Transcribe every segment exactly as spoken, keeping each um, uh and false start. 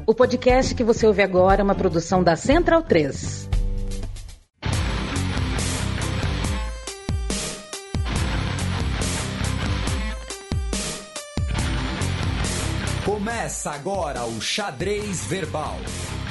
O podcast que você ouve agora é uma produção da Central três. Começa agora o Xadrez Verbal.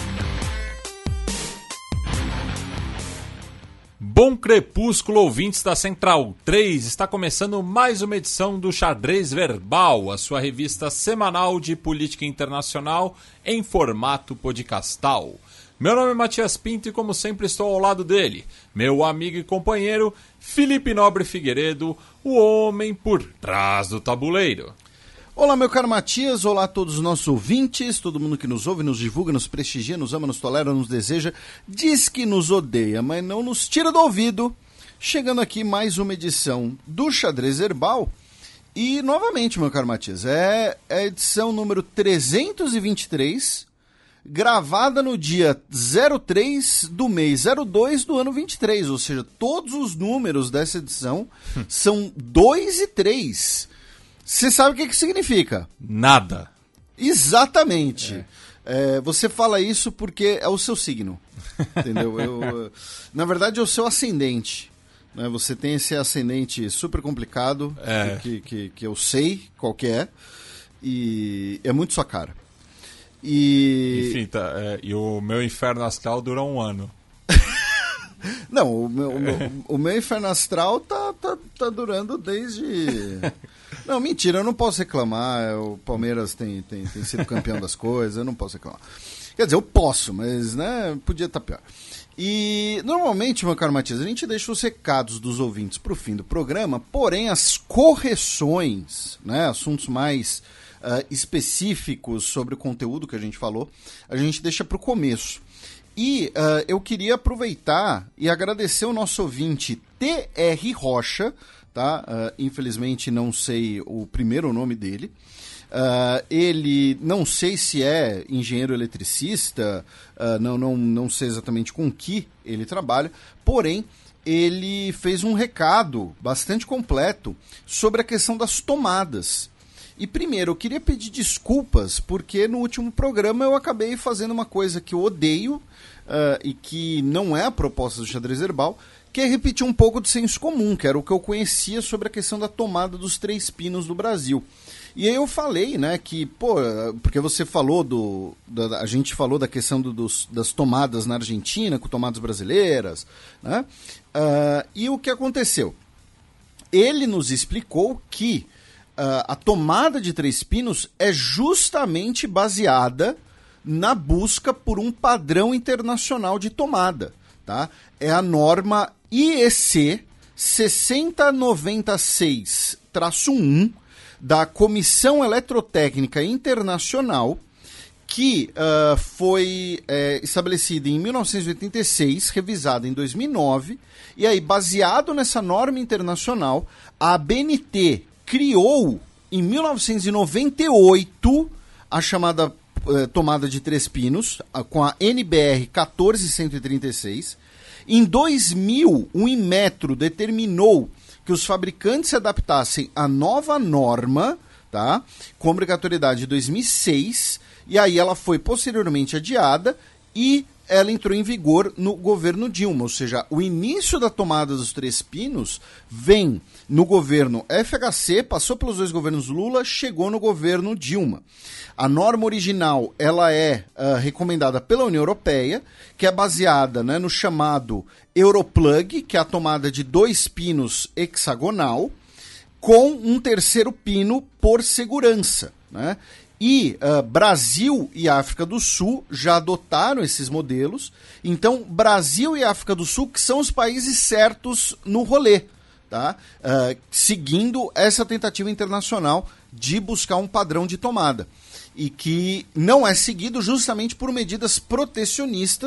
Bom crepúsculo, ouvintes da Central três, está começando mais uma edição do Xadrez Verbal, a sua revista semanal de política internacional em formato podcastal. Meu nome é Matias Pinto e, como sempre, estou ao lado dele, meu amigo e companheiro Felipe Nobre Figueiredo, o homem por trás do tabuleiro. Olá, meu caro Matias, olá a todos os nossos ouvintes, todo mundo que nos ouve, nos divulga, nos prestigia, nos ama, nos tolera, nos deseja, diz que nos odeia, mas não nos tira do ouvido. Chegando aqui mais uma edição do Xadrez Verbal e, novamente, meu caro Matias, é a edição número trezentos e vinte e três, gravada no dia zero três do mês zero dois do ano vinte e três, ou seja, todos os números dessa edição são dois e três. Você sabe o que que significa? Nada. Exatamente. É. É, você fala isso porque é o seu signo, entendeu? Eu, na verdade, é o seu ascendente. Né? Você tem esse ascendente super complicado, é. que, que, que eu sei qual que é, e é muito sua cara. E... Enfim, tá, é, e o meu inferno astral dura um ano. Não, o meu, o meu, o meu inferno astral tá, tá, tá durando desde... Não, mentira, eu não posso reclamar, o Palmeiras tem, tem, tem sido campeão das coisas, eu não posso reclamar. Quer dizer, eu posso, mas né, podia estar pior. E normalmente, meu caro Matias, a gente deixa os recados dos ouvintes para o fim do programa, porém as correções, né, assuntos mais uh, específicos sobre o conteúdo que a gente falou, a gente deixa para o começo. E uh, eu queria aproveitar e agradecer o nosso ouvinte T R Rocha, tá? Uh, infelizmente não sei o primeiro nome dele. Uh, ele não sei se é engenheiro eletricista, uh, não, não, não sei exatamente com que ele trabalha, porém ele fez um recado bastante completo sobre a questão das tomadas. E primeiro, eu queria pedir desculpas, porque no último programa eu acabei fazendo uma coisa que eu odeio uh, e que não é a proposta do Xadrez Verbal, que é repetir um pouco do senso comum, que era o que eu conhecia sobre a questão da tomada dos três pinos do Brasil. E aí eu falei, né, que, pô, porque você falou do... Da, a gente falou da questão do, dos, das tomadas na Argentina, com tomadas brasileiras, né? Uh, e o que aconteceu? Ele nos explicou que Uh, a tomada de três pinos é justamente baseada na busca por um padrão internacional de tomada, tá? É a norma I E C seis zero nove seis traço um da Comissão Eletrotécnica Internacional, que uh, foi é, estabelecida em mil novecentos e oitenta e seis, revisada em dois mil e nove, e aí, baseado nessa norma internacional, a A B N T criou, em mil novecentos e noventa e oito, a chamada eh, tomada de três pinos, a, com a N B R um quatro cento e trinta e seis. Em dois mil, o Inmetro determinou que os fabricantes se adaptassem à nova norma, tá? Com obrigatoriedade de dois mil e seis, e aí ela foi posteriormente adiada e ela entrou em vigor no governo Dilma, ou seja, o início da tomada dos três pinos vem no governo F H C, passou pelos dois governos Lula, chegou no governo Dilma. A norma original ela é uh, recomendada pela União Europeia, que é baseada, né, no chamado Europlug, que é a tomada de dois pinos hexagonal, com um terceiro pino por segurança, né? E uh, Brasil e África do Sul já adotaram esses modelos. Então, Brasil e África do Sul que são os países certos no rolê, tá? Uh, seguindo essa tentativa internacional de buscar um padrão de tomada. E que não é seguido justamente por medidas protecionistas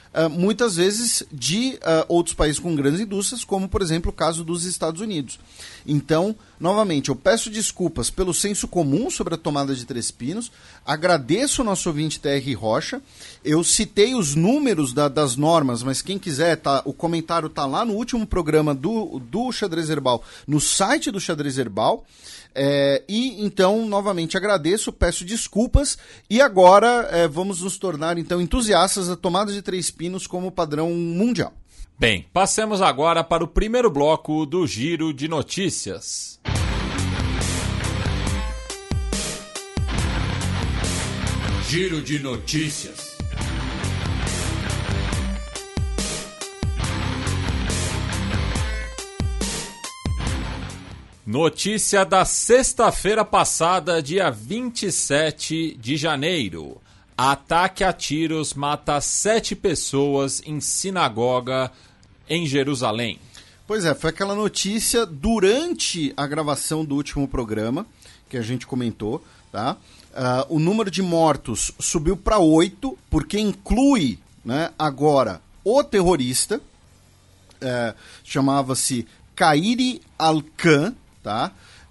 uh, muitas vezes de uh, outros países com grandes indústrias, como, por exemplo, o caso dos Estados Unidos. Então, novamente, eu peço desculpas pelo senso comum sobre a tomada de Três Pinos, agradeço ao nosso ouvinte T R Rocha, eu citei os números da, das normas, mas quem quiser, tá, o comentário está lá no último programa do, do Xadrez Herbal, no site do Xadrez Herbal. É, e então, novamente, agradeço, peço desculpas e agora é, vamos nos tornar então entusiastas da tomada de Três Pinos como padrão mundial. Bem, passemos agora para o primeiro bloco do Giro de Notícias. Giro de Notícias. Notícia da sexta-feira passada, dia vinte e sete de janeiro. Ataque a tiros mata sete pessoas em sinagoga em Jerusalém. Pois é, foi aquela notícia durante a gravação do último programa que a gente comentou, tá? Uh, o número de mortos subiu para oito, porque inclui, né, agora o terrorista, uh, chamava-se Kairi Alkan, tá?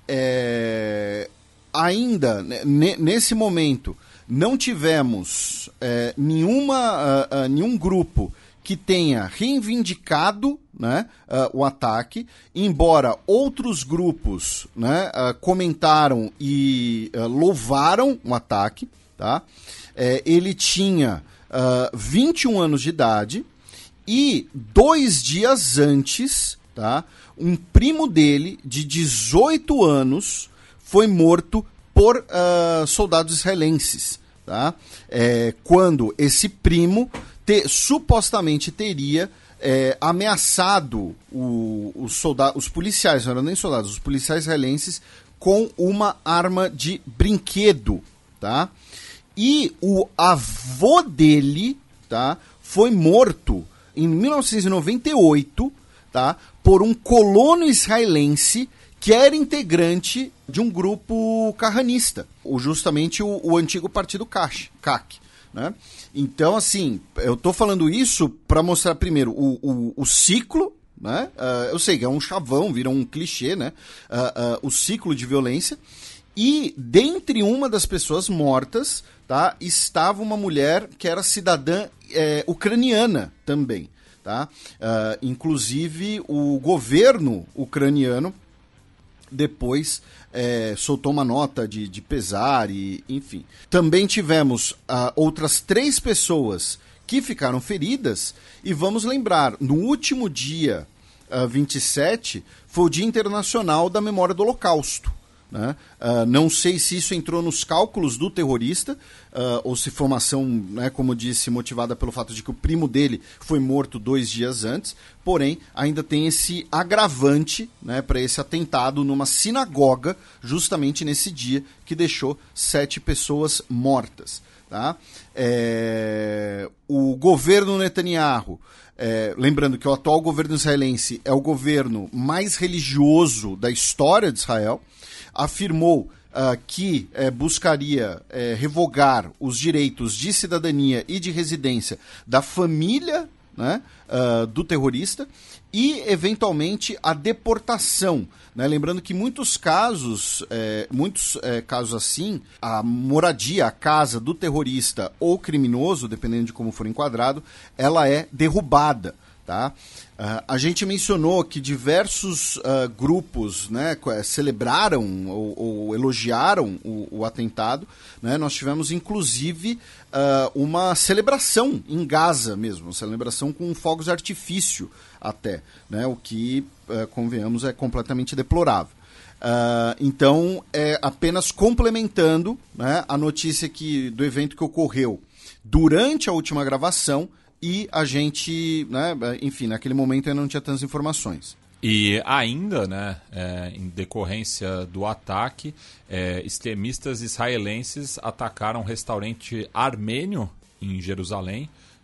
É, ainda, n- nesse momento, não tivemos é, nenhuma, uh, uh, nenhum grupo que tenha reivindicado, né, uh, o ataque, embora outros grupos, né, uh, comentaram e uh, louvaram o ataque. Tá? É, ele tinha uh, vinte e um anos de idade e dois dias antes, tá, um primo dele, de dezoito anos, foi morto por uh, soldados israelenses. Tá? É, quando esse primo te, supostamente teria é, ameaçado o, os, soldados, os policiais, não eram nem soldados, os policiais israelenses com uma arma de brinquedo. Tá? E o avô dele, tá, foi morto em mil novecentos e noventa e oito, tá, por um colono israelense que era integrante de um grupo carranista, ou justamente o, o antigo partido C A C, C A C, né? Então, assim, eu estou falando isso para mostrar primeiro o, o, o ciclo, né? Uh, eu sei que é um chavão, vira um clichê, né? Uh, uh, o ciclo de violência. E dentre uma das pessoas mortas, tá, estava uma mulher que era cidadã é, ucraniana também. Tá? Uh, inclusive, o governo ucraniano depois é, soltou uma nota de, de pesar, e, enfim. Também tivemos uh, outras três pessoas que ficaram feridas, e vamos lembrar, no último dia uh, vinte e sete, foi o Dia Internacional da Memória do Holocausto. Né? Uh, não sei se isso entrou nos cálculos do terrorista, uh, ou se foi uma ação, né, como eu disse, motivada pelo fato de que o primo dele foi morto dois dias antes, porém ainda tem esse agravante, né, para esse atentado numa sinagoga, justamente nesse dia que deixou sete pessoas mortas. Tá? É... O governo Netanyahu, é... lembrando que o atual governo israelense é o governo mais religioso da história de Israel, afirmou uh, que uh, buscaria uh, revogar os direitos de cidadania e de residência da família, né, uh, do terrorista e, eventualmente, a deportação. Né? Lembrando que muitos casos, eh, muitos eh, casos assim, a moradia, a casa do terrorista ou criminoso, dependendo de como for enquadrado, ela é derrubada. Tá? Uh, a gente mencionou que diversos uh, grupos, né, celebraram ou, ou elogiaram o, o atentado. Né? Nós tivemos, inclusive, uh, uma celebração em Gaza mesmo, uma celebração com fogos de artifício até, né? O que, uh, convenhamos, é completamente deplorável. Uh, então, é apenas complementando, né, a notícia que, do evento que ocorreu durante a última gravação, e a gente, né, enfim, naquele momento ainda não tinha tantas informações. E ainda, né, é, em decorrência do ataque, é, extremistas israelenses atacaram um restaurante armênio em Jerusalém,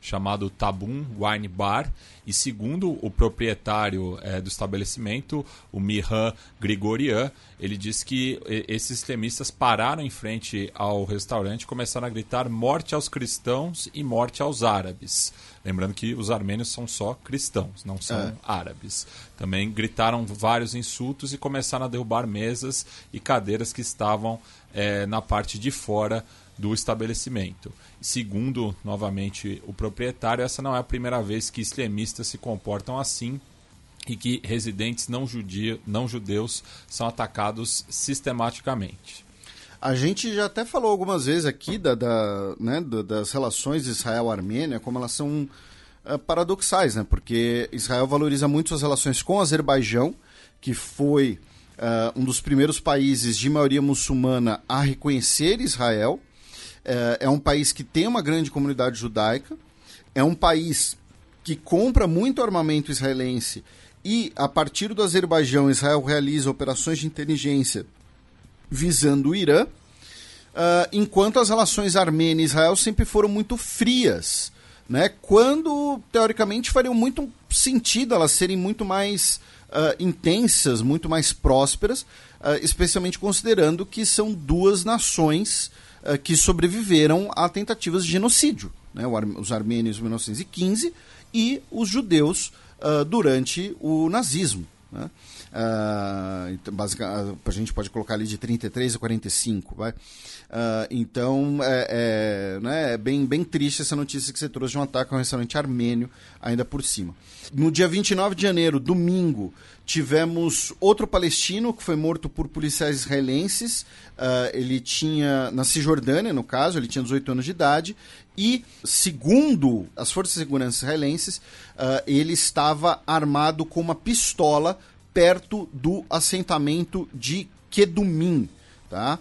chamado Tabun Wine Bar, e segundo o proprietário é, do estabelecimento, o Miran Grigorian, ele disse que esses extremistas pararam em frente ao restaurante e começaram a gritar morte aos cristãos e morte aos árabes. Lembrando que os armênios são só cristãos, não são é. árabes. Também gritaram vários insultos e começaram a derrubar mesas e cadeiras que estavam é, na parte de fora do estabelecimento. Segundo, novamente, o proprietário, essa não é a primeira vez que extremistas se comportam assim e que residentes não, judia, não judeus são atacados sistematicamente. A gente já até falou algumas vezes aqui da, da, né, das relações Israel-Armênia, como elas são uh, paradoxais, né? Porque Israel valoriza muito suas relações com o Azerbaijão, que foi uh, um dos primeiros países de maioria muçulmana a reconhecer Israel. Uh, é um país que tem uma grande comunidade judaica, é um país que compra muito armamento israelense e, a partir do Azerbaijão, Israel realiza operações de inteligência visando o Irã, uh, enquanto as relações Armênia e Israel sempre foram muito frias, né? Quando, teoricamente, fariam muito sentido elas serem muito mais uh, intensas, muito mais prósperas, uh, especialmente considerando que são duas nações uh, que sobreviveram a tentativas de genocídio, né? Os armênios em mil novecentos e quinze e os judeus uh, durante o nazismo, né? Uh, então, basicamente, a gente pode colocar ali de trinta e três a quarenta e cinco, vai? Uh, então é, é, né, é bem, bem triste essa notícia que você trouxe de um ataque a um restaurante armênio ainda por cima. No dia vinte e nove de janeiro, domingo, tivemos outro palestino que foi morto por policiais israelenses. Uh, ele tinha, na Cisjordânia no caso, ele tinha dezoito anos de idade e, segundo as forças de segurança israelenses, uh, ele estava armado com uma pistola perto do assentamento de Kedumim, tá?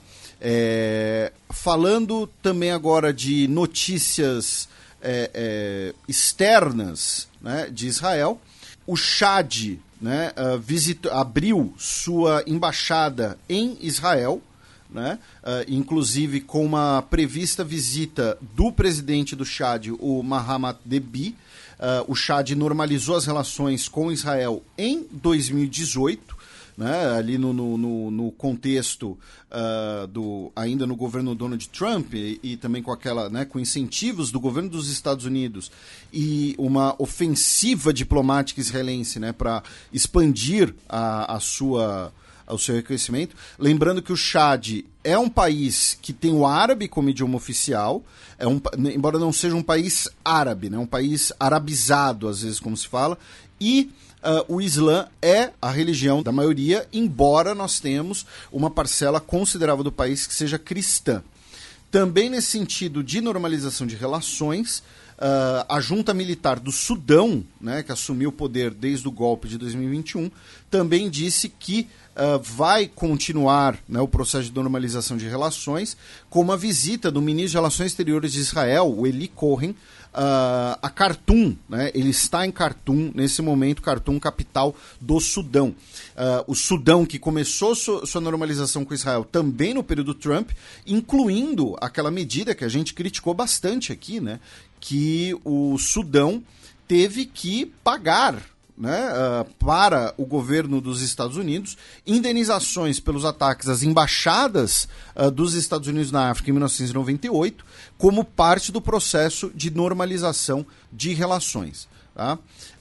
É, falando também agora de notícias é, é, externas, né, de Israel, o Chad, né, uh, visitou, abriu sua embaixada em Israel, né, uh, inclusive com uma prevista visita do presidente do Chad, o Mahamat Deby. Uh, o Chad normalizou as relações com Israel em dois mil e dezoito, né, ali no, no, no contexto uh, do, ainda no governo Donald Trump e, e também com aquela, né, com incentivos do governo dos Estados Unidos e uma ofensiva diplomática israelense, né, para expandir a, a sua, o seu reconhecimento. Lembrando que o Chad é um país que tem o árabe como idioma oficial, é um, embora não seja um país árabe, né, um país arabizado, às vezes, como se fala, e uh, o Islã é a religião da maioria, embora nós tenhamos uma parcela considerável do país que seja cristã. Também nesse sentido de normalização de relações, uh, a junta militar do Sudão, né, que assumiu o poder desde o golpe de dois mil e vinte e um, também disse que Uh, vai continuar, né, o processo de normalização de relações com uma visita do ministro de Relações Exteriores de Israel, o Eli Cohen, uh, a Khartoum, né? Ele está em Khartoum, nesse momento, Khartoum, capital do Sudão. Uh, o Sudão que começou su- sua normalização com Israel também no período Trump, incluindo aquela medida que a gente criticou bastante aqui, né, que o Sudão teve que pagar, né, uh, para o governo dos Estados Unidos, indenizações pelos ataques às embaixadas uh, dos Estados Unidos na África em mil novecentos e noventa e oito, como parte do processo de normalização de relações. Tá?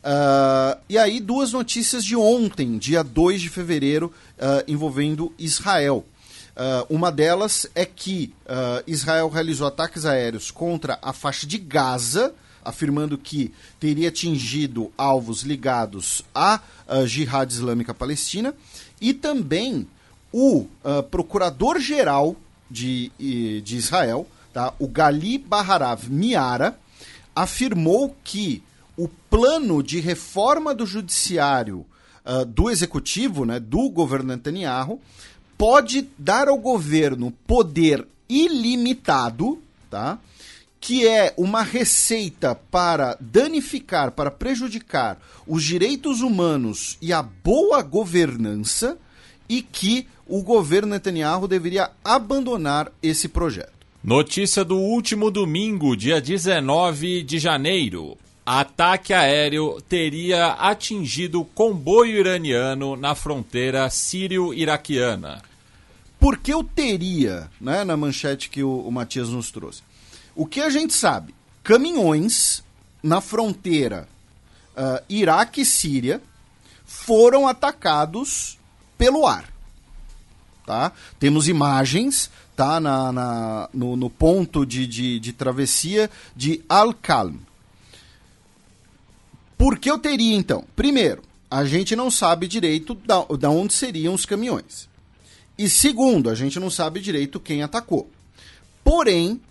Uh, e aí, duas notícias de ontem, dia dois de fevereiro, uh, envolvendo Israel. Uh, uma delas é que uh, Israel realizou ataques aéreos contra a faixa de Gaza, afirmando que teria atingido alvos ligados à uh, Jihad Islâmica Palestina, e também o uh, procurador-geral de, de Israel, tá, o Gali Baharav Miara, afirmou que o plano de reforma do judiciário uh, do executivo, né, do governo Netanyahu, pode dar ao governo poder ilimitado, tá, que é uma receita para danificar, para prejudicar os direitos humanos e a boa governança, e que o governo Netanyahu deveria abandonar esse projeto. Notícia do último domingo, dia dezenove de janeiro. Ataque aéreo teria atingido comboio iraniano na fronteira sírio-iraquiana. Por que eu teria, né, na manchete que o, o Matias nos trouxe? O que a gente sabe? Caminhões na fronteira uh, Iraque e Síria foram atacados pelo ar. Tá? Temos imagens, tá, na, na, no, no ponto de, de, de travessia de Al-Qalm. Por que eu teria, então? Primeiro, a gente não sabe direito da, da onde seriam os caminhões. E segundo, a gente não sabe direito quem atacou. Porém,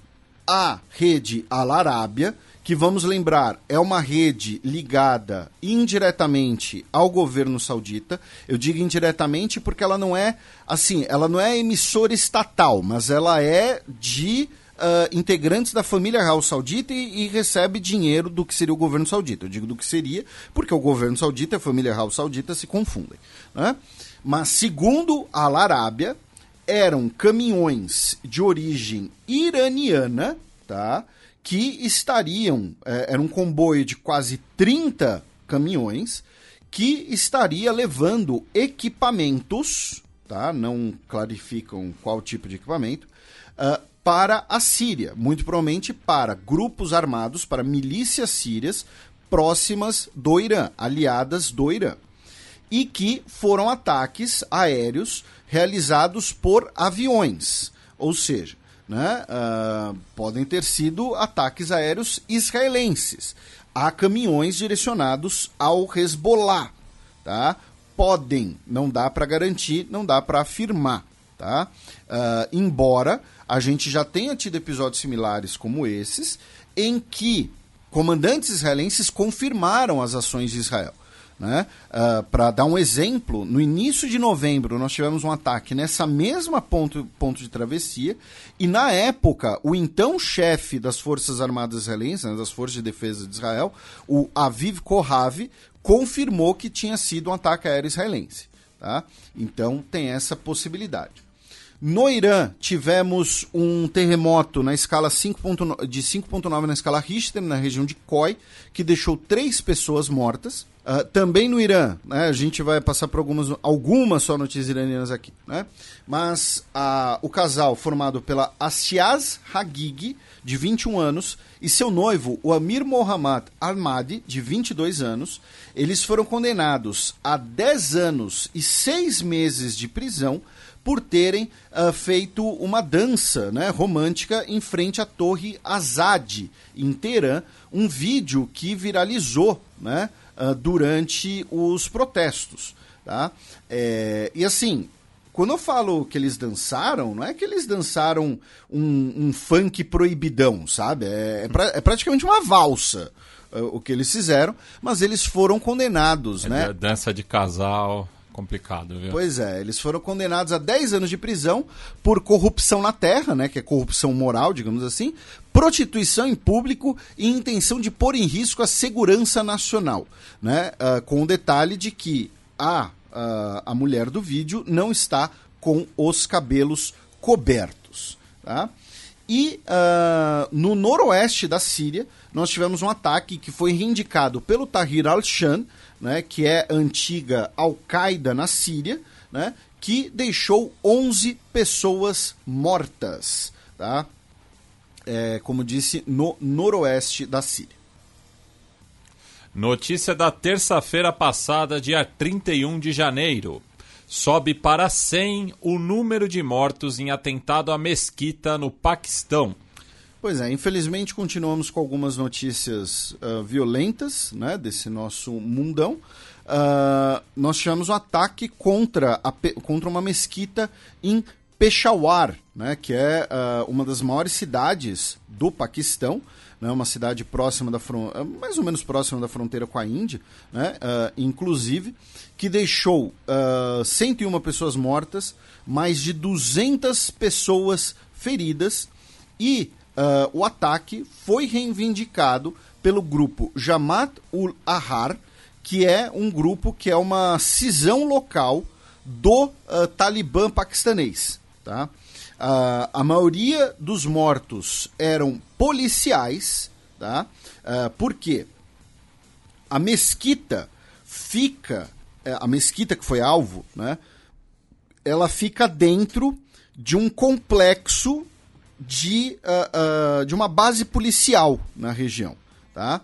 a rede Al-Arábia, que vamos lembrar, é uma rede ligada indiretamente ao governo saudita. Eu digo indiretamente porque ela não é, assim, ela não é emissora estatal, mas ela é de uh, integrantes da família real saudita e, e recebe dinheiro do que seria o governo saudita. Eu digo do que seria porque o governo saudita e a família real saudita se confundem, né? Mas, segundo a Al-Arábia, eram caminhões de origem iraniana, tá? Que estariam, é, era um comboio de quase trinta caminhões, que estaria levando equipamentos, tá? Não clarificam qual tipo de equipamento, uh, para a Síria, muito provavelmente para grupos armados, para milícias sírias próximas do Irã, aliadas do Irã. E que foram ataques aéreos realizados por aviões, ou seja, né, uh, podem ter sido ataques aéreos israelenses a caminhões direcionados ao Hezbollah, tá? Podem, não dá para garantir, não dá para afirmar, tá? Uh, embora a gente já tenha tido episódios similares como esses, em que comandantes israelenses confirmaram as ações de Israel. Né? Uh, para dar um exemplo, no início de novembro nós tivemos um ataque nessa mesma ponto, ponto de travessia, e na época o então chefe das Forças Armadas Israelenses, né, das Forças de Defesa de Israel, o Aviv Kohavi, confirmou que tinha sido um ataque aéreo israelense, tá? Então tem essa possibilidade. No Irã, tivemos um terremoto na escala cinco ponto nove, de cinco ponto nove na escala Richter, na região de Khoi, que deixou três pessoas mortas. Uh, também no Irã, né, a gente vai passar por algumas, algumas só notícias iranianas aqui, né? Mas uh, o casal formado pela Asiaz Hagigi, de vinte e um anos, e seu noivo, o Amir Mohammad Ahmadi, de vinte e dois anos, eles foram condenados a dez anos e seis meses de prisão por terem uh, feito uma dança, né, romântica em frente à Torre Azad, em Teherã, um vídeo que viralizou, né, uh, durante os protestos. Tá? É, e assim, quando eu falo que eles dançaram, não é que eles dançaram um, um funk proibidão, sabe? É, é, pra, é praticamente uma valsa uh, o que eles fizeram, mas eles foram condenados. É, né? Dança de casal... complicado, viu? Pois é, eles foram condenados a dez anos de prisão por corrupção na terra, né, que é corrupção moral, digamos assim, prostituição em público e intenção de pôr em risco a segurança nacional, né, uh, com o detalhe de que a, uh, a mulher do vídeo não está com os cabelos cobertos, tá? E uh, no noroeste da Síria, nós tivemos um ataque que foi reivindicado pelo Tahrir al-Sham, né, que é a antiga Al-Qaeda na Síria, né, que deixou onze pessoas mortas, tá? É, como disse, no noroeste da Síria. Notícia da terça-feira passada, dia trinta e um de janeiro. Sobe para cem o número de mortos em atentado à mesquita no Paquistão. Pois é, infelizmente continuamos com algumas notícias uh, violentas, né, desse nosso mundão. Uh, nós tivemos um ataque contra, a, contra uma mesquita em Peshawar, né, que é uh, uma das maiores cidades do Paquistão, né, uma cidade próxima da fron- mais ou menos próxima da fronteira com a Índia, né, uh, inclusive, que deixou uh, cento e uma pessoas mortas, mais de duzentas pessoas feridas, e Uh, o ataque foi reivindicado pelo grupo Jamaat ul-Ahrar, que é um grupo que é uma cisão local do uh, Talibã paquistanês. Tá? Uh, a maioria dos mortos eram policiais, tá? Uh, por quê? A mesquita fica, a mesquita que foi alvo, né? Ela fica dentro de um complexo de, uh, uh, de uma base policial na região, tá?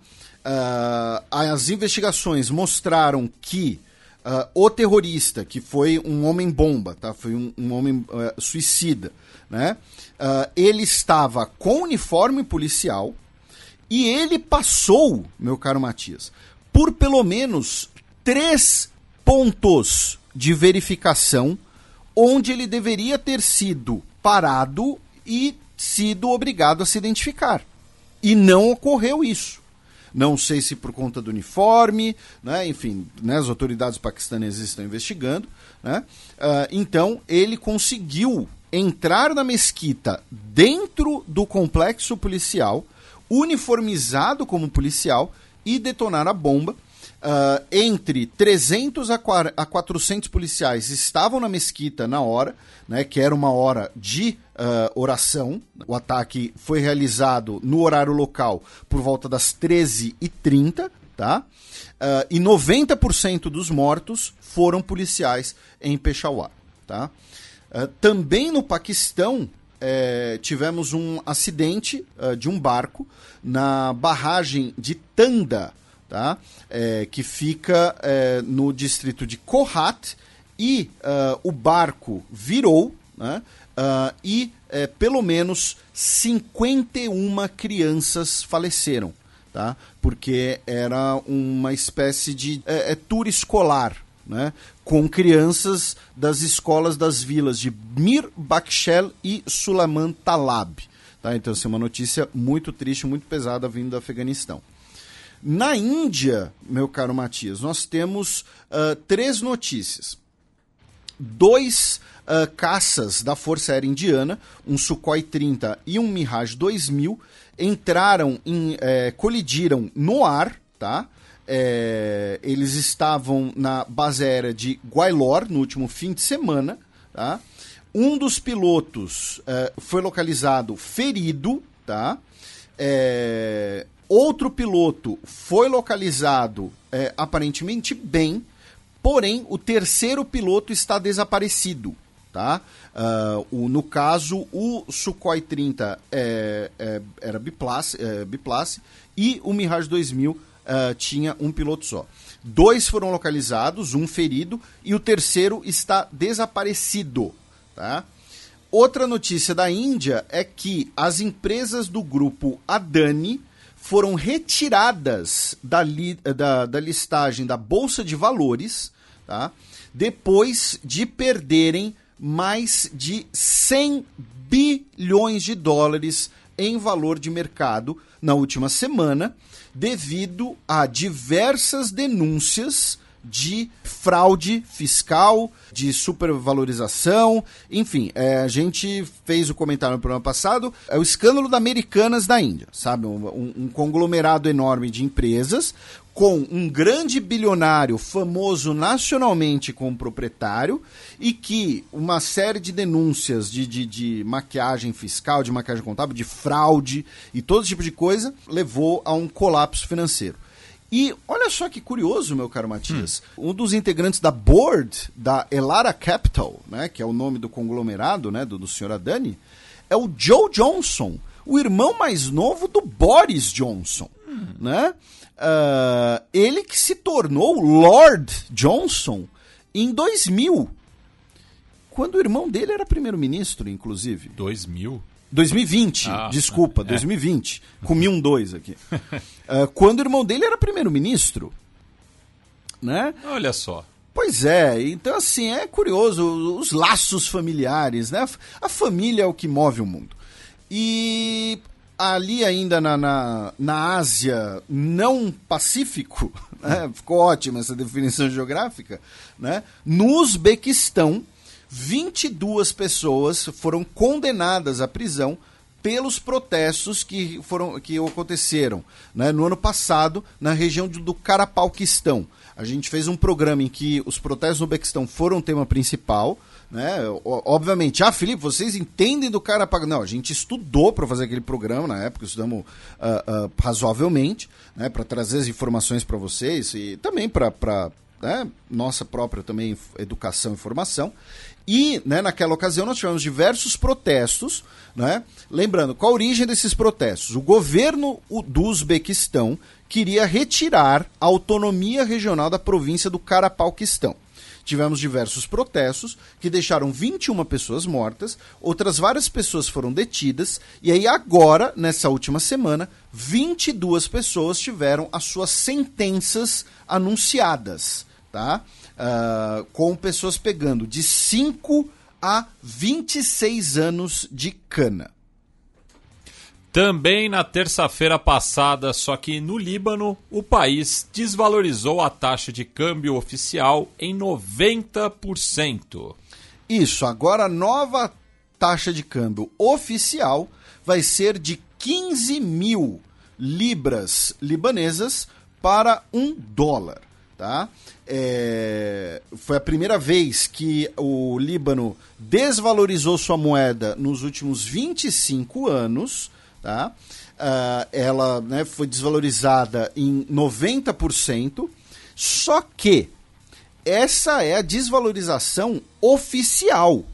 Uh, as investigações mostraram que uh, o terrorista, que foi um homem-bomba, tá? Foi um, um homem uh, suicida, né? Uh, ele estava com uniforme policial e ele passou, meu caro Matias, por pelo menos três pontos de verificação onde ele deveria ter sido parado e sido obrigado a se identificar. E não ocorreu isso. Não sei se por conta do uniforme, né? Enfim, né? As autoridades paquistanesas estão investigando, né? Uh, então, ele conseguiu entrar na mesquita dentro do complexo policial, uniformizado como policial, e detonar a bomba. Uh, entre trezentos a quatrocentos policiais estavam na mesquita na hora, né, que era uma hora de uh, oração. O ataque foi realizado no horário local por volta das treze e trinta, tá? Uh, e noventa por cento dos mortos foram policiais em Peshawar, tá? Uh, também no Paquistão, É, tivemos um acidente uh, de um barco na barragem de Tanda, tá? É, que fica é, no distrito de Kohat, e uh, o barco virou, né? uh, e é, pelo menos cinquenta e uma crianças faleceram, tá? Porque era uma espécie de é, é, tour escolar, né? Com crianças das escolas das vilas de Mir Bakshel e Sulaiman Talab. Tá? Então, assim, uma notícia muito triste, muito pesada vindo do Afeganistão. Na Índia, meu caro Matias, nós temos uh, três notícias. Dois uh, caças da Força Aérea Indiana, um Sukhoi trinta e um Mirage dois mil, entraram, em, eh, colidiram no ar, tá? É, eles estavam na base aérea de Gwalior no último fim de semana, tá? Um dos pilotos é, foi localizado ferido, tá? É, outro piloto foi localizado é, aparentemente bem, porém o terceiro piloto está desaparecido, tá? Uh, o, no caso, o Sukhoi trinta é, é, era biplace, é, biplace e o Mirage dois mil Uh, tinha um piloto só. Dois foram localizados, um ferido, e o terceiro está desaparecido, tá? Outra notícia da Índia é que as empresas do grupo Adani foram retiradas da, li, da, da listagem da Bolsa de Valores, tá? Depois de perderem mais de cem bilhões de dólares em valor de mercado na última semana, devido a diversas denúncias de fraude fiscal, de supervalorização, enfim, é, a gente fez o comentário no programa passado, é o escândalo da Americanas da Índia, sabe, um, um conglomerado enorme de empresas, com um grande bilionário famoso nacionalmente como proprietário, e que uma série de denúncias de, de, de maquiagem fiscal, de maquiagem contábil, de fraude e todo tipo de coisa, levou a um colapso financeiro. E olha só que curioso, meu caro Matias, hum. um dos integrantes da board da Elara Capital, né, que é o nome do conglomerado, né, do, do senhor Adani, é o Joe Johnson, o irmão mais novo do Boris Johnson, hum. né? Uh, ele que se tornou Lord Johnson em dois mil, quando o irmão dele era primeiro-ministro, inclusive. dois mil? dois mil e vinte, ah, desculpa, é. dois mil e vinte. Comi um dois aqui. uh, quando o irmão dele era primeiro-ministro, né? Olha só. Pois é, então assim, é curioso, os laços familiares, né? A família é o que move o mundo. E ali ainda na, na, na Ásia não Pacífico, né? Ficou ótima essa definição geográfica, né? No Uzbequistão, vinte e duas pessoas foram condenadas à prisão pelos protestos que, foram, que aconteceram, né, no ano passado na região do Carapauquistão. A gente fez um programa em que os protestos no Uzbequistão foram o tema principal, né? Obviamente, ah, Felipe, vocês entendem do cara pagando. Não, a gente estudou para fazer aquele programa na época, estudamos uh, uh, razoavelmente, né, para trazer as informações para vocês e também para né, nossa própria também educação e formação. E, né, naquela ocasião nós tivemos diversos protestos, né? Lembrando, qual a origem desses protestos? O governo do Uzbequistão queria retirar a autonomia regional da província do Carapauquistão. Tivemos diversos protestos que deixaram vinte e uma pessoas mortas, outras várias pessoas foram detidas, e aí agora, nessa última semana, vinte e duas pessoas tiveram as suas sentenças anunciadas, tá? Uh, com pessoas pegando de cinco a vinte e seis anos de cana. Também na terça-feira passada, só que no Líbano, o país desvalorizou a taxa de câmbio oficial em noventa por cento. Isso, agora a nova taxa de câmbio oficial vai ser de quinze mil libras libanesas para um dólar. Tá? É, foi a primeira vez que o Líbano desvalorizou sua moeda nos últimos vinte e cinco anos. Tá? Uh, ela, né, foi desvalorizada em noventa por cento, só que essa é a desvalorização oficial.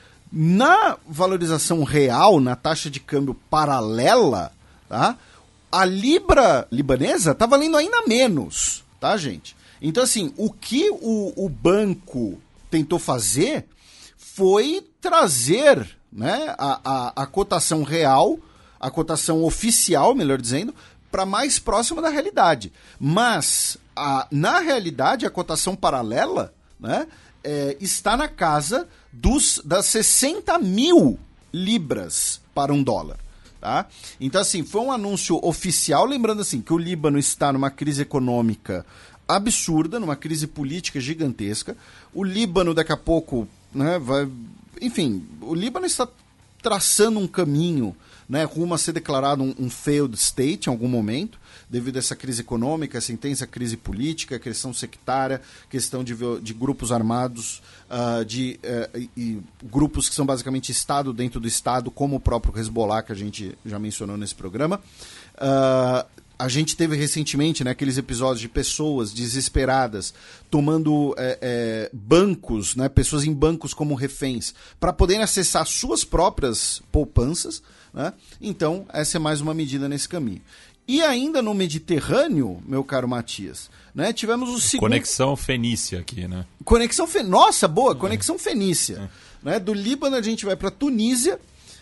Na valorização real, na taxa de câmbio paralela, tá? A libra libanesa está valendo ainda menos, tá, gente? Então, assim, o que o, o banco tentou fazer foi trazer, né, a, a, a cotação real, a cotação oficial, melhor dizendo, para mais próxima da realidade. Mas, a, na realidade, a cotação paralela, né, é, está na casa dos, das sessenta mil libras para um dólar. Tá? Então, assim, foi um anúncio oficial, lembrando assim, que o Líbano está numa crise econômica absurda, numa crise política gigantesca. O Líbano, daqui a pouco, né, vai... Enfim, o Líbano está traçando um caminho, né, rumo a ser declarado um, um failed state em algum momento, devido a essa crise econômica, essa intensa crise política, questão sectária, questão de, de grupos armados, uh, de uh, e, e grupos que são basicamente Estado dentro do Estado, como o próprio Hezbollah, que a gente já mencionou nesse programa. Uh, A gente teve recentemente, né, aqueles episódios de pessoas desesperadas tomando é, é, bancos, né, pessoas em bancos como reféns, para poderem acessar suas próprias poupanças. Né? Então, essa é mais uma medida nesse caminho. E ainda no Mediterrâneo, meu caro Matias, né, tivemos o segundo... Conexão Fenícia aqui, né? Conexão Fenícia. Nossa, boa, Conexão Fenícia. É. Né? Do Líbano a gente vai para Tunísia,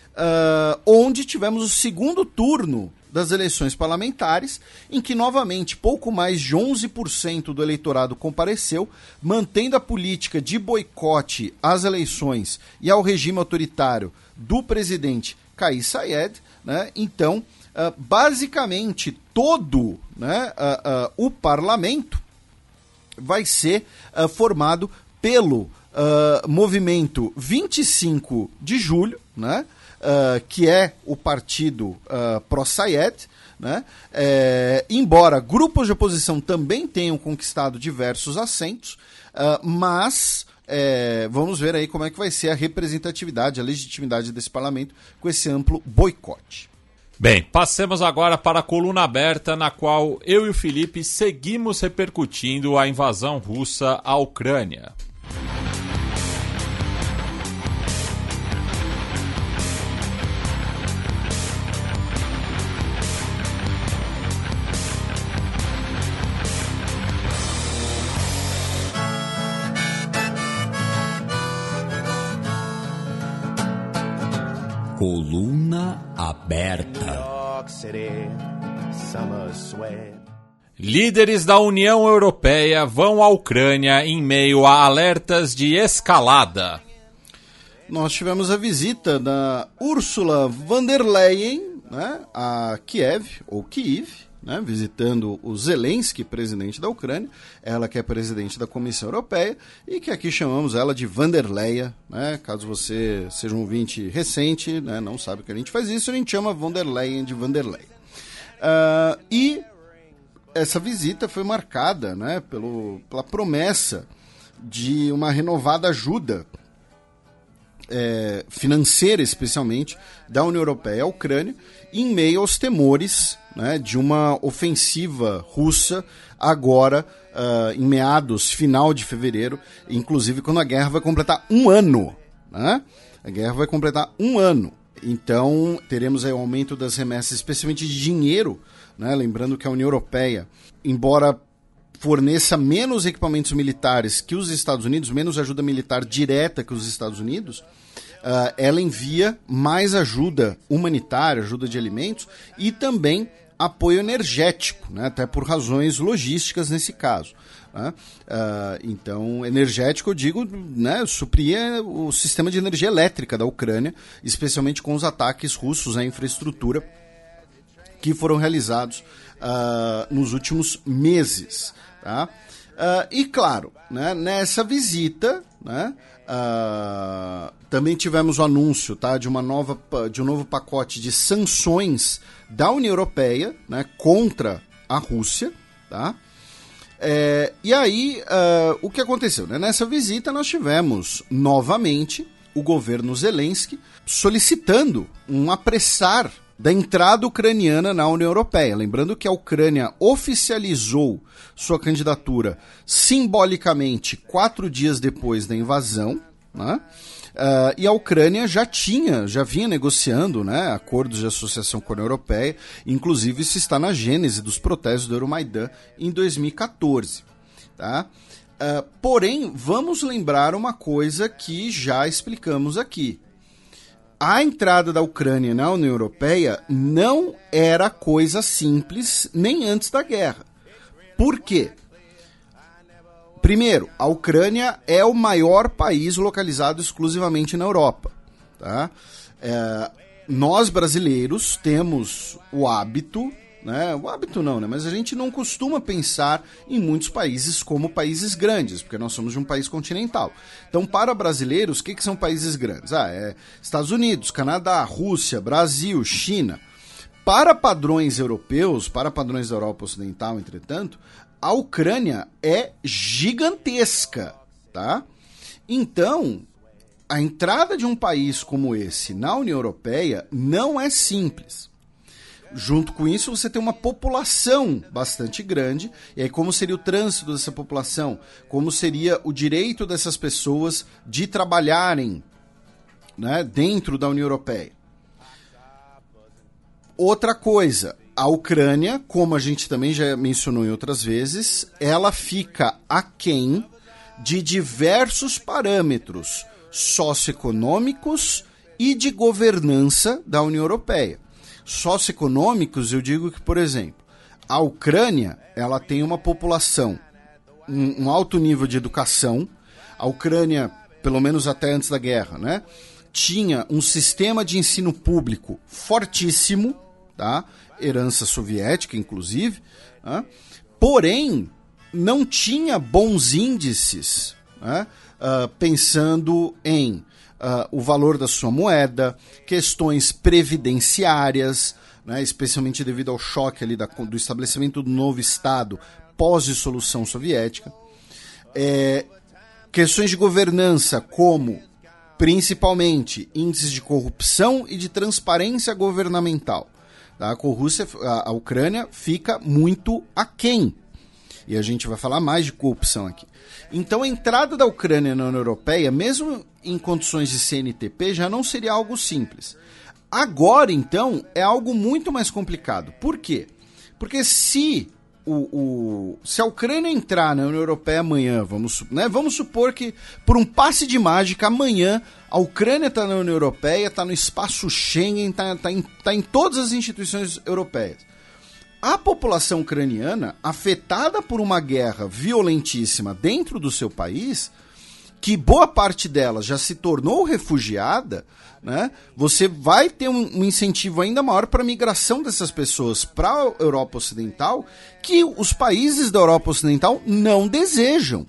uh, onde tivemos o segundo turno das eleições parlamentares, em que novamente pouco mais de onze por cento do eleitorado compareceu, mantendo a política de boicote às eleições e ao regime autoritário do presidente Kais Saied. Né? Então, uh, basicamente, todo, né, uh, uh, o parlamento vai ser uh, formado pelo uh, movimento vinte e cinco de julho, né? Uh, que é o partido uh, pró-Saied, né? É, embora grupos de oposição também tenham conquistado diversos assentos, uh, mas é, vamos ver aí como é que vai ser a representatividade, a legitimidade desse parlamento com esse amplo boicote. Bem, passemos agora para a coluna aberta, na qual eu e o Felipe seguimos repercutindo a invasão russa à Ucrânia. Coluna aberta. Líderes da União Europeia vão à Ucrânia em meio a alertas de escalada. Nós tivemos a visita da Ursula von der Leyen, né, a Kiev, ou Kiev, né, visitando o Zelensky, presidente da Ucrânia, ela que é presidente da Comissão Europeia, e que aqui chamamos ela de Vanderleia, né, caso você seja um ouvinte recente, né, não sabe que a gente faz isso, a gente chama von der Leyen de Vanderleia. Uh, e essa visita foi marcada, né, pelo, pela promessa de uma renovada ajuda é, financeira, especialmente, da União Europeia à Ucrânia, em meio aos temores, né, de uma ofensiva russa agora, uh, em meados, final de fevereiro, inclusive quando a guerra vai completar um ano. Né? A guerra vai completar um ano. Então, teremos aí o aumento das remessas, especialmente de dinheiro, né? Lembrando que a União Europeia, embora forneça menos equipamentos militares que os Estados Unidos, menos ajuda militar direta que os Estados Unidos, uh, ela envia mais ajuda humanitária, ajuda de alimentos e também apoio energético, né? Até por razões logísticas nesse caso. Né? Uh, então, energético, eu digo, né, supria o sistema de energia elétrica da Ucrânia, especialmente com os ataques russos à infraestrutura que foram realizados uh, nos últimos meses. Tá? Uh, e, claro, né, nessa visita, né, uh, também tivemos o anúncio, tá, de, uma nova, de um novo pacote de sanções da União Europeia, né, contra a Rússia. Tá? É, e aí, uh, o que aconteceu? Né? Nessa visita nós tivemos, novamente, o governo Zelensky solicitando um apressar da entrada ucraniana na União Europeia. Lembrando que a Ucrânia oficializou sua candidatura simbolicamente quatro dias depois da invasão, né? Uh, e a Ucrânia já tinha, já vinha negociando, né, acordos de associação com a União Europeia, inclusive isso está na gênese dos protestos do Euromaidan em dois mil e catorze. Tá? Uh, porém, vamos lembrar uma coisa que já explicamos aqui. A entrada da Ucrânia na União Europeia não era coisa simples nem antes da guerra. Por quê? Primeiro, a Ucrânia é o maior país localizado exclusivamente na Europa. Tá? É, nós, brasileiros, temos o hábito, né? o hábito não, né? mas a gente não costuma pensar em muitos países como países grandes, porque nós somos de um país continental. Então, para brasileiros, o que, que são países grandes? Ah, é Estados Unidos, Canadá, Rússia, Brasil, China. Para padrões europeus, para padrões da Europa Ocidental, entretanto, a Ucrânia é gigantesca, tá? Então, a entrada de um país como esse na União Europeia não é simples. Junto com isso, você tem uma população bastante grande, e aí como seria o trânsito dessa população? Como seria o direito dessas pessoas de trabalharem, né, dentro da União Europeia? Outra coisa, a Ucrânia, como a gente também já mencionou em outras vezes, ela fica aquém de diversos parâmetros socioeconômicos e de governança da União Europeia. Socioeconômicos, eu digo que, por exemplo, a Ucrânia ela tem uma população, um, um alto nível de educação. A Ucrânia, pelo menos até antes da guerra, né, tinha um sistema de ensino público fortíssimo, tá? Herança soviética, inclusive, né? Porém, não tinha bons índices, né? uh, pensando em uh, o valor da sua moeda, questões previdenciárias, né? Especialmente devido ao choque ali da, do estabelecimento do novo Estado pós-dissolução soviética. É, questões de governança como, principalmente, índices de corrupção e de transparência governamental. A Rússia, a Ucrânia fica muito aquém. E a gente vai falar mais de corrupção aqui. Então, a entrada da Ucrânia na União Europeia, mesmo em condições de C N T P, já não seria algo simples. Agora, então, é algo muito mais complicado. Por quê? Porque se, o, o, se a Ucrânia entrar na União Europeia amanhã, vamos, né, vamos supor que, por um passe de mágica, amanhã a Ucrânia está na União Europeia, está no espaço Schengen, está tá em, tá em todas as instituições europeias. A população ucraniana, afetada por uma guerra violentíssima dentro do seu país, que boa parte dela já se tornou refugiada, né, você vai ter um, um incentivo ainda maior para a migração dessas pessoas para a Europa Ocidental, que os países da Europa Ocidental não desejam.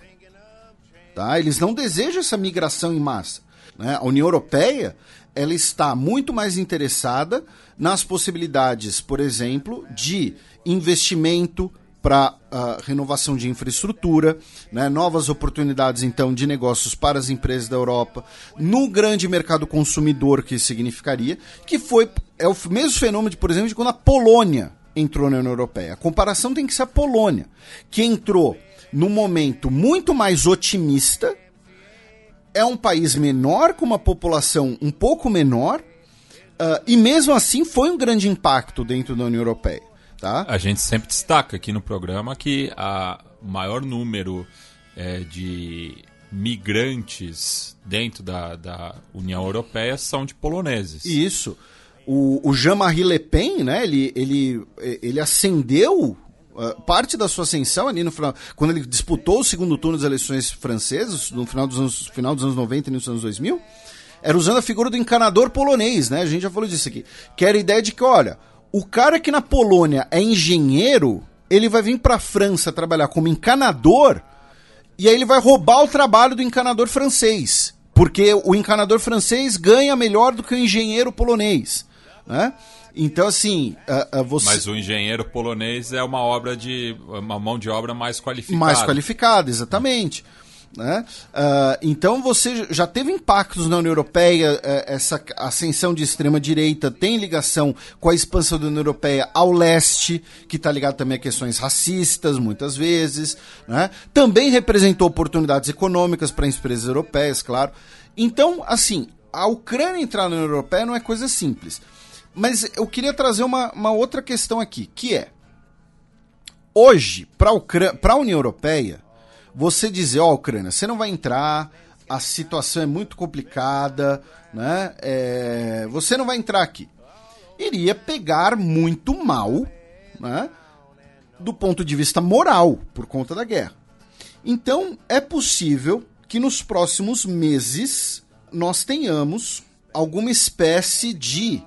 Tá? Eles não desejam essa migração em massa. Né? A União Europeia ela está muito mais interessada nas possibilidades, por exemplo, de investimento, para uh, renovação de infraestrutura, né, novas oportunidades, então, de negócios para as empresas da Europa, no grande mercado consumidor que isso significaria, que foi é o mesmo fenômeno, de, por exemplo, de quando a Polônia entrou na União Europeia. A comparação tem que ser a Polônia, que entrou num momento muito mais otimista, é um país menor, com uma população um pouco menor, uh, e mesmo assim foi um grande impacto dentro da União Europeia. Tá? A gente sempre destaca aqui no programa que a, o maior número é, de migrantes dentro da, da União Europeia são de poloneses. Isso. O, o Jean-Marie Le Pen, né, ele, ele, ele ascendeu uh, parte da sua ascensão ali no final, quando ele disputou o segundo turno das eleições francesas, no final dos anos, final dos anos noventa e início dos anos dois mil, era usando a figura do encanador polonês, né? A gente já falou disso aqui. Que era a ideia de que, olha, o cara que na Polônia é engenheiro, ele vai vir para a França trabalhar como encanador e aí ele vai roubar o trabalho do encanador francês, porque o encanador francês ganha melhor do que o engenheiro polonês, né? Então, assim, uh, uh, você... Mas o engenheiro polonês é uma obra de uma mão de obra mais qualificada. Mais qualificada, exatamente. Né? Uh, então você já teve impactos na União Europeia, uh, essa ascensão de extrema-direita tem ligação com a expansão da União Europeia ao leste, que está ligado também a questões racistas, muitas vezes, né? Também representou oportunidades econômicas para empresas europeias, claro. Então, assim, a Ucrânia entrar na União Europeia não é coisa simples. Mas eu queria trazer uma, uma outra questão aqui, que é, hoje, para a União Europeia, você dizer, ó, oh, Ucrânia, você não vai entrar, a situação é muito complicada, né? É, você não vai entrar aqui. Iria pegar muito mal, né? Do ponto de vista moral, por conta da guerra. Então, é possível que nos próximos meses nós tenhamos alguma espécie de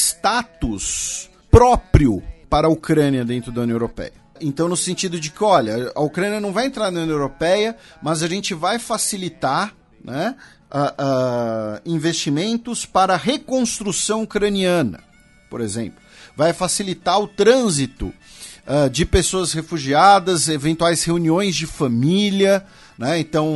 status próprio para a Ucrânia dentro da União Europeia. Então, no sentido de que, olha, a Ucrânia não vai entrar na União Europeia, mas a gente vai facilitar, né, uh, uh, investimentos para a reconstrução ucraniana, por exemplo. Vai facilitar o trânsito uh, de pessoas refugiadas, eventuais reuniões de família, né? Então,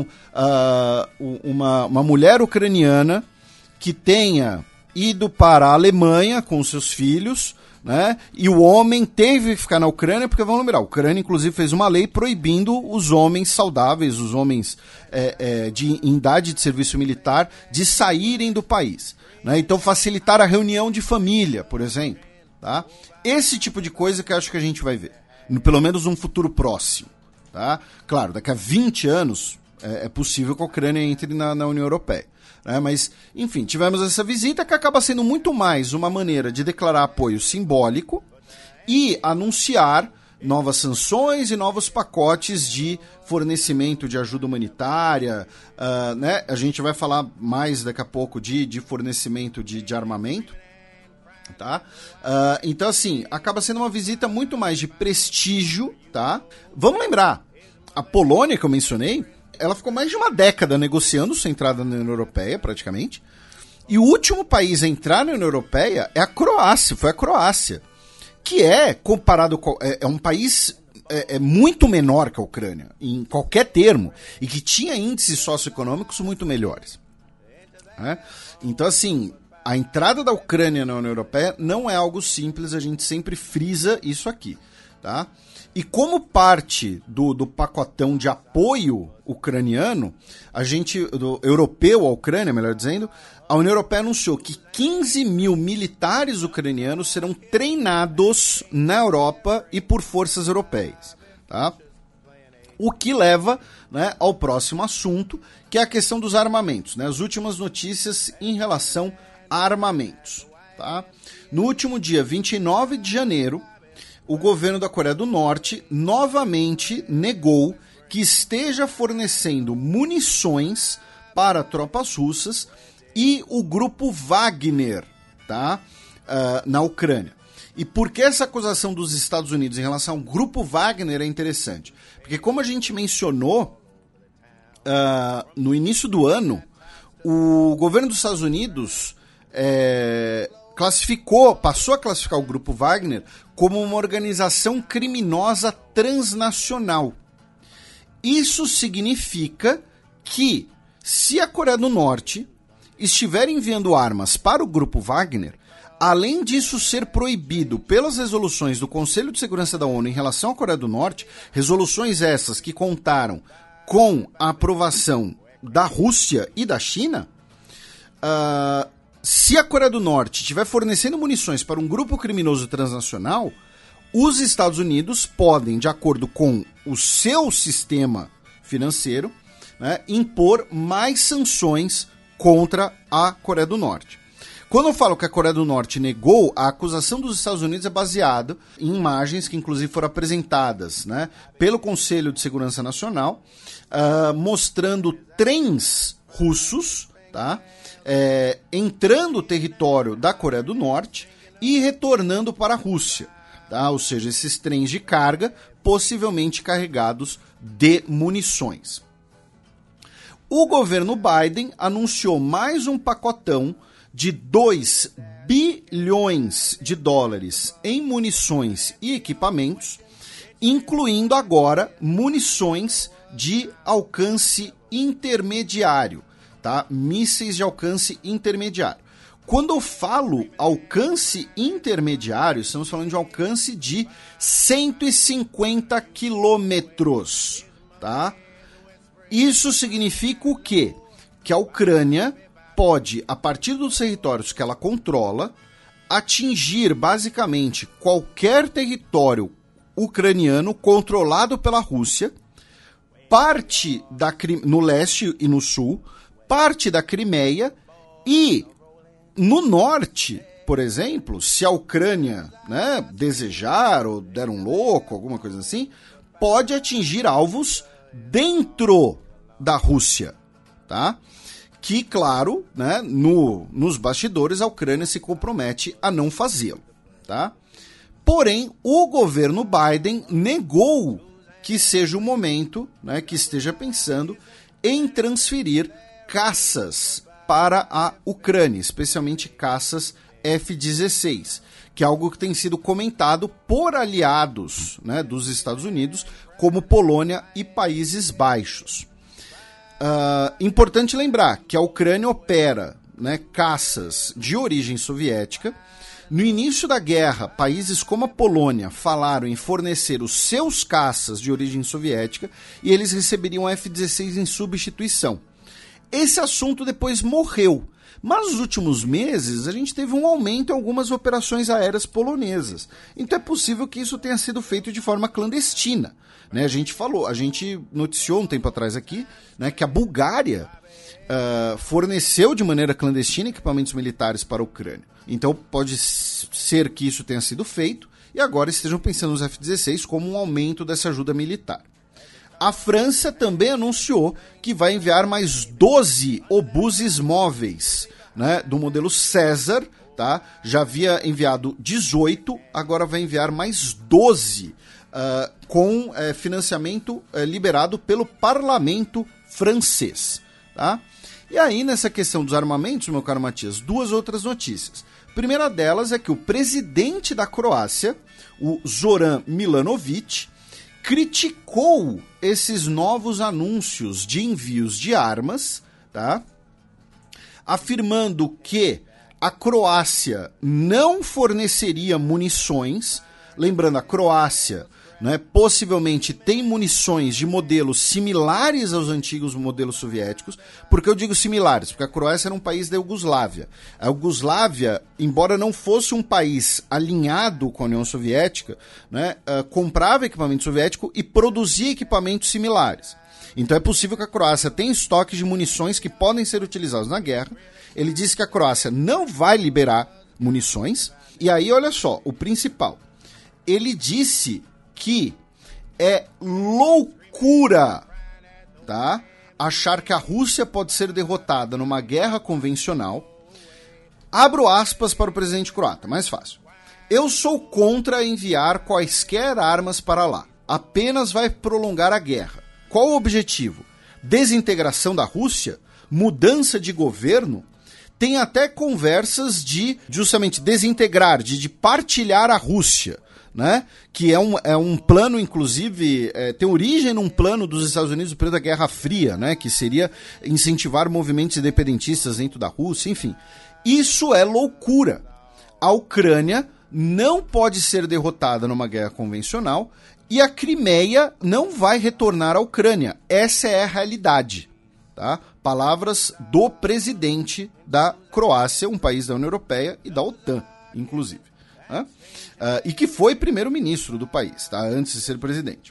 uh, uma, uma mulher ucraniana que tenha ido para a Alemanha com seus filhos, né? E o homem teve que ficar na Ucrânia, porque vamos lembrar, a Ucrânia inclusive fez uma lei proibindo os homens saudáveis, os homens é, é, de, em idade de serviço militar, de saírem do país, né? Então facilitar a reunião de família, por exemplo, tá? Esse tipo de coisa que eu acho que a gente vai ver, no, pelo menos num futuro próximo, tá? Claro, daqui a vinte anos é, é possível que a Ucrânia entre na, na União Europeia. É, mas, enfim, tivemos essa visita que acaba sendo muito mais uma maneira de declarar apoio simbólico e anunciar novas sanções e novos pacotes de fornecimento de ajuda humanitária. Uh, né? A gente vai falar mais daqui a pouco de, de fornecimento de, de armamento. Tá? Uh, então, assim, acaba sendo uma visita muito mais de prestígio. Tá? Vamos lembrar, a Polônia que eu mencionei, ela ficou mais de uma década negociando sua entrada na União Europeia, praticamente. E o último país a entrar na União Europeia é a Croácia, foi a Croácia. Que é, comparado com... É, é um país é, é muito menor que a Ucrânia, em qualquer termo. E que tinha índices socioeconômicos muito melhores. É? Então, assim, a entrada da Ucrânia na União Europeia não é algo simples, a gente sempre frisa isso aqui, tá? E como parte do, do pacotão de apoio ucraniano, a gente, do, europeu à Ucrânia, melhor dizendo, a União Europeia anunciou que quinze mil militares ucranianos serão treinados na Europa e por forças europeias. Tá? O que leva, né, ao próximo assunto, que é a questão dos armamentos. Né? As últimas notícias em relação a armamentos. Tá? No último dia vinte e nove de janeiro, o governo da Coreia do Norte novamente negou que esteja fornecendo munições para tropas russas e o grupo Wagner, tá? uh, na Ucrânia. E por que essa acusação dos Estados Unidos em relação ao grupo Wagner é interessante? Porque como a gente mencionou, uh, no início do ano, o governo dos Estados Unidos... É, classificou, passou a classificar o grupo Wagner como uma organização criminosa transnacional. Isso significa que, se a Coreia do Norte estiver enviando armas para o Grupo Wagner, além disso ser proibido pelas resoluções do Conselho de Segurança da ONU em relação à Coreia do Norte, resoluções essas que contaram com a aprovação da Rússia e da China, uh, se a Coreia do Norte estiver fornecendo munições para um grupo criminoso transnacional, os Estados Unidos podem, de acordo com o seu sistema financeiro, né, impor mais sanções contra a Coreia do Norte. Quando eu falo que a Coreia do Norte negou, a acusação dos Estados Unidos é baseada em imagens que inclusive foram apresentadas, né, pelo Conselho de Segurança Nacional, uh, mostrando trens russos, tá, é, entrando no território da Coreia do Norte e retornando para a Rússia. Tá? Ou seja, esses trens de carga possivelmente carregados de munições. O governo Biden anunciou mais um pacotão de dois bilhões de dólares em munições e equipamentos, incluindo agora munições de alcance intermediário, tá? Mísseis de alcance intermediário. Quando eu falo alcance intermediário, estamos falando de um alcance de cento e cinquenta quilômetros, tá? Isso significa o quê? Que a Ucrânia pode, a partir dos territórios que ela controla, atingir basicamente qualquer território ucraniano controlado pela Rússia, parte da, no leste e no sul, parte da Crimeia e no norte, por exemplo, se a Ucrânia, né, desejar ou der um louco, alguma coisa assim, pode atingir alvos dentro da Rússia, tá? Que, claro, né, no, nos bastidores a Ucrânia se compromete a não fazê-lo, tá? Porém, o governo Biden negou que seja o momento, né, que esteja pensando em transferir caças para a Ucrânia, especialmente caças F dezesseis, que é algo que tem sido comentado por aliados, né, dos Estados Unidos, como Polônia e Países Baixos. Uh, importante lembrar que a Ucrânia opera, né, caças de origem soviética. No início da guerra, países como a Polônia falaram em fornecer os seus caças de origem soviética e eles receberiam F dezesseis em substituição. Esse assunto depois morreu, mas nos últimos meses a gente teve um aumento em algumas operações aéreas polonesas. Então é possível que isso tenha sido feito de forma clandestina. Né, a gente falou, a gente noticiou um tempo atrás aqui, né, que a Bulgária uh, forneceu de maneira clandestina equipamentos militares para a Ucrânia. Então pode ser que isso tenha sido feito e agora estejam pensando nos F dezesseis como um aumento dessa ajuda militar. A França também anunciou que vai enviar mais doze obuses móveis, né, do modelo César, tá? Já havia enviado dezoito, agora vai enviar mais doze. Uh, com uh, financiamento uh, liberado pelo parlamento francês, tá? E aí, nessa questão dos armamentos, meu caro Matias, duas outras notícias. A primeira delas é que o presidente da Croácia, o Zoran Milanovic, criticou esses novos anúncios de envios de armas, tá? Afirmando que a Croácia não forneceria munições. Lembrando, a Croácia, né, possivelmente tem munições de modelos similares aos antigos modelos soviéticos. Por que eu digo similares? Porque a Croácia era um país da Iugoslávia. A Iugoslávia, embora não fosse um país alinhado com a União Soviética, né, uh, comprava equipamento soviético e produzia equipamentos similares. Então é possível que a Croácia tenha estoques de munições que podem ser utilizados na guerra. Ele disse que a Croácia não vai liberar munições. E aí, olha só, o principal. Ele disse que é loucura, tá, achar que a Rússia pode ser derrotada numa guerra convencional. Abro aspas para o presidente croata, mais fácil. Eu sou contra enviar quaisquer armas para lá. Apenas vai prolongar a guerra. Qual o objetivo? Desintegração da Rússia? Mudança de governo? Tem até conversas de justamente desintegrar, de, de partilhar a Rússia. né? Que é um, é um plano, inclusive, é, tem origem num plano dos Estados Unidos no período da Guerra Fria, né? Que seria incentivar movimentos independentistas dentro da Rússia, enfim. Isso é loucura. A Ucrânia não pode ser derrotada numa guerra convencional e a Crimeia não vai retornar à Ucrânia. Essa é a realidade, tá? Palavras do presidente da Croácia, um país da União Europeia e da OTAN, inclusive. Né? Uh, e que foi primeiro-ministro do país, tá? Antes de ser presidente.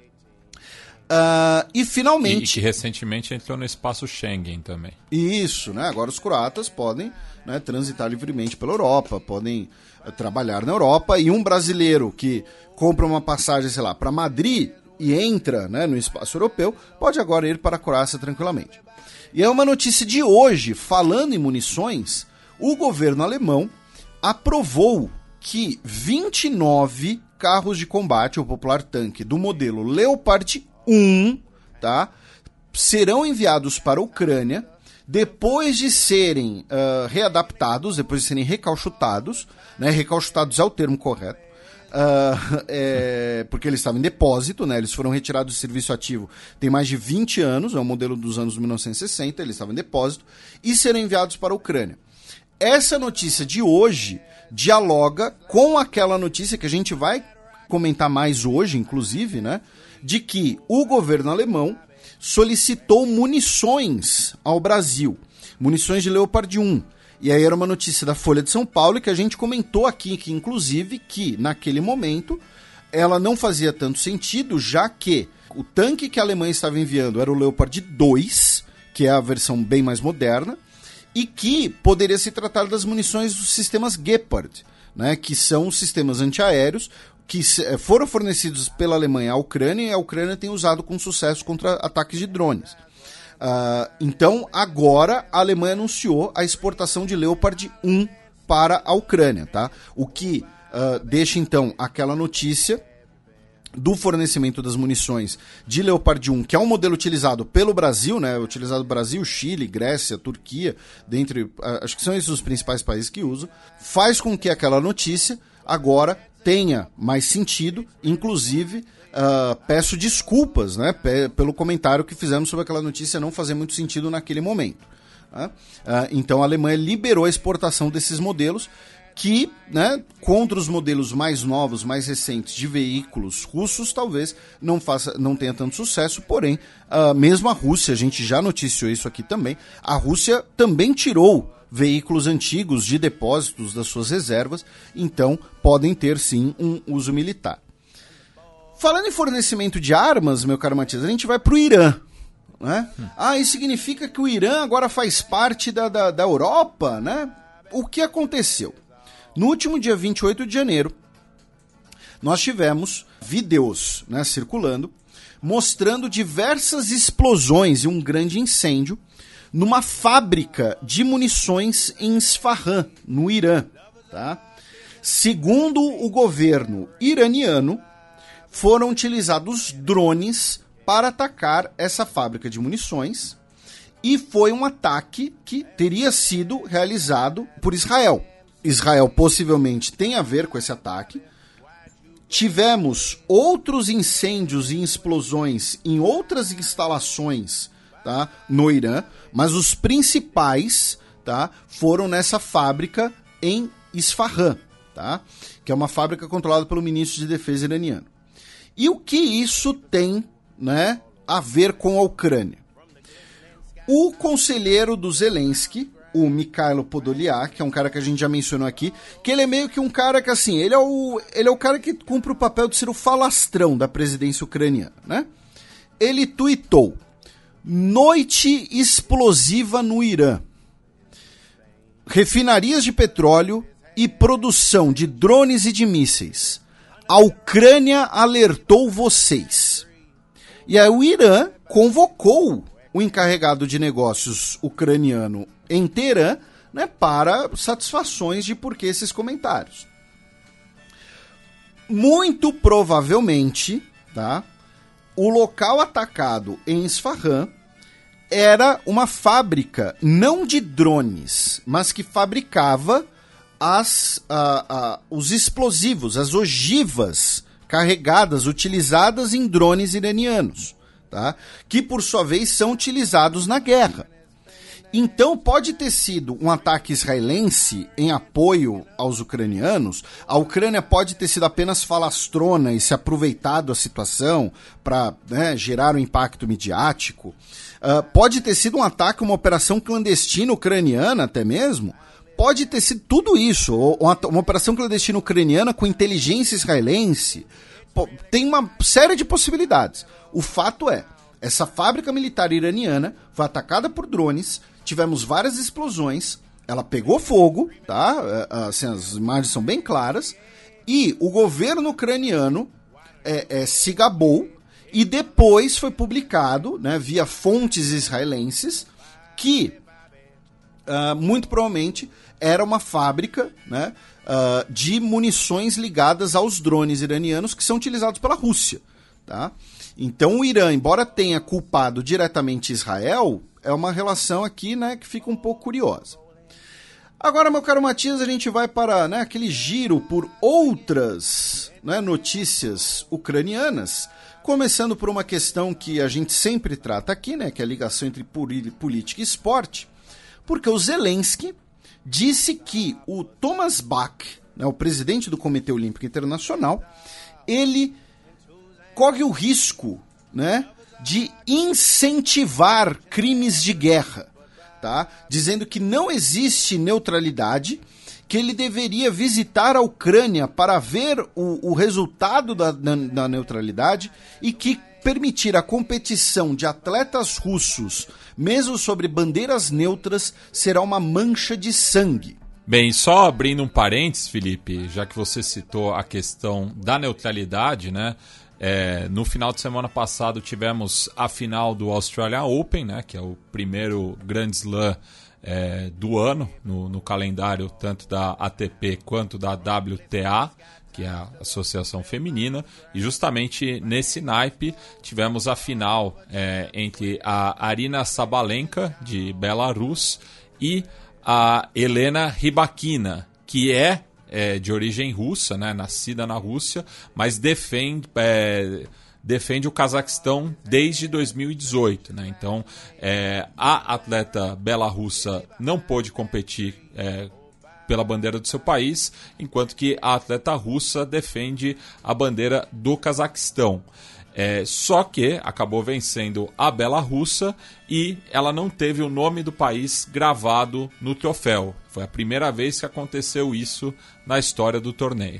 Uh, e finalmente... E que recentemente entrou no espaço Schengen também. Isso, né? Agora os croatas podem, né, transitar livremente pela Europa, podem uh, trabalhar na Europa, e um brasileiro que compra uma passagem, sei lá, para Madrid e entra, né, no espaço europeu, pode agora ir para a Croácia tranquilamente. E é uma notícia de hoje, falando em munições, o governo alemão aprovou que vinte e nove carros de combate, o popular tanque, do modelo Leopard um, tá, serão enviados para a Ucrânia depois de serem uh, readaptados, depois de serem recauchutados, né, recauchutados é o termo correto, uh, é, porque eles estavam em depósito, né, eles foram retirados do serviço ativo tem mais de vinte anos, é um modelo dos anos mil novecentos e sessenta, eles estavam em depósito, e serão enviados para a Ucrânia. Essa notícia de hoje dialoga com aquela notícia que a gente vai comentar mais hoje, inclusive, né, de que o governo alemão solicitou munições ao Brasil, munições de Leopard um. E aí era uma notícia da Folha de São Paulo que a gente comentou aqui, que inclusive, que naquele momento ela não fazia tanto sentido, já que o tanque que a Alemanha estava enviando era o Leopard dois, que é a versão bem mais moderna, e que poderia se tratar das munições dos sistemas Gepard, né, que são sistemas antiaéreos que foram fornecidos pela Alemanha à Ucrânia, e a Ucrânia tem usado com sucesso contra ataques de drones. Uh, então, agora, a Alemanha anunciou a exportação de Leopard um para a Ucrânia, tá? O que uh, deixa, então, aquela notícia do fornecimento das munições de Leopard um, que é um modelo utilizado pelo Brasil, né? Utilizado no Brasil, Chile, Grécia, Turquia, dentre, uh, acho que são esses os principais países que usam, faz com que aquela notícia agora tenha mais sentido, inclusive uh, peço desculpas, né, pe- pelo comentário que fizemos sobre aquela notícia não fazer muito sentido naquele momento. Né? Uh, então a Alemanha liberou a exportação desses modelos que, né, contra os modelos mais novos, mais recentes de veículos russos, talvez não, faça, não tenha tanto sucesso, porém, uh, mesmo a Rússia, a gente já noticiou isso aqui também, a Rússia também tirou veículos antigos de depósitos das suas reservas, então podem ter sim um uso militar. Falando em fornecimento de armas, meu caro Matias, a gente vai para o Irã. Né? Hum. Ah, isso significa que o Irã agora faz parte da, da, da Europa, né? O que aconteceu? No último dia vinte e oito de janeiro, nós tivemos vídeos, né, circulando, mostrando diversas explosões e um grande incêndio numa fábrica de munições em Isfahan, no Irã. Tá? Segundo o governo iraniano, foram utilizados drones para atacar essa fábrica de munições, e foi um ataque que teria sido realizado por Israel. Israel possivelmente tem a ver com esse ataque. Tivemos outros incêndios e explosões em outras instalações, tá, no Irã, mas os principais, tá, foram nessa fábrica em Isfahan, tá, que é uma fábrica controlada pelo ministro de Defesa iraniano. E o que isso tem, né, a ver com a Ucrânia? O conselheiro do Zelensky, o Mikhailo Podolyak, que é um cara que a gente já mencionou aqui, que ele é meio que um cara que, assim, ele é o, ele é o cara que cumpre o papel de ser o falastrão da presidência ucraniana, né? Ele tuitou: noite explosiva no Irã. Refinarias de petróleo e produção de drones e de mísseis. A Ucrânia alertou vocês. E aí o Irã convocou o encarregado de negócios ucraniano em Teherã, né, para satisfações de por que esses comentários. Muito provavelmente, tá, o local atacado em Isfahan era uma fábrica não de drones, mas que fabricava as, uh, uh, os explosivos, as ogivas carregadas, utilizadas em drones iranianos, tá? Que por sua vez são utilizados na guerra. Então pode ter sido um ataque israelense em apoio aos ucranianos, a Ucrânia pode ter sido apenas falastrona e se aproveitado da situação para, né, gerar um impacto midiático, uh, pode ter sido um ataque, uma operação clandestina ucraniana até mesmo, pode ter sido tudo isso, ou uma, uma operação clandestina ucraniana com inteligência israelense, pô, tem uma série de possibilidades. O fato é, essa fábrica militar iraniana foi atacada por drones, tivemos várias explosões, ela pegou fogo, tá? Assim, as imagens são bem claras, e o governo ucraniano é, é, se gabou, e depois foi publicado, né, via fontes israelenses, que uh, muito provavelmente era uma fábrica, né, uh, de munições ligadas aos drones iranianos que são utilizados pela Rússia, tá? Então o Irã, embora tenha culpado diretamente Israel, é uma relação aqui, né, que fica um pouco curiosa. Agora, meu caro Matias, a gente vai para, né, aquele giro por outras, né, notícias ucranianas, começando por uma questão que a gente sempre trata aqui, né, que é a ligação entre política e esporte, porque o Zelensky disse que o Thomas Bach, né, o presidente do Comitê Olímpico Internacional, ele corre o risco, né, de incentivar crimes de guerra, tá? Dizendo que não existe neutralidade, que ele deveria visitar a Ucrânia para ver o, o resultado da, da, da neutralidade e que permitir a competição de atletas russos, mesmo sobre bandeiras neutras, será uma mancha de sangue. Bem, só abrindo um parênteses, Felipe, já que você citou a questão da neutralidade, né? É, no final de semana passado tivemos a final do Australian Open, né, que é o primeiro Grand Slam é, do ano no, no calendário tanto da A T P quanto da W T A, que é a Associação Feminina, e justamente nesse naipe tivemos a final é, entre a Aryna Sabalenka, de Belarus, e a Elena Rybakina, que é É, de origem russa, né, nascida na Rússia, mas defende, é, defende o Cazaquistão desde dois mil e dezoito. Né? Então, é, a atleta belarrussa não pôde competir é, pela bandeira do seu país, enquanto que a atleta russa defende a bandeira do Cazaquistão. É, só que acabou vencendo a Belarrussa e ela não teve o nome do país gravado no troféu. Foi a primeira vez que aconteceu isso na história do torneio.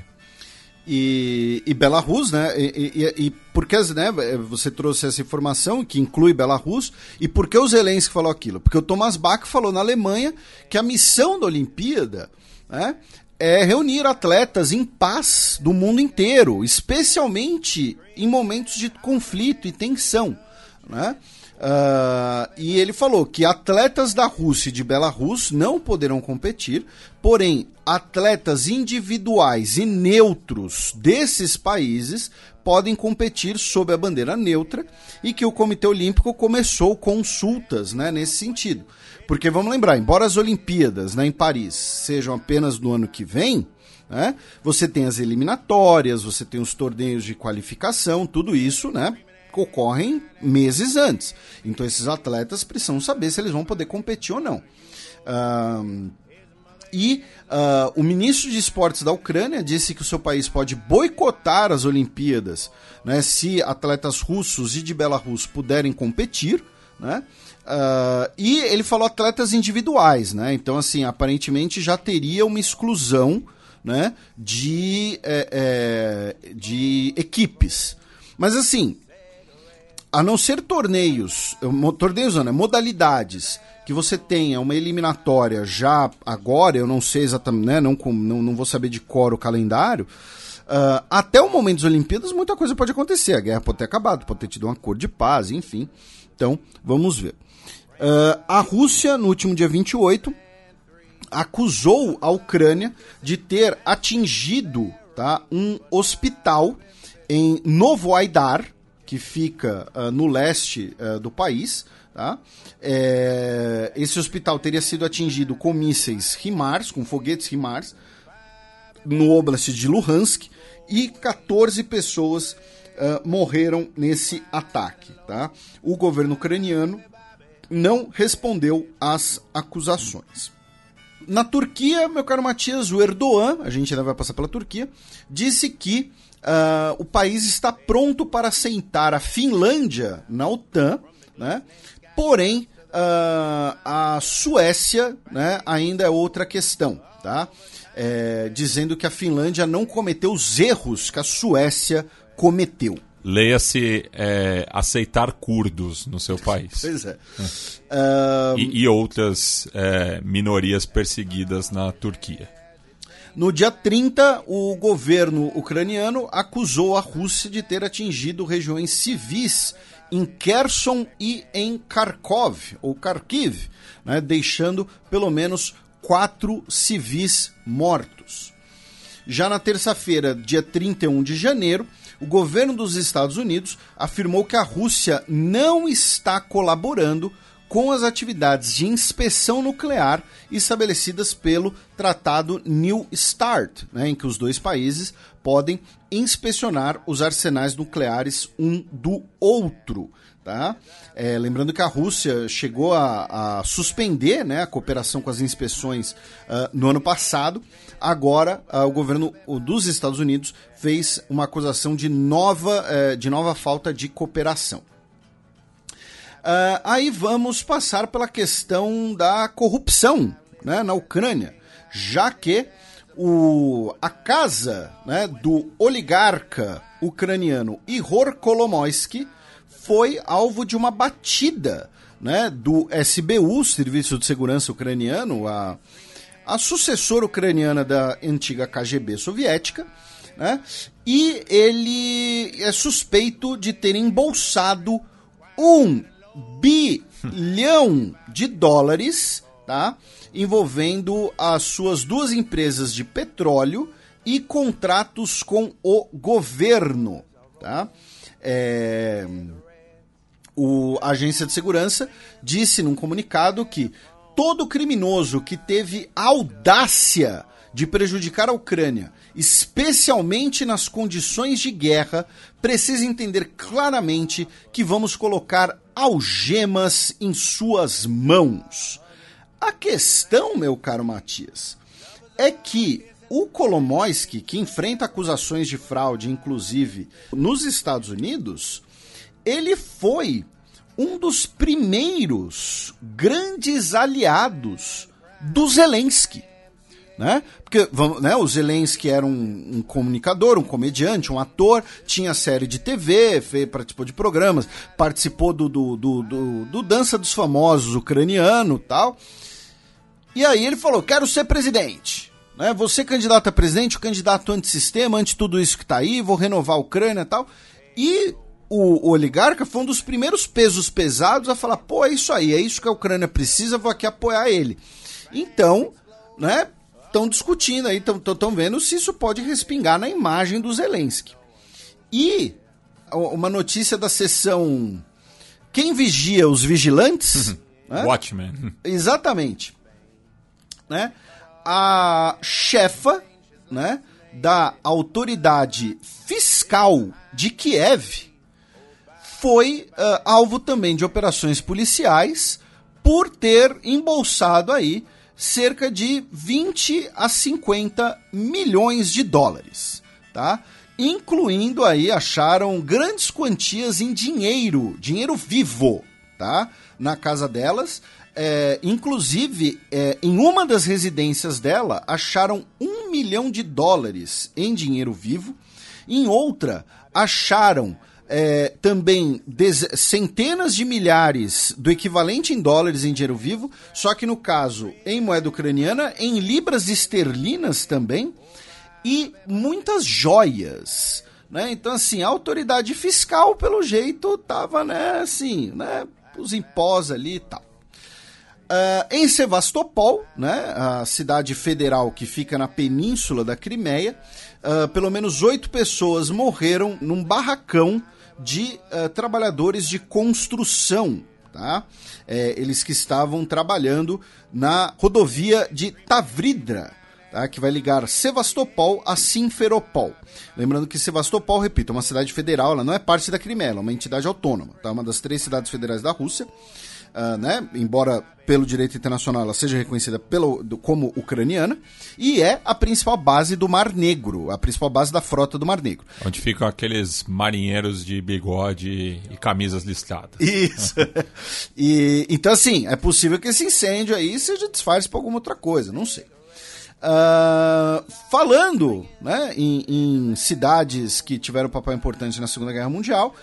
E, e Belarus, né? E, e, e porque, né, você trouxe essa informação que inclui Belarus, e por que o Zelensky falou aquilo? Porque o Thomas Bach falou na Alemanha que a missão da Olimpíada, né, é reunir atletas em paz do mundo inteiro, especialmente em momentos de conflito e tensão, né? Uh, e ele falou que atletas da Rússia e de Belarus não poderão competir, porém atletas individuais e neutros desses países podem competir sob a bandeira neutra, e que o Comitê Olímpico começou consultas, né, nesse sentido. Porque vamos lembrar, embora as Olimpíadas, né, em Paris sejam apenas no ano que vem, né, você tem as eliminatórias, você tem os torneios de qualificação, tudo isso, né, ocorrem meses antes. Então esses atletas precisam saber se eles vão poder competir ou não. Uh, e uh, o ministro de esportes da Ucrânia disse que o seu país pode boicotar as Olimpíadas, né, se atletas russos e de Belarus puderem competir, né? Uh, e ele falou atletas individuais, né? Então, assim, aparentemente já teria uma exclusão, né, de, é, é, de equipes. Mas, assim, a não ser torneios, torneios não, né, modalidades, que você tenha uma eliminatória já agora, eu não sei exatamente, né, não, não, não vou saber de cor o calendário, uh, até o momento das Olimpíadas muita coisa pode acontecer, a guerra pode ter acabado, pode ter tido um acordo de paz, enfim. Então, vamos ver. Uh, a Rússia, no último dia vinte e oito, acusou a Ucrânia de ter atingido, tá, um hospital em Novoaidar, que fica uh, no leste uh, do país, Tá? É, esse hospital teria sido atingido com mísseis HIMARS, com foguetes HIMARS, no Oblast de Luhansk, e quatorze pessoas uh, morreram nesse ataque. Tá? O governo ucraniano não respondeu às acusações. Na Turquia, meu caro Matias, o Erdogan, a gente ainda vai passar pela Turquia, disse que uh, o país está pronto para aceitar a Finlândia na OTAN, né? Porém, uh, a Suécia, né, ainda é outra questão, tá? É, dizendo que a Finlândia não cometeu os erros que a Suécia cometeu. Leia-se é, aceitar curdos no seu país. Pois é. é. E, e outras é, minorias perseguidas na Turquia. No dia trinta, o governo ucraniano acusou a Rússia de ter atingido regiões civis em Kherson e em Kharkov, ou Kharkiv, né, deixando pelo menos quatro civis mortos. Já na terça-feira, dia trinta e um de janeiro, o governo dos Estados Unidos afirmou que a Rússia não está colaborando com as atividades de inspeção nuclear estabelecidas pelo Tratado New START, né, em que os dois países podem inspecionar os arsenais nucleares um do outro. Tá? É, lembrando que a Rússia chegou a, a suspender, né, a cooperação com as inspeções uh, no ano passado. Agora, uh, o governo dos Estados Unidos fez uma acusação de nova, uh, de nova falta de cooperação. Uh, aí vamos passar pela questão da corrupção, né, na Ucrânia, já que o, a casa, né, do oligarca ucraniano Ihor Kolomoisky foi alvo de uma batida, né, do S B U, Serviço de Segurança Ucraniano, a, a sucessora ucraniana da antiga K G B soviética, né, e ele é suspeito de ter embolsado um bilhão de dólares, tá, envolvendo as suas duas empresas de petróleo e contratos com o governo. Tá? É... O, a agência de segurança disse num comunicado que todo criminoso que teve audácia de prejudicar a Ucrânia, especialmente nas condições de guerra, precisa entender claramente que vamos colocar algemas em suas mãos. A questão, meu caro Matias, é que o Kolomoisky, que enfrenta acusações de fraude, inclusive nos Estados Unidos, ele foi um dos primeiros grandes aliados do Zelensky. Né? Porque vamos, né, o Zelensky era um, um comunicador, um comediante, um ator, tinha série de T V, fez, participou de programas, participou do, do, do, do, do Dança dos Famosos ucraniano e tal. E aí ele falou, quero ser presidente. Né? Vou ser candidato a presidente, o candidato antissistema, anti tudo isso que tá aí, vou renovar a Ucrânia e tal. E o, o oligarca foi um dos primeiros pesos pesados a falar, pô, é isso aí, é isso que a Ucrânia precisa, vou aqui apoiar ele. Então, né, estão discutindo aí, estão vendo se isso pode respingar na imagem do Zelensky. E uma notícia da sessão Quem Vigia os Vigilantes? Né? Watchmen. Exatamente. Né? A chefa, né, da autoridade fiscal de Kiev foi uh, alvo também de operações policiais por ter embolsado aí cerca de vinte a cinquenta milhões de dólares, tá? Incluindo aí, acharam grandes quantias em dinheiro, dinheiro vivo, tá? Na casa delas. É, inclusive, é, em uma das residências dela, acharam um milhão de dólares em dinheiro vivo. Em outra, acharam é, também centenas de milhares do equivalente em dólares em dinheiro vivo, só que no caso, em moeda ucraniana, em libras esterlinas também, e muitas joias. Né? Então, assim, a autoridade fiscal, pelo jeito, tava, né, assim, né, os impós ali e tal. Uh, em Sevastopol, né, a cidade federal que fica na península da Crimeia, uh, pelo menos oito pessoas morreram num barracão de uh, trabalhadores de construção, tá? É, eles que estavam trabalhando na rodovia de Tavridra, tá? Que vai ligar Sevastopol a Simferopol. Lembrando que Sevastopol, repito, é uma cidade federal, ela não é parte da Crimeia, ela é uma entidade autônoma, tá? Uma das três cidades federais da Rússia. Uh, né? Embora pelo direito internacional ela seja reconhecida pelo, do, como ucraniana, e é a principal base do Mar Negro, a principal base da frota do Mar Negro. Onde ficam aqueles marinheiros de bigode e camisas listradas. Isso. E, então, assim, é possível que esse incêndio aí seja disfarce para alguma outra coisa, não sei. Uh, falando, né, em, em cidades que tiveram um papel importante na Segunda Guerra Mundial,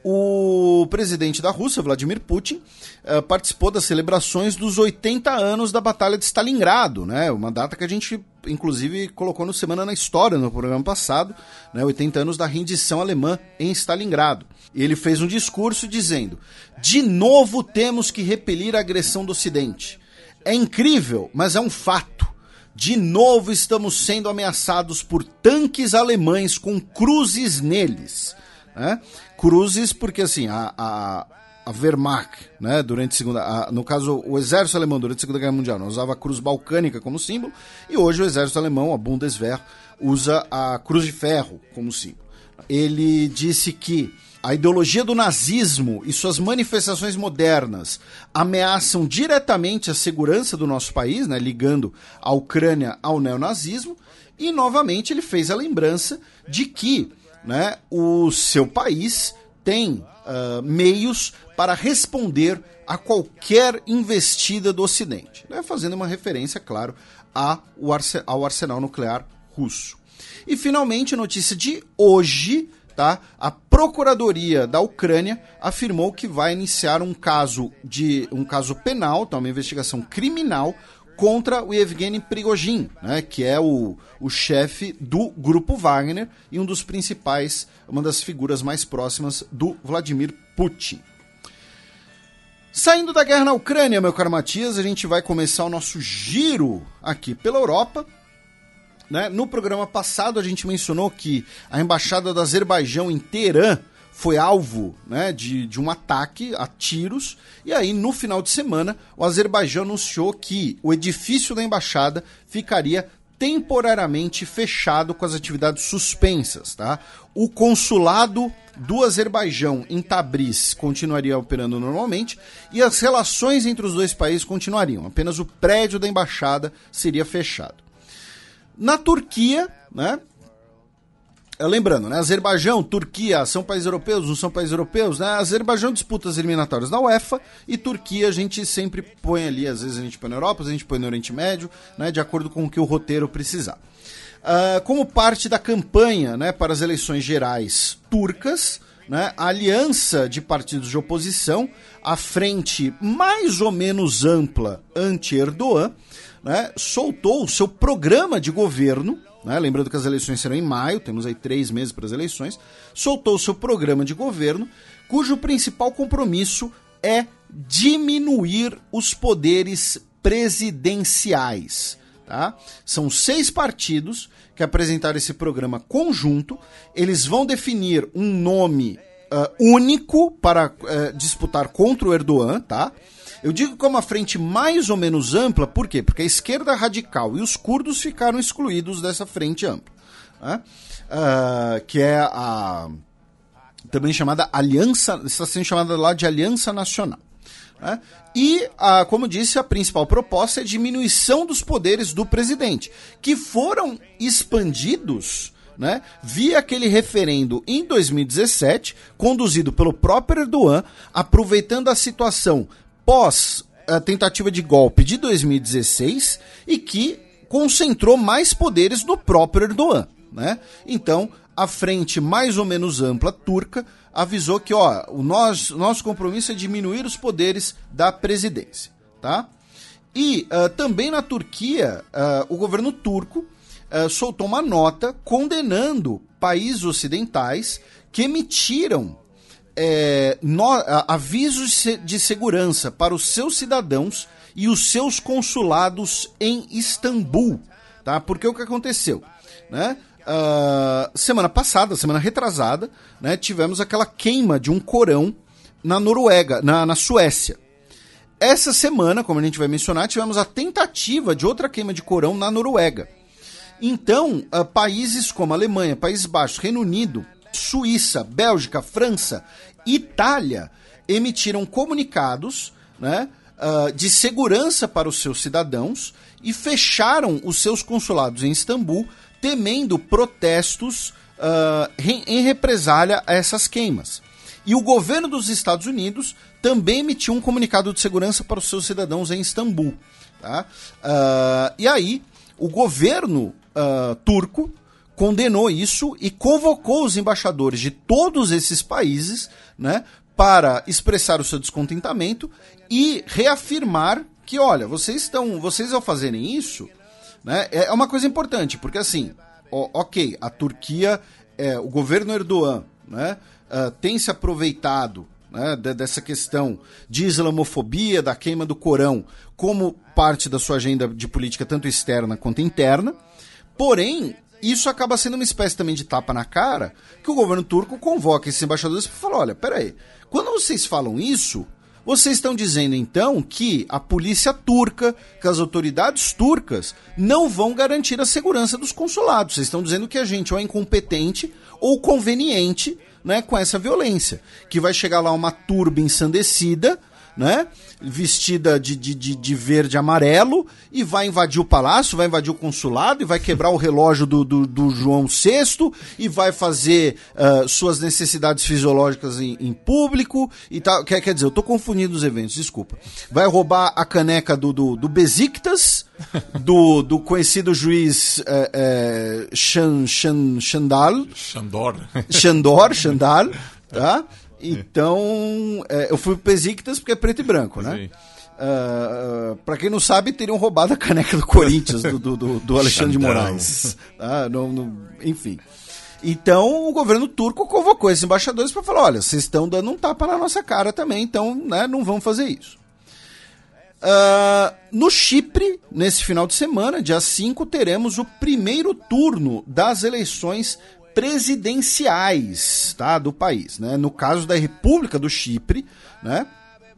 o presidente da Rússia, Vladimir Putin, uh, participou das celebrações dos oitenta anos da Batalha de Stalingrado, né? Uma data que a gente, inclusive, colocou no Semana na História, no programa passado, né? oitenta anos da rendição alemã em Stalingrado. E ele fez um discurso dizendo: de novo temos que repelir a agressão do Ocidente. É incrível, mas é um fato. De novo estamos sendo ameaçados por tanques alemães com cruzes neles. Né? Cruzes porque, assim, a, a, a Wehrmacht, né, durante a segunda, a, no caso, o exército alemão durante a Segunda Guerra Mundial, não, usava a cruz balcânica como símbolo, e hoje o exército alemão, a Bundeswehr, usa a cruz de ferro como símbolo. Ele disse que a ideologia do nazismo e suas manifestações modernas ameaçam diretamente a segurança do nosso país, né, ligando a Ucrânia ao neonazismo, e novamente ele fez a lembrança de que, né, o seu país tem uh, meios para responder a qualquer investida do Ocidente, né, fazendo uma referência, claro, ao arsenal nuclear russo. E finalmente, notícia de hoje, tá? A Procuradoria da Ucrânia afirmou que vai iniciar um caso, de, um caso penal, tá? Uma investigação criminal contra o Yevgeny Prigozhin, né, que é o, o chefe do Grupo Wagner e um dos principais, uma das figuras mais próximas do Vladimir Putin. Saindo da guerra na Ucrânia, meu caro Matias, a gente vai começar o nosso giro aqui pela Europa. Né? No programa passado a gente mencionou que a embaixada do Azerbaijão em Teherã foi alvo, né, de, de um ataque a tiros, e aí no final de semana o Azerbaijão anunciou que o edifício da embaixada ficaria temporariamente fechado com as atividades suspensas. Tá? O consulado do Azerbaijão em Tabriz continuaria operando normalmente e as relações entre os dois países continuariam, apenas o prédio da embaixada seria fechado. Na Turquia, né? Lembrando, né? Azerbaijão, Turquia, são países europeus, não são países europeus, né? Azerbaijão disputa as eliminatórias da UEFA e Turquia a gente sempre põe ali, às vezes a gente põe na Europa, às vezes a gente põe no Oriente Médio, né? De acordo com o que o roteiro precisar. Uh, como parte da campanha, né, para as eleições gerais turcas, né, a aliança de partidos de oposição, a frente mais ou menos ampla anti-Erdogan, né, soltou o seu programa de governo, né, lembrando que as eleições serão em maio, temos aí três meses para as eleições, soltou o seu programa de governo, cujo principal compromisso é diminuir os poderes presidenciais. Tá? São seis partidos que apresentaram esse programa conjunto, eles vão definir um nome uh, único para uh, disputar contra o Erdogan, tá? Eu digo que é uma frente mais ou menos ampla, por quê? Porque a esquerda radical e os curdos ficaram excluídos dessa frente ampla, né? uh, que é a também chamada Aliança, está sendo chamada lá de Aliança Nacional. Né? E, a, como disse, a principal proposta é a diminuição dos poderes do presidente, que foram expandidos, né, via aquele referendo em dois mil e dezessete, conduzido pelo próprio Erdogan, aproveitando a situação pós a tentativa de golpe de dois mil e dezesseis e que concentrou mais poderes no próprio Erdogan. Né? Então, a frente mais ou menos ampla turca avisou que ó, o nosso, nosso compromisso é diminuir os poderes da presidência. Tá? E uh, também na Turquia, uh, o governo turco uh, soltou uma nota condenando países ocidentais que emitiram é, no, uh, avisos de segurança para os seus cidadãos e os seus consulados em Istambul. Tá? Porque o que aconteceu? Né? Uh, semana passada, semana retrasada, né, tivemos aquela queima de um Corão na Noruega, na, na Suécia. essa semana, como a gente vai mencionar, tivemos a tentativa de outra queima de Corão na Noruega. Então, uh, países como Alemanha, Países Baixos, Reino Unido, Suíça, Bélgica, França, Itália emitiram comunicados, né, uh, de segurança para os seus cidadãos e fecharam os seus consulados em Istambul, temendo protestos uh, em represália a essas queimas. E o governo dos Estados Unidos também emitiu um comunicado de segurança para os seus cidadãos em Istambul. Tá? Uh, e aí, o governo uh, turco condenou isso e convocou os embaixadores de todos esses países, né, para expressar o seu descontentamento e reafirmar que, olha, vocês estão, vocês ao fazerem isso, né, é uma coisa importante, porque assim, ó, ok, a Turquia, é, o governo Erdogan, né, uh, tem se aproveitado, né, dessa questão de islamofobia, da queima do Corão, como parte da sua agenda de política tanto externa quanto interna, porém, isso acaba sendo uma espécie também de tapa na cara, que o governo turco convoca esses embaixadores para falar, olha, peraí, quando vocês falam isso, vocês estão dizendo então que a polícia turca, que as autoridades turcas não vão garantir a segurança dos consulados. Vocês estão dizendo que a gente ou é incompetente ou conveniente, né, com essa violência. Que vai chegar lá uma turba ensandecida, né, vestida de, de, de, de verde e amarelo, e vai invadir o palácio, vai invadir o consulado, e vai quebrar o relógio do, do, do João sexto, e vai fazer uh, suas necessidades fisiológicas em, em público, e tal. Quer, quer dizer, eu tô confundindo os eventos, desculpa. Vai roubar a caneca do, do, do Besiktas, do, do conhecido juiz é, é, Chan, Chan, Chandal. Chandor. Chandor, Chandal, tá? Então, é, eu fui pro Besiktas porque é preto e branco, né? Uh, uh, pra quem não sabe, teriam roubado a caneca do Corinthians, do, do, do, do Alexandre de Moraes. Tá? No, no, enfim. Então, o governo turco convocou esses embaixadores para falar, olha, vocês estão dando um tapa na nossa cara também, então, né, não vão fazer isso. Uh, no Chipre, nesse final de semana, dia cinco, teremos o primeiro turno das eleições presidenciais, tá, do país, né? No caso da República do Chipre, né,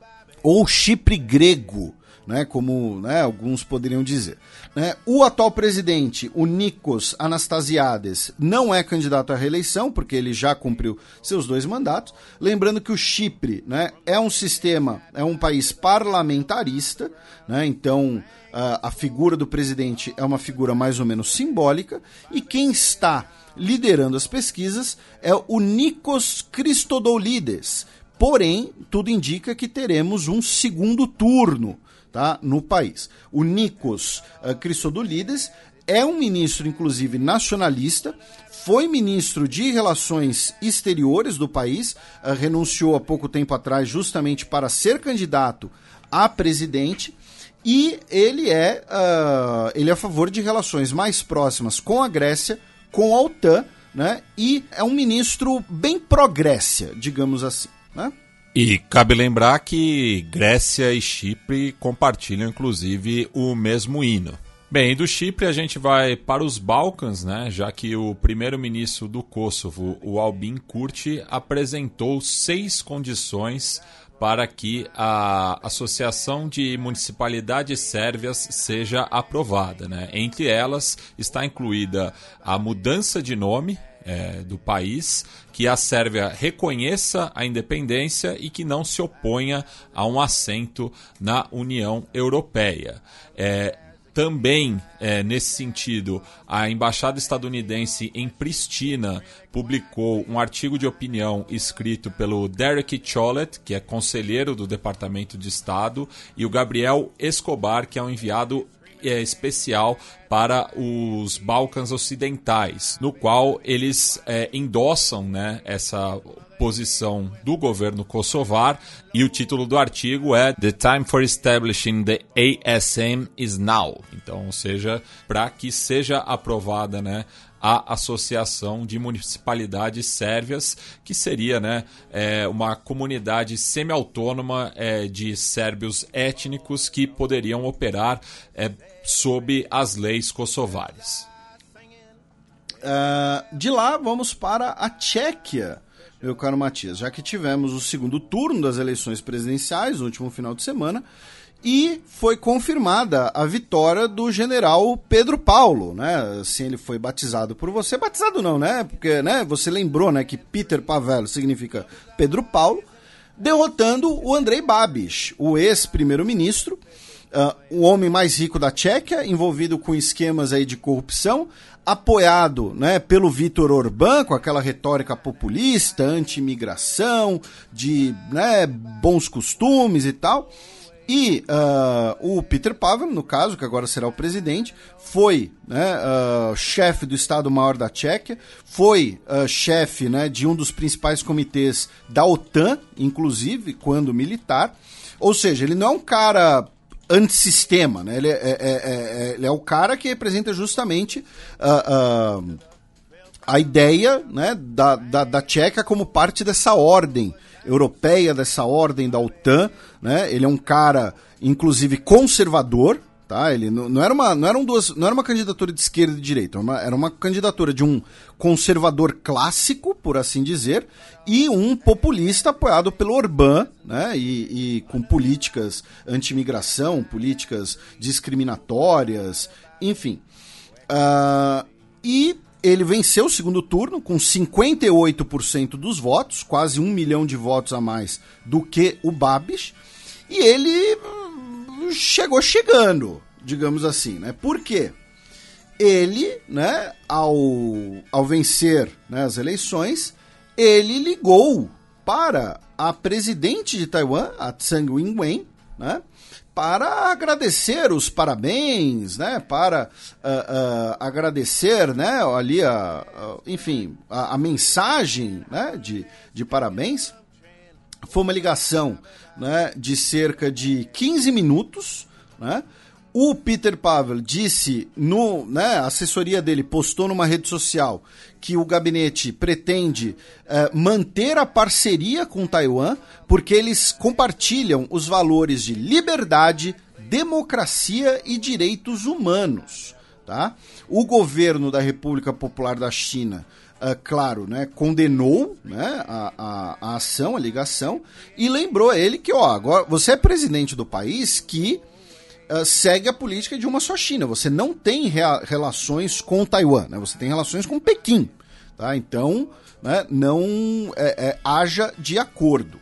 ou Chipre grego, né, como, né, alguns poderiam dizer, né? O atual presidente, o Nikos Anastasiades, não é candidato à reeleição, porque ele já cumpriu seus dois mandatos. Lembrando que o Chipre, né, é um sistema, é um país parlamentarista, né, então a, a figura do presidente é uma figura mais ou menos simbólica, e quem está liderando as pesquisas é o Nikos Christodoulides. Porém, tudo indica que teremos um segundo turno, tá, no país. O Nikos uh, Christodoulides é um ministro, inclusive, nacionalista, foi ministro de Relações Exteriores do país, uh, renunciou há pouco tempo atrás justamente para ser candidato a presidente, e ele é, uh, ele é a favor de relações mais próximas com a Grécia, com a OTAN, né? E é um ministro bem pró-Grécia, digamos assim, né? E cabe lembrar que Grécia e Chipre compartilham, inclusive, o mesmo hino. Bem, do Chipre a gente vai para os Balcãs, né? Já que o primeiro-ministro do Kosovo, o Albin Kurti, apresentou seis condições para que a Associação de Municipalidades Sérvias seja aprovada, né? Entre elas está incluída a mudança de nome é, do país, que a Sérvia reconheça a independência e que não se oponha a um assento na União Europeia. É, Também, é, nesse sentido, a Embaixada Estadunidense em Pristina publicou um artigo de opinião escrito pelo Derek Chollet, que é conselheiro do Departamento de Estado, e o Gabriel Escobar, que é um enviado é, especial para os Balcãs Ocidentais, no qual eles é, endossam, né, essa posição do governo kosovar, e o título do artigo é The Time for Establishing the A S M is Now. Então, ou seja, para que seja aprovada, né, a Associação de Municipalidades Sérvias, que seria, né, é, uma comunidade semi-autônoma é, de sérvios étnicos que poderiam operar é, sob as leis kosovares. Uh, de lá, vamos para a Tchequia, meu caro Matias, já que tivemos o segundo turno das eleições presidenciais no último final de semana e foi confirmada a vitória do general Pedro Paulo, né? Assim, ele foi batizado por você, batizado não, né? Porque, né, você lembrou, né, que Peter Pavel significa Pedro Paulo, derrotando o Andrej Babiš, o ex-primeiro-ministro, uh, o homem mais rico da Tchequia, envolvido com esquemas aí de corrupção, apoiado, né, pelo Viktor Orbán, com aquela retórica populista, anti-imigração, de, né, bons costumes e tal. E uh, o Peter Pavel, no caso, que agora será o presidente, foi, né, uh, chefe do Estado-Maior da Tchequia, foi uh, chefe, né, de um dos principais comitês da OTAN, inclusive, quando militar. Ou seja, ele não é um cara antissistema, né? Ele é, é, é, é, ele é o cara que representa justamente uh, uh, a ideia, né, da, da, da Tchequia como parte dessa ordem europeia, dessa ordem da OTAN, né? Ele é um cara, inclusive, conservador, tá? Ele não, não, era uma, não, eram duas, não era uma candidatura de esquerda e de direita, era uma, era uma candidatura de um conservador clássico, por assim dizer, e um populista apoiado pelo Orbán, né? E, e com políticas anti-imigração, políticas discriminatórias, enfim. Uh, e ele venceu o segundo turno com cinquenta e oito por cento dos votos, quase um milhão de votos a mais do que o Babiš, e ele chegou chegando, digamos assim, né? Por quê? Ele, né, ao, ao vencer, né, as eleições, ele ligou para a presidente de Taiwan, a Tsai Ing-wen, né, para agradecer os parabéns, né, para uh, uh, agradecer, né, ali, a, a, enfim, a, a mensagem, né, de, de parabéns. Foi uma ligação, né, de cerca de quinze minutos, né. O Peter Pavel disse, no, né, a assessoria dele postou numa rede social que o gabinete pretende uh, manter a parceria com Taiwan porque eles compartilham os valores de liberdade, democracia e direitos humanos. Tá? O governo da República Popular da China, uh, claro, né, condenou, né, a, a, a ação, a ligação, e lembrou ele que, ó, agora você é presidente do país que Uh, segue a política de uma só China. Você não tem rea- relações com Taiwan, né? Você tem relações com Pequim. Tá? Então, né, não é, é, haja de acordo.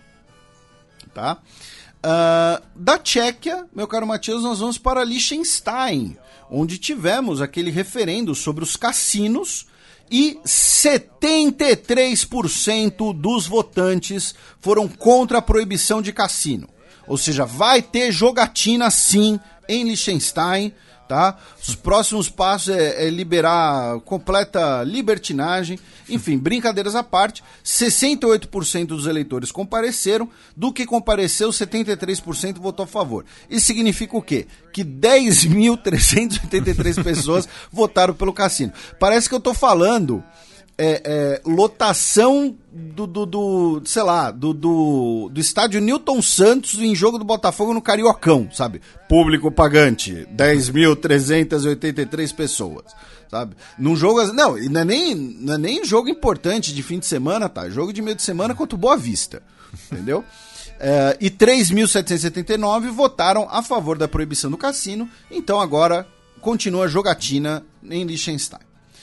Tá? Uh, da Tchequia, meu caro Matias, nós vamos para Liechtenstein, onde tivemos aquele referendo sobre os cassinos e setenta e três por cento dos votantes foram contra a proibição de cassino. Ou seja, vai ter jogatina sim em Liechtenstein, tá? Os próximos passos é, é liberar completa libertinagem, enfim, brincadeiras à parte. sessenta e oito por cento dos eleitores compareceram, do que compareceu, setenta e três por cento votou a favor. Isso significa o quê? Que dez mil trezentas e oitenta e três pessoas votaram pelo cassino. Parece que eu tô falando É, é, lotação do, do, do, sei lá, do, do, do estádio Newton Santos em jogo do Botafogo no Cariocão, sabe? Público pagante, dez mil trezentas e oitenta e três pessoas, sabe? Num jogo, não, não é, nem, não é nem jogo importante de fim de semana, tá? Jogo de meio de semana contra o Boa Vista, entendeu? É, e três mil setecentos e setenta e nove votaram a favor da proibição do cassino, então agora continua a jogatina em Liechtenstein.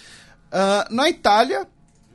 Uh, na Itália,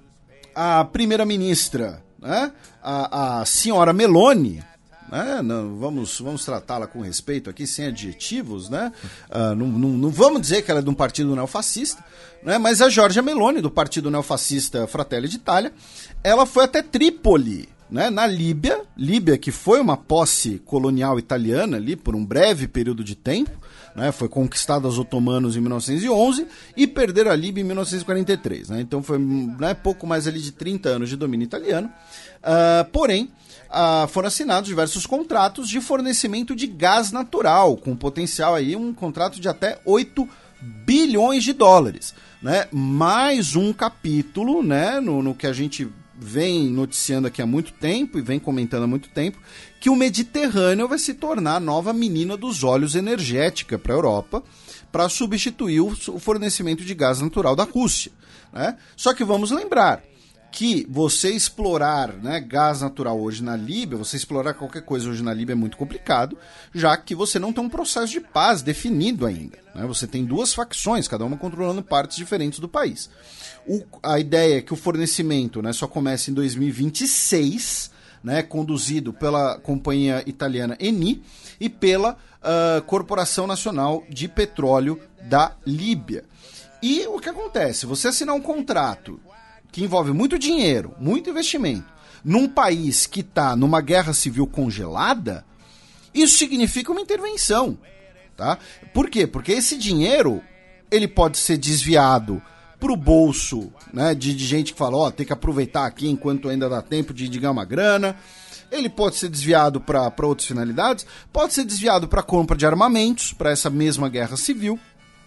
a primeira-ministra, né, a, a senhora Meloni, né, não, vamos, vamos tratá-la com respeito aqui, sem adjetivos, né, uh, não, não, não vamos dizer que ela é de um partido neofascista, né, mas a Giorgia Meloni, do partido neofascista Fratelli d'Italia, ela foi até Trípoli, né, na Líbia, Líbia que foi uma posse colonial italiana ali por um breve período de tempo, né, foi conquistada aos otomanos em mil novecentos e onze e perderam a Líbia em mil novecentos e quarenta e três. Né, então foi, né, pouco mais ali de trinta anos de domínio italiano. Uh, porém, uh, foram assinados diversos contratos de fornecimento de gás natural, com potencial aí, um contrato de até oito bilhões de dólares. Né, mais um capítulo, né, no, no que a gente vem noticiando aqui há muito tempo e vem comentando há muito tempo, que o Mediterrâneo vai se tornar a nova menina dos olhos energética para a Europa, para substituir o fornecimento de gás natural da Rússia. Né? Só que vamos lembrar que você explorar, né, gás natural hoje na Líbia, você explorar qualquer coisa hoje na Líbia é muito complicado, já que você não tem um processo de paz definido ainda. Né? Você tem duas facções, cada uma controlando partes diferentes do país. O, a ideia é que o fornecimento, né, só comece em dois mil e vinte e seis, né, conduzido pela companhia italiana Eni e pela uh, Corporação Nacional de Petróleo da Líbia. E o que acontece? Você assinar um contrato que envolve muito dinheiro, muito investimento, num país que está numa guerra civil congelada, isso significa uma intervenção, tá? Por quê? Porque esse dinheiro, ele pode ser desviado para o bolso, né, de, de gente que fala, ó, tem que aproveitar aqui enquanto ainda dá tempo de, de ganhar uma grana. Ele pode ser desviado para outras finalidades, pode ser desviado para compra de armamentos, para essa mesma guerra civil.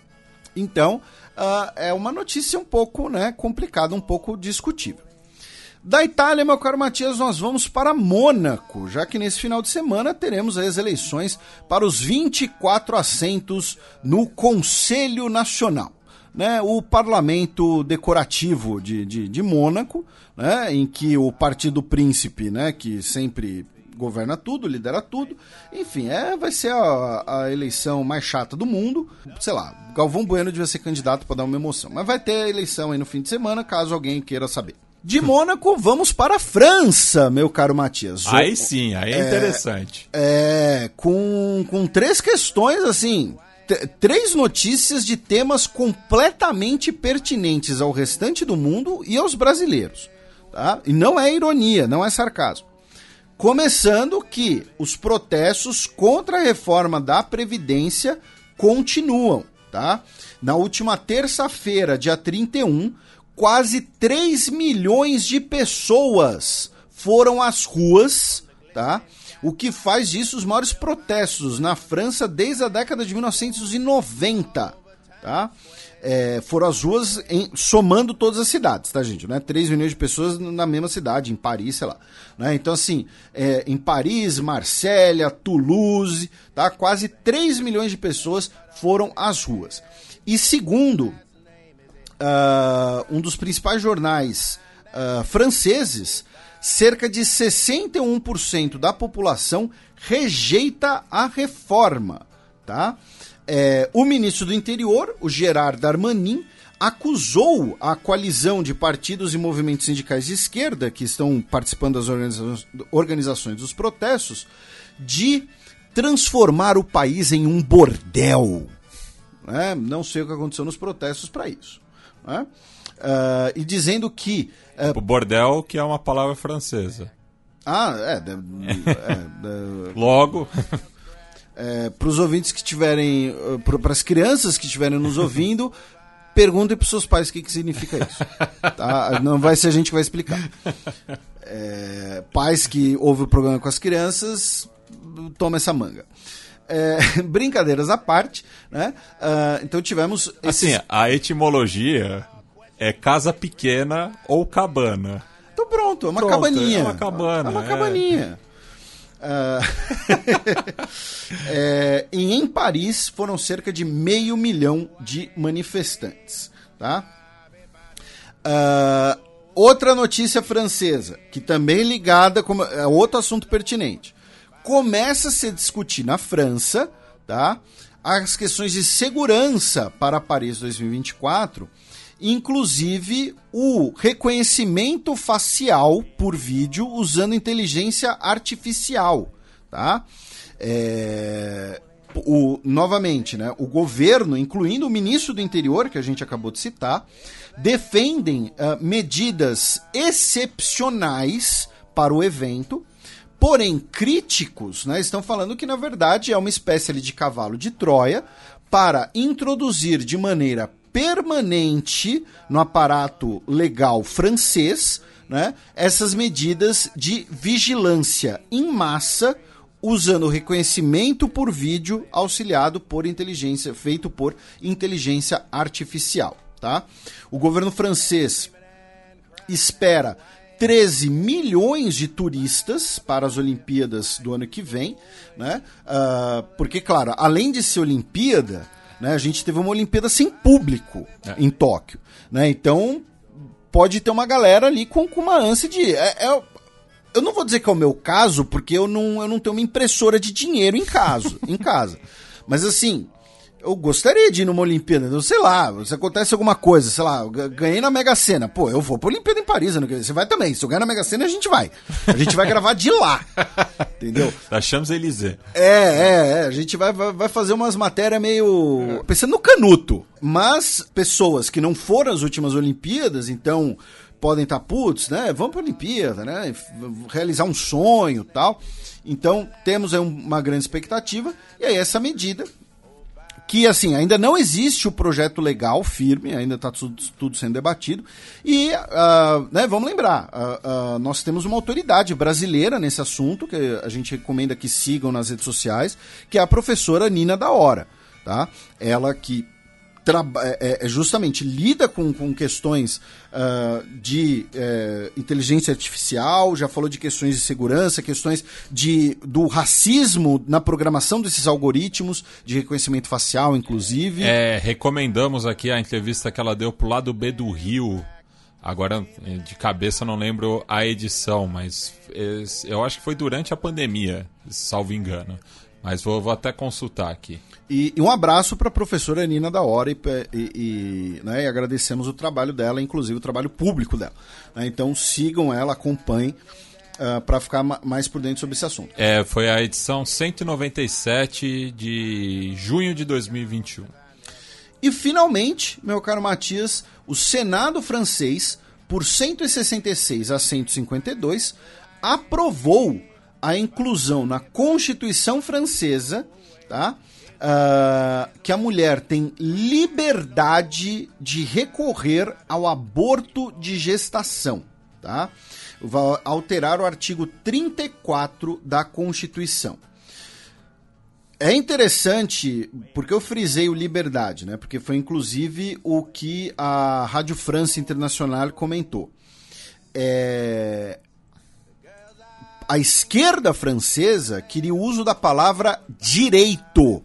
Então, Uh, é uma notícia um pouco, né, complicada, um pouco discutível. Da Itália, meu caro Matias, nós vamos para Mônaco, já que nesse final de semana teremos as eleições para os vinte e quatro assentos no Conselho Nacional, né, o parlamento decorativo de, de, de Mônaco, né, em que o Partido Príncipe, né, que sempre governa tudo, lidera tudo, enfim, é, vai ser a, a eleição mais chata do mundo, sei lá, Galvão Bueno devia ser candidato para dar uma emoção, mas vai ter a eleição aí no fim de semana, caso alguém queira saber. De Mônaco, vamos para a França, meu caro Matias. Aí sim, aí é, é interessante. É, com, com três questões, assim, t- três notícias de temas completamente pertinentes ao restante do mundo e aos brasileiros, tá? E não é ironia, não é sarcasmo. Começando que os protestos contra a reforma da Previdência continuam, tá? Na última terça-feira, dia trinta e um, quase três milhões de pessoas foram às ruas, tá? O que faz disso os maiores protestos na França desde a década de mil novecentos e noventa, tá? É, foram as ruas em, somando todas as cidades, tá, gente? Né? três milhões de pessoas na mesma cidade, em Paris, sei lá. Né? Então, assim, é, em Paris, Marsella, Toulouse, tá? Quase três milhões de pessoas foram às ruas. E segundo uh, um dos principais jornais uh, franceses, cerca de sessenta e um por cento da população rejeita a reforma, tá? É, o ministro do Interior, o Gérard Darmanin, acusou a coalizão de partidos e movimentos sindicais de esquerda que estão participando das organizações, organizações dos protestos de transformar o país em um bordel. Né? Não sei o que aconteceu nos protestos para isso. Né? Uh, e dizendo que... Uh, o bordel, que é uma palavra francesa. Ah, é. De, de, é de, Logo... É, para os ouvintes que estiverem, para as crianças que estiverem nos ouvindo, perguntem para os seus pais o que, que significa isso. Tá? Não vai ser a gente que vai explicar. É, pais que ouvem o programa com as crianças, toma essa manga. É, brincadeiras à parte, né? Uh, então tivemos... Esses... Assim, a etimologia é casa pequena ou cabana. Então pronto, é uma pronto, cabaninha. É uma cabana. É uma é. cabaninha. Uh... é, e em Paris foram cerca de meio milhão de manifestantes, tá? Uh, outra notícia francesa, que também ligada com é outro assunto pertinente. Começa a se discutir na França, tá? As questões de segurança para Paris dois mil e vinte e quatro, inclusive o reconhecimento facial por vídeo usando inteligência artificial, tá? É, o, novamente, né, o governo, incluindo o ministro do Interior, que a gente acabou de citar, defendem uh, medidas excepcionais para o evento, porém críticos, né, estão falando que na verdade é uma espécie ali de cavalo de Troia para introduzir de maneira permanente no aparato legal francês, né, essas medidas de vigilância em massa, usando reconhecimento por vídeo auxiliado por inteligência, feito por inteligência artificial, tá? O governo francês espera treze milhões de turistas para as Olimpíadas do ano que vem, né? Uh, porque, claro, além de ser Olimpíada, né, a gente teve uma Olimpíada sem público é. em Tóquio, né? Então, pode ter uma galera ali com, com uma ânsia de... É, é, eu não vou dizer que é o meu caso, porque eu não, eu não tenho uma impressora de dinheiro em casa, em casa. Mas assim, eu gostaria de ir numa Olimpíada, eu sei lá, se acontece alguma coisa, sei lá, eu ganhei na Mega Sena, pô, eu vou pra Olimpíada em Paris, ano que vem. Você vai também, se eu ganhar na Mega Sena a gente vai. A gente vai gravar de lá, entendeu? Da Champs-Élysées. É, é, é, a gente vai, vai, vai fazer umas matérias meio... pensando no canuto, mas pessoas que não foram às últimas Olimpíadas, então... podem estar putos, né? Vamos para a Olimpíada, né? Realizar um sonho e tal. Então, temos aí uma grande expectativa. E aí, essa medida, que, assim, ainda não existe o projeto legal firme, ainda está tudo, tudo sendo debatido. E, uh, né, vamos lembrar, uh, uh, nós temos uma autoridade brasileira nesse assunto, que a gente recomenda que sigam nas redes sociais, que é a professora Nina da Hora, tá? Ela que... É, é justamente lida com, com questões uh, de é, inteligência artificial, já falou de questões de segurança, questões de, do racismo na programação desses algoritmos, de reconhecimento facial, inclusive. É, recomendamos aqui a entrevista que ela deu pro Lado B do Rio. Agora, de cabeça, não lembro a edição, mas eu acho que foi durante a pandemia, salvo engano. Mas vou, vou até consultar aqui. E, e um abraço para a professora Nina da Hora e, e, e, né, e agradecemos o trabalho dela, inclusive o trabalho público dela. Né? Então sigam ela, acompanhem uh, para ficar ma- mais por dentro sobre esse assunto. É, foi a edição cento e noventa e sete de junho de dois mil e vinte e um. E finalmente, meu caro Matias, o Senado francês, por cento e sessenta e seis a cento e cinquenta e dois, aprovou a inclusão na Constituição francesa, tá? Uh, que a mulher tem liberdade de recorrer ao aborto de gestação, tá? Vai alterar o artigo trinta e quatro da Constituição. É interessante, porque eu frisei o liberdade, né? Porque foi inclusive o que a Rádio France Internacional comentou. É... A esquerda francesa queria o uso da palavra direito.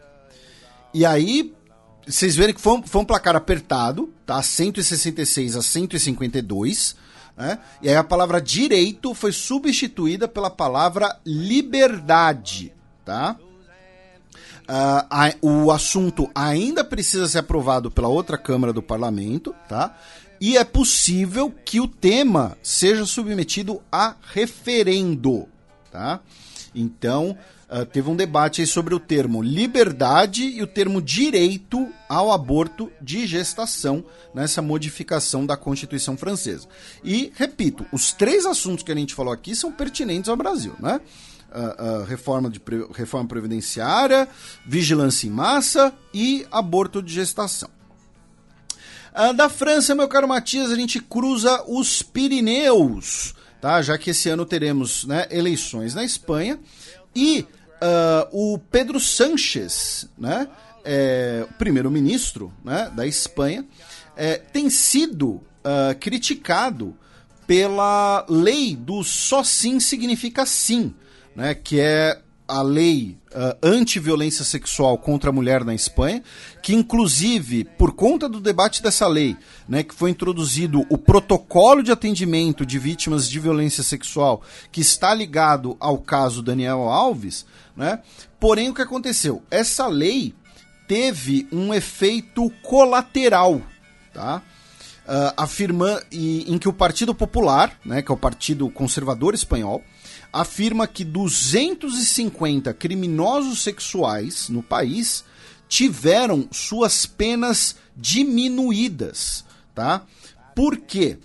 E aí, vocês verem que foi um, foi um placar apertado, tá? cento e sessenta e seis a cento e cinquenta e dois, né? E aí a palavra direito foi substituída pela palavra liberdade, tá? Uh, a, o assunto ainda precisa ser aprovado pela outra Câmara do Parlamento, tá? E é possível que o tema seja submetido a referendo, tá? Então, uh, teve um debate aí sobre o termo liberdade e o termo direito ao aborto de gestação nessa modificação da Constituição francesa. E, repito, os três assuntos que a gente falou aqui são pertinentes ao Brasil, né? Uh, uh, reforma, de, reforma previdenciária, vigilância em massa e aborto de gestação. Uh, da França, meu caro Matias, a gente cruza os Pirineus, tá? Já que esse ano teremos, né, eleições na Espanha. E uh, o Pedro Sánchez, né, é, primeiro-ministro, né, da Espanha, é, tem sido uh, criticado pela lei do só sim significa sim, né, que é a lei uh, anti-violência sexual contra a mulher na Espanha, que inclusive, por conta do debate dessa lei, né, que foi introduzido o protocolo de atendimento de vítimas de violência sexual, que está ligado ao caso Daniel Alves, né? Porém, o que aconteceu? Essa lei teve um efeito colateral, tá? Uh, afirma, e, em que o Partido Popular, né, que é o Partido Conservador Espanhol, afirma que duzentos e cinquenta criminosos sexuais no país tiveram suas penas diminuídas, tá? Por quê?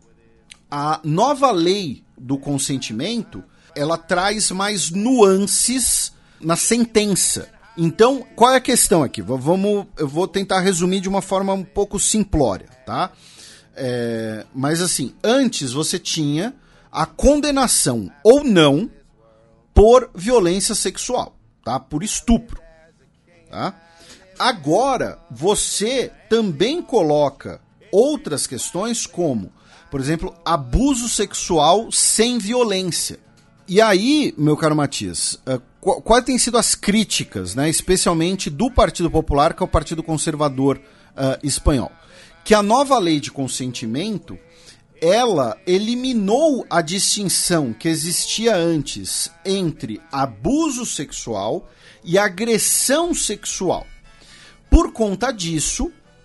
A nova lei do consentimento, ela traz mais nuances na sentença. Então, qual é a questão aqui? Vamos, eu vou tentar resumir de uma forma um pouco simplória, tá? É, mas assim, antes você tinha a condenação ou não por violência sexual, tá? Por estupro, tá? Agora, você também coloca outras questões como, por exemplo, abuso sexual sem violência. E aí, meu caro Matias, uh, quais têm sido as críticas, né, especialmente do Partido Popular, que é o Partido Conservador uh, espanhol? que a nova lei de consentimento, ela eliminou a distinção que existia antes entre abuso sexual e agressão sexual. Por conta disso,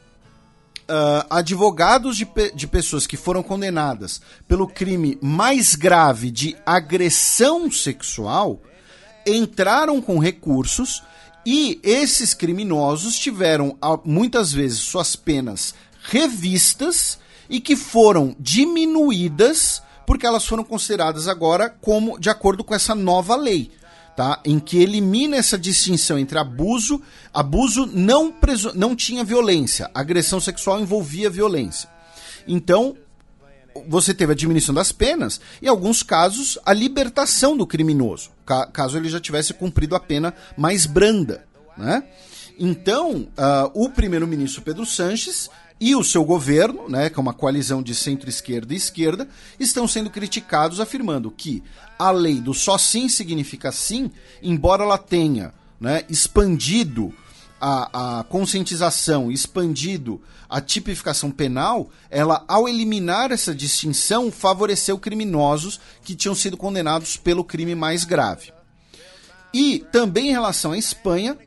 uh, advogados de, pe- de pessoas que foram condenadas pelo crime mais grave de agressão sexual entraram com recursos e esses criminosos tiveram muitas vezes suas penas revistas e que foram diminuídas porque elas foram consideradas agora como de acordo com essa nova lei, tá? Em que elimina essa distinção entre abuso, abuso não, preso, não tinha violência, agressão sexual envolvia violência. Então, você teve a diminuição das penas e, em alguns casos, a libertação do criminoso, ca- caso ele já tivesse cumprido a pena mais branda, né? Então, uh, o primeiro-ministro Pedro Sánchez e o seu governo, né, que é uma coalizão de centro-esquerda e esquerda, estão sendo criticados afirmando que a lei do só sim significa sim, embora ela tenha, né, expandido a, a conscientização, expandido a tipificação penal, ela, ao eliminar essa distinção, favoreceu criminosos que tinham sido condenados pelo crime mais grave. E também em relação à Espanha,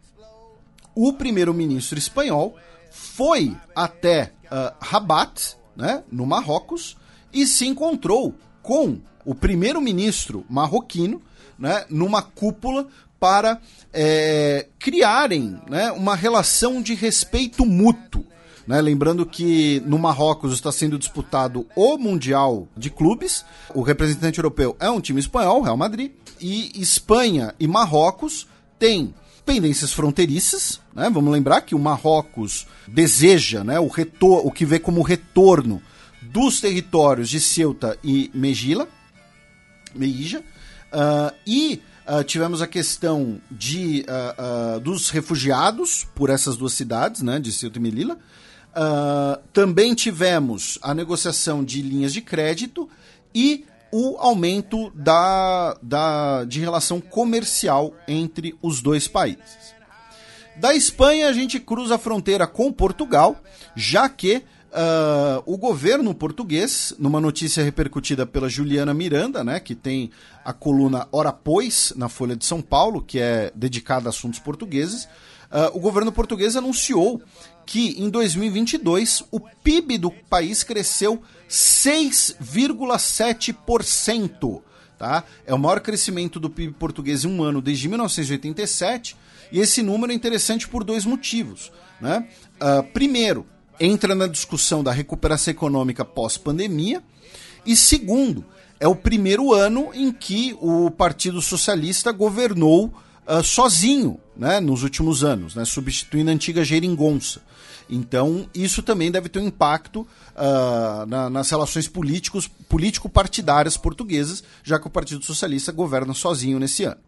o primeiro-ministro espanhol foi até uh, Rabat, né, no Marrocos, e se encontrou com o primeiro-ministro marroquino, né, numa cúpula para é, criarem, né, uma relação de respeito mútuo. Né, lembrando que no Marrocos está sendo disputado o Mundial de Clubes, o representante europeu é um time espanhol, Real Madrid, e Espanha e Marrocos têm pendências fronteiriças, né? Vamos lembrar que o Marrocos deseja, né, o, retor- o que vê como retorno dos territórios de Ceuta e Melilla, Melilla, uh, e uh, tivemos a questão de, uh, uh, dos refugiados por essas duas cidades, né, de Ceuta e Melilla. Uh, também tivemos a negociação de linhas de crédito e o aumento da, da, de relação comercial entre os dois países. Da Espanha, a gente cruza a fronteira com Portugal, já que uh, o governo português, numa notícia repercutida pela Juliana Miranda, né, que tem a coluna Ora Pois, na Folha de São Paulo, que é dedicada a assuntos portugueses, uh, o governo português anunciou que em dois mil e vinte e dois o P I B do país cresceu seis vírgula sete por cento. Tá? É o maior crescimento do P I B português em um ano desde mil novecentos e oitenta e sete, e esse número é interessante por dois motivos. Né? Uh, primeiro, entra na discussão da recuperação econômica pós-pandemia, e segundo, é o primeiro ano em que o Partido Socialista governou Uh, sozinho, né, nos últimos anos, né, substituindo a antiga geringonça. Então, isso também deve ter um impacto uh, na, nas relações políticos, político-partidárias portuguesas, já que o Partido Socialista governa sozinho nesse ano.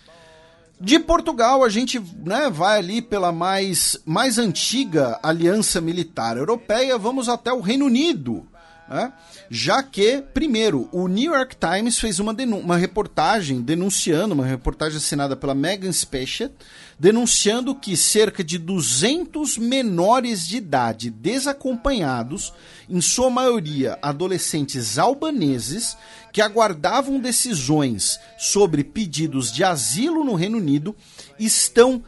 De Portugal, a gente, né, vai ali pela mais, mais antiga aliança militar europeia, vamos até o Reino Unido. Né? Já que, primeiro, o New York Times fez uma, denun- uma reportagem denunciando, uma reportagem assinada pela Megan Speicher, denunciando que cerca de duzentos menores de idade desacompanhados, em sua maioria adolescentes albaneses, que aguardavam decisões sobre pedidos de asilo no Reino Unido, estão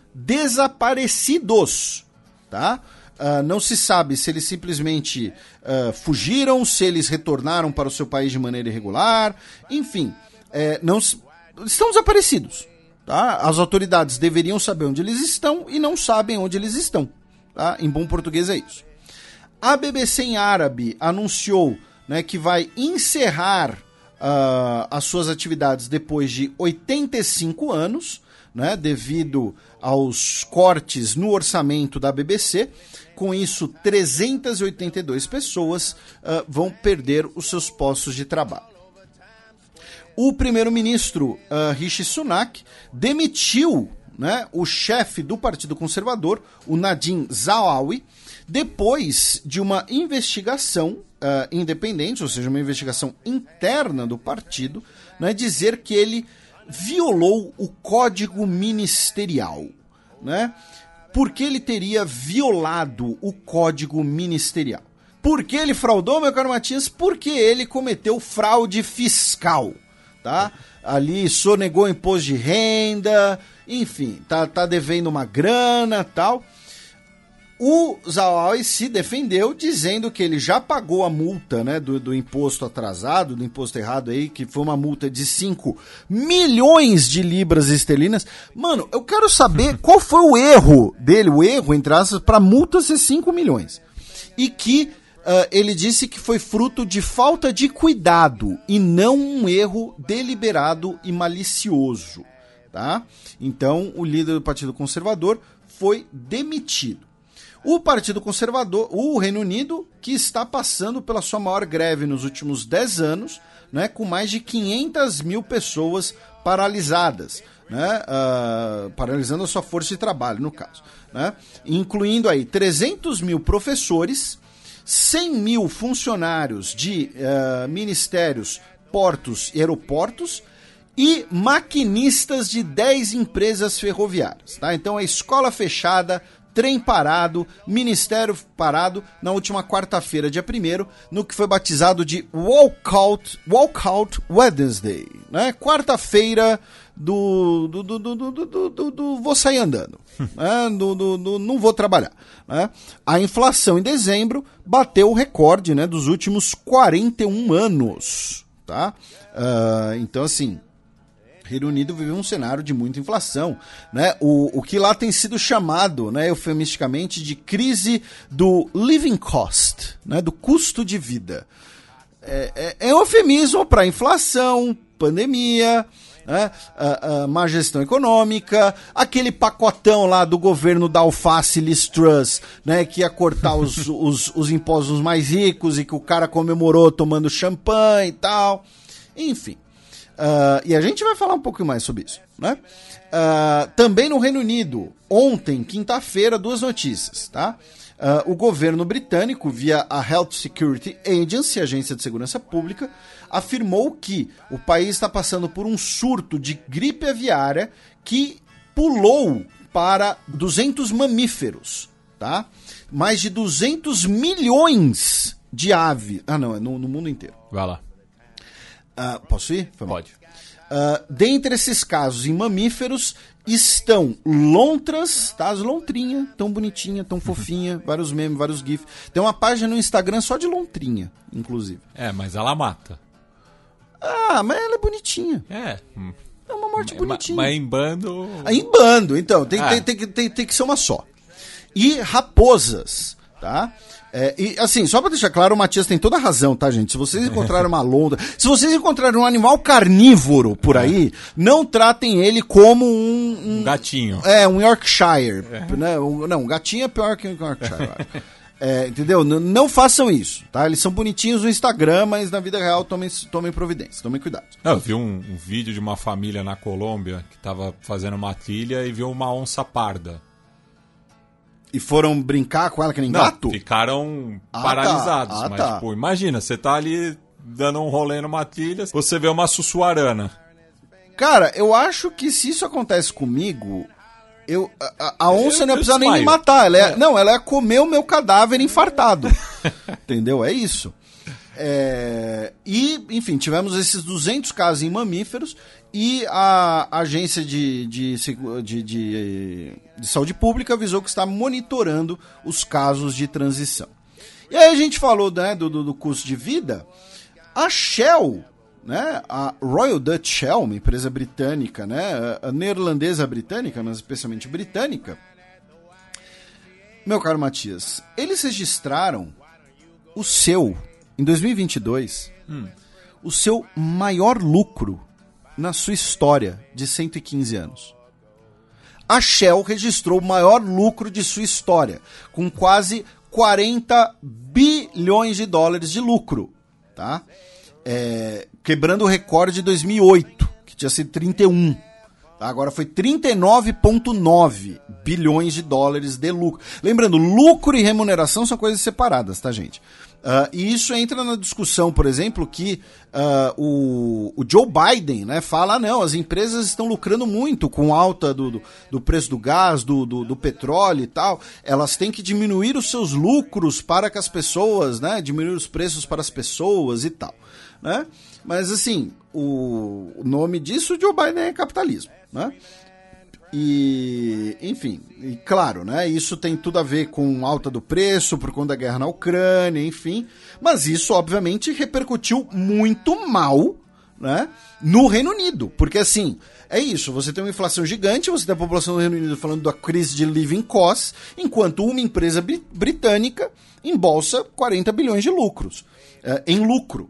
desaparecidos, tá? Uh, não se sabe se eles simplesmente uh, fugiram, se eles retornaram para o seu país de maneira irregular, enfim, é, não, estão desaparecidos. Tá? As autoridades deveriam saber onde eles estão e não sabem onde eles estão. Tá? Em bom português é isso. A B B C em árabe anunciou, né, que vai encerrar uh, as suas atividades depois de oitenta e cinco anos, né, devido aos cortes no orçamento da B B C. Com isso, trezentas e oitenta e duas pessoas uh, vão perder os seus postos de trabalho. O primeiro-ministro uh, Rishi Sunak demitiu, né, o chefe do Partido Conservador, o Nadine Zahawi, depois de uma investigação uh, independente, ou seja, uma investigação interna do partido, né, dizer que ele violou o Código Ministerial, né? Porque ele teria violado o Código Ministerial. Por que ele fraudou, meu caro Matias? Porque ele cometeu fraude fiscal, tá? Ali sonegou imposto de renda, enfim, tá, tá devendo uma grana, tal. O Zawahiri se defendeu dizendo que ele já pagou a multa, né, do, do imposto atrasado, do imposto errado aí, que foi uma multa de cinco milhões de libras esterlinas. Mano, eu quero saber qual foi o erro dele, o erro, entre aspas, pra multa ser cinco milhões. E que uh, ele disse que foi fruto de falta de cuidado e não um erro deliberado e malicioso, tá? Então, o líder do Partido Conservador foi demitido. O Partido Conservador, o Reino Unido, que está passando pela sua maior greve nos últimos dez anos, né, com mais de quinhentas mil pessoas paralisadas, né, uh, paralisando a sua força de trabalho, no caso, né, incluindo aí trezentos mil professores, cem mil funcionários de uh, ministérios, portos e aeroportos, e maquinistas de dez empresas ferroviárias. Tá? Então, a escola fechada, trem parado, ministério parado, na última quarta-feira, dia primeiro, no que foi batizado de Walkout, Walkout Wednesday, né? Quarta-feira do, do, do, do, do, do, do, do vou sair andando, né? do, do, do, não vou trabalhar. Né? A inflação em dezembro bateu o recorde, né, dos últimos quarenta e um anos. Tá? Uh, então, assim, Reino Unido viveu um cenário de muita inflação, né? O, o que lá tem sido chamado, né, eufemisticamente, de crise do living cost, né, do custo de vida. É, é, é um eufemismo para inflação, pandemia, né, a, a má gestão econômica, aquele pacotão lá do governo da alface Liz Truss, né, que ia cortar os, os, os impostos mais ricos e que o cara comemorou tomando champanhe e tal, enfim. Uh, e a gente vai falar um pouco mais sobre isso, né? Uh, também no Reino Unido, ontem, quinta-feira, duas notícias, tá? Uh, o governo britânico, via a Health Security Agency, Agência de Segurança Pública, afirmou que o país está passando por um surto de gripe aviária que pulou para duzentos mamíferos, tá? Mais de duzentos milhões de aves. Ah, não, é no, no mundo inteiro. Vai lá. Uh, posso ir? Pode. Uh, dentre esses casos em mamíferos estão lontras, tá? As lontrinhas, tão bonitinha, tão fofinha, vários memes, vários gifs. Tem uma página no Instagram só de lontrinha, inclusive. É, mas ela mata. Ah, mas ela é bonitinha. É. É uma morte mas, bonitinha. Mas em bando... Ah, em bando, então. Tem, ah. tem, tem, tem, tem que ser uma só. E raposas, tá? É, e assim, só pra deixar claro, o Matias tem toda a razão, tá, gente? Se vocês encontrarem uma lontra, se vocês encontrarem um animal carnívoro por aí, não tratem ele como um... Um, um gatinho. É, um Yorkshire. É. Né? Um, não, um gatinho é pior que um Yorkshire. É, entendeu? N- não façam isso, tá? Eles são bonitinhos no Instagram, mas na vida real tomem, tomem providência, tomem cuidado. Não, eu vi um, um vídeo de uma família na Colômbia que tava fazendo uma trilha e viu uma onça parda. E foram brincar com ela que nem Não, gato? Ficaram ah, paralisados. Tá. Ah, mas, tá. tipo, imagina, você tá ali dando um rolê numa trilha, você vê uma sussuarana. Cara, eu acho que se isso acontece comigo, eu, a, a onça eu, não eu precisa nem me desmaio. matar. Ela é, É. Não, ela é comer o meu cadáver infartado. Entendeu? É isso. É, e, enfim, tivemos esses duzentos casos em mamíferos e a agência de, de, de, de, de saúde pública avisou que está monitorando os casos de transição. E aí a gente falou, né, do, do, do custo de vida. A Shell, né, a Royal Dutch Shell, uma empresa britânica, né, a neerlandesa britânica, mas especialmente britânica, meu caro Matias, eles registraram o seu... Em dois mil e vinte e dois, hum. o seu maior lucro na sua história de cento e quinze anos. A Shell registrou o maior lucro de sua história, com quase quarenta bilhões de dólares de lucro, tá? É, quebrando o recorde de dois mil e oito, que tinha sido trinta e um. Tá? Agora foi trinta e nove vírgula nove bilhões de dólares de lucro. Lembrando, lucro e remuneração são coisas separadas, tá, gente? Uh, e isso entra na discussão, por exemplo, que uh, o, o Joe Biden, né, fala, ah, não, as empresas estão lucrando muito com alta do, do, do preço do gás, do, do, do petróleo e tal, elas têm que diminuir os seus lucros para que as pessoas, né, diminuir os preços para as pessoas e tal, né? Mas assim, o, o nome disso, Joe Biden, é capitalismo, né? E, enfim, e claro, né, isso tem tudo a ver com alta do preço por conta da guerra na Ucrânia, enfim, mas isso obviamente repercutiu muito mal, né, no Reino Unido, porque assim, é isso, você tem uma inflação gigante, você tem a população do Reino Unido falando da crise de living costs, enquanto uma empresa br- britânica embolsa quarenta bilhões de lucros, é, em lucro.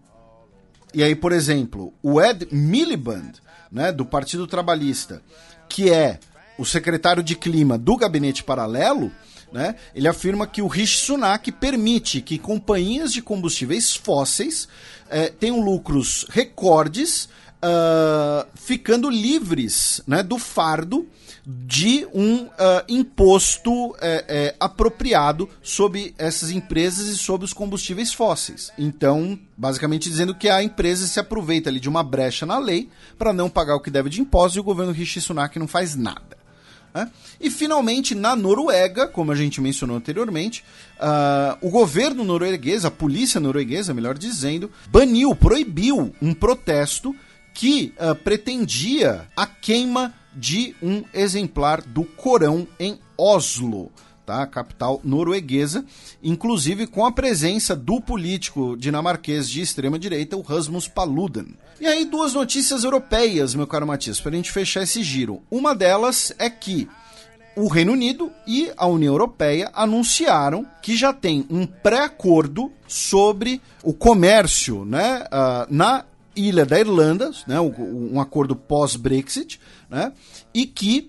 E aí, por exemplo, o Ed Miliband, né, do Partido Trabalhista, que é o secretário de clima do gabinete paralelo, né, ele afirma que o Rishi Sunak permite que companhias de combustíveis fósseis eh, tenham lucros recordes, uh, ficando livres, né, do fardo de um uh, imposto eh, eh, apropriado sobre essas empresas e sobre os combustíveis fósseis. Então, basicamente dizendo que a empresa se aproveita ali de uma brecha na lei para não pagar o que deve de impostos e o governo Rishi Sunak não faz nada. Né? E, finalmente, na Noruega, como a gente mencionou anteriormente, uh, o governo norueguês, a polícia norueguesa, melhor dizendo, baniu, proibiu um protesto que uh, pretendia a queima de um exemplar do Corão em Oslo, tá? Capital norueguesa, inclusive com a presença do político dinamarquês de extrema-direita, o Rasmus Paludan. E aí, duas notícias europeias, meu caro Matias, para a gente fechar esse giro. Uma delas é que o Reino Unido e a União Europeia anunciaram que já tem um pré-acordo sobre o comércio, né, uh, na Ilha da Irlanda, né, um acordo pós-Brexit, né, e que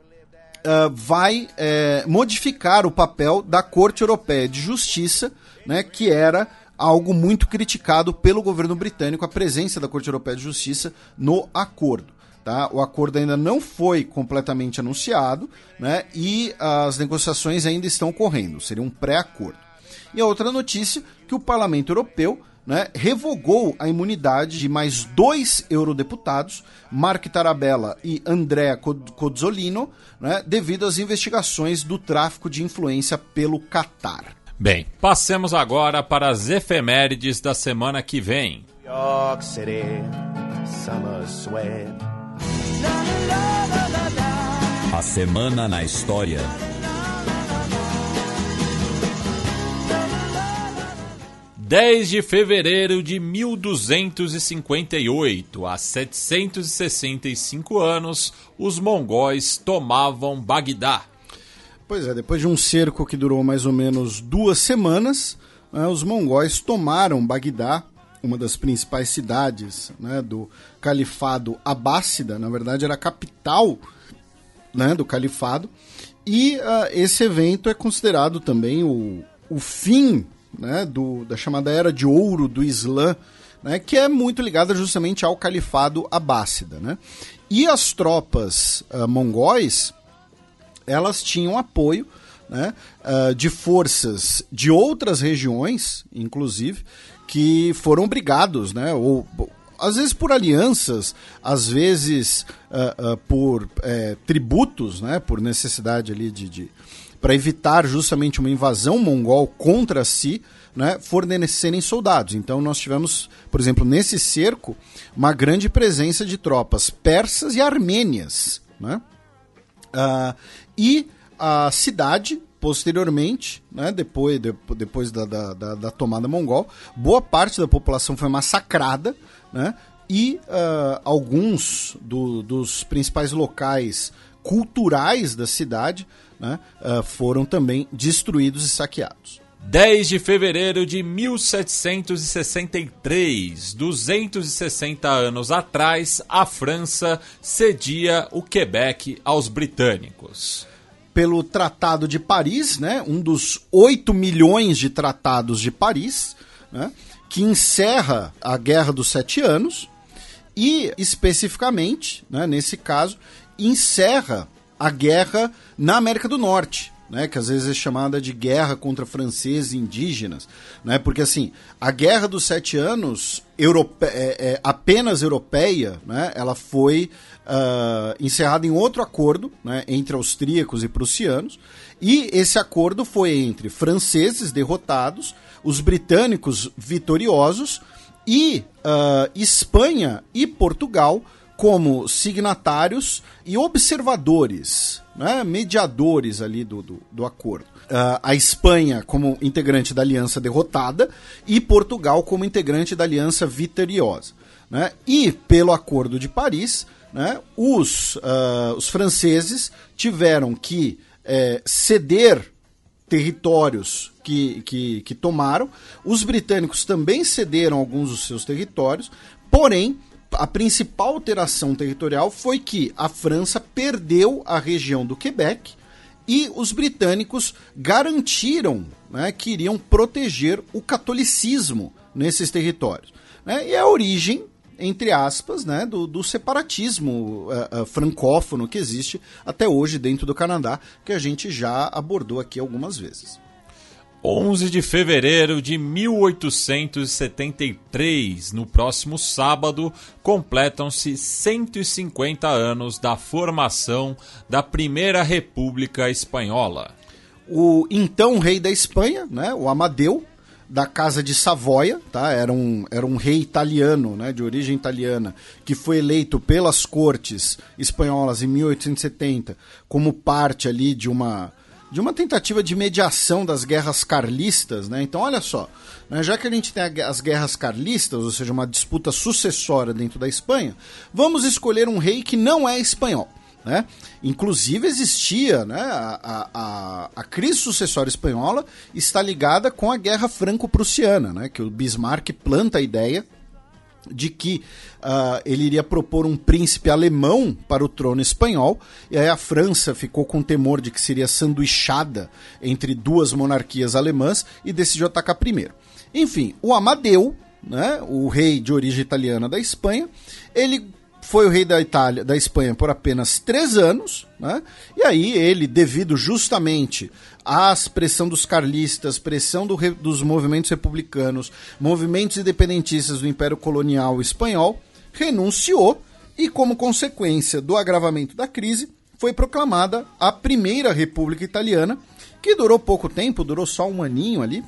Uh, vai é, modificar o papel da Corte Europeia de Justiça, né, que era algo muito criticado pelo governo britânico, a presença da Corte Europeia de Justiça no acordo. Tá? O acordo ainda não foi completamente anunciado, né, e as negociações ainda estão ocorrendo, seria um pré-acordo. E a outra notícia, que o Parlamento Europeu, né, revogou a imunidade de mais dois eurodeputados, Mark Tarabella e Andrea Cozzolino, né, devido às investigações do tráfico de influência pelo Catar. Bem, passemos agora para as efemérides da semana que vem. York City, summer sweat. A semana na história. dez de fevereiro de mil duzentos e cinquenta e oito, há setecentos e sessenta e cinco anos, os mongóis tomavam Bagdá. Pois é, depois de um cerco que durou mais ou menos duas semanas, né, os mongóis tomaram Bagdá, uma das principais cidades, né, do califado abássida, na verdade era a capital, né, do califado, e uh, esse evento é considerado também o, o fim, né, do, da chamada Era de Ouro do Islã, né, que é muito ligada justamente ao califado abássida. Né? E as tropas uh, mongóis, elas tinham apoio, né, uh, de forças de outras regiões, inclusive, que foram obrigados, né, ou às vezes por alianças, às vezes uh, uh, por uh, tributos, né, por necessidade ali de... de para evitar justamente uma invasão mongol contra si, né, fornecerem soldados. Então nós tivemos, por exemplo, nesse cerco, uma grande presença de tropas persas e armênias. Né? Uh, e a cidade, posteriormente, né, depois, de, depois da, da, da, da tomada mongol, boa parte da população foi massacrada, né, e uh, alguns do, dos principais locais culturais da cidade, né, uh, foram também destruídos e saqueados. dez de fevereiro de mil setecentos e sessenta e três, duzentos e sessenta anos atrás, a França cedia o Quebec aos britânicos. Pelo Tratado de Paris, né, um dos oito milhões de tratados de Paris, né, que encerra a Guerra dos Sete Anos e, especificamente, né, nesse caso, encerra a guerra na América do Norte, né, que às vezes é chamada de guerra contra franceses e indígenas, né, porque assim, a Guerra dos Sete Anos europe... é, é, apenas europeia, né, ela foi uh, encerrada em outro acordo, né, entre austríacos e prussianos, e esse acordo foi entre franceses derrotados, os britânicos vitoriosos e uh, Espanha e Portugal como signatários e observadores, né, mediadores ali do, do, do acordo. Uh, a Espanha como integrante da aliança derrotada e Portugal como integrante da aliança vitoriosa. Né? E pelo Acordo de Paris, né, os, uh, os franceses tiveram que eh, ceder territórios que, que, que tomaram, os britânicos também cederam alguns dos seus territórios, porém a principal alteração territorial foi que a França perdeu a região do Quebec e os britânicos garantiram, né, que iriam proteger o catolicismo nesses territórios. Né, e a origem, entre aspas, né, do, do separatismo uh, uh, francófono que existe até hoje dentro do Canadá, que a gente já abordou aqui algumas vezes. onze de fevereiro de mil oitocentos e setenta e três, no próximo sábado, completam-se cento e cinquenta anos da formação da Primeira República Espanhola. O então rei da Espanha, né, o Amadeu, da Casa de Savoia, tá? Era um, era um rei italiano, né, de origem italiana, que foi eleito pelas cortes espanholas em mil oitocentos e setenta como parte ali de uma... de uma tentativa de mediação das guerras carlistas, né? Então, olha só, né? Já que a gente tem as guerras carlistas, ou seja, uma disputa sucessória dentro da Espanha, vamos escolher um rei que não é espanhol, né? Inclusive existia, né, a, a, a crise sucessória espanhola está ligada com a guerra franco-prussiana, né? Que o Bismarck planta a ideia de que uh, ele iria propor um príncipe alemão para o trono espanhol, e aí a França ficou com temor de que seria sanduichada entre duas monarquias alemãs e decidiu atacar primeiro. Enfim, o Amadeu, né, o rei de origem italiana da Espanha, ele foi o rei da Itália, da Espanha por apenas três anos, né, e aí ele, devido justamente à pressão dos carlistas, pressão do, dos movimentos republicanos, movimentos independentistas do Império Colonial Espanhol, renunciou e, como consequência do agravamento da crise, foi proclamada a Primeira República Italiana, que durou pouco tempo, durou só um aninho ali,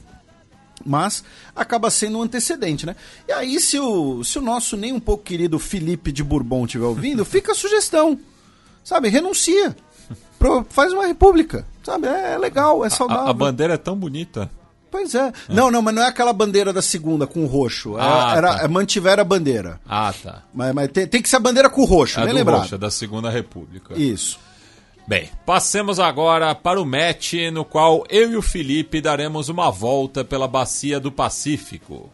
mas acaba sendo um antecedente, né? E aí, se o, se o nosso nem um pouco querido Felipe de Bourbon estiver ouvindo, fica a sugestão, sabe? Renuncia. Faz uma república, sabe? É legal, é saudável. A, a bandeira é tão bonita. Pois é. é. Não, não, mas não é aquela bandeira da segunda com o roxo. Ah, era, tá. Mantiveram a bandeira. Ah, tá. Mas, mas tem, tem que ser a bandeira com o roxo, é né? do Lembrado? roxo, é da Segunda República. Isso. Bem, passemos agora para o match no qual eu e o Felipe daremos uma volta pela Bacia do Pacífico.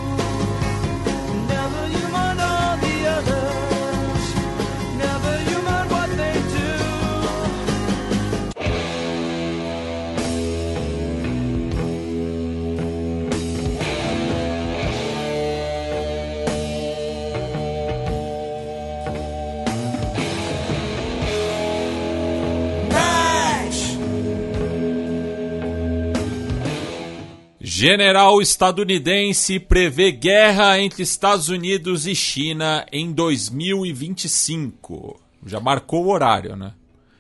General estadunidense prevê guerra entre Estados Unidos e China em dois mil e vinte e cinco. Já marcou o horário, né?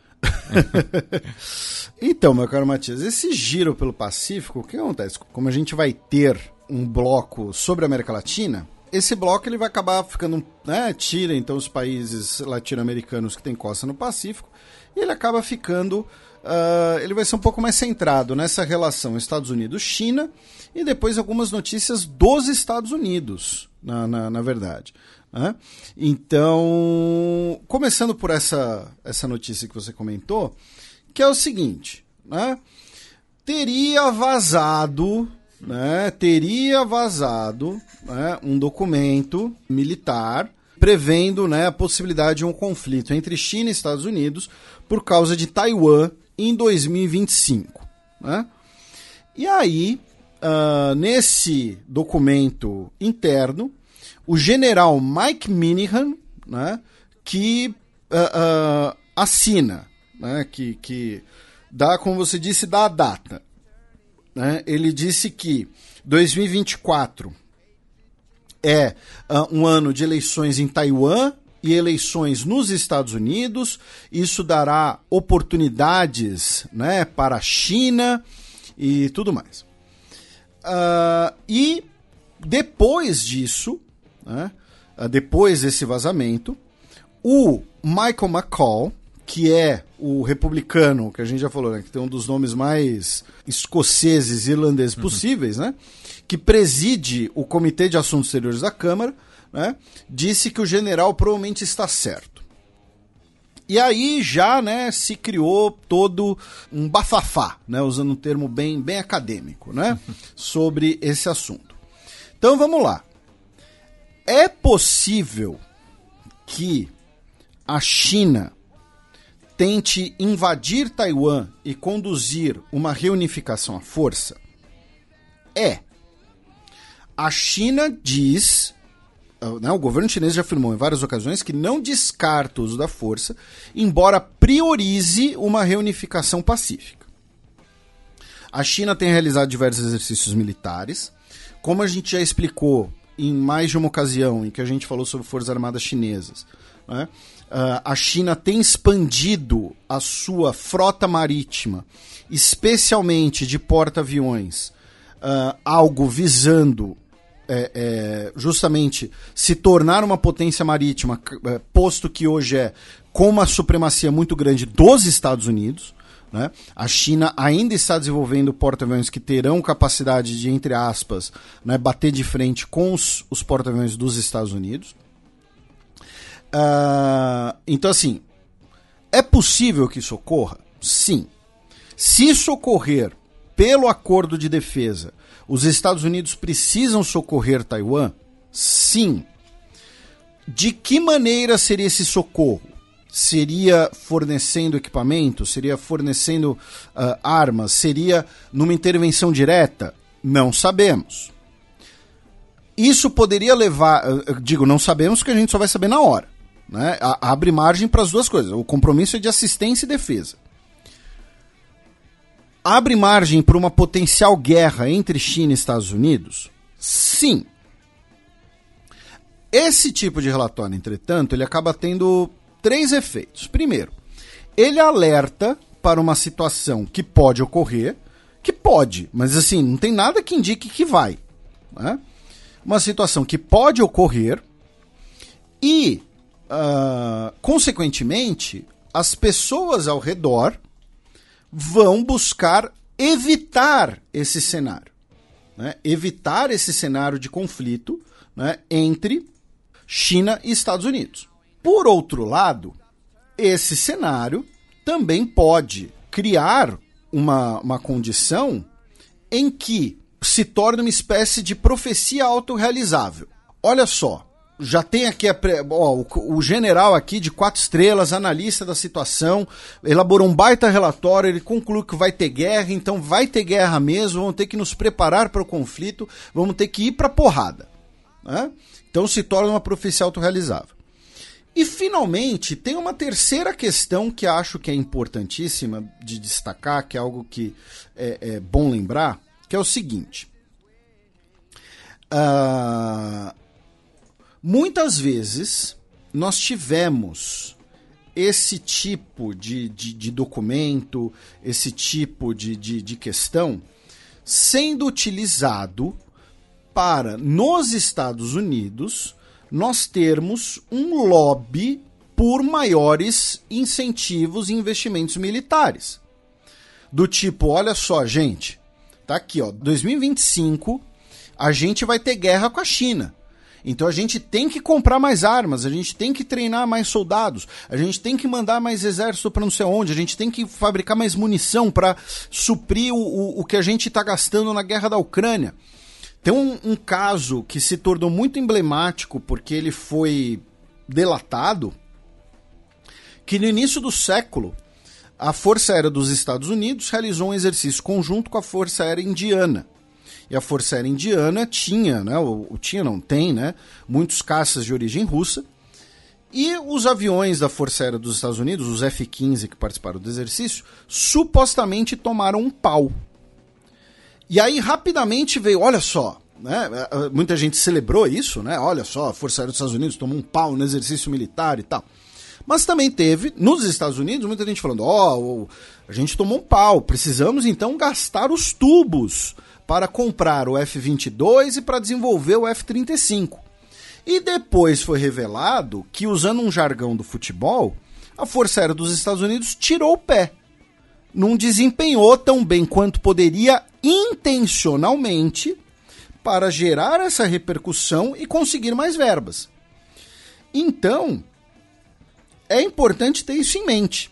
Então, meu caro Matias, esse giro pelo Pacífico, o que acontece? Como a gente vai ter um bloco sobre a América Latina, esse bloco ele vai acabar ficando, né, tira então os países latino-americanos que têm costa no Pacífico, e ele acaba ficando... Uh, ele vai ser um pouco mais centrado nessa relação Estados Unidos-China e depois algumas notícias dos Estados Unidos, na, na, na verdade. Né? Então, começando por essa, essa notícia que você comentou, que é o seguinte, né? Teria vazado, né? Teria vazado, né, um documento militar prevendo, né, a possibilidade de um conflito entre China e Estados Unidos por causa de Taiwan em dois mil e vinte e cinco. Né? E aí, uh, nesse documento interno, o general Mike Minihan, né, que uh, uh, assina, né, que, que dá, como você disse, dá a data. Né? Ele disse que dois mil e vinte e quatro é uh, um ano de eleições em Taiwan e eleições nos Estados Unidos. Isso dará oportunidades, né, para a China e tudo mais. Uh, e depois disso, né, uh, depois desse vazamento, o Michael McCaul, que é o republicano, que a gente já falou, né, que tem um dos nomes mais escoceses e irlandeses uhum. possíveis, né, que preside o Comitê de Assuntos Exteriores da Câmara, né, disse que o general provavelmente está certo. E aí já, né, se criou todo um bafafá, né, usando um termo bem, bem acadêmico, né, sobre esse assunto. Então vamos lá. É possível que a China tente invadir Taiwan e conduzir uma reunificação à força? É. A China diz, né, o governo chinês já afirmou em várias ocasiões que não descarta o uso da força, embora priorize uma reunificação pacífica. A China tem realizado diversos exercícios militares. Como a gente já explicou em mais de uma ocasião em que a gente falou sobre Forças Armadas Chinesas, né, Uh, a China tem expandido a sua frota marítima, especialmente de porta-aviões, uh, algo visando é, é, justamente se tornar uma potência marítima, é, posto que hoje é com uma supremacia muito grande dos Estados Unidos. Né? A China ainda está desenvolvendo porta-aviões que terão capacidade de, entre aspas, né, bater de frente com os, os porta-aviões dos Estados Unidos. Uh, então, assim, é possível que isso ocorra? Sim. Se isso ocorrer pelo acordo de defesa, os Estados Unidos precisam socorrer Taiwan? Sim. De que maneira seria esse socorro? Seria fornecendo equipamento? Seria fornecendo uh, armas? Seria numa intervenção direta? Não sabemos. Isso poderia levar... Uh, digo, não sabemos porque a gente só vai saber na hora. Né? Abre margem para as duas coisas. O compromisso é de assistência e defesa. Abre margem para uma potencial guerra entre China e Estados Unidos? Sim. Esse tipo de relatório, entretanto, ele acaba tendo três efeitos. Primeiro, ele alerta para uma situação que pode ocorrer, que pode, mas assim, não tem nada que indique que vai. Né? Uma situação que pode ocorrer e Uh, consequentemente, as pessoas ao redor vão buscar evitar esse cenário. Né? Evitar esse cenário de conflito, né, entre China e Estados Unidos. Por outro lado, esse cenário também pode criar uma, uma condição em que se torna uma espécie de profecia autorrealizável. Olha só. Já tem aqui a, ó, o, o general aqui de quatro estrelas, analista da situação, elaborou um baita relatório, ele concluiu que vai ter guerra, então vai ter guerra mesmo, vamos ter que nos preparar para o conflito, vamos ter que ir para a porrada. Né? Então se torna uma profecia autorrealizável. E finalmente tem uma terceira questão que acho que é importantíssima de destacar, que é algo que é, é bom lembrar, que é o seguinte. Ah... Uh... Muitas vezes nós tivemos esse tipo de, de, de documento, esse tipo de, de, de questão sendo utilizado para, nos Estados Unidos, nós termos um lobby por maiores incentivos e investimentos militares. Do tipo, olha só, gente, tá aqui, ó, dois mil e vinte e cinco a gente vai ter guerra com a China. Então a gente tem que comprar mais armas, a gente tem que treinar mais soldados, a gente tem que mandar mais exército para não sei onde, a gente tem que fabricar mais munição para suprir o, o, o que a gente está gastando na guerra da Ucrânia. Tem um, um caso que se tornou muito emblemático porque ele foi delatado, que no início do século a Força Aérea dos Estados Unidos realizou um exercício conjunto com a Força Aérea Indiana. E a Força Aérea Indiana tinha, né, ou, ou tinha, não tem, né, muitos caças de origem russa, E os aviões da Força Aérea dos Estados Unidos, os F quinze que participaram do exercício, supostamente tomaram um pau. E aí rapidamente veio, olha só, né? Muita gente celebrou isso, né? Olha só, a Força Aérea dos Estados Unidos tomou um pau no exercício militar e tal. Mas também teve, nos Estados Unidos, muita gente falando, ó, oh, a gente tomou um pau, precisamos então gastar os tubos para comprar o F vinte e dois e para desenvolver o F trinta e cinco. E depois foi revelado que, usando um jargão do futebol, a Força Aérea dos Estados Unidos tirou o pé. Não desempenhou tão bem quanto poderia intencionalmente para gerar essa repercussão e conseguir mais verbas. Então, é importante ter isso em mente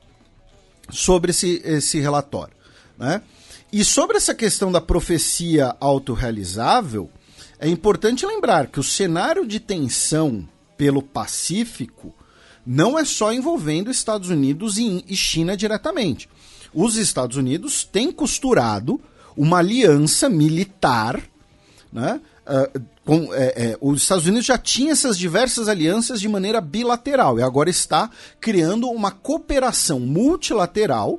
sobre esse, esse relatório, né? E sobre essa questão da profecia autorrealizável, é importante lembrar que o cenário de tensão pelo Pacífico não é só envolvendo Estados Unidos e China diretamente. Os Estados Unidos têm costurado uma aliança militar, né? Uh, com, é, é, os Estados Unidos já tinha essas diversas alianças de maneira bilateral e agora está criando uma cooperação multilateral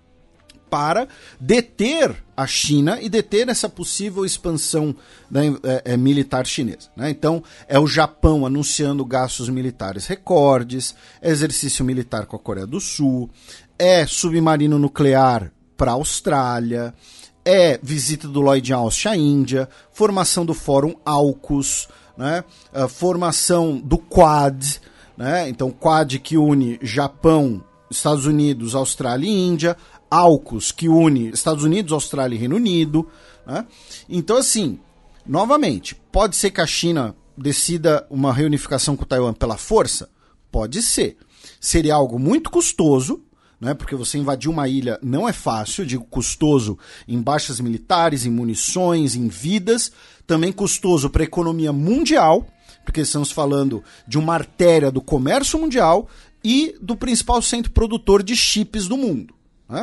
para deter a China e deter essa possível expansão da, é, é, militar chinesa, né? Então, é o Japão anunciando gastos militares recordes, é exercício militar com a Coreia do Sul, é submarino nuclear para a Austrália, é visita do Lloyd Austin à Índia, formação do Fórum AUKUS, né? A formação do Quad, né? Então, Quad que une Japão, Estados Unidos, Austrália e Índia, AUKUS, que une Estados Unidos, Austrália e Reino Unido, né? Então, assim, novamente, pode ser que a China decida uma reunificação com Taiwan pela força? Pode ser. Seria algo muito custoso, né? Porque você invadir uma ilha não é fácil, digo custoso em baixas militares, em munições, em vidas, também custoso para a economia mundial, porque estamos falando de uma artéria do comércio mundial e do principal centro produtor de chips do mundo, né?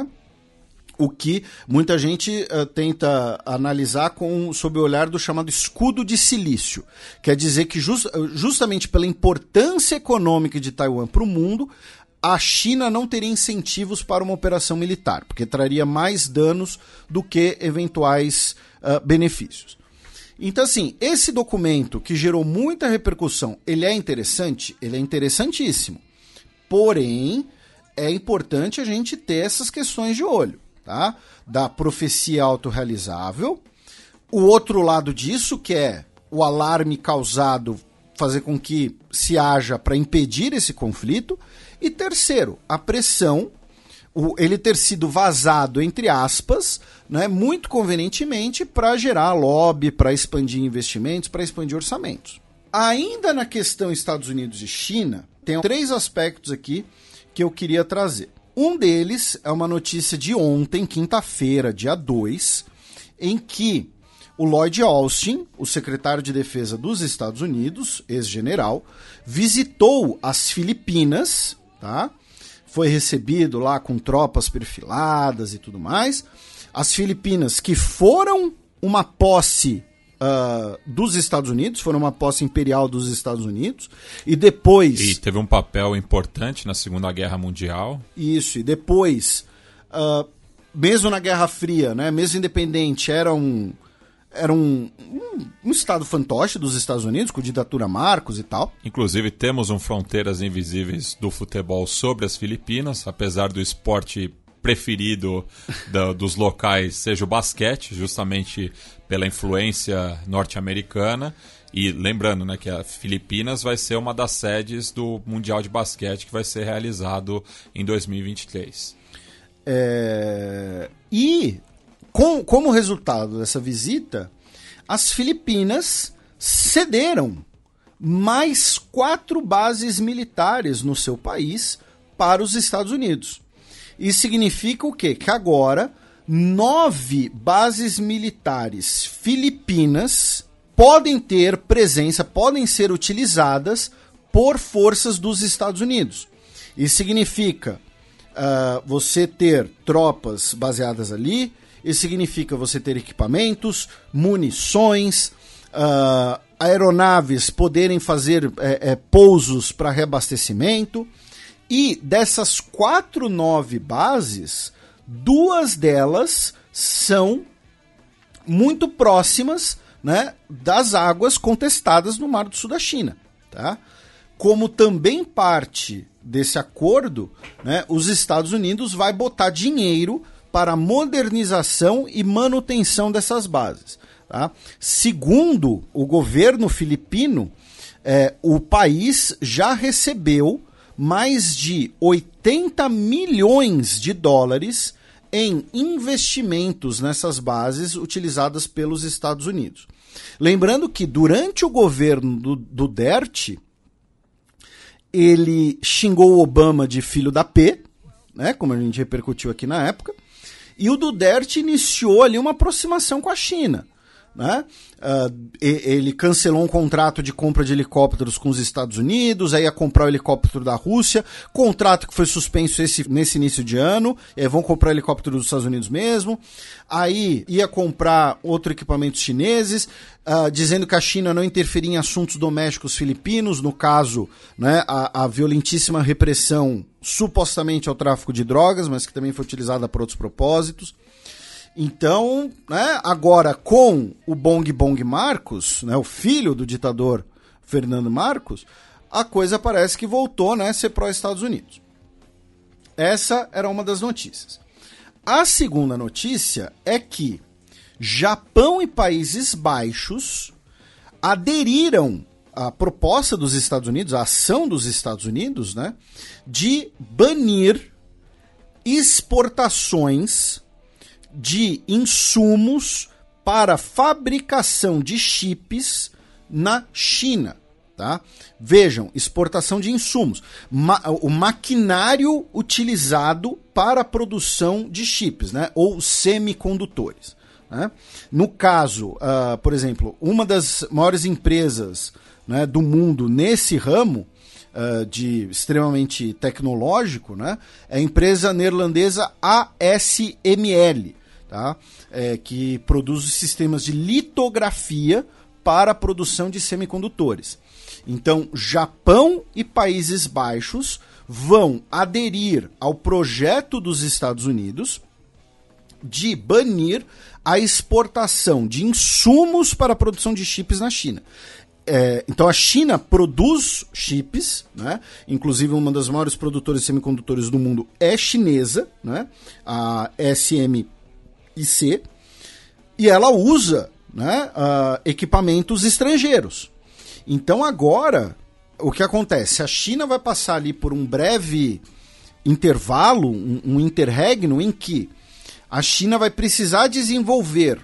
O que muita gente uh, tenta analisar com, sob o olhar do chamado escudo de silício. Quer dizer que just, justamente pela importância econômica de Taiwan para o mundo, a China não teria incentivos para uma operação militar, porque traria mais danos do que eventuais uh, benefícios. Então, assim, esse documento que gerou muita repercussão, ele é interessante? Ele é interessantíssimo. Porém, é importante a gente ter essas questões de olho, tá? Da profecia autorrealizável. O outro lado disso, que é o alarme causado, fazer com que se haja para impedir esse conflito. E terceiro, a pressão, o, ele ter sido vazado, entre aspas, né, muito convenientemente para gerar lobby, para expandir investimentos, para expandir orçamentos. Ainda na questão Estados Unidos e China, tem três aspectos aqui que eu queria trazer. Um deles é uma notícia de ontem, quinta-feira, dia dois, em que o Lloyd Austin, o secretário de Defesa dos Estados Unidos, ex-general, visitou as Filipinas, tá? Foi recebido lá com tropas perfiladas e tudo mais. As Filipinas, que foram uma posse uh, dos Estados Unidos, foram uma posse imperial dos Estados Unidos, e depois... E teve um papel importante na Segunda Guerra Mundial. Isso, e depois, uh, mesmo na Guerra Fria, né, mesmo independente, era um... Era um, um, um estado fantoche dos Estados Unidos, com ditadura Marcos e tal. Inclusive, temos um Fronteiras Invisíveis do futebol sobre as Filipinas, apesar do esporte preferido da, dos locais seja o basquete, justamente pela influência norte-americana. E lembrando, né, que a Filipinas vai ser uma das sedes do Mundial de Basquete que vai ser realizado em dois mil e vinte e três. É... E... Com, como resultado dessa visita, as Filipinas cederam mais quatro bases militares no seu país para os Estados Unidos. Isso significa o quê? Que agora nove bases militares filipinas podem ter presença, podem ser utilizadas por forças dos Estados Unidos. Isso significa uh, você ter tropas baseadas ali. Isso significa você ter equipamentos, munições, uh, aeronaves poderem fazer é, é, pousos para reabastecimento. E dessas quatro, nove bases, duas delas são muito próximas, né, das águas contestadas no Mar do Sul da China. Tá? Como também parte desse acordo, né, os Estados Unidos vai botar dinheiro para a modernização e manutenção dessas bases. Tá? Segundo o governo filipino, é, o país já recebeu mais de oitenta milhões de dólares em investimentos nessas bases utilizadas pelos Estados Unidos. Lembrando que durante o governo do, do Duterte, ele xingou o Obama de filho da P, né, como a gente repercutiu aqui na época, e o Duterte iniciou ali uma aproximação com a China. Né? Uh, ele cancelou um contrato de compra de helicópteros com os Estados Unidos, aí ia comprar o helicóptero da Rússia, contrato que foi suspenso esse, nesse início de ano, aí vão comprar o helicóptero dos Estados Unidos mesmo, aí ia comprar outro equipamento chineses, uh, dizendo que a China não interferia em assuntos domésticos filipinos, no caso, né, a, a violentíssima repressão supostamente ao tráfico de drogas, mas que também foi utilizada para outros propósitos. Então, né, agora com o Bong Bong Marcos, né, o filho do ditador Fernando Marcos, a coisa parece que voltou, né, a ser pró-Estados Unidos. Essa era uma das notícias. A segunda notícia é que Japão e Países Baixos aderiram à proposta dos Estados Unidos, à ação dos Estados Unidos, né, de banir exportações de insumos para fabricação de chips na China. Tá? Vejam, exportação de insumos. Ma- o maquinário utilizado para a produção de chips, né? Ou semicondutores. Né? No caso, uh, por exemplo, uma das maiores empresas, né, do mundo nesse ramo, uh, de extremamente tecnológico, né, é a empresa neerlandesa A S M L. Tá? É, que produz sistemas de litografia para a produção de semicondutores. Então, Japão e Países Baixos vão aderir ao projeto dos Estados Unidos de banir a exportação de insumos para a produção de chips na China. É, então, a China produz chips, né? Inclusive uma das maiores produtoras de semicondutores do mundo é chinesa, né? A S M I C, e ela usa, né, uh, equipamentos estrangeiros. Então agora, o que acontece? A China vai passar ali por um breve intervalo, um, um interregno, em que a China vai precisar desenvolver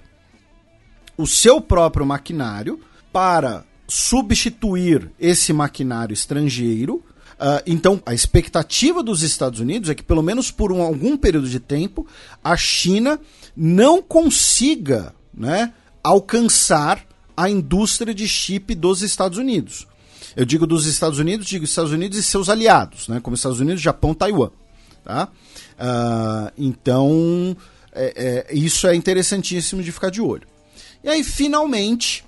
o seu próprio maquinário para substituir esse maquinário estrangeiro. Uh, então, a expectativa dos Estados Unidos é que, pelo menos por um, algum período de tempo, a China não consiga, né, alcançar a indústria de chip dos Estados Unidos. Eu digo dos Estados Unidos, digo Estados Unidos e seus aliados, né, como Estados Unidos, Japão, Taiwan. Tá? Uh, então, é, é, isso é interessantíssimo de ficar de olho. E aí, finalmente,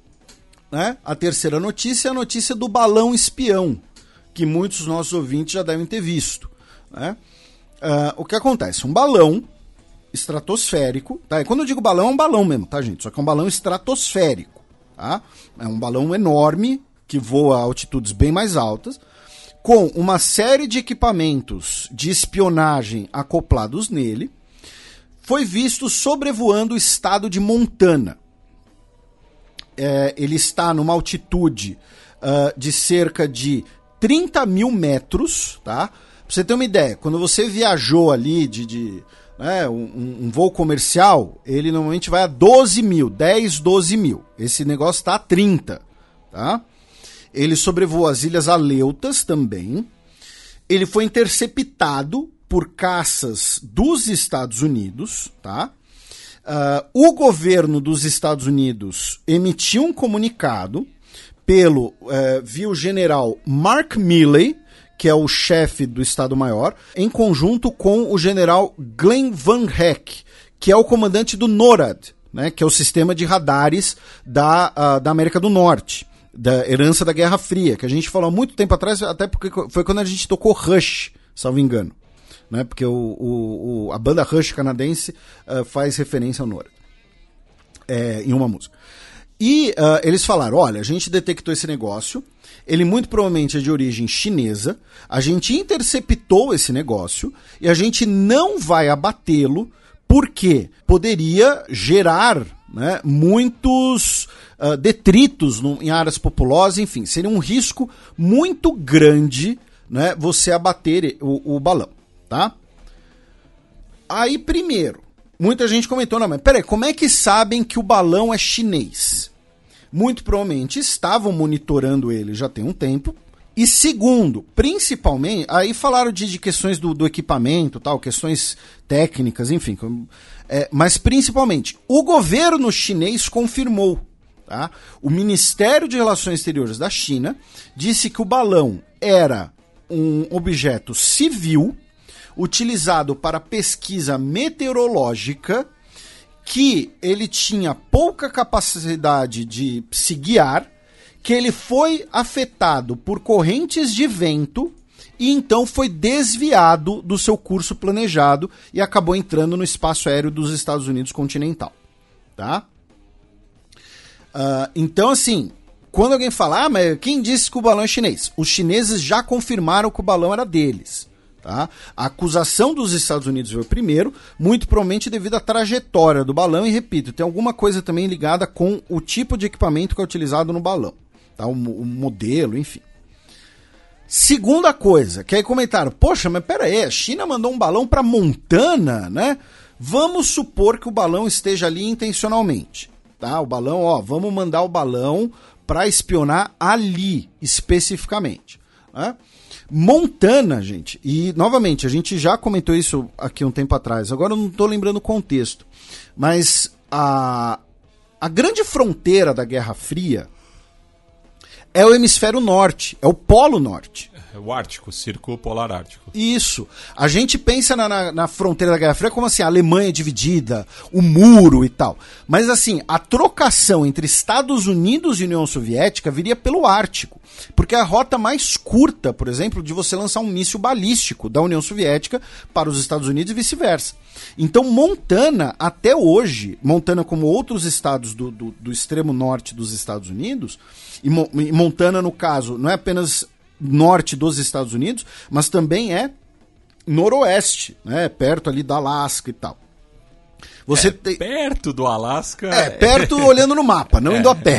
né, a terceira notícia é a notícia do balão espião, que muitos dos nossos ouvintes já devem ter visto. Né? Uh, o que acontece? Um balão estratosférico, tá? E quando eu digo balão, é um balão mesmo, tá, gente? Só que é um balão estratosférico, tá? É um balão enorme, que voa a altitudes bem mais altas, com uma série de equipamentos de espionagem acoplados nele, foi visto sobrevoando o estado de Montana. É, ele está numa altitude uh, de cerca de trinta mil metros, tá? Pra você ter uma ideia, quando você viajou ali de, de né, um, um voo comercial, ele normalmente vai a doze mil, dez, doze mil. Esse negócio está a trinta, tá? Ele sobrevoou as Ilhas Aleutas também. Ele foi interceptado por caças dos Estados Unidos, tá? Uh, o governo dos Estados Unidos emitiu um comunicado pelo, uh, via o general Mark Milley, que é o chefe do Estado-Maior, em conjunto com o general Glenn Van Heck, que é o comandante do NORAD, né, que é o sistema de radares da, uh, da América do Norte, da herança da Guerra Fria, que a gente falou há muito tempo atrás, até porque foi quando a gente tocou Rush, salvo engano, né, porque o, o, o, a banda Rush canadense uh, faz referência ao NORAD é, em uma música. E uh, eles falaram, olha, a gente detectou esse negócio, ele muito provavelmente é de origem chinesa, a gente interceptou esse negócio e a gente não vai abatê-lo porque poderia gerar, né, muitos uh, detritos no, em áreas populosas, enfim, seria um risco muito grande, né, você abater o, o balão, tá? Aí, primeiro, muita gente comentou, não, mas peraí, como é que sabem que o balão é chinês? Muito provavelmente estavam monitorando ele já tem um tempo. E segundo, principalmente, aí falaram de, de questões do, do equipamento, tal, questões técnicas, enfim. É, mas principalmente, o governo chinês confirmou. Tá? O Ministério de Relações Exteriores da China disse que o balão era um objeto civil utilizado para pesquisa meteorológica, que ele tinha pouca capacidade de se guiar, que ele foi afetado por correntes de vento e então foi desviado do seu curso planejado e acabou entrando no espaço aéreo dos Estados Unidos continental. Tá? Uh, então, assim, quando alguém fala, ah, mas quem disse que o balão é chinês? Os chineses já confirmaram que o balão era deles. Tá? A acusação dos Estados Unidos veio primeiro, muito provavelmente devido à trajetória do balão, e repito, tem alguma coisa também ligada com o tipo de equipamento que é utilizado no balão, tá? o, o modelo, enfim. Segunda coisa, que aí comentaram, poxa, mas pera aí, a China mandou um balão para Montana, né? Vamos supor que o balão esteja ali intencionalmente, tá? O balão, ó, vamos mandar o balão para espionar ali, especificamente, né? Montana, gente, e novamente, a gente já comentou isso aqui um tempo atrás, agora eu não estou lembrando o contexto, mas a, a grande fronteira da Guerra Fria é o hemisfério norte, é o Polo Norte. O Ártico, o Círculo Polar Ártico. Isso. A gente pensa na, na, na fronteira da Guerra Fria como assim, a Alemanha dividida, o muro e tal. Mas assim, a trocação entre Estados Unidos e União Soviética viria pelo Ártico. Porque é a rota mais curta, por exemplo, de você lançar um míssil balístico da União Soviética para os Estados Unidos e vice-versa. Então Montana, até hoje, Montana como outros estados do, do, do extremo norte dos Estados Unidos, e, Mo, e Montana, no caso, não é apenas norte dos Estados Unidos, mas também é noroeste, né, perto ali da Alasca e tal. Você é, tem... Perto do Alasca... É, perto olhando no mapa, não é. Indo a pé.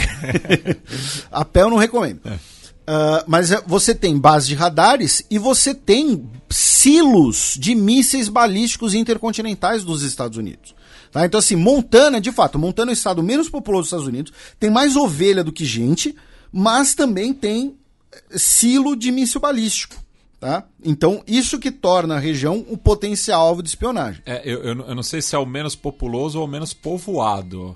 A pé eu não recomendo. É. Uh, mas você tem base de radares e você tem silos de mísseis balísticos intercontinentais dos Estados Unidos. Tá? Então assim, Montana, de fato, Montana é o estado menos populoso dos Estados Unidos, tem mais ovelha do que gente, mas também tem silo de míssil balístico. Tá? Então, isso que torna a região um potencial alvo de espionagem. É, eu, eu, eu não sei se é o menos populoso ou o menos povoado.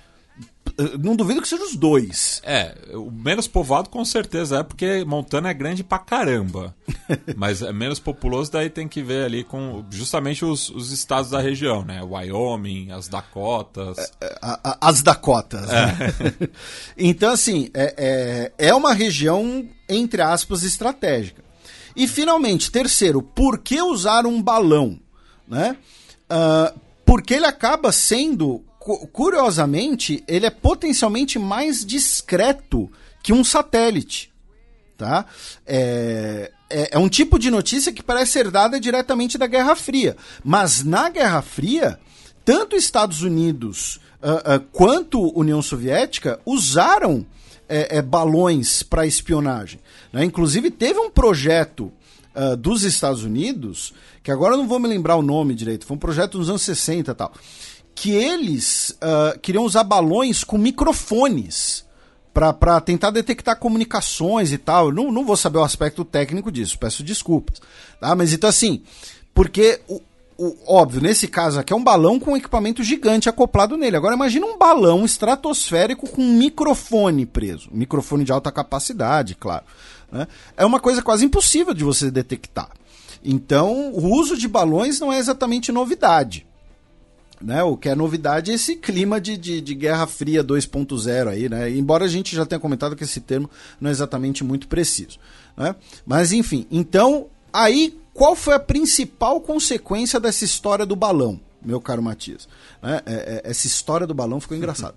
Não duvido que seja os dois. É, o menos povoado com certeza é, porque Montana é grande pra caramba. Mas é menos populoso, daí tem que ver ali com justamente os, os estados da região, né? Wyoming, as Dakotas. É, a, a, as Dakotas. É. Né? Então, assim, é, é, é uma região, entre aspas, estratégica. E, finalmente, terceiro, por que usar um balão? Né? Uh, porque ele acaba sendo... Curiosamente, ele é potencialmente mais discreto que um satélite. Tá? É, é, é um tipo de notícia que parece ser dada diretamente da Guerra Fria. Mas na Guerra Fria, tanto Estados Unidos uh, uh, quanto União Soviética usaram é, é, balões para espionagem. Né? Inclusive, teve um projeto uh, dos Estados Unidos, que agora eu não vou me lembrar o nome direito, foi um projeto nos anos sessenta e tal, que eles uh, queriam usar balões com microfones para tentar detectar comunicações e tal. Eu não, não vou saber o aspecto técnico disso, peço desculpas. Tá? Mas então assim, porque, o, o, óbvio, nesse caso aqui é um balão com um equipamento gigante acoplado nele. Agora imagina um balão estratosférico com um microfone preso. Um microfone de alta capacidade, claro. Né? É uma coisa quase impossível de você detectar. Então, o uso de balões não é exatamente novidade. Né, o que é novidade é esse clima de, de, de Guerra Fria dois ponto zero aí, né? Embora a gente já tenha comentado que esse termo não é exatamente muito preciso, né? Mas enfim, então, aí qual foi a principal consequência dessa história do balão, meu caro Matias? Né? É, é, essa história do balão ficou engraçado.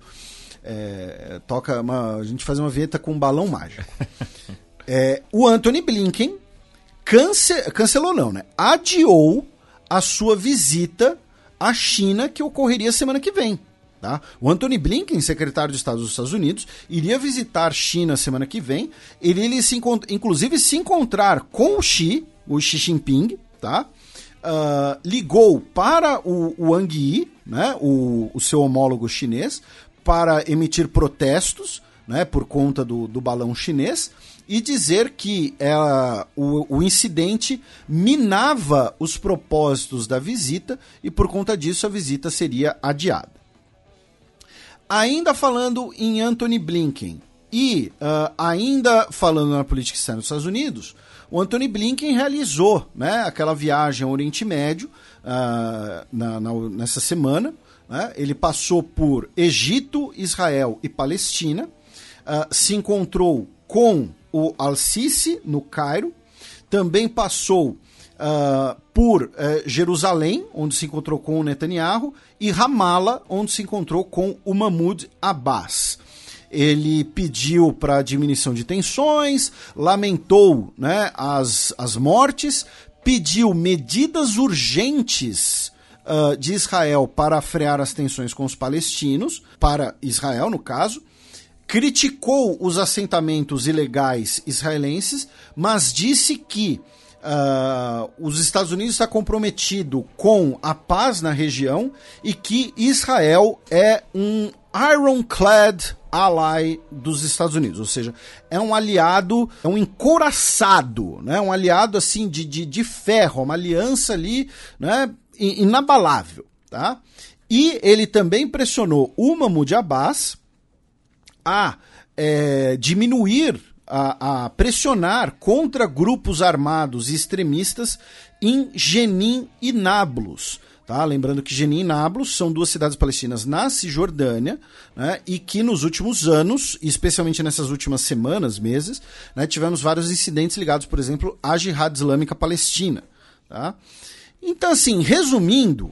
É, toca uma, a gente faz uma vinheta com um balão mágico. É, o Antony Blinken cance, cancelou não, né? Adiou a sua visita a China, que ocorreria semana que vem. Tá? O Antony Blinken, secretário de Estado dos Estados Unidos, iria visitar China semana que vem. Ele iria, se, inclusive, se encontrar com o Xi, o Xi Jinping, tá? Uh, ligou para o, o Wang Yi, né? o, o seu homólogo chinês, para emitir protestos, né? Por conta do, do balão chinês, e dizer que uh, o, o incidente minava os propósitos da visita e, por conta disso, a visita seria adiada. Ainda falando em Antony Blinken e uh, ainda falando na política externa dos Estados Unidos, o Antony Blinken realizou, né, aquela viagem ao Oriente Médio uh, na, na, nessa semana. Né? Ele passou por Egito, Israel e Palestina, uh, se encontrou com o Al-Sisi, no Cairo, também passou uh, por uh, Jerusalém, onde se encontrou com o Netanyahu, e Ramallah, onde se encontrou com o Mahmoud Abbas. Ele pediu para diminuição de tensões, lamentou, né, as, as mortes, pediu medidas urgentes uh, de Israel para frear as tensões com os palestinos, para Israel, no caso, criticou os assentamentos ilegais israelenses, mas disse que uh, os Estados Unidos está comprometido com a paz na região e que Israel é um ironclad ally dos Estados Unidos, ou seja, é um aliado, é um encouraçado, né? Um aliado assim de, de, de ferro, uma aliança ali, né? Inabalável. Tá? E ele também pressionou o Mahmoud Abbas a é, diminuir, a, a pressionar contra grupos armados e extremistas em Jenin e Nablus. Tá? Lembrando que Jenin e Nablus são duas cidades palestinas na Cisjordânia, né, e que nos últimos anos, especialmente nessas últimas semanas, meses, né, tivemos vários incidentes ligados, por exemplo, à Jihad Islâmica Palestina. Tá? Então, assim, resumindo,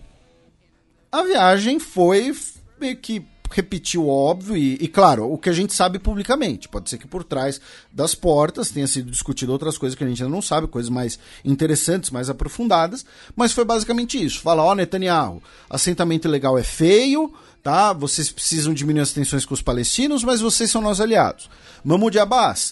a viagem foi meio que repetiu o óbvio e, e, claro, o que a gente sabe publicamente. Pode ser que por trás das portas tenha sido discutido outras coisas que a gente ainda não sabe, coisas mais interessantes, mais aprofundadas, mas foi basicamente isso. Fala, ó, Netanyahu, assentamento ilegal é feio, tá? Vocês precisam diminuir as tensões com os palestinos, mas vocês são nossos aliados. Mahmoud Abbas,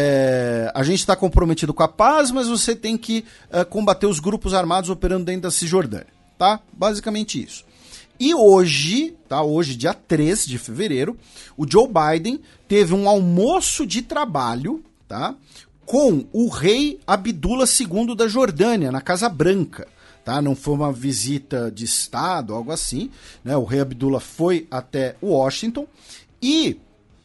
é, a gente está comprometido com a paz, mas você tem que é, combater os grupos armados operando dentro da Cisjordânia, tá? Basicamente isso. E hoje, tá, hoje, dia três de fevereiro, o Joe Biden teve um almoço de trabalho, tá, com o rei Abdullah segundo da Jordânia, na Casa Branca. Tá? Não foi uma visita de Estado, algo assim. Né? O rei Abdullah foi até Washington e,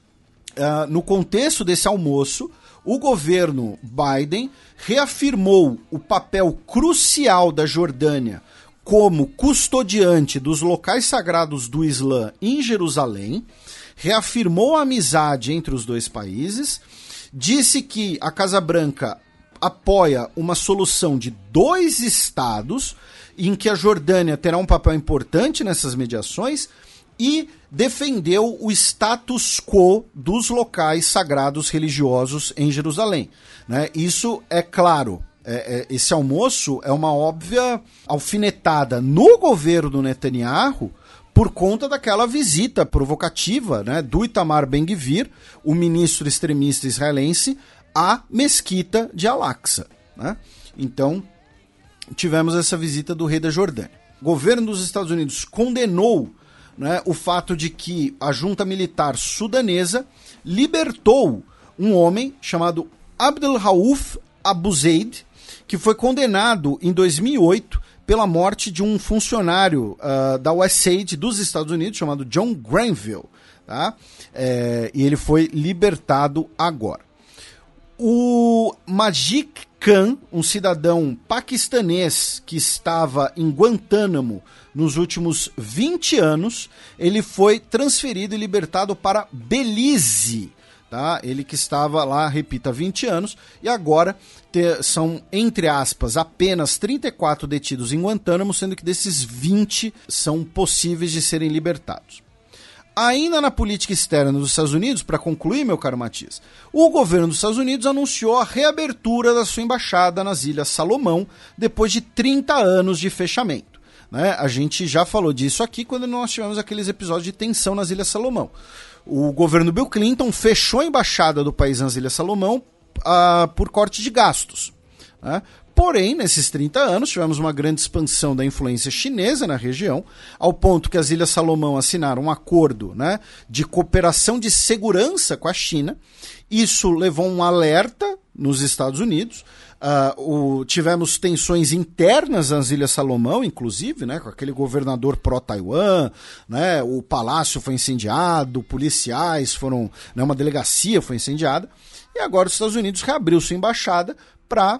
uh, no contexto desse almoço, o governo Biden reafirmou o papel crucial da Jordânia como custodiante dos locais sagrados do Islã em Jerusalém, reafirmou a amizade entre os dois países, disse que a Casa Branca apoia uma solução de dois estados, em que a Jordânia terá um papel importante nessas mediações, e defendeu o status quo dos locais sagrados religiosos em Jerusalém. Né? Isso é claro. É, é, esse almoço é uma óbvia alfinetada no governo do Netanyahu por conta daquela visita provocativa, né, do Itamar Ben-Gvir, o ministro extremista israelense, à mesquita de Al-Aqsa. Né? Então, tivemos essa visita do rei da Jordânia. O governo dos Estados Unidos condenou, né, o fato de que a junta militar sudanesa libertou um homem chamado Abdel Rauf Abu Zaid, que foi condenado em dois mil e oito pela morte de um funcionário uh, da U S A I D dos Estados Unidos, chamado John Granville. Tá? É, e ele foi libertado agora. O Majid Khan, um cidadão paquistanês que estava em Guantánamo nos últimos vinte anos, ele foi transferido e libertado para Belize. Tá? Ele que estava lá, repito, há vinte anos, e agora te, são, entre aspas, apenas trinta e quatro detidos em Guantánamo, sendo que desses vinte são possíveis de serem libertados. Ainda na política externa dos Estados Unidos, para concluir, meu caro Matias, o governo dos Estados Unidos anunciou a reabertura da sua embaixada nas Ilhas Salomão, depois de trinta anos de fechamento. Né? A gente já falou disso aqui quando nós tivemos aqueles episódios de tensão nas Ilhas Salomão. O governo Bill Clinton fechou a embaixada do país nas Ilhas Salomão uh, por corte de gastos. Né? Porém, nesses trinta anos, tivemos uma grande expansão da influência chinesa na região, ao ponto que as Ilhas Salomão assinaram um acordo, né, de cooperação de segurança com a China. Isso levou um alerta nos Estados Unidos. Uh, o, tivemos tensões internas nas Ilhas Salomão, inclusive, né, com aquele governador pró-Taiwan, né, o palácio foi incendiado, policiais foram, né, uma delegacia foi incendiada, e agora os Estados Unidos reabriu sua embaixada para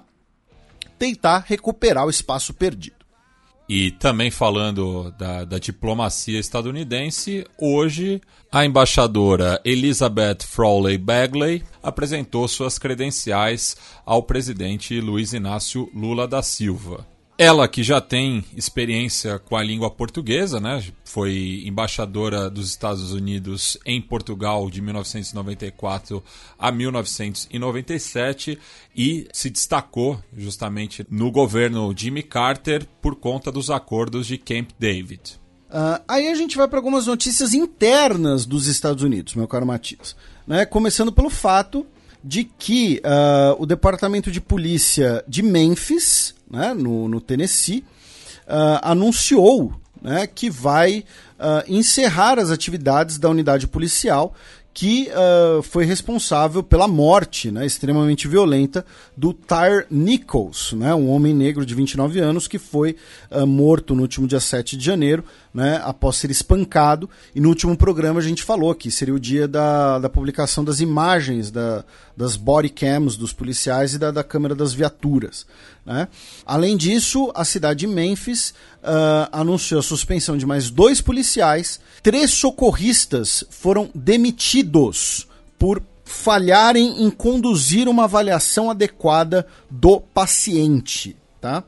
tentar recuperar o espaço perdido. E também falando da, da diplomacia estadunidense, hoje a embaixadora Elizabeth Frawley Bagley apresentou suas credenciais ao presidente Luiz Inácio Lula da Silva. Ela, que já tem experiência com a língua portuguesa, né? Foi embaixadora dos Estados Unidos em Portugal de mil novecentos e noventa e quatro a mil novecentos e noventa e sete e se destacou justamente no governo Jimmy Carter por conta dos acordos de Camp David. Uh, aí a gente vai para algumas notícias internas dos Estados Unidos, meu caro Matias. Né? Começando pelo fato de que uh, o Departamento de Polícia de Memphis, né, no, no Tennessee, uh, anunciou, né, que vai uh, encerrar as atividades da unidade policial que uh, foi responsável pela morte, né, extremamente violenta do Tyre Nichols, né, um homem negro de vinte e nove anos que foi uh, morto no último dia sete de janeiro, né, após ser espancado. E no último programa a gente falou que seria o dia da, da publicação das imagens da, das body cams dos policiais e da, da câmera das viaturas. Né? Além disso, a cidade de Memphis uh, anunciou a suspensão de mais dois policiais. Três socorristas foram demitidos por falharem em conduzir uma avaliação adequada do paciente, tá?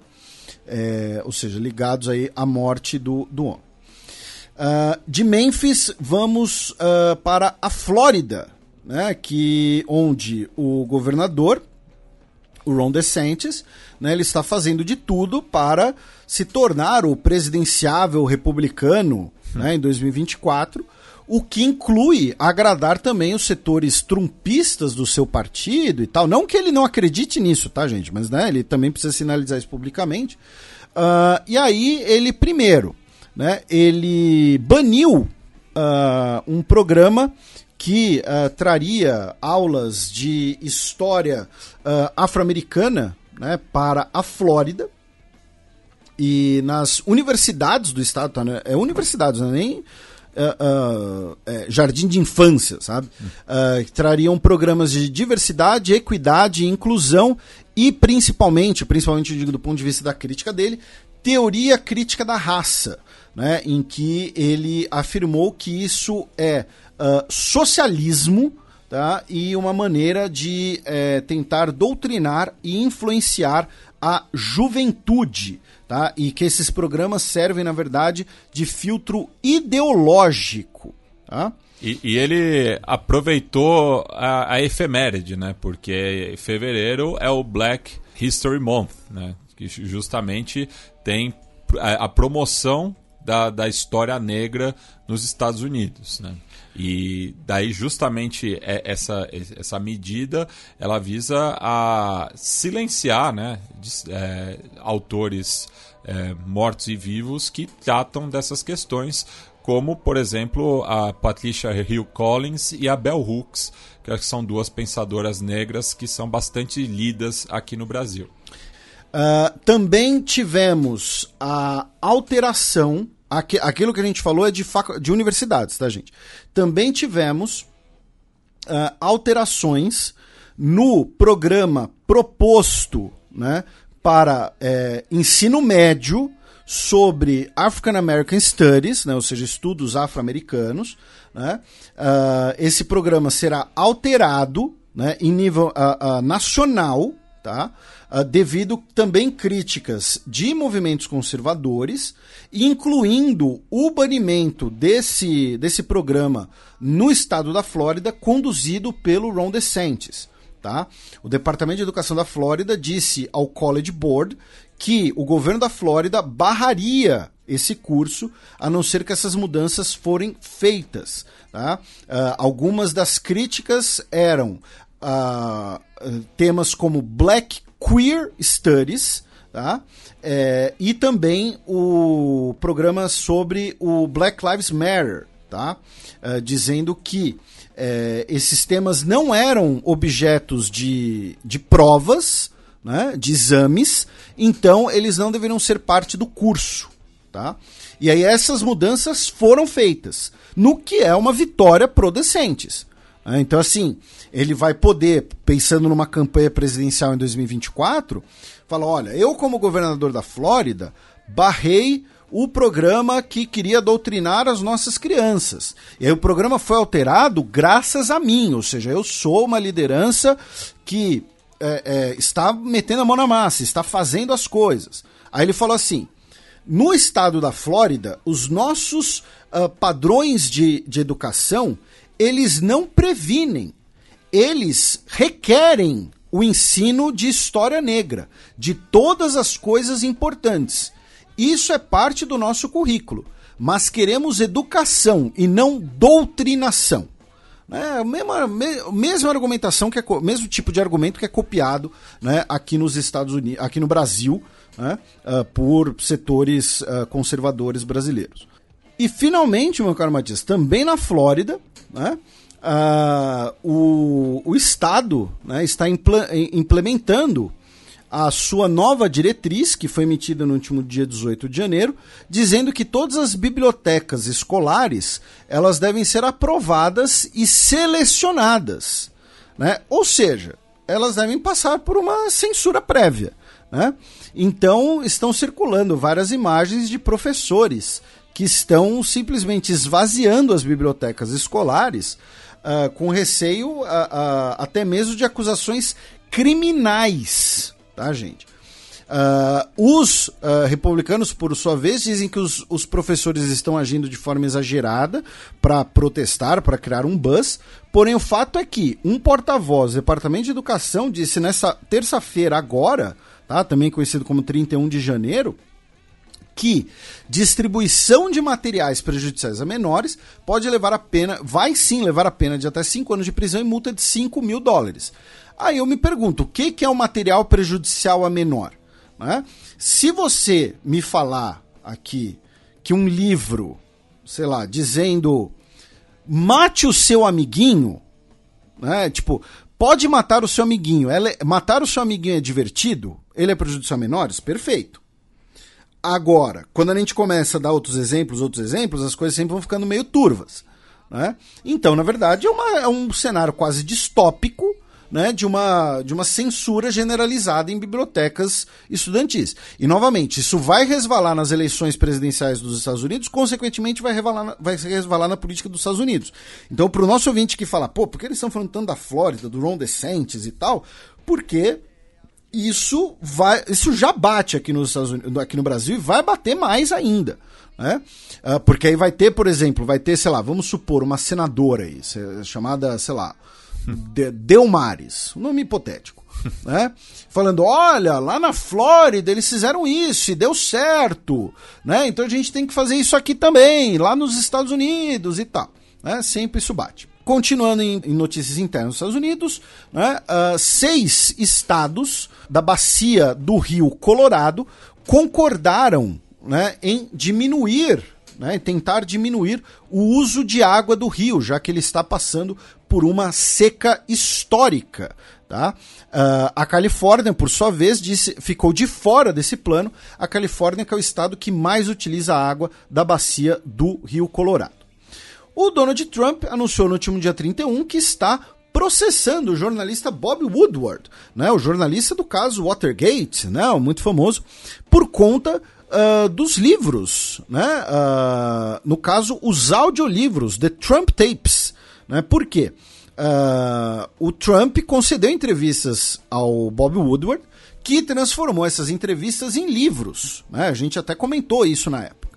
É, ou seja, ligados aí à morte do, do homem. Uh, de Memphis, vamos uh, para a Flórida, né, que, onde o governador, o Ron DeSantis, né, ele está fazendo de tudo para se tornar o presidenciável republicano, hum. né, em dois mil e vinte e quatro, o que inclui agradar também os setores trumpistas do seu partido e tal. Não que ele não acredite nisso, tá, gente? Mas, né, ele também precisa sinalizar isso publicamente. Uh, e aí, ele primeiro, né, ele baniu uh, um programa que uh, traria aulas de história uh, afro-americana, né, para a Flórida. E nas universidades do estado, tá, né, é universidades, não é nem uh, uh, é, jardim de infância, sabe? Uh, que trariam programas de diversidade, equidade, inclusão e principalmente, principalmente eu digo do ponto de vista da crítica dele, teoria crítica da raça, né, em que ele afirmou que isso é uh, socialismo, tá, e uma maneira de é, tentar doutrinar e influenciar a juventude, tá, e que esses programas servem, na verdade, de filtro ideológico. Tá? E, e ele aproveitou a, a efeméride, né, porque fevereiro é o Black History Month, né, que justamente tem a, a promoção da, da história negra nos Estados Unidos, né? E daí justamente essa, essa medida ela visa a silenciar, né, é, autores é, mortos e vivos que tratam dessas questões, como, por exemplo, a Patricia Hill Collins e a Bell Hooks, que são duas pensadoras negras que são bastante lidas aqui no Brasil. Uh, também tivemos a alteração, aqu- aquilo que a gente falou é de, facu- de universidades, tá, gente? Também tivemos uh, alterações no programa proposto, né, para é, ensino médio sobre African American Studies, né, ou seja, estudos afro-americanos, né. Uh, esse programa será alterado, né, em nível uh, uh, nacional, tá, uh, devido também críticas de movimentos conservadores, incluindo o banimento desse, desse programa no estado da Flórida, conduzido pelo Ron DeSantis. Tá? O Departamento de Educação da Flórida disse ao College Board que o governo da Flórida barraria esse curso, a não ser que essas mudanças forem feitas. Tá? Uh, algumas das críticas eram uh, temas como Black Queer Studies, tá? É, e também o programa sobre o Black Lives Matter, tá? Uh, dizendo que É, esses temas não eram objetos de, de provas, né, de exames, então eles não deveriam ser parte do curso. Tá? E aí essas mudanças foram feitas, no que é uma vitória pro DeSantis. Né? Então, assim, ele vai poder, pensando numa campanha presidencial em dois mil e vinte e quatro, falar, olha, eu como governador da Flórida, barrei o programa que queria doutrinar as nossas crianças. E aí o programa foi alterado graças a mim, ou seja, eu sou uma liderança que é, é, está metendo a mão na massa, está fazendo as coisas. Aí ele falou assim, no estado da Flórida, os nossos uh, padrões de, de educação, eles não previnem, eles requerem o ensino de história negra, de todas as coisas importantes. Isso é parte do nosso currículo, mas queremos educação e não doutrinação. É a mesma, mesma argumentação, que é, mesmo tipo de argumento que é copiado, né, aqui nos Estados Unidos, aqui no Brasil, né, uh, por setores uh, conservadores brasileiros. E finalmente, meu caro Matias, também na Flórida, né, uh, o, o Estado, né, está impl- implementando a sua nova diretriz, que foi emitida no último dia dezoito de janeiro, dizendo que todas as bibliotecas escolares elas devem ser aprovadas e selecionadas, né? Ou seja, elas devem passar por uma censura prévia, né? Então, estão circulando várias imagens de professores que estão simplesmente esvaziando as bibliotecas escolares uh, com receio uh, uh, até mesmo de acusações criminais. Tá, gente? Uh, os uh, republicanos, por sua vez, dizem que os, os professores estão agindo de forma exagerada para protestar, para criar um buzz. Porém, o fato é que um porta-voz do Departamento de Educação disse nessa terça-feira agora, tá, também conhecido como trinta e um de janeiro, que distribuição de materiais prejudiciais a menores pode levar a pena, vai sim levar a pena de até cinco anos de prisão e multa de cinco mil dólares. Aí eu me pergunto, o que, que é um material prejudicial a menor? Né? Se você me falar aqui que um livro, sei lá, dizendo mate o seu amiguinho, né? Tipo, pode matar o seu amiguinho, ela é, matar o seu amiguinho é divertido, ele é prejudicial a menores? Perfeito. Agora, quando a gente começa a dar outros exemplos, outros exemplos, as coisas sempre vão ficando meio turvas. Né? Então, na verdade, é, uma, é um cenário quase distópico, né, de, uma, de uma censura generalizada em bibliotecas estudantis. E, novamente, isso vai resvalar nas eleições presidenciais dos Estados Unidos, consequentemente vai resvalar, vai resvalar na política dos Estados Unidos. Então, para o nosso ouvinte que fala, pô, por que eles estão falando tanto da Flórida, do Ron DeSantis e tal? Porque isso, vai, isso já bate aqui, nos Estados Unidos, aqui no Brasil e vai bater mais ainda. Né? Uh, porque aí vai ter, por exemplo, vai ter, sei lá, vamos supor, uma senadora aí, chamada, sei lá, De- Delmares, um nome hipotético, né? Falando, olha, lá na Flórida eles fizeram isso e deu certo, né? Então a gente tem que fazer isso aqui também, lá nos Estados Unidos e tal, né? Sempre isso bate. Continuando em, em notícias internas dos Estados Unidos, né? uh, seis estados da bacia do Rio Colorado concordaram, né, em diminuir, né, tentar diminuir o uso de água do rio, já que ele está passando por uma seca histórica. Tá? Uh, a Califórnia, por sua vez, disse, ficou de fora desse plano. A Califórnia, que é o estado que mais utiliza a água da bacia do Rio Colorado. O Donald Trump anunciou no último dia trinta e um que está processando o jornalista Bob Woodward, né, o jornalista do caso Watergate, né, muito famoso, por conta uh, dos livros, né, uh, no caso, os audiolivros, The Trump Tapes. Né, por quê? Uh, o Trump concedeu entrevistas ao Bob Woodward, que transformou essas entrevistas em livros. Né? A gente até comentou isso na época.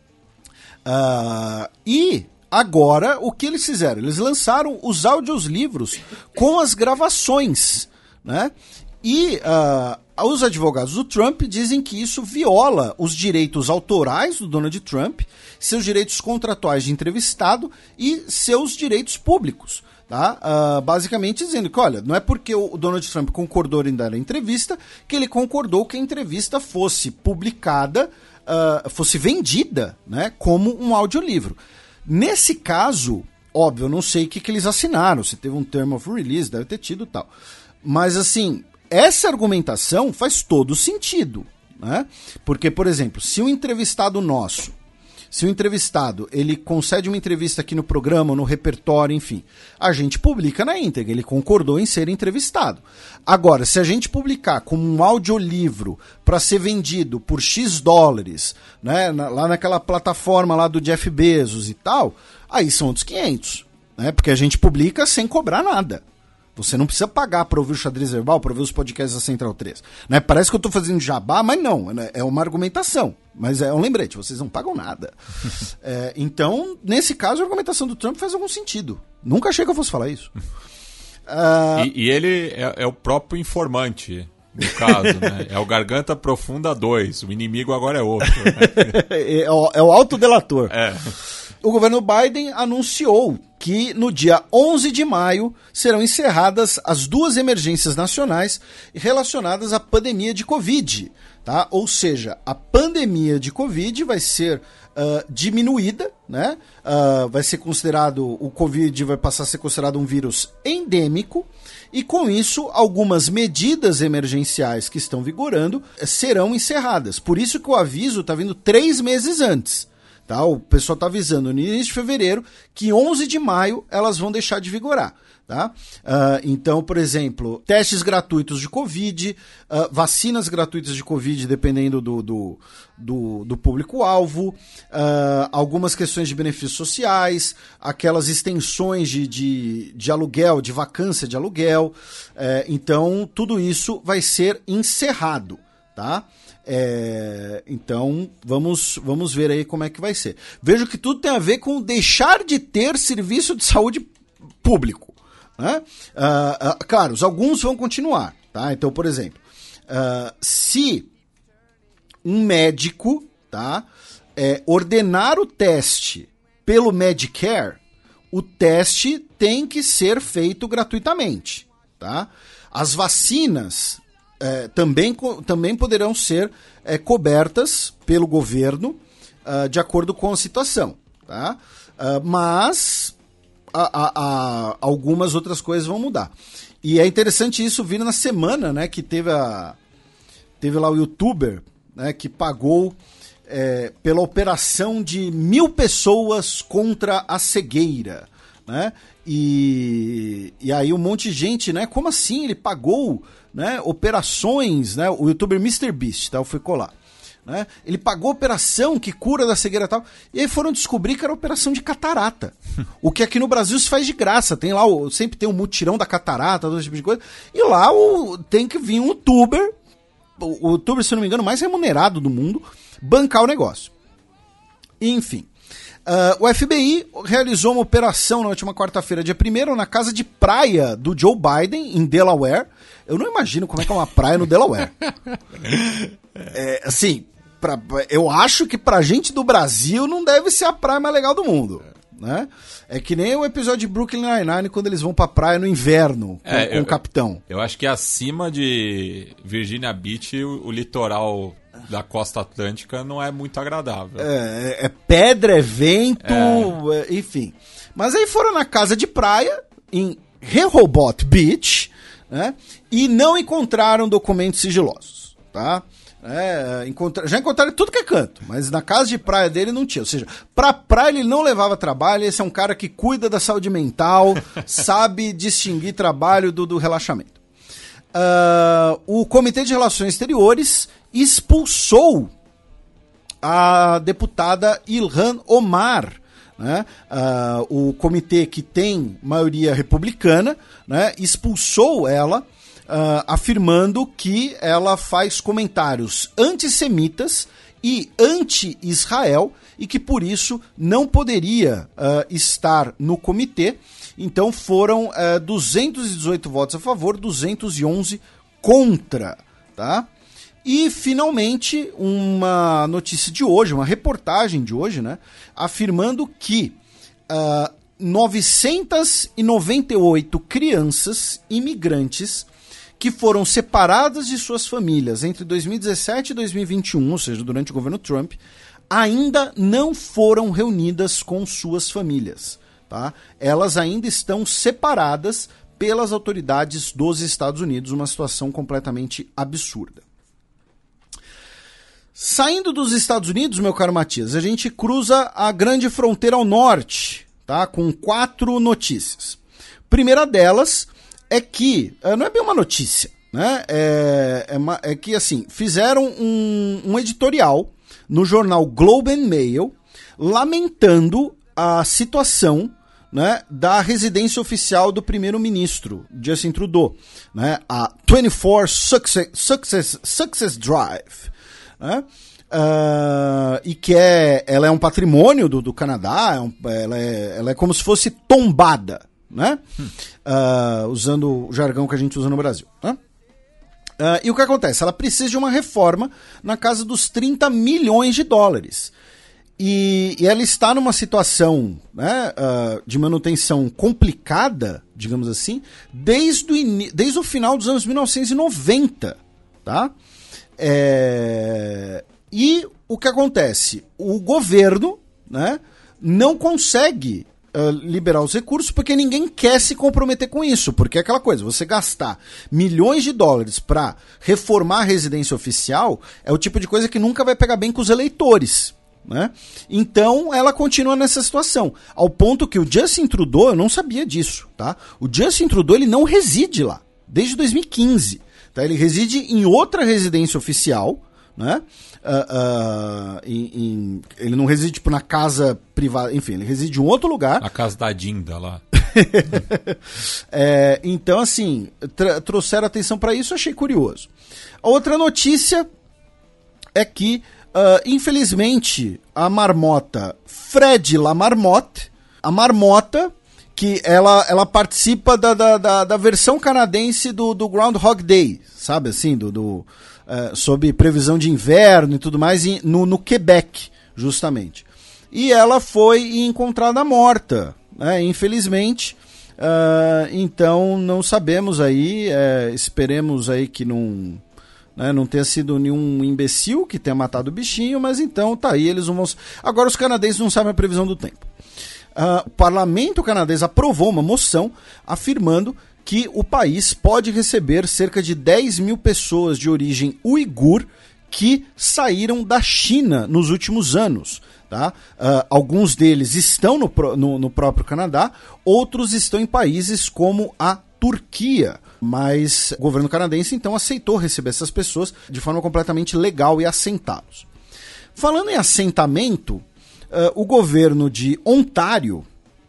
Uh, e agora, o que eles fizeram? Eles lançaram os audiolivros com as gravações. Né? E uh, os advogados do Trump dizem que isso viola os direitos autorais do Donald Trump, seus direitos contratuais de entrevistado e seus direitos públicos. Tá? Uh, basicamente dizendo que, olha, não é porque o Donald Trump concordou em dar a entrevista que ele concordou que a entrevista fosse publicada, uh, fosse vendida, né, como um audiolivro. Nesse caso, óbvio, eu não sei o que, que eles assinaram, se teve um term of release, deve ter tido e tal. Mas, assim, essa argumentação faz todo sentido, né? Porque, por exemplo, se um entrevistado nosso Se o entrevistado, ele concede uma entrevista aqui no programa, no repertório, enfim, a gente publica na íntegra, ele concordou em ser entrevistado. Agora, se a gente publicar como um audiolivro para ser vendido por X dólares, né, na, lá naquela plataforma lá do Jeff Bezos e tal, aí são outros quinhentos, né, porque a gente publica sem cobrar nada. Você não precisa pagar para ouvir o Xadrez Verbal, para ouvir os podcasts da Central três. Né? Parece que eu estou fazendo jabá, mas não. Né? É uma argumentação. Mas é um lembrete, vocês não pagam nada. é, então, nesse caso, a argumentação do Trump faz algum sentido. Nunca achei que eu fosse falar isso. uh... e, e ele é, é o próprio informante, no caso. Né? É o Garganta Profunda dois. O inimigo agora é outro. Né? é, o, é o autodelator. É. O governo Biden anunciou que no dia onze de maio serão encerradas as duas emergências nacionais relacionadas à pandemia de Covid. Tá? Ou seja, a pandemia de Covid vai ser uh, diminuída, né? Uh, vai ser considerado, o Covid vai passar a ser considerado um vírus endêmico, e com isso algumas medidas emergenciais que estão vigorando serão encerradas. Por isso que o aviso está vindo três meses antes. Tá? O pessoal está avisando no início de fevereiro que onze de maio elas vão deixar de vigorar. Tá? Uh, então, por exemplo, testes gratuitos de Covid, uh, vacinas gratuitas de Covid, dependendo do, do, do, do público-alvo, uh, algumas questões de benefícios sociais, aquelas extensões de, de, de aluguel, de vacância de aluguel. Uh, então, tudo isso vai ser encerrado. Tá? É, então, vamos, vamos ver aí como é que vai ser. Vejo que tudo tem a ver com deixar de ter serviço de saúde público. Né? Uh, uh, claro, alguns vão continuar. Tá? Então, por exemplo, uh, se um médico, tá, é, ordenar o teste pelo Medicare, o teste tem que ser feito gratuitamente. Tá? As vacinas É, também, também poderão ser é, cobertas pelo governo uh, de acordo com a situação. Tá? Uh, mas a, a, a, algumas outras coisas vão mudar. E é interessante isso vir na semana, né, que teve, a, teve lá o youtuber, né, que pagou é, pela operação de mil pessoas contra a cegueira. Né? E, e aí um monte de gente, né? Como assim? Ele pagou, né, operações, né? O youtuber MrBeast, tá? Eu fui colar. Né? Ele pagou operação que cura da cegueira e tal. E aí foram descobrir que era operação de catarata. O que aqui no Brasil se faz de graça. Tem lá, o, sempre tem um mutirão da catarata, todo tipo de coisa. E lá o, tem que vir um youtuber, o, o youtuber, se eu não me engano, mais remunerado do mundo, bancar o negócio. Enfim. Uh, o F B I realizou uma operação na última quarta-feira, dia primeiro, na casa de praia do Joe Biden, em Delaware. Eu não imagino como é que é uma praia no Delaware. É, assim, pra, eu acho que pra gente do Brasil não deve ser a praia mais legal do mundo. Né? É que nem o episódio de Brooklyn Nine-Nine, quando eles vão pra praia no inverno com, é, com eu, o capitão. Eu acho que acima de Virginia Beach, o, o litoral da costa atlântica não é muito agradável. É, é pedra, é vento, é. enfim. Mas aí foram na casa de praia, em Rehoboth Beach, né, e não encontraram documentos sigilosos. Tá? É, encontra... Já encontraram tudo que é canto, mas na casa de praia dele não tinha. Ou seja, pra praia ele não levava trabalho. Esse é um cara que cuida da saúde mental, sabe distinguir trabalho do, do relaxamento. Uh, o Comitê de Relações Exteriores expulsou a deputada Ilhan Omar, né? Uh, o comitê, que tem maioria republicana, né, expulsou ela, uh, afirmando que ela faz comentários antissemitas e anti-Israel e que por isso não poderia uh, estar no comitê. Então foram uh, duzentos e dezoito votos a favor, duzentos e onze contra, tá? E, finalmente, uma notícia de hoje, uma reportagem de hoje, né, afirmando que uh, novecentas e noventa e oito crianças imigrantes que foram separadas de suas famílias entre dois mil e dezessete e dois mil e vinte e um, ou seja, durante o governo Trump, ainda não foram reunidas com suas famílias. Tá? Elas ainda estão separadas pelas autoridades dos Estados Unidos, uma situação completamente absurda. Saindo dos Estados Unidos, meu caro Matias, a gente cruza a grande fronteira ao norte, tá? Com quatro notícias. Primeira delas é que, não é bem uma notícia, né? É, é, uma, é que, assim, fizeram um, um editorial no jornal Globe and Mail lamentando a situação, né, da residência oficial do primeiro-ministro, Justin Trudeau, né? A vinte e quatro Success, Success, Success Drive. Né? Uh, e que é, ela é um patrimônio do, do Canadá, é um, ela, é, ela é como se fosse tombada, né? Hum. Uh, usando o jargão que a gente usa no Brasil. Né? Uh, e o que acontece? Ela precisa de uma reforma na casa dos trinta milhões de dólares. E, e ela está numa situação, né, uh, de manutenção complicada, digamos assim, desde o, in... desde o final dos anos mil novecentos e noventa, tá? É... E o que acontece? O governo, né, não consegue uh, liberar os recursos porque ninguém quer se comprometer com isso. Porque é aquela coisa, você gastar milhões de dólares para reformar a residência oficial é o tipo de coisa que nunca vai pegar bem com os eleitores. Né? Então ela continua nessa situação, ao ponto que o Justin Trudeau, eu não sabia disso, tá? O Justin Trudeau, ele não reside lá desde dois mil e quinze. Tá? Ele reside em outra residência oficial, né? Uh, uh, em, em, ele não reside tipo, na casa privada, enfim, ele reside em outro lugar. A casa da Dinda lá. É, então, assim, trouxeram atenção para isso, eu achei curioso. A outra notícia é que, uh, infelizmente, a marmota Fred La Marmotte, a marmota que ela, ela participa da, da, da, da versão canadense do, do Groundhog Day, sabe assim, do, do, uh, sob previsão de inverno e tudo mais, no, no Quebec, justamente. E ela foi encontrada morta, né, infelizmente. Uh, então não sabemos aí, uh, esperemos aí que não, né, não tenha sido nenhum imbecil que tenha matado o bichinho, mas então tá aí, eles não vão... Agora os canadenses não sabem a previsão do tempo. Uh, o parlamento canadense aprovou uma moção afirmando que o país pode receber cerca de dez mil pessoas de origem uigur que saíram da China nos últimos anos. Tá? Uh, alguns deles estão no, no, no próprio Canadá, outros estão em países como a Turquia. Mas o governo canadense então aceitou receber essas pessoas de forma completamente legal e assentá-los. Falando em assentamento, Uh, o governo de Ontário,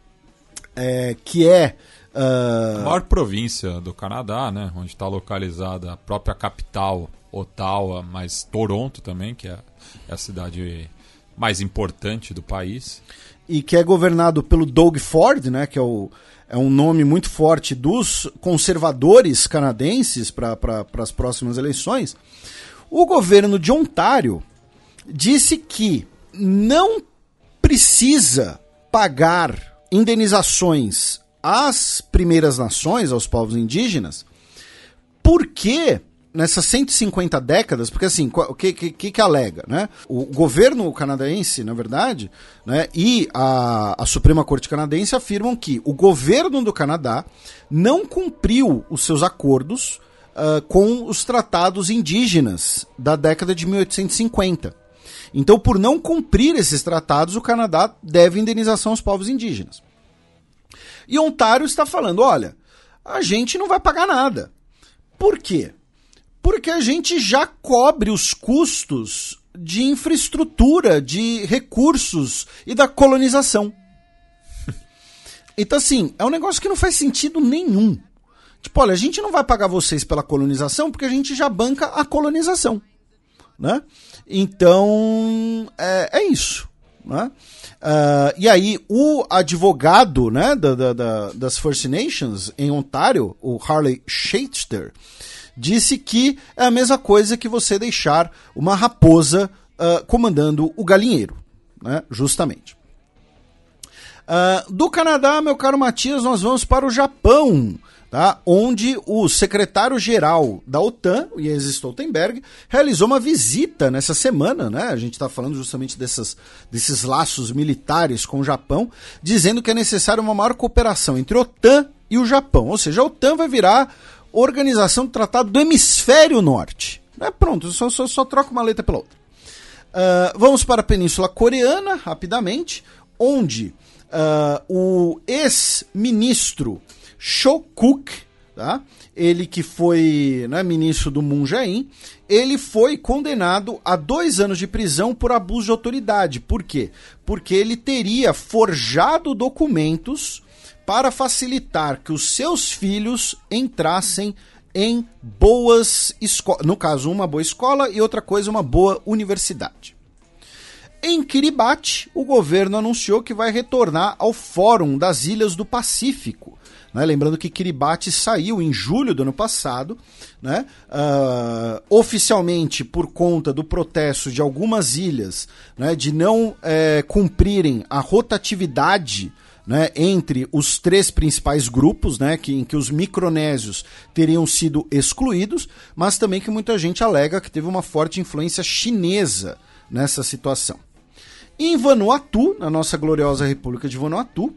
é, que é... Uh... a maior província do Canadá, né, onde está localizada a própria capital, Ottawa, mas Toronto também, que é a cidade mais importante do país. E que é governado pelo Doug Ford, né, que é, o, é um nome muito forte dos conservadores canadenses para pra, as próximas eleições. O governo de Ontário disse que não precisa pagar indenizações às primeiras nações, aos povos indígenas, porque nessas cento e cinquenta décadas, porque assim, o que, que, que alega, né? O governo canadense, na verdade, né, e a, a Suprema Corte canadense afirmam que o governo do Canadá não cumpriu os seus acordos uh, com os tratados indígenas da década de mil oitocentos e cinquenta. Então, por não cumprir esses tratados, o Canadá deve indenização aos povos indígenas. E Ontário está falando, olha, a gente não vai pagar nada. Por quê? Porque a gente já cobre os custos de infraestrutura, de recursos e da colonização. Então, assim, é um negócio que não faz sentido nenhum. Tipo, olha, a gente não vai pagar vocês pela colonização porque a gente já banca a colonização, né? Então, é, é isso, né? Uh, e aí, o advogado, né, da, da, da, das First Nations em Ontário, o Harley Schachter, disse que é a mesma coisa que você deixar uma raposa uh, comandando o galinheiro, né, justamente. Uh, do Canadá, meu caro Matias, nós vamos para o Japão, tá? Onde o secretário-geral da OTAN, o Jens Stoltenberg, realizou uma visita nessa semana, né? A gente está falando justamente dessas, desses laços militares com o Japão, dizendo que é necessária uma maior cooperação entre a OTAN e o Japão. Ou seja, a OTAN vai virar Organização do Tratado do Hemisfério Norte. Né? Pronto, só, só, só troca uma letra pela outra. Uh, vamos para a Península Coreana, rapidamente, onde uh, o ex-ministro Cho Kuk, tá? Ele que foi, né, ministro do Moon Jae-in, ele foi condenado a dois anos de prisão por abuso de autoridade. Por quê? Porque ele teria forjado documentos para facilitar que os seus filhos entrassem em boas escolas. No caso, uma boa escola e outra coisa, uma boa universidade. Em Kiribati, o governo anunciou que vai retornar ao Fórum das Ilhas do Pacífico. Né? Lembrando que Kiribati saiu em julho do ano passado, né? uh, oficialmente por conta do protesto de algumas ilhas, né, de não é, cumprirem a rotatividade, né, entre os três principais grupos, né, que, em que os micronésios teriam sido excluídos, mas também que muita gente alega que teve uma forte influência chinesa nessa situação. Em Vanuatu, na nossa gloriosa República de Vanuatu,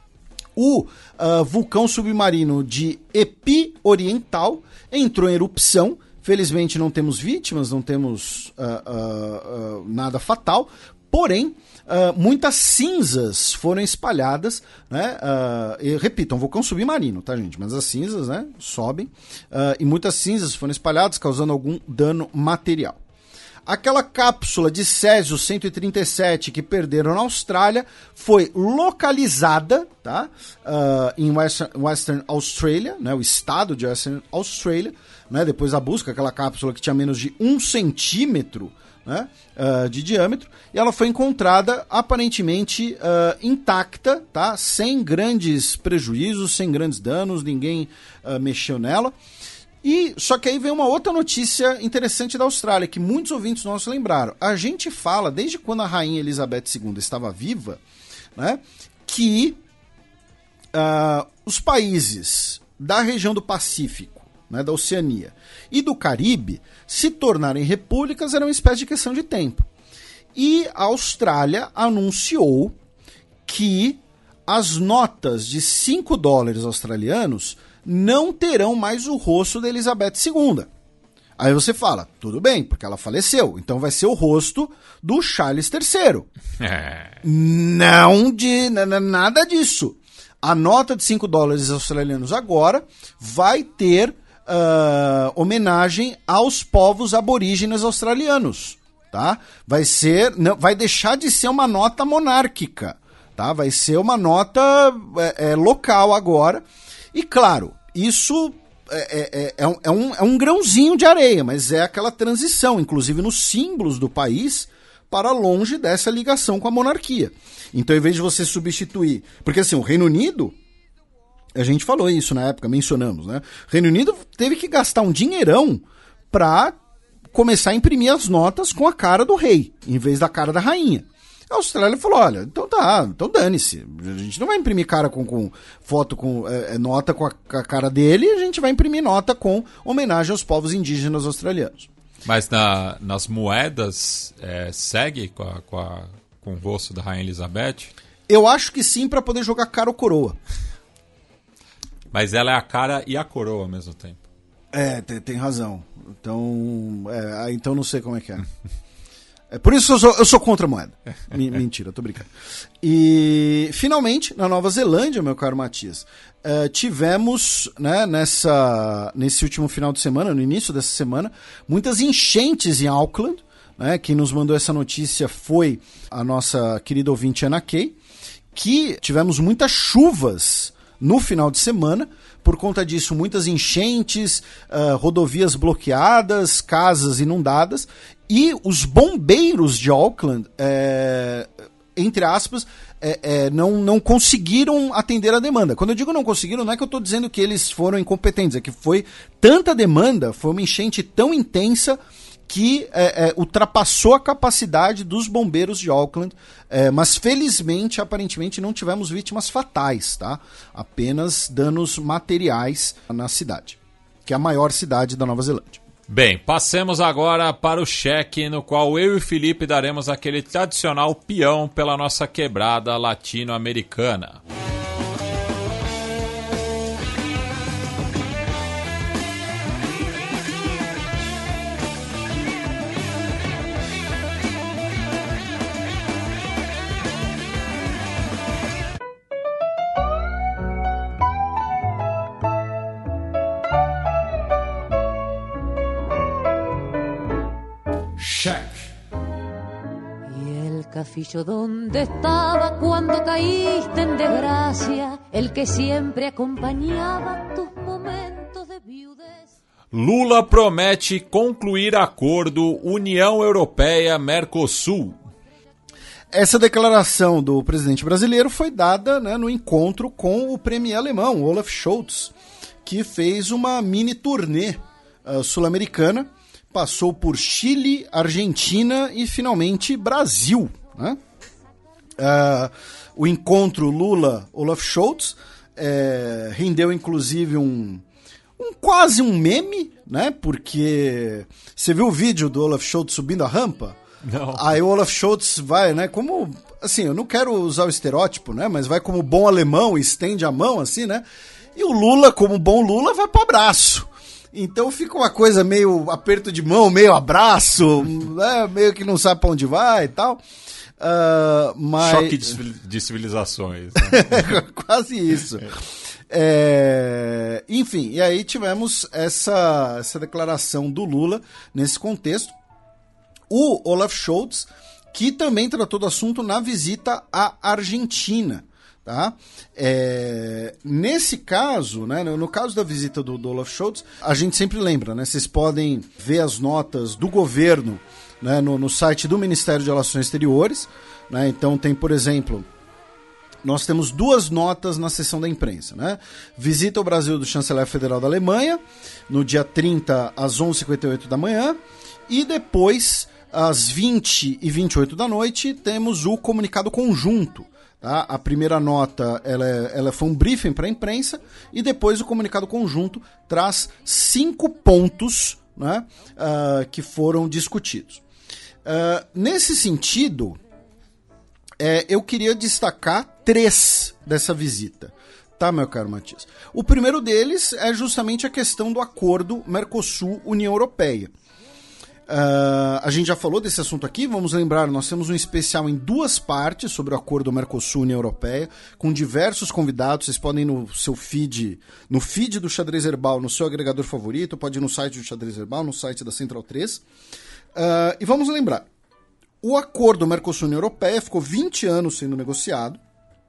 o uh, vulcão submarino de Epi Oriental entrou em erupção. Felizmente não temos vítimas, não temos uh, uh, uh, nada fatal, porém, Uh, muitas cinzas foram espalhadas, né? Uh, e, repito, é um vulcão submarino, tá, gente? Mas as cinzas, né, sobem, uh, e muitas cinzas foram espalhadas, causando algum dano material. Aquela cápsula de Césio cento e trinta e sete que perderam na Austrália foi localizada, tá? Uh, em Western, Western Australia, né? O estado de Western Australia, né? Depois da busca, aquela cápsula que tinha menos de um centímetro, né, uh, de diâmetro, e ela foi encontrada aparentemente uh, intacta, tá, sem grandes prejuízos, sem grandes danos, ninguém uh, mexeu nela. E só que aí vem uma outra notícia interessante da Austrália, que muitos ouvintes nossos lembraram. A gente fala, desde quando a rainha Elizabeth segunda estava viva, né, que uh, os países da região do Pacífico, né, da Oceania e do Caribe se tornarem repúblicas era uma espécie de questão de tempo. E a Austrália anunciou que as notas de cinco dólares australianos não terão mais o rosto da Elizabeth segunda. Aí você fala, tudo bem, porque ela faleceu, então vai ser o rosto do Charles terceiro. Não de nada disso. A nota de cinco dólares australianos agora vai ter Uh, homenagem aos povos aborígenes australianos, tá? Vai ser, não, vai deixar de ser uma nota monárquica, tá? Vai ser uma nota é, é, local agora. E claro, isso é, é, é, um, é, um, é um grãozinho de areia, mas é aquela transição, inclusive nos símbolos do país, para longe dessa ligação com a monarquia. Então, em vez de você substituir, porque assim, o Reino Unido, a gente falou isso na época, mencionamos, né? O Reino Unido teve que gastar um dinheirão para começar a imprimir as notas com a cara do rei, em vez da cara da rainha. A Austrália falou, olha, então tá, então dane-se. A gente não vai imprimir cara com, com foto, com é, nota com a, com a cara dele, a gente vai imprimir nota com homenagem aos povos indígenas australianos. Mas na, nas moedas é, segue com, a, com, a, com o rosto da rainha Elizabeth? Eu acho que sim, para poder jogar cara ou coroa. Mas ela é a cara e a coroa ao mesmo tempo. É, tem, tem razão. Então, é, então não sei como é que é. É por isso que eu sou, eu sou contra a moeda. Mentira, tô brincando. E, finalmente, na Nova Zelândia, meu caro Matias, uh, tivemos, né, nessa, nesse último final de semana, no início dessa semana, muitas enchentes em Auckland. Né? Quem nos mandou essa notícia foi a nossa querida ouvinte Ana Kay, que tivemos muitas chuvas no final de semana. Por conta disso, muitas enchentes, uh, rodovias bloqueadas, casas inundadas, e os bombeiros de Auckland, é, entre aspas, é, é, não, não conseguiram atender a demanda. Quando eu digo não conseguiram, não é que eu estou dizendo que eles foram incompetentes, é que foi tanta demanda, foi uma enchente tão intensa que é, é, ultrapassou a capacidade dos bombeiros de Auckland, é, mas felizmente, aparentemente, não tivemos vítimas fatais, tá? Apenas danos materiais na cidade, que é a maior cidade da Nova Zelândia. Bem, passemos agora para o cheque, no qual eu e o Felipe daremos aquele tradicional peão pela nossa quebrada latino-americana. Cafillo donde estaba cuando caíste en desgracia, el que siempre acompañaba tus momentos de viudez. Lula promete concluir acordo União Europeia-Mercosul. Essa declaração do presidente brasileiro foi dada, né, no encontro com o premier alemão, Olaf Scholz, que fez uma mini turnê uh, sul-americana, passou por Chile, Argentina e finalmente Brasil. Né? Uh, o encontro Lula-Olaf Scholz é, rendeu inclusive um, um quase um meme, né? Porque você viu o vídeo do Olaf Scholz subindo a rampa? Não. Aí o Olaf Scholz vai, né? Como, assim, eu não quero usar o estereótipo, né? Mas vai como bom alemão, estende a mão, assim, né? E o Lula, como bom Lula, vai pro abraço. Então fica uma coisa meio aperto de mão, meio abraço, né? Meio que não sabe pra onde vai e tal. Uh, mas... Choque de civilizações. Né? Quase isso. É... Enfim, e aí tivemos essa, essa declaração do Lula nesse contexto. O Olaf Scholz, que também tratou do assunto na visita à Argentina. Tá? É, nesse caso, né, no caso da visita do, do Olaf Scholz, a gente sempre lembra, né, vocês podem ver as notas do governo, né, no, no site do Ministério de Relações Exteriores, né, então tem, por exemplo, nós temos duas notas na seção da imprensa, né, visita ao Brasil do chanceler federal da Alemanha, no dia trinta às onze e cinquenta e oito da manhã, e depois, às vinte e vinte e oito da noite, temos o comunicado conjunto. Tá? A primeira nota ela, ela foi um briefing para a imprensa e depois o comunicado conjunto traz cinco pontos, né, uh, que foram discutidos. Uh, nesse sentido, é, eu queria destacar três dessa visita, tá, meu caro Matias? O primeiro deles é justamente a questão do acordo Mercosul-União Europeia. Uh, a gente já falou desse assunto aqui, vamos lembrar, nós temos um especial em duas partes sobre o acordo Mercosul-União Europeia, com diversos convidados, vocês podem ir no seu feed, no feed do Xadrez Herbal, no seu agregador favorito, pode ir no site do Xadrez Herbal, no site da Central três. Uh, e vamos lembrar, o acordo Mercosul-União Europeia ficou vinte anos sendo negociado,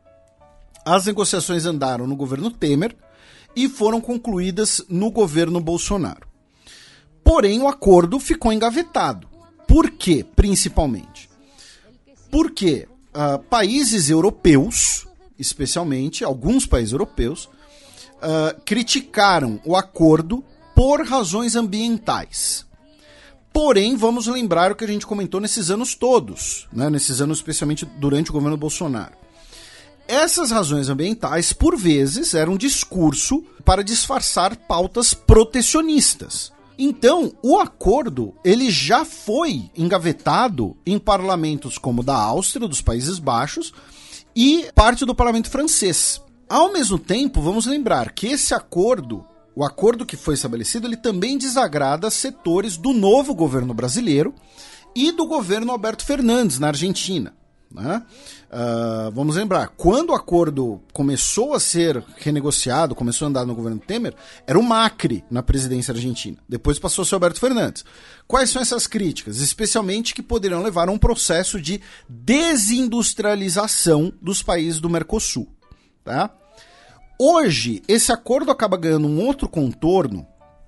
as negociações andaram no governo Temer e foram concluídas no governo Bolsonaro. Porém, o acordo ficou engavetado. Por quê, principalmente? Porque uh, países europeus, especialmente alguns países europeus, uh, criticaram o acordo por razões ambientais. Porém, vamos lembrar o que a gente comentou nesses anos todos, né? Nesses anos especialmente durante o governo Bolsonaro. Essas razões ambientais, por vezes, eram um discurso para disfarçar pautas protecionistas. Então, o acordo ele já foi engavetado em parlamentos como o da Áustria, dos Países Baixos, e parte do parlamento francês. Ao mesmo tempo, vamos lembrar que esse acordo, o acordo que foi estabelecido, ele também desagrada setores do novo governo brasileiro e do governo Alberto Fernandes, na Argentina. Né? Uh, vamos lembrar, quando o acordo começou a ser renegociado, começou a andar no governo Temer, era o Macri na presidência argentina. Depois passou a ser Alberto Fernandes. Quais são essas críticas? Especialmente que poderiam levar a um processo de desindustrialização dos países do Mercosul. Tá? Hoje, esse acordo acaba ganhando um outro contorno,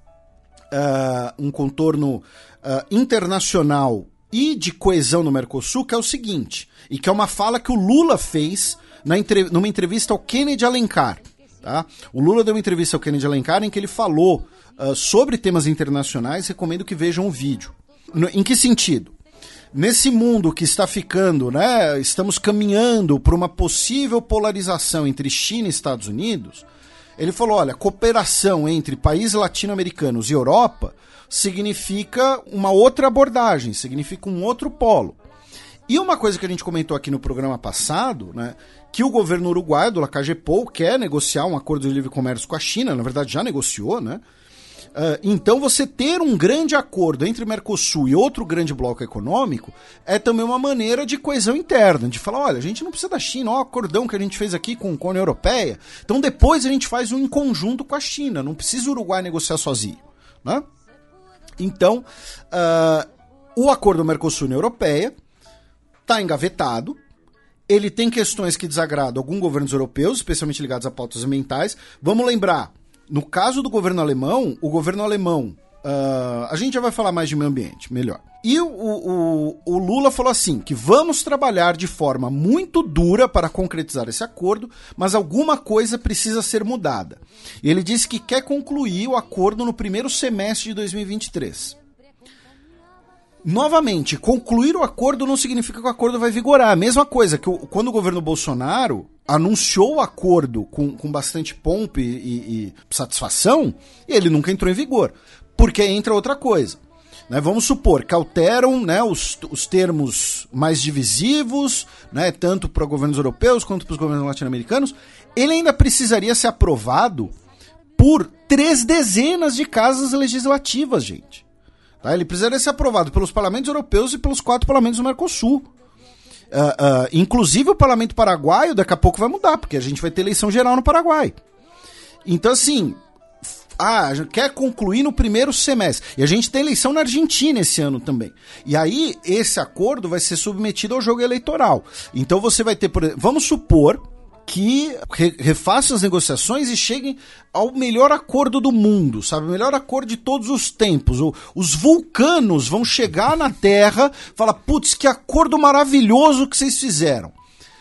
uh, um contorno uh, internacional e de coesão no Mercosul, que é o seguinte, e que é uma fala que o Lula fez na entre... numa entrevista ao Kennedy Alencar. Tá? O Lula deu uma entrevista ao Kennedy Alencar em que ele falou uh, sobre temas internacionais, recomendo que vejam o vídeo. No... Em que sentido? Nesse mundo que está ficando, né, estamos caminhando para uma possível polarização entre China e Estados Unidos, ele falou, olha, cooperação entre países latino-americanos e Europa significa uma outra abordagem, significa um outro polo. E uma coisa que a gente comentou aqui no programa passado, né, que o governo uruguaio, do Lacagepou, quer negociar um acordo de livre comércio com a China, na verdade já negociou, né? Uh, então você ter um grande acordo entre Mercosul e outro grande bloco econômico é também uma maneira de coesão interna, de falar, olha, a gente não precisa da China, olha o acordão que a gente fez aqui com, com a União Europeia, então depois a gente faz um em conjunto com a China, não precisa o Uruguai negociar sozinho, né? Então, uh, o acordo Mercosul-União Europeia está engavetado, ele tem questões que desagradam alguns governos europeus, especialmente ligados a pautas ambientais. Vamos lembrar, no caso do governo alemão, o governo alemão, uh, a gente já vai falar mais de meio ambiente, melhor. E o, o, o Lula falou assim, que vamos trabalhar de forma muito dura para concretizar esse acordo, mas alguma coisa precisa ser mudada. E ele disse que quer concluir o acordo no primeiro semestre de dois mil e vinte e três. Novamente, concluir o acordo não significa que o acordo vai vigorar. A mesma coisa que o, quando o governo Bolsonaro anunciou o acordo com, com bastante pompa e, e, e satisfação, ele nunca entrou em vigor. Porque entra outra coisa. Né, vamos supor que alteram, né, os, os termos mais divisivos, né, tanto para governos europeus quanto para os governos latino-americanos. Ele ainda precisaria ser aprovado por três dezenas de casas legislativas, gente. Tá? Ele precisaria ser aprovado pelos parlamentos europeus e pelos quatro parlamentos do Mercosul. Uh, uh, inclusive o parlamento paraguaio daqui a pouco vai mudar, porque a gente vai ter eleição geral no Paraguai. Então, assim... Ah, a gente quer concluir no primeiro semestre. E a gente tem eleição na Argentina esse ano também. E aí, esse acordo vai ser submetido ao jogo eleitoral. Então você vai ter, por exemplo, vamos supor que re refaçam as negociações e cheguem ao melhor acordo do mundo, sabe? O melhor acordo de todos os tempos. O, os vulcanos vão chegar na Terra e falar, putz, que acordo maravilhoso que vocês fizeram.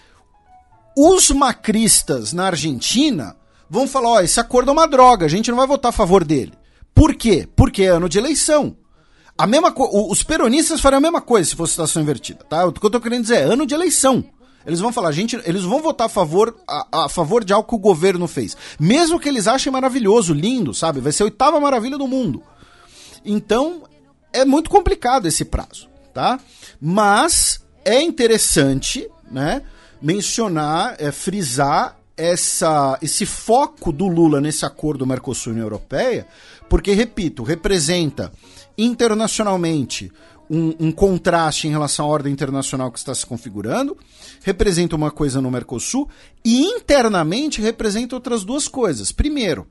Os macristas na Argentina... vão falar, ó, esse acordo é uma droga, a gente não vai votar a favor dele. Por quê? Porque é ano de eleição. A mesma co- os peronistas fariam a mesma coisa se fosse situação invertida, tá? O que eu tô querendo dizer é ano de eleição. Eles vão falar, gente, eles vão votar a favor, a, a favor de algo que o governo fez. Mesmo que eles achem maravilhoso, lindo, sabe? Vai ser a oitava maravilha do mundo. Então, é muito complicado esse prazo, tá? Mas é interessante, né, mencionar, é, frisar Essa, esse foco do Lula nesse acordo Mercosul-União Europeia, porque, repito, representa internacionalmente um, um contraste em relação à ordem internacional que está se configurando, representa uma coisa no Mercosul e internamente representa outras duas coisas. Primeiro,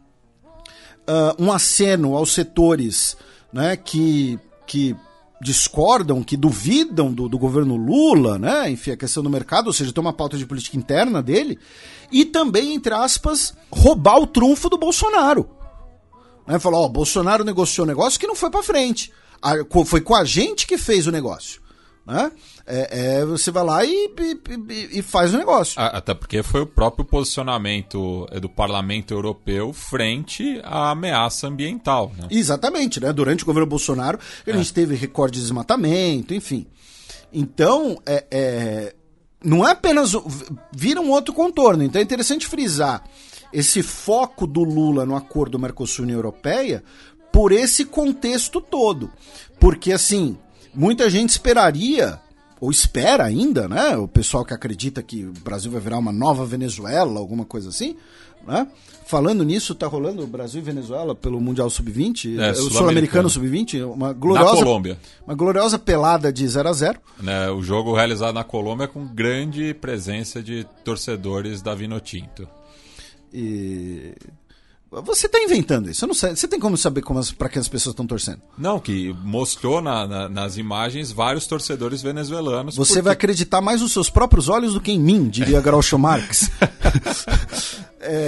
uh, um aceno aos setores, né, que... que discordam, que duvidam do, do governo Lula, né? Enfim, a questão do mercado, ou seja, tem uma pauta de política interna dele, e também, entre aspas, roubar o trunfo do Bolsonaro. Né? Falar, ó, Bolsonaro negociou um negócio que não foi pra frente. A, foi com a gente que fez o negócio. Né? É, é, você vai lá e, e, e faz o negócio. Até porque foi o próprio posicionamento do Parlamento Europeu frente à ameaça ambiental. Né? Exatamente, né? Durante o governo Bolsonaro, a gente é. teve recorde de desmatamento, enfim. Então, é, é, não é apenas... Vira um outro contorno. Então é interessante frisar esse foco do Lula no acordo Mercosul-União Europeia por esse contexto todo. Porque, assim... muita gente esperaria, ou espera ainda, né? O pessoal que acredita que o Brasil vai virar uma nova Venezuela, alguma coisa assim, né? Falando nisso, tá rolando Brasil e Venezuela pelo Mundial sub vinte, é, o Sul-Americano sub vinte, uma gloriosa, na Colômbia. Uma gloriosa pelada de zero a zero. Né, o jogo realizado na Colômbia com grande presença de torcedores da Vinotinto. E... Você está inventando isso, eu não sei. Você tem como saber para que as pessoas estão torcendo? Não, que mostrou na, na, nas imagens vários torcedores venezuelanos. Você porque... vai acreditar mais nos seus próprios olhos do que em mim, diria Groucho Marx. é,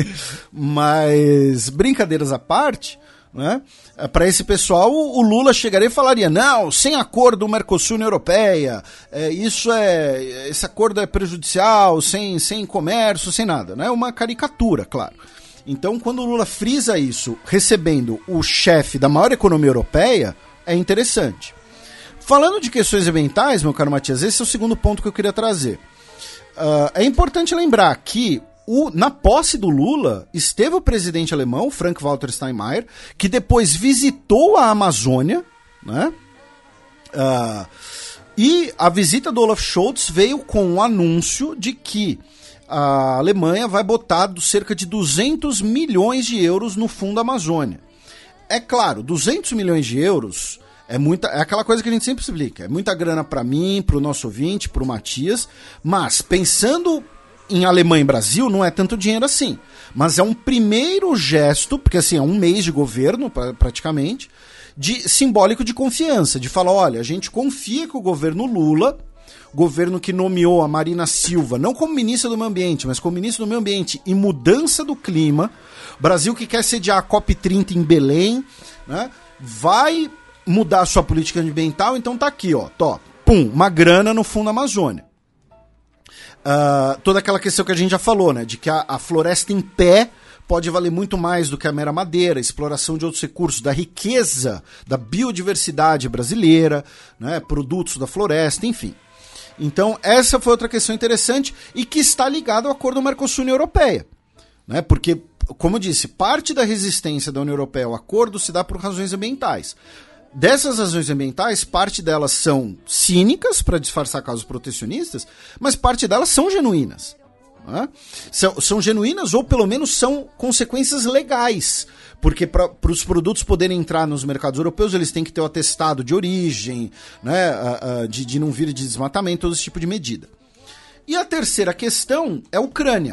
mas, brincadeiras à parte, né? Para esse pessoal, o Lula chegaria e falaria: não, sem acordo Mercosul-União Europeia, é, isso é, esse acordo é prejudicial, sem, sem comércio, sem nada. Né? Uma caricatura, claro. Então, quando o Lula frisa isso, recebendo o chefe da maior economia europeia, é interessante. Falando de questões ambientais, meu caro Matias, esse é o segundo ponto que eu queria trazer. Uh, é importante lembrar que, o, na posse do Lula, esteve o presidente alemão, Frank-Walter Steinmeier, que depois visitou a Amazônia, né? Uh, e a visita do Olaf Scholz veio com o anúncio de que a Alemanha vai botar cerca de duzentos milhões de euros no Fundo Amazônia. É claro, duzentos milhões de euros é, muita, é aquela coisa que a gente sempre explica. É muita grana para mim, para o nosso ouvinte, para o Matias, mas pensando em Alemanha e Brasil, não é tanto dinheiro assim. Mas é um primeiro gesto, porque assim, é um mês de governo praticamente, de, simbólico de confiança, de falar, olha, a gente confia que o governo Lula... governo que nomeou a Marina Silva, não como ministra do meio ambiente, mas como ministra do meio ambiente e mudança do clima, Brasil que quer sediar a COP trinta em Belém, né, vai mudar a sua política ambiental, então tá aqui, ó, tó, pum, uma grana no Fundo Amazônia. Uh, toda aquela questão que a gente já falou, né, de que a, a floresta em pé pode valer muito mais do que a mera madeira, exploração de outros recursos, da riqueza, da biodiversidade brasileira, né, produtos da floresta, enfim. Então, essa foi outra questão interessante e que está ligada ao acordo Mercosul-União Europeia. Né? Porque, como eu disse, parte da resistência da União Europeia ao acordo se dá por razões ambientais. Dessas razões ambientais, parte delas são cínicas para disfarçar casos protecionistas, mas parte delas são genuínas. Né? São, são genuínas ou pelo menos são consequências legais. Porque para os produtos poderem entrar nos mercados europeus, eles têm que ter o atestado de origem, né, uh, uh, de, de não vir de desmatamento, todo esse tipo de medida. E a terceira questão é a Ucrânia.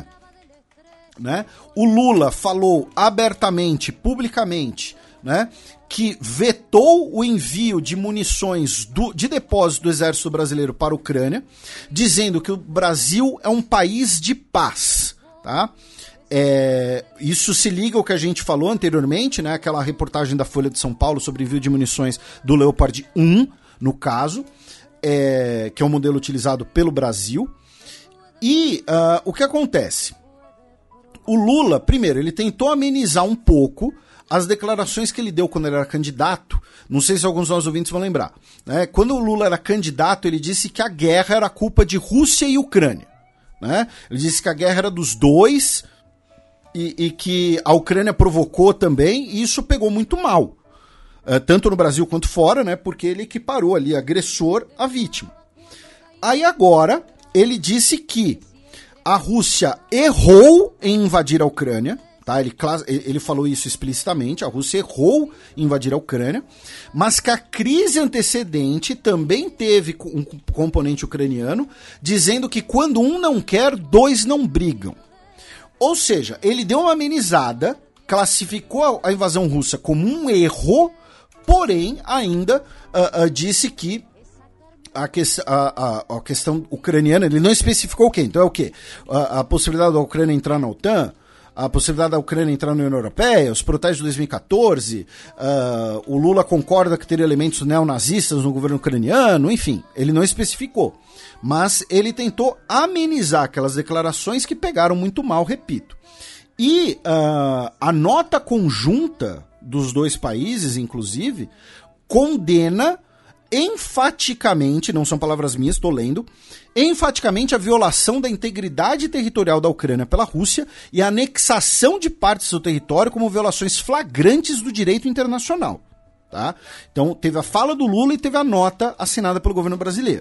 Né? O Lula falou abertamente, publicamente, né, que vetou o envio de munições do, de depósito do Exército Brasileiro para a Ucrânia, dizendo que o Brasil é um país de paz, tá? É, isso se liga ao que a gente falou anteriormente, né? Aquela reportagem da Folha de São Paulo sobre envio de munições do Leopard um, no caso, é, que é um modelo utilizado pelo Brasil. E uh, o que acontece? O Lula, primeiro, ele tentou amenizar um pouco as declarações que ele deu quando ele era candidato. Não sei se alguns dos nossos ouvintes vão lembrar. Né? Quando o Lula era candidato, ele disse que a guerra era culpa de Rússia e Ucrânia. Né? Ele disse que a guerra era dos dois... E, e que a Ucrânia provocou também, e isso pegou muito mal. Uh, tanto no Brasil quanto fora, né? Porque ele equiparou ali agressor à vítima. Aí agora, ele disse que a Rússia errou em invadir a Ucrânia, tá? Ele, ele falou isso explicitamente, a Rússia errou em invadir a Ucrânia, mas que a crise antecedente também teve um componente ucraniano, dizendo que quando um não quer, dois não brigam. Ou seja, ele deu uma amenizada, classificou a invasão russa como um erro, porém ainda uh, uh, disse que a, que a, a, a questão ucraniana, ele não especificou o quê? Então é o quê? A, a possibilidade da Ucrânia entrar na OTAN, a possibilidade da Ucrânia entrar na União Europeia, os protestos de dois mil e catorze, uh, o Lula concorda que teria elementos neonazistas no governo ucraniano, enfim, ele não especificou. Mas ele tentou amenizar aquelas declarações que pegaram muito mal, repito. E uh, a nota conjunta dos dois países, inclusive, condena enfaticamente, não são palavras minhas, estou lendo, enfaticamente a violação da integridade territorial da Ucrânia pela Rússia e a anexação de partes do seu território como violações flagrantes do direito internacional. Tá? Então teve a fala do Lula e teve a nota assinada pelo governo brasileiro.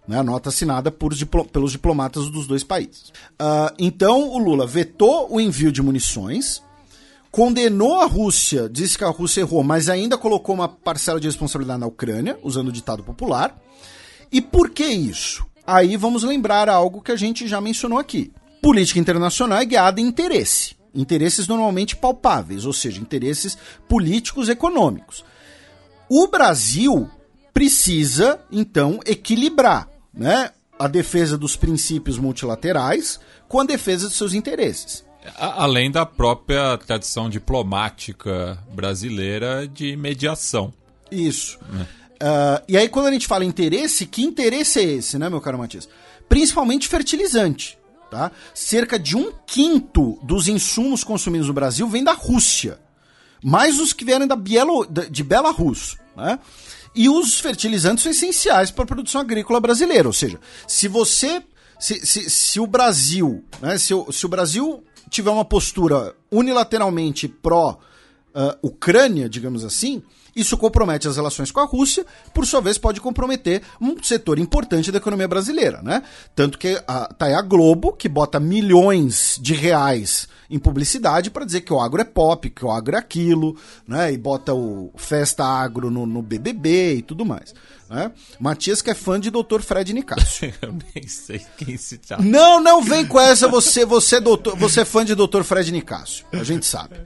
né, a nota assinada por, pelos diplomatas dos dois países. Uh, então, o Lula vetou o envio de munições, condenou a Rússia, disse que a Rússia errou, mas ainda colocou uma parcela de responsabilidade na Ucrânia, usando o ditado popular. E por que isso? Aí vamos lembrar algo que a gente já mencionou aqui. Política internacional é guiada em interesse. Interesses normalmente palpáveis, ou seja, interesses políticos e econômicos. O Brasil precisa, então, equilibrar, né, a defesa dos princípios multilaterais com a defesa dos seus interesses. Além da própria tradição diplomática brasileira de mediação. Isso. É. Uh, e aí, quando a gente fala interesse, que interesse é esse, né, meu caro Matias? Principalmente fertilizante. Tá? Cerca de um quinto dos insumos consumidos no Brasil vem da Rússia. Mais os que vierem da Bielo, de Belarus. Né? E os fertilizantes são essenciais para a produção agrícola brasileira. Ou seja, se você. Se, se, se o Brasil. Né, se, o, se o Brasil tiver uma postura unilateralmente pró-Ucrânia, uh, digamos assim, isso compromete as relações com a Rússia, por sua vez pode comprometer um setor importante da economia brasileira, né? Tanto que a, tá aí a Globo, que bota milhões de reais em publicidade para dizer que o agro é pop, que o agro é aquilo, né? E bota o Festa Agro no, no B B B e tudo mais. Né? Matias que é fã de doutor Fred Nicásio. Eu nem sei quem se chama. Não, não vem com essa, você, você, doutor, você é fã de doutor Fred Nicásio. A gente sabe.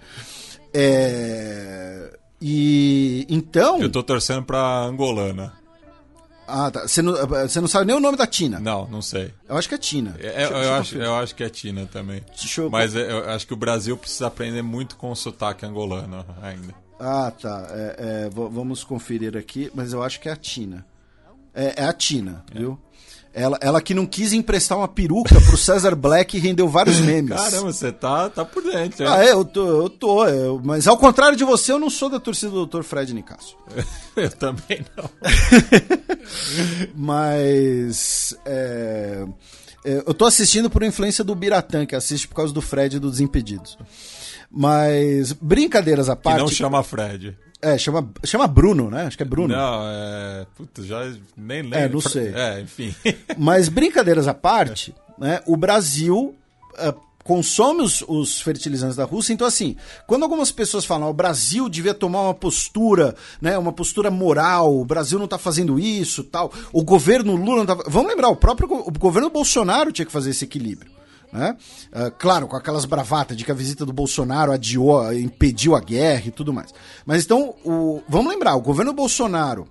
É... E então. Eu tô torcendo pra angolana. Ah, tá. Você não, você não sabe nem o nome da Tina? Não, não sei. Eu acho que é Tina. É, deixa, eu, deixa eu, acho, eu acho que é Tina também. Eu... Mas eu acho que o Brasil precisa aprender muito com o sotaque angolano ainda. Ah, tá. É, é, vamos conferir aqui, mas eu acho que é a Tina. É, é a Tina, é. Viu? Ela, ela que não quis emprestar uma peruca pro César Black e rendeu vários memes. Caramba, você tá, tá por dentro. Ah, é, eu tô, eu tô. Eu, mas ao contrário de você, eu não sou da torcida do doutor Fred Nicásio. Eu também não. Mas... É, eu tô assistindo por influência do Biratã, que assiste por causa do Fred e do Desimpedidos. Mas, brincadeiras à parte... Que não chama Fred. É, chama, chama Bruno, né? Acho que é Bruno. Não, é... Puta, já nem lembro. É, não sei. É, enfim. Mas, brincadeiras à parte, né? O Brasil uh, consome os, os fertilizantes da Rússia. Então, assim, quando algumas pessoas falam, o Brasil devia tomar uma postura, né? Uma postura moral, o Brasil não tá fazendo isso, tal. O governo Lula não tá... Vamos lembrar, o próprio o governo Bolsonaro tinha que fazer esse equilíbrio. Né? Uh, claro, com aquelas bravatas de que a visita do Bolsonaro adiou, impediu a guerra e tudo mais. Mas então, o, vamos lembrar, o governo Bolsonaro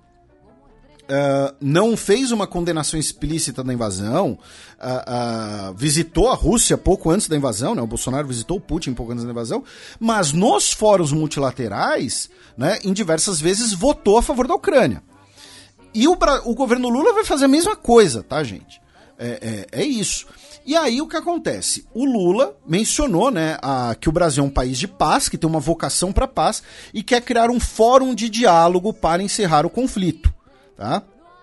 uh, não fez uma condenação explícita da invasão, uh, uh, visitou a Rússia pouco antes da invasão, né? O Bolsonaro visitou o Putin pouco antes da invasão, mas nos fóruns multilaterais, né, em diversas vezes votou a favor da Ucrânia. E o, o governo Lula vai fazer a mesma coisa, tá, gente? É, é, é isso. E aí o que acontece? O Lula mencionou, né, a, que o Brasil é um país de paz, que tem uma vocação para paz e quer criar um fórum de diálogo para encerrar o conflito. Tá?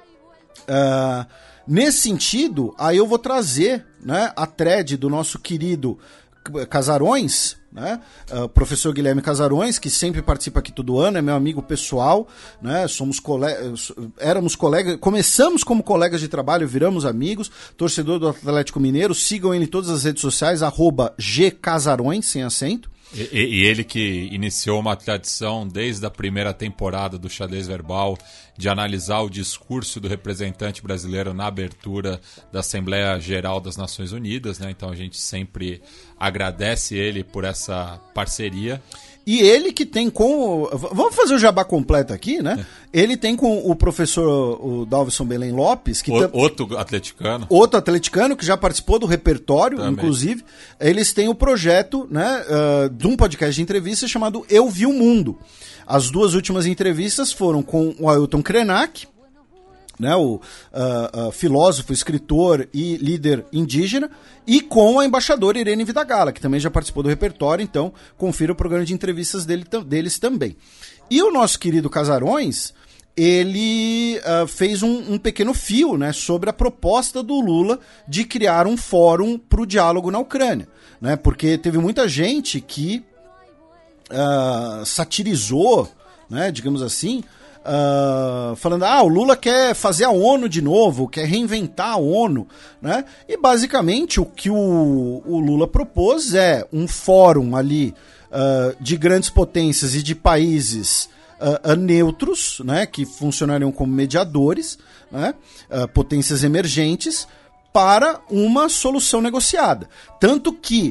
Uh, nesse sentido, aí eu vou trazer, né, a thread do nosso querido Casarões, né? Uh, professor Guilherme Casarões, que sempre participa aqui todo ano, é meu amigo pessoal, né? Somos colegas, éramos colegas, começamos como colegas de trabalho, viramos amigos, torcedor do Atlético Mineiro, sigam ele em todas as redes sociais, arroba gcasarões, sem acento. E, e ele que iniciou uma tradição desde a primeira temporada do Xadrez Verbal de analisar o discurso do representante brasileiro na abertura da Assembleia Geral das Nações Unidas, né? Então a gente sempre agradece ele por essa parceria. E ele que tem com... Vamos fazer o jabá completo aqui, né? É. Ele tem com o professor o Dalvison Belém Lopes... que o, tam... Outro atleticano. Outro atleticano, que já participou do repertório, também. Inclusive. Eles têm o projeto, né, uh, de um podcast de entrevista chamado Eu Vi o Mundo. As duas últimas entrevistas foram com o Ailton Krenak, né, o uh, uh, filósofo, escritor e líder indígena, e com a embaixadora Irene Vidagala, que também já participou do repertório, então confira o programa de entrevistas dele, deles também. E o nosso querido Casarões, ele uh, fez um, um pequeno fio, né, sobre a proposta do Lula de criar um fórum para o diálogo na Ucrânia, né, porque teve muita gente que uh, satirizou, né, digamos assim, uh, falando, ah, o Lula quer fazer a ONU de novo, quer reinventar a ONU, né? E basicamente o que o, o Lula propôs é um fórum ali uh, de grandes potências e de países uh, uh, neutros, né? Que funcionariam como mediadores, né? Uh, potências emergentes, para uma solução negociada. Tanto que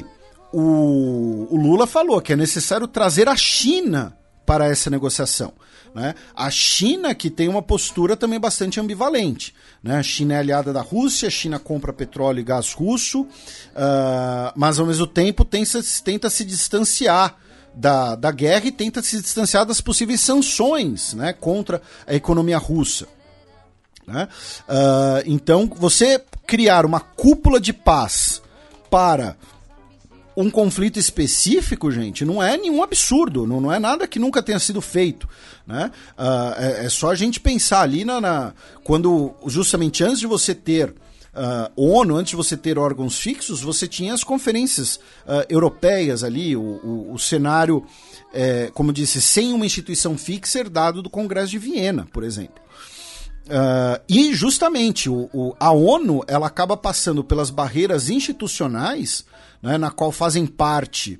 o, o Lula falou que é necessário trazer a China para essa negociação, né? A China que tem uma postura também bastante ambivalente, né? A China é aliada da Rússia, a China compra petróleo e gás russo, uh, mas ao mesmo tempo tenta, tenta se distanciar da, da guerra e tenta se distanciar das possíveis sanções, né, contra a economia russa. Né? Uh, então, você criar uma cúpula de paz para um conflito específico, gente, não é nenhum absurdo, não, não é nada que nunca tenha sido feito. Né? Uh, é, é só a gente pensar ali na, na, quando, justamente antes de você ter uh, ONU, antes de você ter órgãos fixos, você tinha as conferências uh, europeias ali, o, o, o cenário, é, como disse, sem uma instituição fixa herdado do Congresso de Viena, por exemplo. Uh, e justamente o, o, a ONU ela acaba passando pelas barreiras institucionais, né, na qual fazem parte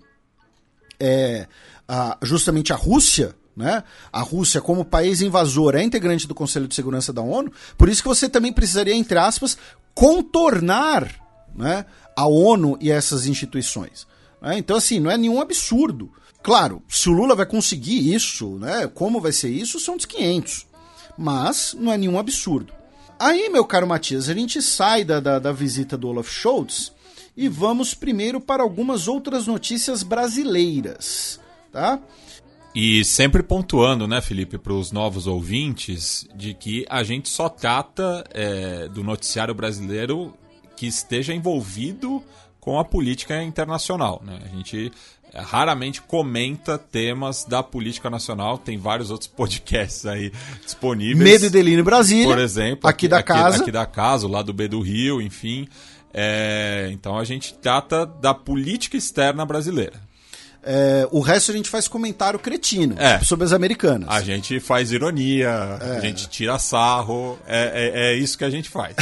é, a, justamente a Rússia, né? A Rússia como país invasor é integrante do Conselho de Segurança da ONU, por isso que você também precisaria, entre aspas, contornar, né, a ONU e essas instituições. Né? Então assim, não é nenhum absurdo. Claro, se o Lula vai conseguir isso, né, como vai ser isso, são dos quinhentos. Mas não é nenhum absurdo. Aí, meu caro Matias, a gente sai da, da, da visita do Olaf Scholz e vamos primeiro para algumas outras notícias brasileiras, tá? E sempre pontuando, né, Felipe, para os novos ouvintes, de que a gente só trata é, do noticiário brasileiro que esteja envolvido com a política internacional, né? A gente raramente comenta temas da política nacional, tem vários outros podcasts aí disponíveis. Medo e Delírio Brasília, por exemplo, aqui, aqui da aqui, casa. Aqui da casa, lá do B do Rio, enfim. É, então a gente trata da política externa brasileira. É, o resto a gente faz comentário cretino, é. tipo sobre as americanas. A gente faz ironia, é. a gente tira sarro, é, é, é isso que a gente faz.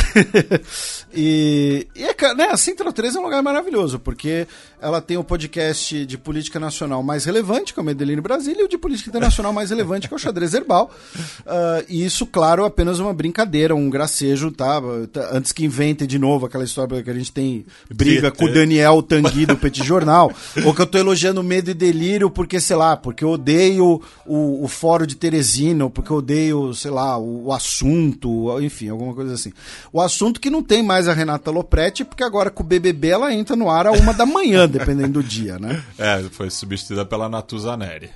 e e é, né, a Central três é um lugar maravilhoso, porque ela tem o podcast de política nacional mais relevante, que é o Medellín Brasília, e o de política internacional mais relevante, que é o Xadrez Herbal. Uh, e isso, claro, é apenas uma brincadeira, um gracejo, tá? Antes que inventem de novo aquela história que a gente tem briga com o Daniel Tanguy do Petit Jornal, ou que eu tô elogiando o Medo e Delírio porque, sei lá, porque eu odeio o, o Fórum de Teresina, ou porque eu odeio, sei lá, o, o Assunto, enfim, alguma coisa assim. O Assunto que não tem mais a Renata Lopretti, porque agora com o B B B ela entra no ar a uma da manhã, dependendo do dia, né? É, foi substituída pela Natuza Neri.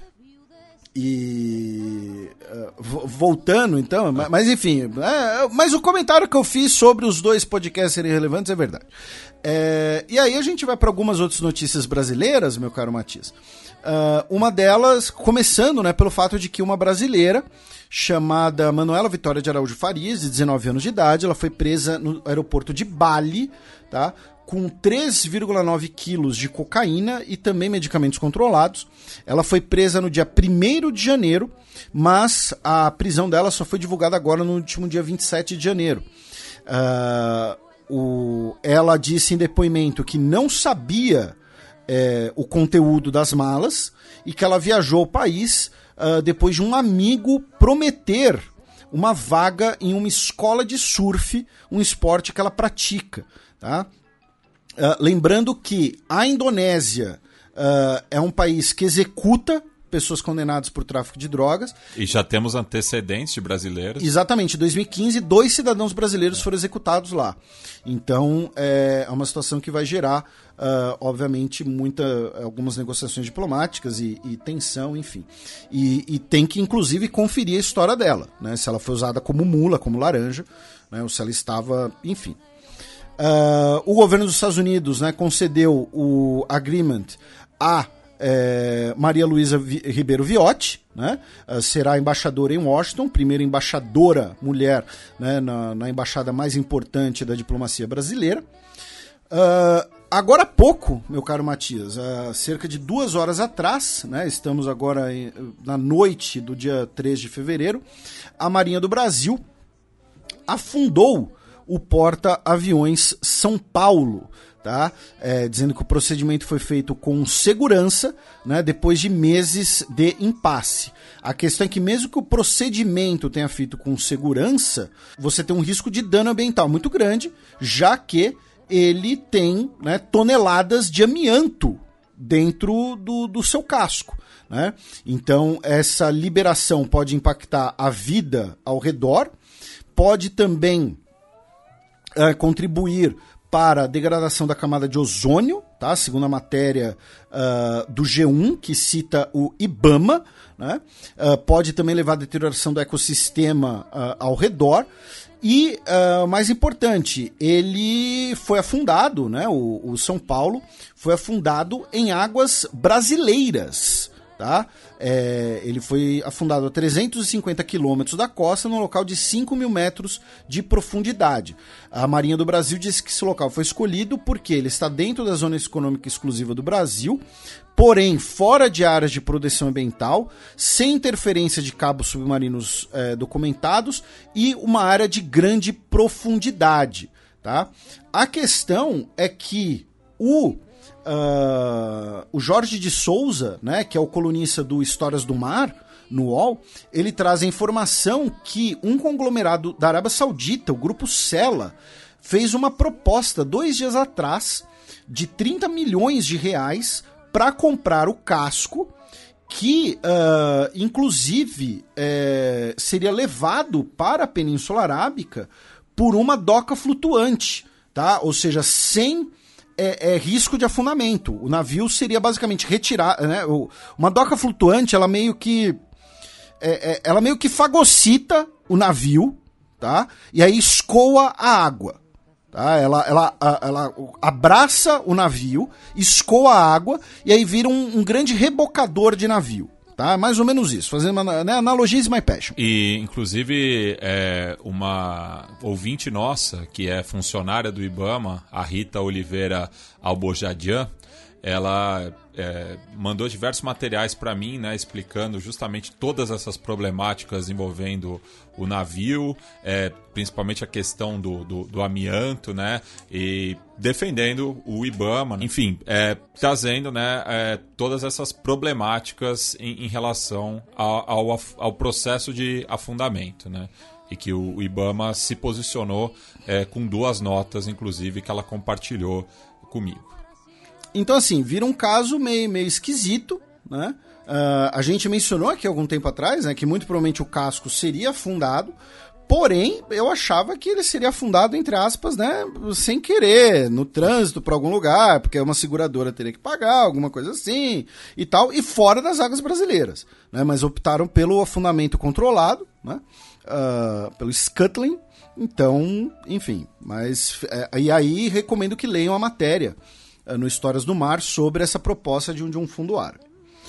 E uh, voltando então, mas, mas enfim, é, mas o comentário que eu fiz sobre os dois podcasts serem relevantes é verdade. É, e aí a gente vai para algumas outras notícias brasileiras, meu caro Matias. Uh, uma delas, começando, né, pelo fato de que uma brasileira chamada Manuela Vitória de Araújo Farias, de dezenove anos de idade, ela foi presa no aeroporto de Bali, tá? Com três vírgula nove quilos de cocaína e também medicamentos controlados. Ela foi presa no dia primeiro de janeiro, mas a prisão dela só foi divulgada agora no último dia vinte e sete de janeiro. Uh, o, ela disse em depoimento que não sabia é, o conteúdo das malas e que ela viajou ao país uh, depois de um amigo prometer uma vaga em uma escola de surf, um esporte que ela pratica, tá? Uh, lembrando que a Indonésia uh, é um país que executa pessoas condenadas por tráfico de drogas. E já temos antecedentes de brasileiros. Exatamente. Em dois mil e quinze, dois cidadãos brasileiros é. foram executados lá. Então, é uma situação que vai gerar, uh, obviamente, muita, algumas negociações diplomáticas e, e tensão, enfim. E, e tem que, inclusive, conferir a história dela, né? Se ela foi usada como mula, como laranja, né? Ou se ela estava, enfim... Uh, o governo dos Estados Unidos, né, concedeu o agreement a é, Maria Luísa Ribeiro Viotti, né, uh, será embaixadora em Washington, primeira embaixadora mulher, né, na, na embaixada mais importante da diplomacia brasileira. Uh, agora há pouco, meu caro Matias, há cerca de duas horas atrás, né, estamos agora em, na noite do dia três de fevereiro, a Marinha do Brasil afundou o porta-aviões São Paulo, tá? É, dizendo que o procedimento foi feito com segurança, né, depois de meses de impasse. A questão é que mesmo que o procedimento tenha feito com segurança, você tem um risco de dano ambiental muito grande, já que ele tem, né, toneladas de amianto dentro do, do seu casco, né? Então essa liberação pode impactar a vida ao redor, pode também uh, contribuir para a degradação da camada de ozônio, tá? Segundo a matéria uh, do G um, que cita o IBAMA, né? Uh, pode também levar à deterioração do ecossistema uh, ao redor. E, uh, mais importante, ele foi afundado, né? O, o São Paulo foi afundado em águas brasileiras, tá? É, ele foi afundado a trezentos e cinquenta quilômetros da costa, num local de cinco mil metros de profundidade. A Marinha do Brasil disse que esse local foi escolhido porque ele está dentro da zona econômica exclusiva do Brasil, porém fora de áreas de proteção ambiental, sem interferência de cabos submarinos é, documentados e uma área de grande profundidade, tá? A questão é que o Uh, o Jorge de Souza, né, que é o colunista do Histórias do Mar, no U O L, ele traz a informação que um conglomerado da Arábia Saudita, o Grupo Sela, fez uma proposta dois dias atrás de trinta milhões de reais para comprar o casco que, uh, inclusive, é, seria levado para a Península Arábica por uma doca flutuante, tá? Ou seja, sem É, é risco de afundamento. O navio seria basicamente retirado, né? Uma doca flutuante, ela meio que é, é, ela meio que fagocita o navio, tá? E aí escoa a água, tá? Ela, ela, ela abraça o navio, escoa a água e aí vira um, um grande rebocador de navio. Tá? Mais ou menos isso, fazendo uma, né, analogia is my passion. E, inclusive, é, uma ouvinte nossa, que é funcionária do IBAMA, a Rita Oliveira Albojadian, ela é, mandou diversos materiais para mim, né, explicando justamente todas essas problemáticas envolvendo o navio, é, principalmente a questão do, do, do amianto, né, e defendendo o IBAMA, enfim, é, trazendo, né, é, todas essas problemáticas em, em relação ao, ao, ao processo de afundamento, né, e que o, o IBAMA se posicionou é, com duas notas, inclusive, que ela compartilhou comigo. Então, assim, vira um caso meio, meio esquisito, né? Uh, a gente mencionou aqui algum tempo atrás, né, que muito provavelmente o casco seria afundado, porém, eu achava que ele seria afundado, entre aspas, né, sem querer, no trânsito para algum lugar, porque uma seguradora teria que pagar, alguma coisa assim, e tal, e fora das águas brasileiras, né? Mas optaram pelo afundamento controlado, né? Uh, pelo scuttling. Então, enfim, mas é, e aí recomendo que leiam a matéria no Histórias do Mar sobre essa proposta de um, de um fundo árabe.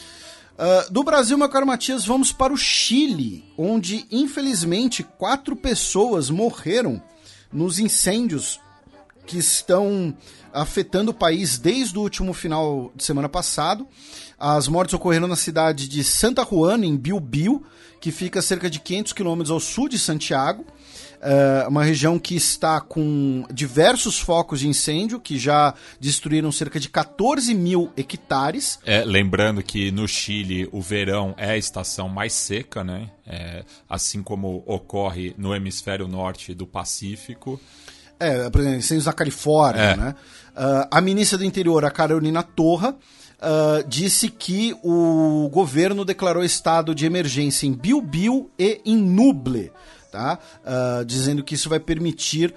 Uh, do Brasil, meu caro Matias, vamos para o Chile, onde, infelizmente, quatro pessoas morreram nos incêndios que estão afetando o país desde o último final de semana passado. As mortes ocorreram na cidade de Santa Juana, em Biobío, que fica a cerca de quinhentos quilômetros ao sul de Santiago. Uh, uma região que está com diversos focos de incêndio, que já destruíram cerca de quatorze mil hectares. É, lembrando que no Chile o verão é a estação mais seca, né? É, assim como ocorre no hemisfério norte do Pacífico. É, por exemplo, incêndios na Califórnia, é. né? Uh, a ministra do Interior, a Carolina Torra, uh, disse que o governo declarou estado de emergência em Biobío e em Nuble. Tá? Uh, dizendo que isso vai permitir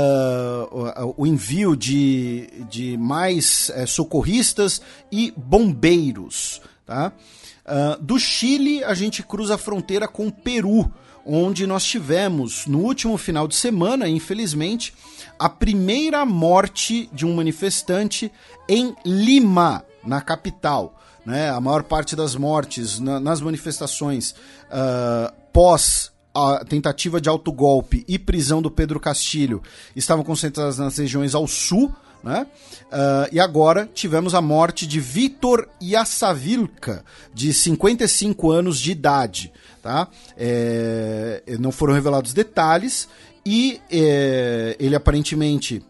uh, o, o envio de, de mais uh, socorristas e bombeiros. Tá? Uh, do Chile, a gente cruza a fronteira com o Peru, onde nós tivemos, no último final de semana, infelizmente, a primeira morte de um manifestante em Lima, na capital. Né? A maior parte das mortes na, nas manifestações uh, pós a tentativa de autogolpe e prisão do Pedro Castilho estavam concentradas nas regiões ao sul, né? Uh, e agora tivemos a morte de Vitor Yasavilka, de cinquenta e cinco anos de idade. Tá? É, não foram revelados detalhes e é, ele aparentemente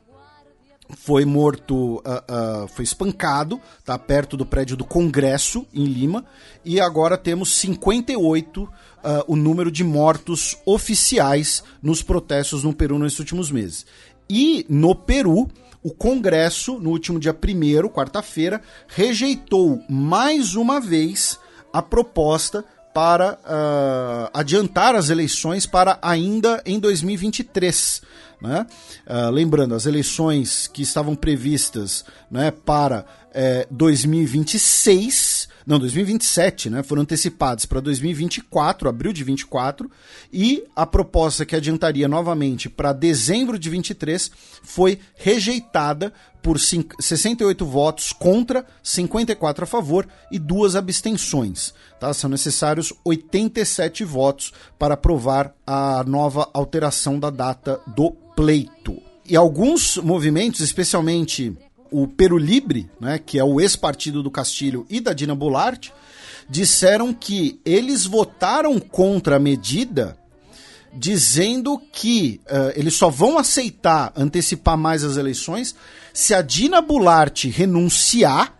foi morto, uh, uh, foi espancado, tá, perto do prédio do Congresso, em Lima, e agora temos cinquenta e oito, uh, o número de mortos oficiais nos protestos no Peru nesses últimos meses. E no Peru, o Congresso, no último dia primeiro, quarta-feira, rejeitou mais uma vez a proposta para uh, adiantar as eleições para ainda em dois mil e vinte e três. Né? Uh, lembrando, as eleições que estavam previstas, né, para eh, dois mil e vinte e seis, não, dois mil e vinte e sete, né, foram antecipadas para dois mil e vinte e quatro, abril de vinte e quatro, e a proposta que adiantaria novamente para dezembro de vinte e três foi rejeitada por sessenta e oito votos contra, cinquenta e quatro a favor e duas abstenções. Tá? São necessários oitenta e sete votos para aprovar a nova alteração da data do pleito. E alguns movimentos, especialmente o Peru Libre, né, que é o ex-partido do Castilho e da Dina Boluarte, disseram que eles votaram contra a medida, dizendo que uh, eles só vão aceitar antecipar mais as eleições se a Dina Boluarte renunciar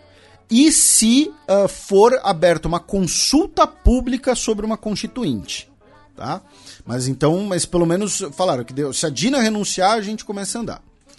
e se uh, for aberta uma consulta pública sobre uma constituinte. Tá? Mas então, mas pelo menos falaram que deu, se a Dina renunciar, a gente começa a andar.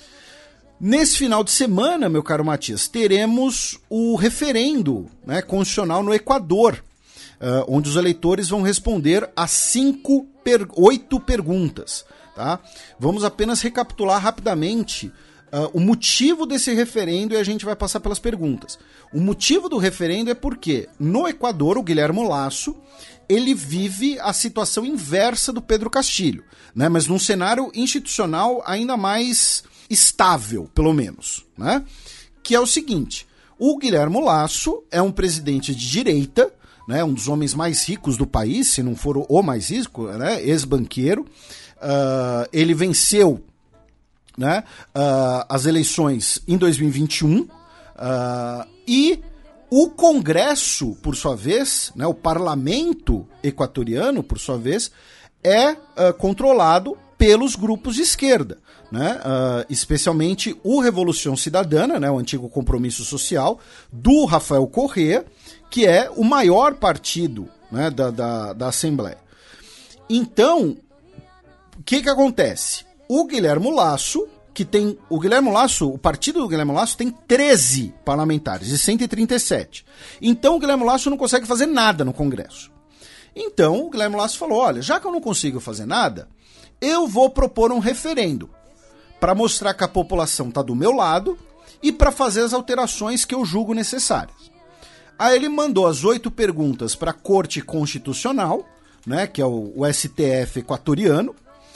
Nesse final de semana, meu caro Matias, teremos o referendo, né, constitucional no Equador, uh, onde os eleitores vão responder a cinco, per, oito perguntas. Tá? Vamos apenas recapitular rapidamente uh, o motivo desse referendo e a gente vai passar pelas perguntas. O motivo do referendo é porque no Equador, o Guilherme Lasso, ele vive a situação inversa do Pedro Castilho, né, mas num cenário institucional ainda mais estável, pelo menos, né? Que é o seguinte: o Guilherme Lasso é um presidente de direita, né? Um dos homens mais ricos do país, se não for o mais rico, né? Ex-banqueiro. Uh, ele venceu, né, uh, as eleições em dois mil e vinte e um uh, e o Congresso, por sua vez, né, o parlamento equatoriano, por sua vez, é uh, controlado pelos grupos de esquerda, né? Uh, especialmente o Revolução Cidadana, né, o antigo Compromisso Social, do Rafael Correa, que é o maior partido, né, da, da, da Assembleia. Então, o que que acontece? O Guilherme Lasso, que tem... O Guilherme Lasso, o partido do Guilherme Lasso tem treze parlamentares, de cento e trinta e sete. Então o Guilherme Lasso não consegue fazer nada no Congresso. Então o Guilherme Lasso falou, olha, já que eu não consigo fazer nada, eu vou propor um referendo para mostrar que a população está do meu lado e para fazer as alterações que eu julgo necessárias. Aí ele mandou as oito perguntas para a Corte Constitucional, né, que é o, o S T F equatoriano,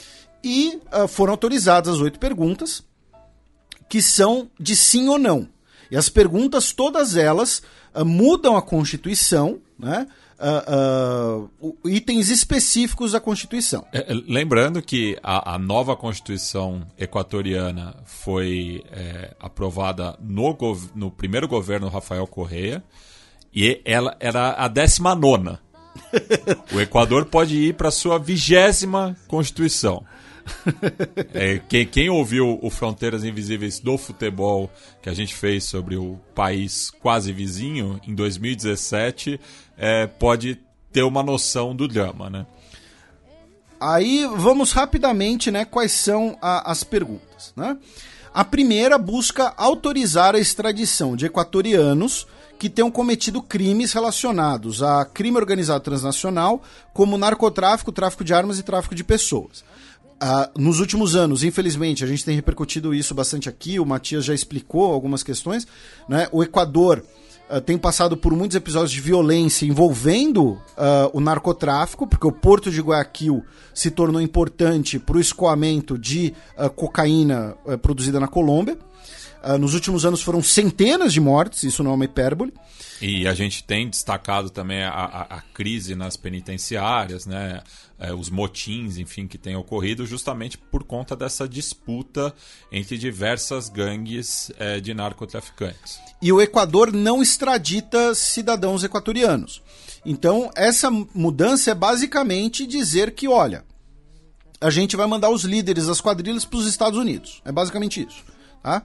e uh, foram autorizadas as oito perguntas, que são de sim ou não. E as perguntas, todas elas, uh, mudam a Constituição, né? Uh, uh, itens específicos da Constituição. É, lembrando que a, a nova Constituição equatoriana foi é, aprovada no, gov- no primeiro governo Rafael Correa e ela era a décima nona. O Equador pode ir para a sua vigésima Constituição. É, quem, quem ouviu o Fronteiras Invisíveis do Futebol que a gente fez sobre o país quase vizinho em dois mil e dezessete é, pode ter uma noção do drama, né? Aí vamos rapidamente, né, quais são a, as perguntas, né? A primeira busca autorizar a extradição de equatorianos que tenham cometido crimes relacionados a crime organizado transnacional, como narcotráfico, tráfico de armas e tráfico de pessoas. Uh, nos últimos anos, infelizmente, a gente tem repercutido isso bastante aqui, o Matias já explicou algumas questões, né? O Equador uh, tem passado por muitos episódios de violência envolvendo uh, o narcotráfico, porque o porto de Guayaquil se tornou importante para o escoamento de uh, cocaína uh, produzida na Colômbia. Uh, nos últimos anos foram centenas de mortes, isso não é uma hipérbole. E a gente tem destacado também a, a, a crise nas penitenciárias, né? É, os motins, enfim, que têm ocorrido justamente por conta dessa disputa entre diversas gangues é, de narcotraficantes. E o Equador não extradita cidadãos equatorianos. Então, essa mudança é basicamente dizer que, olha, a gente vai mandar os líderes das quadrilhas para os Estados Unidos. É basicamente isso, tá?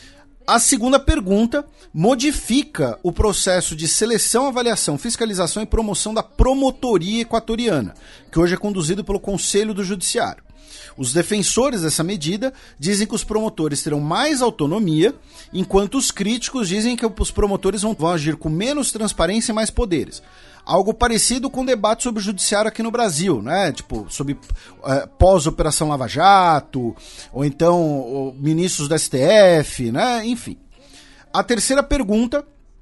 A segunda pergunta modifica o processo de seleção, avaliação, fiscalização e promoção da promotoria equatoriana, que hoje é conduzido pelo Conselho do Judiciário. Os defensores dessa medida dizem que os promotores terão mais autonomia, enquanto os críticos dizem que os promotores vão agir com menos transparência e mais poderes. Algo parecido com o debate sobre o judiciário aqui no Brasil, né? Tipo, sobre é, pós-operação Lava Jato, ou então ou, ministros do S T F, né? Enfim. A terceira pergunta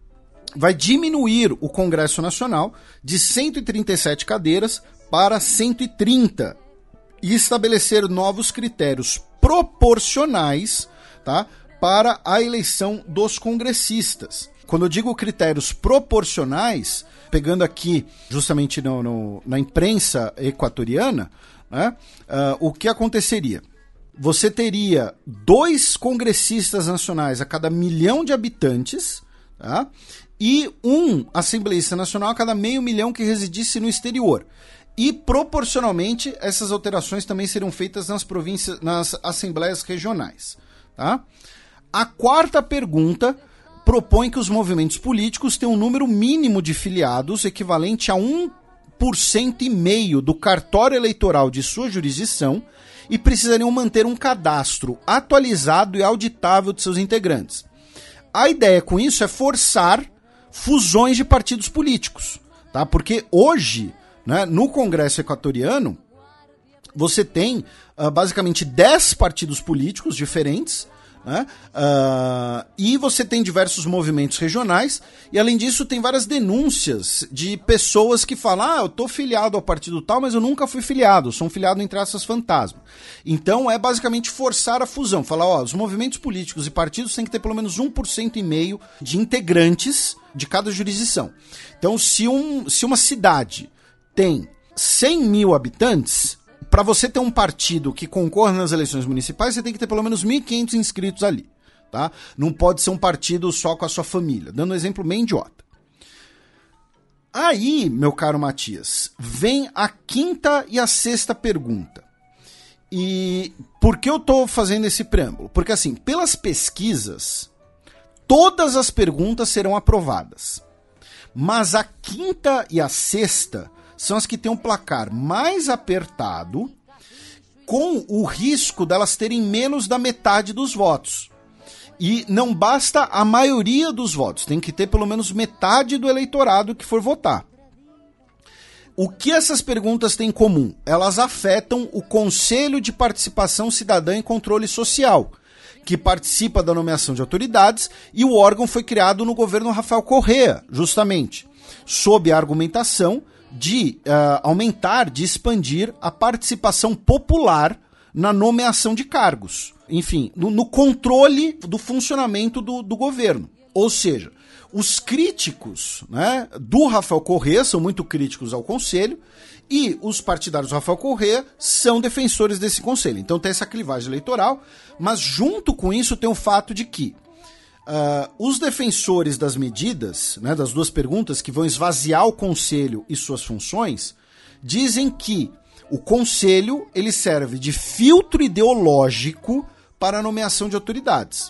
vai diminuir o Congresso Nacional de cento e trinta e sete cadeiras para cento e trinta e estabelecer novos critérios proporcionais, tá, para a eleição dos congressistas. Quando eu digo critérios proporcionais, pegando aqui justamente no, no, na imprensa equatoriana, né, uh, o que aconteceria? Você teria dois congressistas nacionais a cada milhão de habitantes, tá, e um assembleísta nacional a cada meio milhão que residisse no exterior. E, proporcionalmente, essas alterações também seriam feitas nas províncias, nas assembleias regionais. Tá? A quarta pergunta propõe que os movimentos políticos tenham um número mínimo de filiados equivalente a um por cento e meio do cartório eleitoral de sua jurisdição e precisariam manter um cadastro atualizado e auditável de seus integrantes. A ideia com isso é forçar fusões de partidos políticos, tá? Porque hoje, né, no Congresso equatoriano, você tem uh, basicamente dez partidos políticos diferentes, né? Uh, e você tem diversos movimentos regionais, e além disso tem várias denúncias de pessoas que falam: ah, eu tô filiado ao partido tal, mas eu nunca fui filiado, sou um filiado entre essas fantasmas. Então é basicamente forçar a fusão, falar, ó, os movimentos políticos e partidos têm que ter pelo menos um por cento e meio de integrantes de cada jurisdição. Então se, um, se uma cidade tem cem mil habitantes, para você ter um partido que concorra nas eleições municipais, você tem que ter pelo menos mil e quinhentos inscritos ali, tá? Não pode ser um partido só com a sua família. Dando um exemplo bem idiota. Aí, meu caro Matias, vem a quinta e a sexta pergunta. E por que eu tô fazendo esse preâmbulo? Porque assim, pelas pesquisas, todas as perguntas serão aprovadas. Mas a quinta e a sexta são as que têm um placar mais apertado, com o risco delas terem menos da metade dos votos. E não basta a maioria dos votos, tem que ter pelo menos metade do eleitorado que for votar. O que essas perguntas têm em comum? Elas afetam o Conselho de Participação Cidadã e Controle Social, que participa da nomeação de autoridades, e o órgão foi criado no governo Rafael Correa, justamente, sob a argumentação de uh, aumentar, de expandir a participação popular na nomeação de cargos. Enfim, no, no controle do funcionamento do, do governo. Ou seja, os críticos, né, do Rafael Correa são muito críticos ao Conselho e os partidários do Rafael Correa são defensores desse Conselho. Então tem essa clivagem eleitoral, mas junto com isso tem o fato de que Uh, os defensores das medidas, né, das duas perguntas que vão esvaziar o Conselho e suas funções, dizem que o Conselho ele serve de filtro ideológico para a nomeação de autoridades.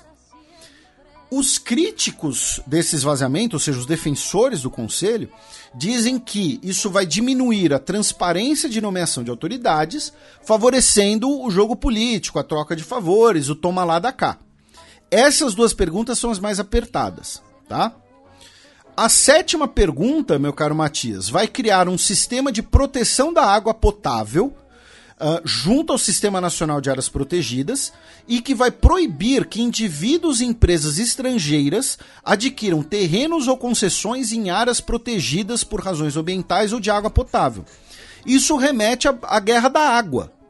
Os críticos desse esvaziamento, ou seja, os defensores do Conselho, dizem que isso vai diminuir a transparência de nomeação de autoridades, favorecendo o jogo político, a troca de favores, o toma lá da cá. Essas duas perguntas são as mais apertadas, tá? A sétima pergunta, meu caro Matias, vai criar um sistema de proteção da água potável uh, junto ao Sistema Nacional de Áreas Protegidas e que vai proibir que indivíduos e empresas estrangeiras adquiram terrenos ou concessões em áreas protegidas por razões ambientais ou de água potável. Isso remete à, à guerra da água,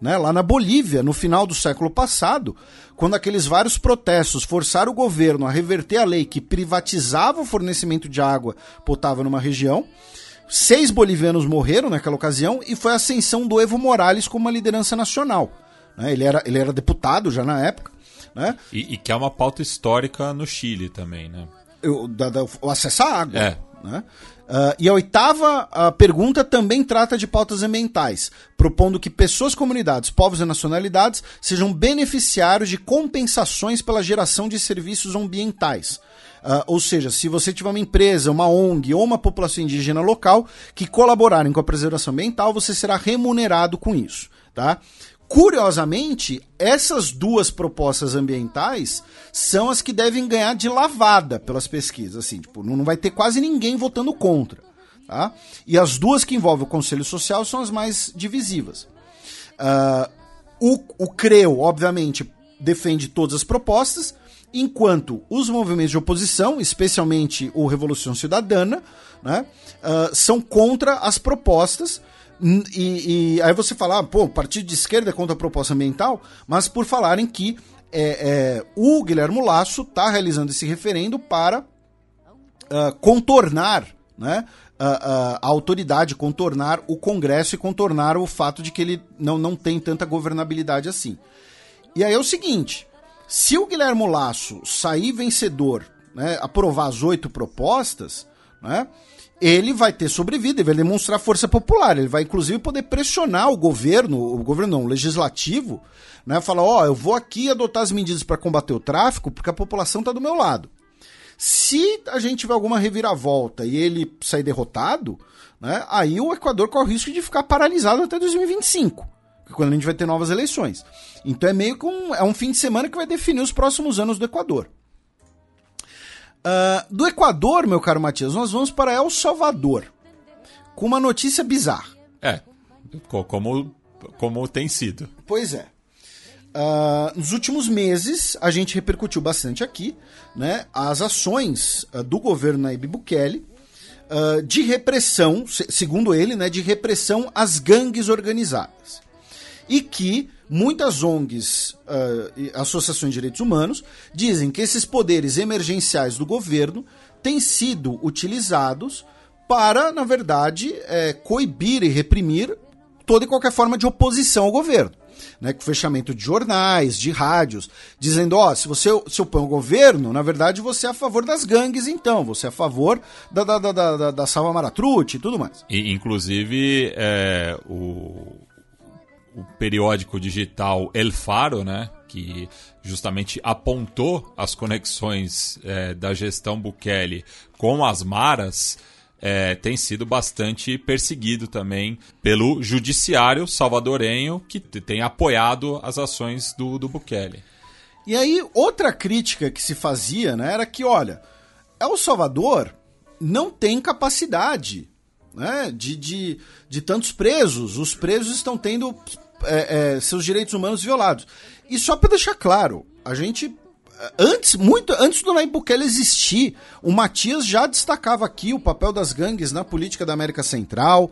né, lá na Bolívia, no final do século passado, quando aqueles vários protestos forçaram o governo a reverter a lei que privatizava o fornecimento de água potável numa região. Seis bolivianos morreram naquela ocasião e foi a ascensão do Evo Morales como uma liderança nacional. Né, ele, era, ele era deputado já na época. Né? E, e que é uma pauta histórica no Chile também, né? O, da, da, o acesso à água. É. Né? Uh, e a oitava a pergunta também trata de pautas ambientais, propondo que pessoas, comunidades, povos e nacionalidades sejam beneficiários de compensações pela geração de serviços ambientais. Uh, ou seja, se você tiver uma empresa, uma O N G ou uma população indígena local que colaborarem com a preservação ambiental, você será remunerado com isso. Tá? Curiosamente, essas duas propostas ambientais são as que devem ganhar de lavada pelas pesquisas. Assim, tipo, não vai ter quase ninguém votando contra. Tá? E as duas que envolvem o Conselho Social são as mais divisivas. Uh, o, o CREU, obviamente, defende todas as propostas, enquanto os movimentos de oposição, especialmente o Revolução Cidadana, né, uh, são contra as propostas. E, e aí você fala, ah, pô, o partido de esquerda é contra a proposta ambiental, mas por falarem que é, é, o Guilherme Lasso está realizando esse referendo para uh, contornar, né, a, a, a autoridade, contornar o Congresso e contornar o fato de que ele não, não tem tanta governabilidade assim. E aí é o seguinte, se o Guilherme Lasso sair vencedor, né, aprovar as oito propostas, né, ele vai ter sobrevida, ele vai demonstrar força popular, ele vai inclusive poder pressionar o governo, o governo não, o legislativo, né, falar, ó, oh, eu vou aqui adotar as medidas para combater o tráfico porque a população está do meu lado. Se a gente tiver alguma reviravolta e ele sair derrotado, né, aí o Equador corre o risco de ficar paralisado até dois mil e vinte e cinco, quando a gente vai ter novas eleições. Então é meio que um, é um fim de semana que vai definir os próximos anos do Equador. Uh, do Equador, meu caro Matias, nós vamos para El Salvador, com uma notícia bizarra. É, como, como tem sido. Pois é. Uh, nos últimos meses, a gente repercutiu bastante aqui, né, as ações uh, do governo Nayib Bukele uh, de repressão, se, segundo ele, né, de repressão às gangues organizadas. E que muitas O N Gs, uh, e associações de direitos humanos, dizem que esses poderes emergenciais do governo têm sido utilizados para, na verdade, é, coibir e reprimir toda e qualquer forma de oposição ao governo. Né, com fechamento de jornais, de rádios, dizendo, ó, se você se opõe ao governo, na verdade você é a favor das gangues, então, você é a favor da, da, da, da, da Salva Maratrucci e tudo mais. E, inclusive, é, o... o periódico digital El Faro, né, que justamente apontou as conexões é, da gestão Bukele com as maras, é, tem sido bastante perseguido também pelo judiciário salvadorenho, que tem apoiado as ações do, do Bukele. E aí, outra crítica que se fazia, né, era que, olha, El Salvador não tem capacidade, né, de, de, de tantos presos. Os presos estão tendo é, é, seus direitos humanos violados. E só para deixar claro, a gente, antes, muito antes do Nayib Bukele existir, o Matias já destacava aqui o papel das gangues na política da América Central,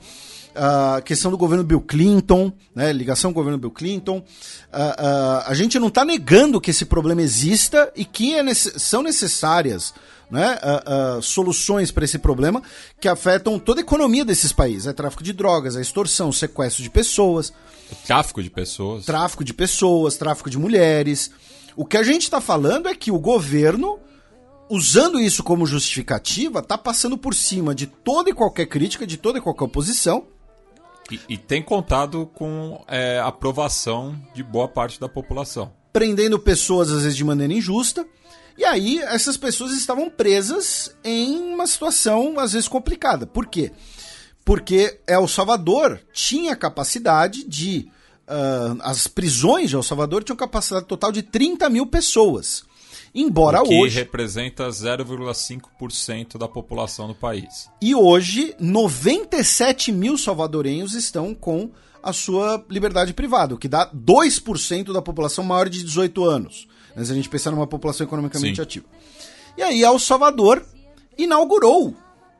a questão do governo Bill Clinton, né, ligação com o governo Bill Clinton. Uh, uh, a gente não está negando que esse problema exista e que é nece- são necessárias, né, uh, uh, soluções para esse problema que afetam toda a economia desses países. É tráfico de drogas, é extorsão, sequestro de pessoas. Tráfico de pessoas. Tráfico de pessoas, tráfico de mulheres. O que a gente está falando é que o governo, usando isso como justificativa, está passando por cima de toda e qualquer crítica, de toda e qualquer oposição. E, e tem contado com é, a aprovação de boa parte da população. Prendendo pessoas, às vezes, de maneira injusta. E aí, essas pessoas estavam presas em uma situação, às vezes, complicada. Por quê? Porque El Salvador tinha capacidade de... Uh, as prisões de El Salvador tinham capacidade total de trinta mil pessoas. Embora o que hoje... representa zero vírgula cinco por cento da população do país. E hoje, noventa e sete mil salvadorenhos estão com a sua liberdade privada, o que dá dois por cento da população maior de dezoito anos. Né, se a gente pensar numa população economicamente Sim. ativa. E aí, El Salvador inaugurou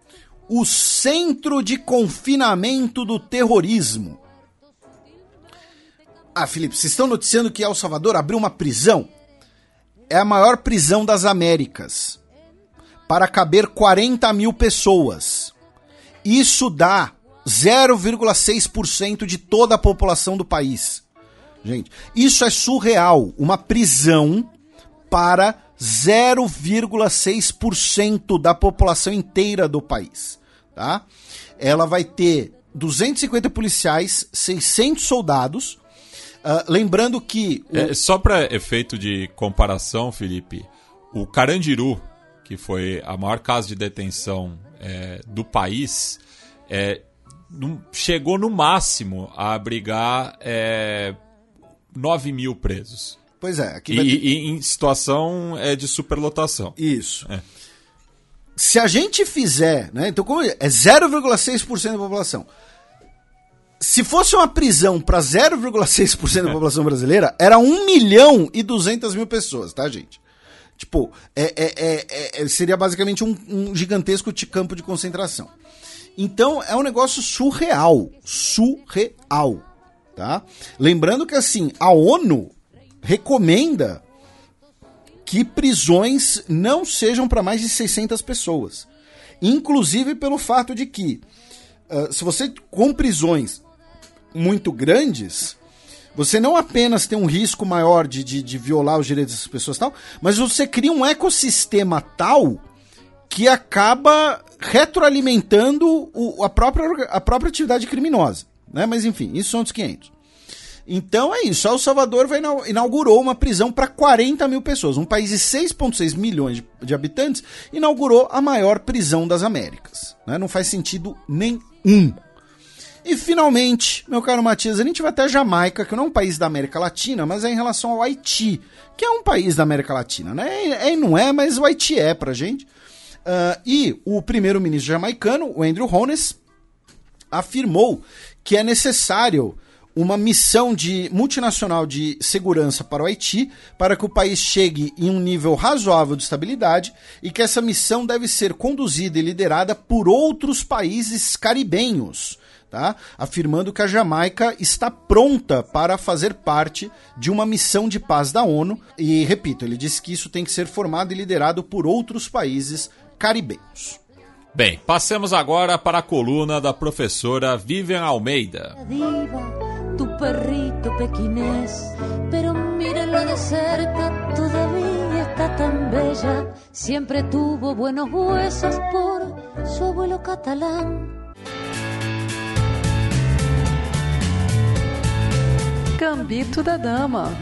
o Centro de Confinamento do Terrorismo. Ah, Felipe, vocês estão noticiando que El Salvador abriu uma prisão? É a maior prisão das Américas, para caber quarenta mil pessoas. Isso dá zero vírgula seis por cento de toda a população do país. Gente, isso é surreal. Uma prisão para zero vírgula seis por cento da população inteira do país. Tá? Ela vai ter duzentos e cinquenta policiais, seiscentos soldados. Uh, lembrando que... O... É, só para efeito de comparação, Felipe, o Carandiru, que foi a maior casa de detenção é, do país, é, no, chegou no máximo a abrigar é, nove mil presos. Pois é. Aqui e, vai ter... e em situação é, de superlotação. Isso. É. Se a gente fizer, né? Então, como é zero vírgula seis por cento da população. Se fosse uma prisão para zero vírgula seis por cento da população brasileira, era um milhão e duzentas mil pessoas, tá, gente? Tipo, é, é, é, é, seria basicamente um, um gigantesco campo de concentração. Então, é um negócio surreal. Surreal, tá? Lembrando que, assim, a ONU recomenda que prisões não sejam para mais de seiscentas pessoas. Inclusive pelo fato de que, uh, se você com prisões muito grandes, você não apenas tem um risco maior de, de, de violar os direitos das pessoas e tal, mas você cria um ecossistema tal que acaba retroalimentando o, a, própria, a própria atividade criminosa. Né? Mas enfim, isso são dos quinhentos. Então é isso, El Salvador vai, inaugurou uma prisão para quarenta mil pessoas. Um país de seis vírgula seis milhões de, de habitantes inaugurou a maior prisão das Américas. Né? Não faz sentido nenhum. E finalmente, meu caro Matias, a gente vai até a Jamaica, que não é um país da América Latina, mas é em relação ao Haiti, que é um país da América Latina. Né? É, não é, mas o Haiti é pra gente. Uh, e o primeiro-ministro jamaicano, o Andrew Holness, afirmou que é necessário uma missão de multinacional de segurança para o Haiti, para que o país chegue em um nível razoável de estabilidade e que essa missão deve ser conduzida e liderada por outros países caribenhos, tá? Afirmando que a Jamaica está pronta para fazer parte de uma missão de paz da ONU e, repito, ele disse que isso tem que ser formado e liderado por outros países caribenhos. Bem, passemos agora para a coluna da professora Vivian Almeida. Tu perrito pequinés, pero mírenlo de cerca, todavía está tan bella. Siempre tuvo buenos huesos por su abuelo catalán. Gambito da Dama.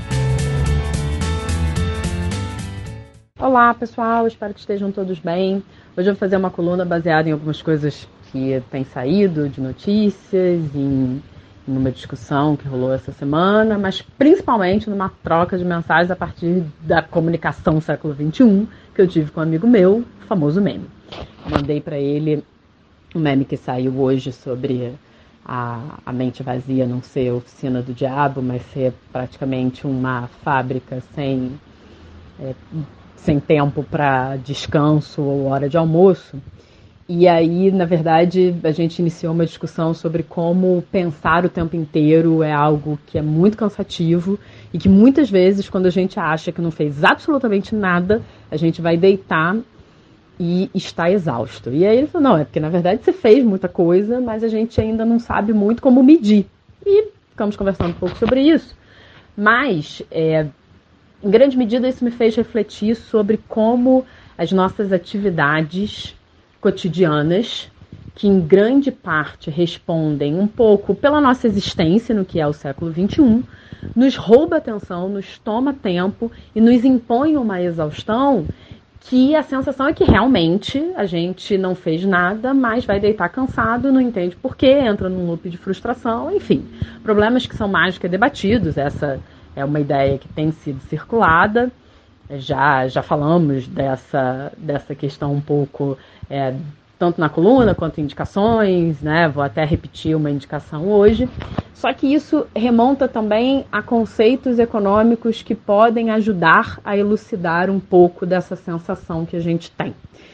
Olá, pessoal, espero que estejam todos bem. Hoje eu vou fazer uma coluna baseada em algumas coisas que têm saído de notícias, em numa discussão que rolou essa semana, mas principalmente numa troca de mensagens a partir da comunicação século vinte e um que eu tive com um amigo meu, o famoso meme. Mandei para ele um meme que saiu hoje sobre a, a mente vazia não ser a oficina do diabo, mas ser praticamente uma fábrica sem, é, sem tempo para descanso ou hora de almoço. E aí, na verdade, a gente iniciou uma discussão sobre como pensar o tempo inteiro é algo que é muito cansativo e que muitas vezes, quando a gente acha que não fez absolutamente nada, a gente vai deitar e está exausto. E aí ele falou, não, é porque na verdade você fez muita coisa, mas a gente ainda não sabe muito como medir. E ficamos conversando um pouco sobre isso. Mas, é, em grande medida, isso me fez refletir sobre como as nossas atividades cotidianas, que em grande parte respondem um pouco pela nossa existência no que é o século vinte e um, nos rouba atenção, nos toma tempo e nos impõe uma exaustão que a sensação é que realmente a gente não fez nada, mas vai deitar cansado, não entende por quê, entra num loop de frustração, enfim. Problemas que são mais do que debatidos, essa é uma ideia que tem sido circulada. Já, já falamos dessa, dessa questão um pouco, é, tanto na coluna quanto em indicações, né? Vou até repetir uma indicação hoje. Só que isso remonta também a conceitos econômicos que podem ajudar a elucidar um pouco dessa sensação que a gente tem.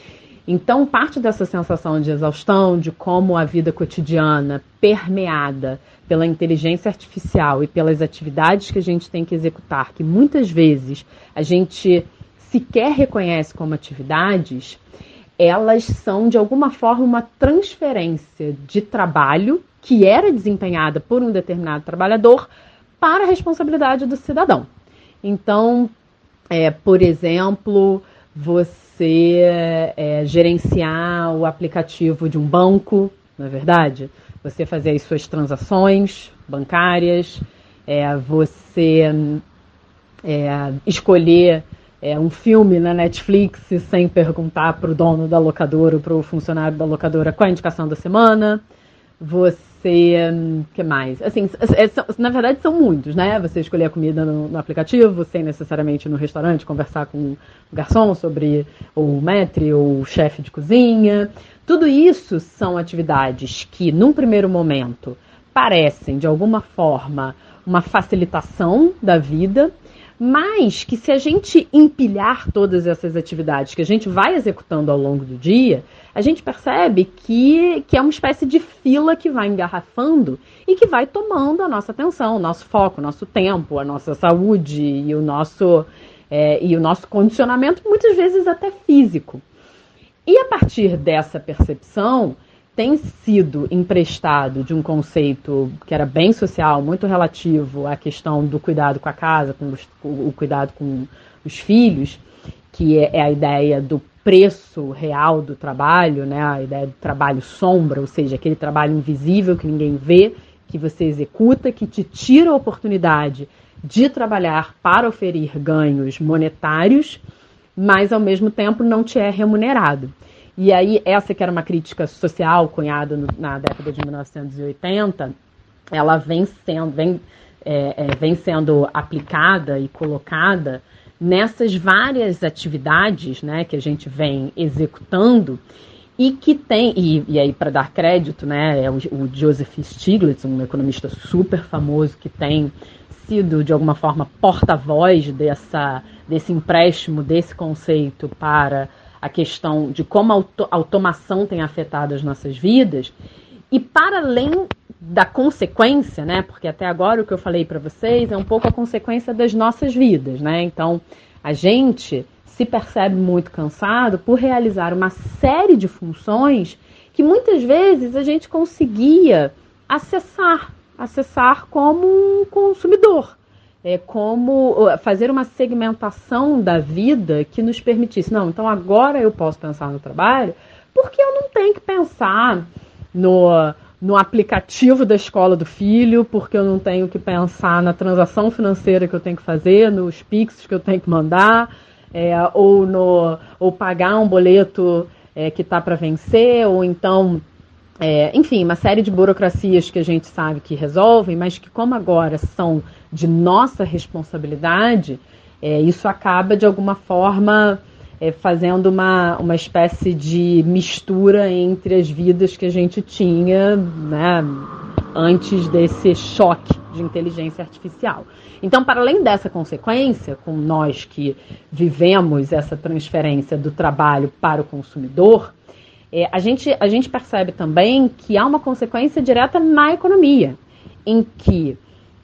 Então, parte dessa sensação de exaustão, de como a vida cotidiana, permeada pela inteligência artificial e pelas atividades que a gente tem que executar, que muitas vezes a gente sequer reconhece como atividades, elas são, de alguma forma, uma transferência de trabalho que era desempenhada por um determinado trabalhador para a responsabilidade do cidadão. Então, é, por exemplo, você é, gerenciar o aplicativo de um banco, não é verdade? Você fazer as suas transações bancárias, é, você é, escolher é, um filme na Netflix sem perguntar para o dono da locadora ou para o funcionário da locadora qual a indicação da semana. Você, o que mais? Assim, é, são, na verdade são muitos, né? Você escolher a comida no, no aplicativo, sem necessariamente ir no restaurante conversar com o garçom sobre o maître ou o chefe de cozinha. Tudo isso são atividades que, num primeiro momento, parecem, de alguma forma, uma facilitação da vida, mas que se a gente empilhar todas essas atividades que a gente vai executando ao longo do dia, a gente percebe que, que é uma espécie de fila que vai engarrafando e que vai tomando a nossa atenção, o nosso foco, o nosso tempo, a nossa saúde e o nosso, é, e o nosso condicionamento, muitas vezes até físico. E a partir dessa percepção, tem sido emprestado de um conceito que era bem social, muito relativo à questão do cuidado com a casa, com os, o cuidado com os filhos, que é, é a ideia do preço real do trabalho, né? A ideia do trabalho sombra, ou seja, aquele trabalho invisível que ninguém vê, que você executa, que te tira a oportunidade de trabalhar para oferir ganhos monetários, mas ao mesmo tempo não te é remunerado. E aí, essa que era uma crítica social cunhada no, na década de mil novecentos e oitenta, ela vem sendo, vem, é, é, vem sendo aplicada e colocada nessas várias atividades, né, que a gente vem executando e que tem, e, e aí para dar crédito, né, é o, o Joseph Stiglitz, um economista super famoso que tem sido, de alguma forma, porta-voz dessa, desse empréstimo, desse conceito para a questão de como a auto- automação tem afetado as nossas vidas, e para além da consequência, né, porque até agora o que eu falei para vocês é um pouco a consequência das nossas vidas, né, então a gente se percebe muito cansado por realizar uma série de funções que muitas vezes a gente conseguia acessar, acessar como um consumidor. É como fazer uma segmentação da vida que nos permitisse, não, então agora eu posso pensar no trabalho, porque eu não tenho que pensar no, no aplicativo da escola do filho, porque eu não tenho que pensar na transação financeira que eu tenho que fazer, nos Pix que eu tenho que mandar, é, ou, no, ou pagar um boleto é, que está para vencer, ou então... É, enfim, uma série de burocracias que a gente sabe que resolvem, mas que como agora são de nossa responsabilidade, é, isso acaba de alguma forma é, fazendo uma, uma espécie de mistura entre as vidas que a gente tinha, né, antes desse choque de inteligência artificial. Então, para além dessa consequência, com nós que vivemos essa transferência do trabalho para o consumidor, É, a, gente, a gente percebe também que há uma consequência direta na economia, em que,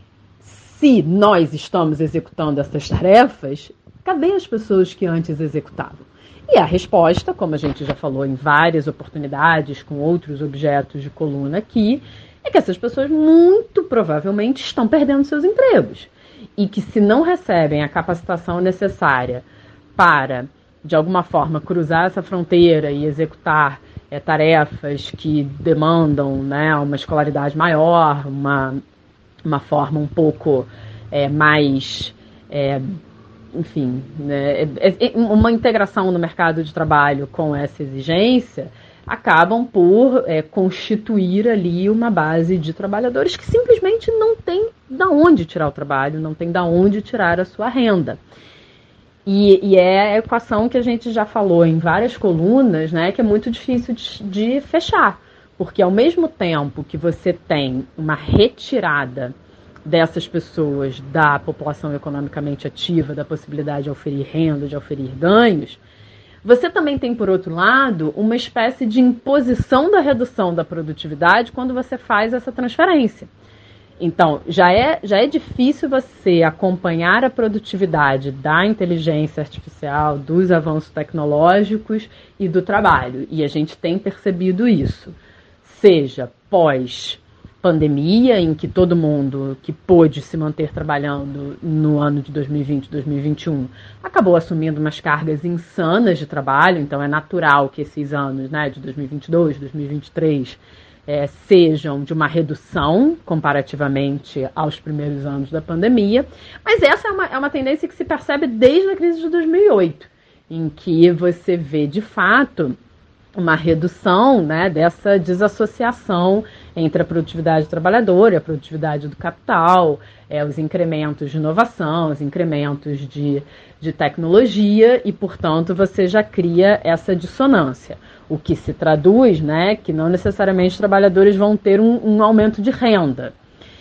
se nós estamos executando essas tarefas, cadê as pessoas que antes executavam? E a resposta, como a gente já falou em várias oportunidades, com outros objetos de coluna aqui, é que essas pessoas muito provavelmente estão perdendo seus empregos. E que, se não recebem a capacitação necessária para, de alguma forma, cruzar essa fronteira e executar é, tarefas que demandam, né, uma escolaridade maior, uma, uma forma um pouco é, mais, é, enfim, né, é, é, uma integração no mercado de trabalho com essa exigência, acabam por é, constituir ali uma base de trabalhadores que simplesmente não tem de onde tirar o trabalho, não tem de onde tirar a sua renda. E, e é a equação que a gente já falou em várias colunas, né, que é muito difícil de, de fechar, porque ao mesmo tempo que você tem uma retirada dessas pessoas da população economicamente ativa, da possibilidade de oferir renda, de oferir ganhos, Você também tem, por outro lado, uma espécie de imposição da redução da produtividade quando você faz essa transferência. Então, já é, já é difícil você acompanhar a produtividade da inteligência artificial, dos avanços tecnológicos e do trabalho. E a gente tem percebido isso. Seja pós-pandemia, em que todo mundo que pôde se manter trabalhando no ano de dois mil e vinte, dois mil e vinte e um, acabou assumindo umas cargas insanas de trabalho. Então, é natural que esses anos, né, de dois mil e vinte e dois, dois mil e vinte e três... É, sejam de uma redução comparativamente aos primeiros anos da pandemia, mas essa é uma, é uma tendência que se percebe desde a crise de dois mil e oito, em que você vê, de fato, uma redução, né, dessa desassociação entre a produtividade trabalhadora e a produtividade do capital, é, os incrementos de inovação, os incrementos de, de tecnologia, e, portanto, você já cria essa dissonância. O que se traduz, né, que não necessariamente os trabalhadores vão ter um, um aumento de renda.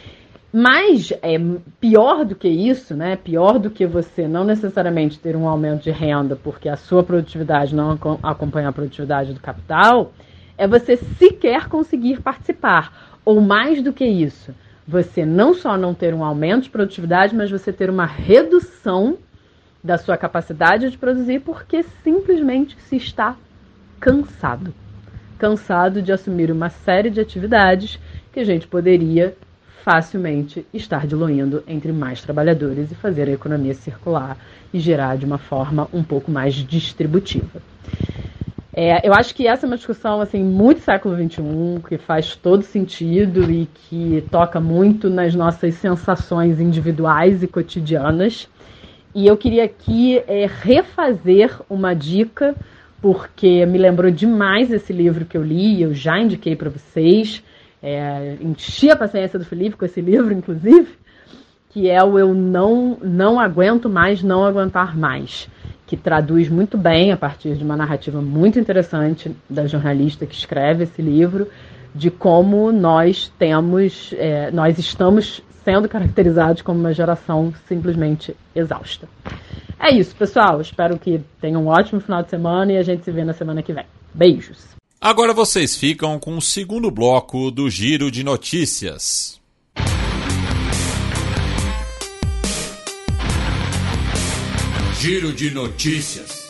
Mas é pior do que isso, né, pior do que você não necessariamente ter um aumento de renda porque a sua produtividade não acompanha a produtividade do capital, é você sequer conseguir participar. Ou mais do que isso, você não só não ter um aumento de produtividade, mas você ter uma redução da sua capacidade de produzir porque simplesmente se está cansado. Cansado de assumir uma série de atividades que a gente poderia facilmente estar diluindo entre mais trabalhadores e fazer a economia circular e gerar de uma forma um pouco mais distributiva. É, eu acho que essa é uma discussão assim, muito século vinte e um, que faz todo sentido e que toca muito nas nossas sensações individuais e cotidianas. E eu queria aqui é, refazer uma dica, porque me lembrou demais esse livro que eu li, eu já indiquei para vocês, é, enchi a paciência do Felipe com esse livro, inclusive, que é o Eu Não, Não Aguento Mais, Não Aguentar Mais, que traduz muito bem, a partir de uma narrativa muito interessante da jornalista que escreve esse livro, de como nós temos, é, nós estamos sendo caracterizados como uma geração simplesmente exausta. É isso, pessoal. Espero que tenham um ótimo final de semana e a gente se vê na semana que vem. Beijos. Agora vocês ficam com o segundo bloco do Giro de Notícias. Giro de Notícias.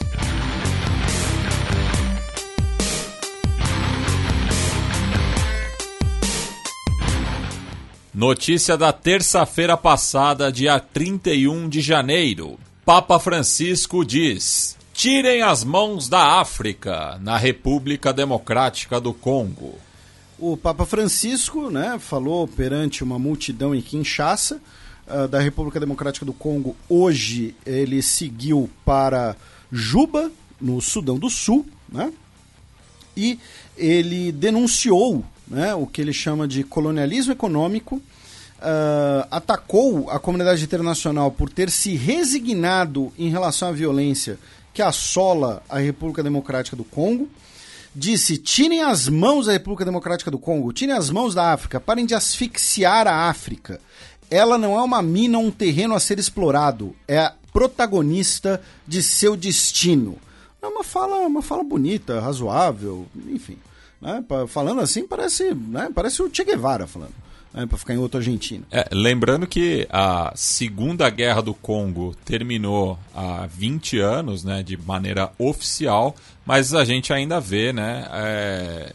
Notícia da terça-feira passada, dia trinta e um de janeiro. Papa Francisco diz: tirem as mãos da África na República Democrática do Congo. O Papa Francisco, né, falou perante uma multidão em Kinshasa, uh, da República Democrática do Congo. Hoje ele seguiu para Juba, no Sudão do Sul, né, e ele denunciou, né, o que ele chama de colonialismo econômico. Uh, atacou a comunidade internacional por ter se resignado em relação à violência que assola a República Democrática do Congo. Disse: tirem as mãos da República Democrática do Congo, tirem as mãos da África, parem de asfixiar a África. Ela não é uma mina ou um terreno a ser explorado, é a protagonista de seu destino. É uma fala, uma fala bonita, razoável, enfim. Né? Falando assim, parece, né? Parece o Che Guevara falando. É, para ficar em outro argentino. É, lembrando que a Segunda Guerra do Congo terminou há vinte anos, né, de maneira oficial, mas a gente ainda vê, né, é,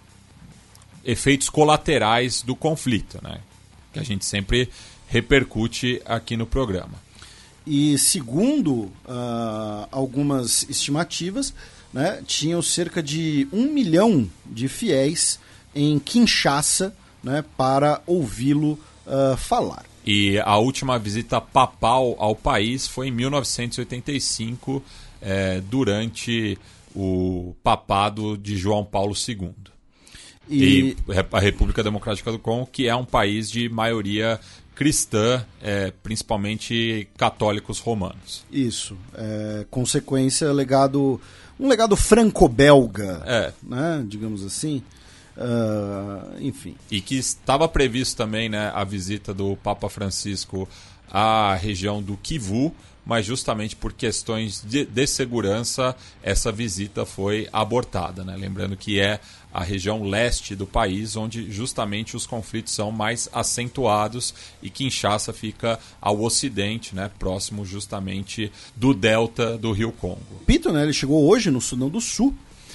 efeitos colaterais do conflito, né, que a gente sempre repercute aqui no programa. E segundo uh, algumas estimativas, né, tinham cerca de um milhão de fiéis em Kinshasa, né, para ouvi-lo uh, falar. E a última visita papal ao país foi em mil novecentos e oitenta e cinco, é, durante o papado de João Paulo segundo. E... e a República Democrática do Congo, que é um país de maioria cristã, é, principalmente católicos romanos. Isso. É, consequência, legado, um legado franco-belga, é. Né, digamos assim. Uh, enfim. E que estava previsto também, né, a visita do Papa Francisco à região do Kivu, mas justamente por questões de, de segurança essa visita foi abortada, né? Lembrando que é a região leste do país, onde justamente os conflitos são mais acentuados, e Kinshasa fica ao ocidente, né, próximo justamente do delta do Rio Congo. Pito, né, ele chegou hoje no Sudão do Sul,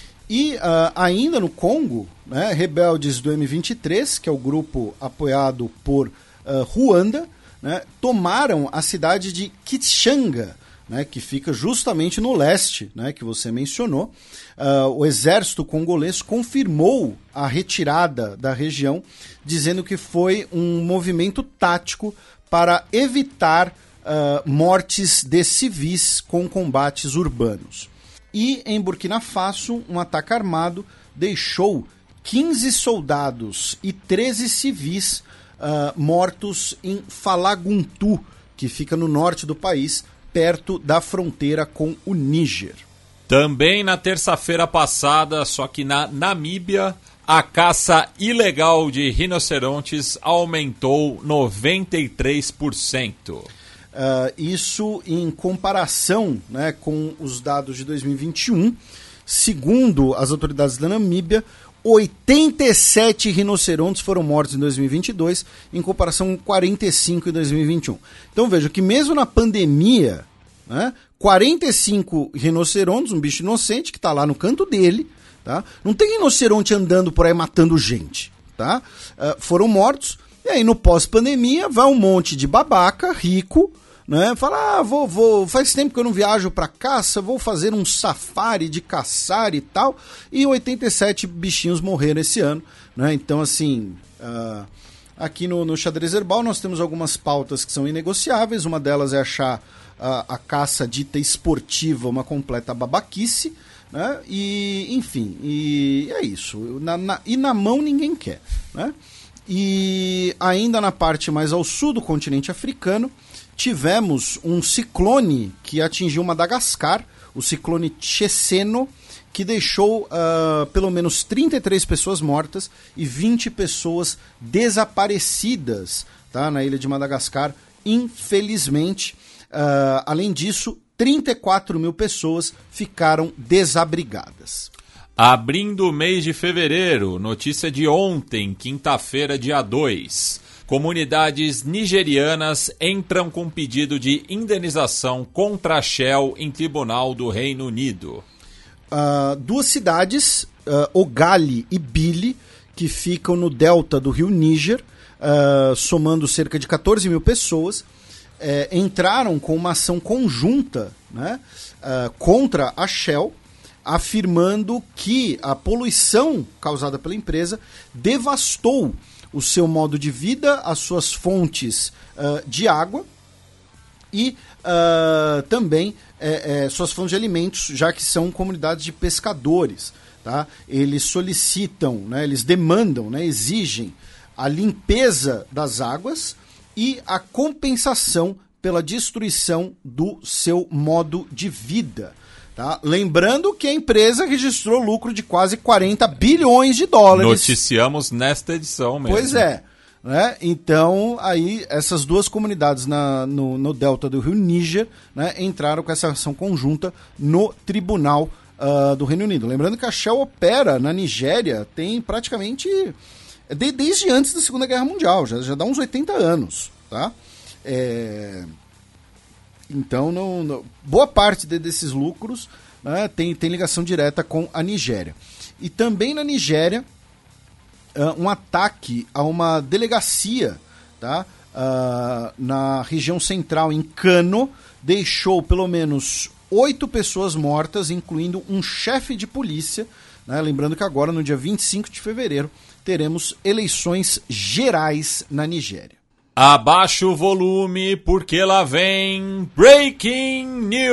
e uh, ainda no Congo, né, rebeldes do M vinte e três, que é o grupo apoiado por uh, Ruanda, né, tomaram a cidade de Kitshanga, né, que fica justamente no leste, né, que você mencionou. Uh, o exército congolês confirmou a retirada da região, dizendo que foi um movimento tático para evitar uh, mortes de civis com combates urbanos. E em Burkina Faso, um ataque armado deixou quinze soldados e treze civis uh, mortos em Falaguntu, que fica no norte do país, perto da fronteira com o Níger. Também na terça-feira passada, só que na Namíbia, a caça ilegal de rinocerontes aumentou noventa e três por cento. Uh, isso em comparação, né, com os dados de dois mil e vinte e um. Segundo as autoridades da Namíbia, oitenta e sete rinocerontes foram mortos em dois mil e vinte e dois, em comparação com quarenta e cinco em dois mil e vinte e um. Então veja que mesmo na pandemia, né, quarenta e cinco rinocerontes, um bicho inocente que está lá no canto dele, tá? Não tem rinoceronte andando por aí matando gente, tá? Uh, foram mortos, e aí no pós-pandemia vai um monte de babaca, rico, né? Fala, ah, vou, vou, faz tempo que eu não viajo para caça, vou fazer um safari de caçar e tal, e oitenta e sete bichinhos morreram esse ano, né? Então assim, uh, aqui no, no Xadrez Herbal nós temos algumas pautas que são inegociáveis. Uma delas é achar a, a caça dita esportiva uma completa babaquice, né? E enfim, e é isso, na, na, e na mão ninguém quer, né? E ainda na parte mais ao sul do continente africano, tivemos um ciclone que atingiu Madagascar, o ciclone Cheseno, que deixou uh, pelo menos trinta e três pessoas mortas e vinte pessoas desaparecidas, tá, na ilha de Madagascar, infelizmente. Uh, além disso, trinta e quatro mil pessoas ficaram desabrigadas. Abrindo o mês de fevereiro, notícia de ontem, quinta-feira, dia dois. Comunidades nigerianas entram com pedido de indenização contra a Shell em tribunal do Reino Unido. Uh, duas cidades, uh, Ogali e Bili, que ficam no delta do rio Níger, uh, somando cerca de catorze mil pessoas, eh, entraram com uma ação conjunta, né, uh, contra a Shell, afirmando que a poluição causada pela empresa devastou o seu modo de vida, as suas fontes uh, de água e uh, também é, é, suas fontes de alimentos, já que são comunidades de pescadores. Tá? Eles solicitam, né, eles demandam, né, exigem a limpeza das águas e a compensação pela destruição do seu modo de vida. Tá? Lembrando que a empresa registrou lucro de quase quarenta bilhões de dólares. Noticiamos nesta edição mesmo. Pois é. Né? Então, aí, essas duas comunidades na, no, no delta do rio Níger, né, entraram com essa ação conjunta no tribunal uh, do Reino Unido. Lembrando que a Shell opera na Nigéria tem praticamente de, desde antes da Segunda Guerra Mundial, já, já dá uns oitenta anos. Tá? É... Então, não, não, boa parte de, desses lucros, né, tem, tem ligação direta com a Nigéria. E também na Nigéria, uh, um ataque a uma delegacia, tá, uh, na região central, em Kano, deixou pelo menos oito pessoas mortas, incluindo um chefe de polícia. Né, lembrando que agora, no dia vinte e cinco de fevereiro, teremos eleições gerais na Nigéria. Abaixa o volume, porque lá vem Breaking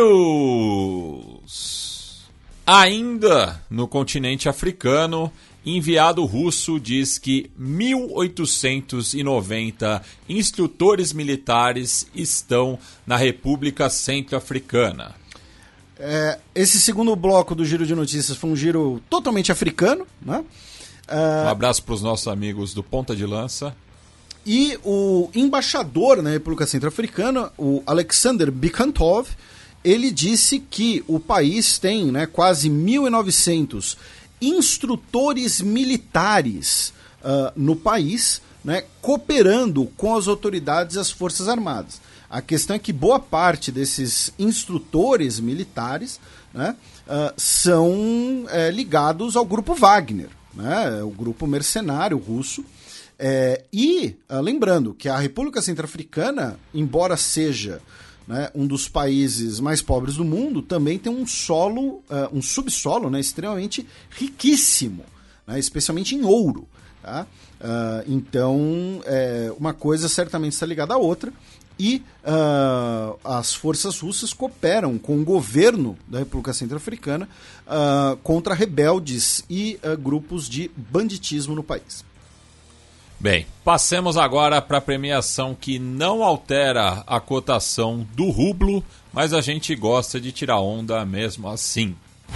News. Ainda no continente africano, enviado russo diz que mil oitocentos e noventa instrutores militares estão na República Centro-Africana. É, esse segundo bloco do Giro de Notícias foi um giro totalmente africano, né? Uh... Um abraço para os nossos amigos do Ponta de Lança. e o embaixador na República Centro-Africana, o Alexander Bikantov, ele disse que o país tem, né, quase mil e novecentos instrutores militares uh, no país, né, cooperando com as autoridades e as Forças Armadas. A questão é que boa parte desses instrutores militares, né, uh, são é, ligados ao grupo Wagner, né, o grupo mercenário russo. É, e, uh, lembrando que a República Centro-Africana, embora seja, né, um dos países mais pobres do mundo, também tem um solo, uh, um subsolo, né, extremamente riquíssimo, né, especialmente em ouro. Tá? Uh, então, é, uma coisa certamente está ligada à outra, e uh, as forças russas cooperam com o governo da República Centro-Africana uh, contra rebeldes e uh, grupos de banditismo no país. Bem, passemos agora para a premiação que não altera a cotação do rublo, mas a gente gosta de tirar onda mesmo assim.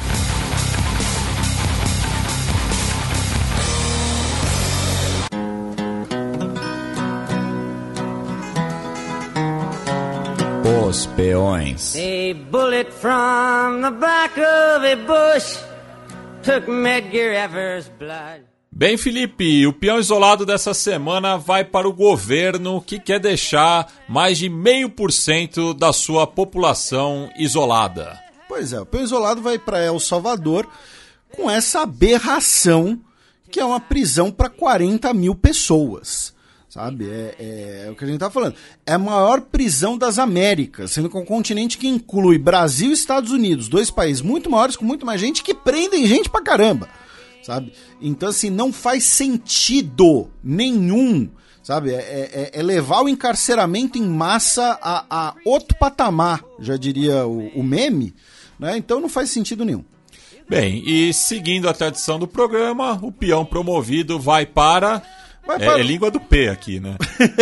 Os peões. A bullet from the back of a bush took Medgar Evers' blood. Bem, Felipe, o peão isolado dessa semana vai para o governo, que quer deixar mais de meio por cento da sua população isolada. Pois é, o peão isolado vai para El Salvador com essa aberração que é uma prisão para quarenta mil pessoas. Sabe, é, é, é o que a gente tá falando. É a maior prisão das Américas, sendo que é um continente que inclui Brasil e Estados Unidos, dois países muito maiores, com muito mais gente, que prendem gente pra caramba, sabe? Então, assim, não faz sentido nenhum, sabe? É, é, é levar o encarceramento em massa a, a outro patamar, já diria o, o meme, né? Então não faz sentido nenhum. Bem, e seguindo a tradição do programa, o peão promovido vai para... Vai para... É, é língua do P aqui, né?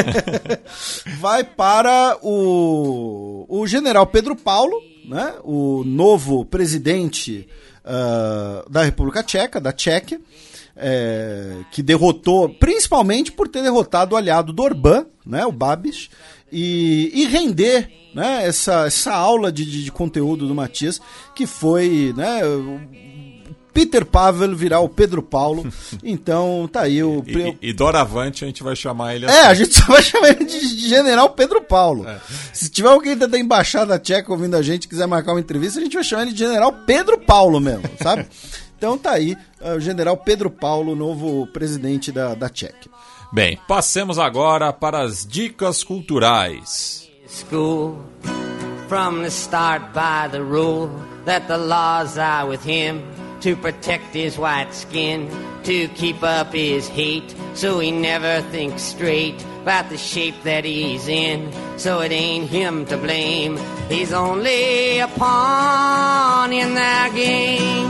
Vai para o, o general Pedro Paulo, né? O novo presidente uh, da República Tcheca, da Tchequia, é, que derrotou, principalmente por ter derrotado o aliado do Orbán, né? O Babiš, e, e render, né? essa, essa aula de, de, de conteúdo do Matias, que foi, né? Peter Pavel virar o Pedro Paulo. Então, tá aí o... E, e doravante a gente vai chamar ele assim. É, a gente só vai chamar ele de General Pedro Paulo. É. Se tiver alguém da Embaixada Tcheca ouvindo a gente, quiser marcar uma entrevista, a gente vai chamar ele de General Pedro Paulo mesmo, sabe? Então tá aí o General Pedro Paulo, novo presidente da, da Tchequia. Bem, passemos agora para as dicas culturais. School, from the start by the rule that the laws are with him, to protect his white skin, to keep up his hate, so he never thinks straight about the shape that he's in. So it ain't him to blame, he's only a pawn in their game.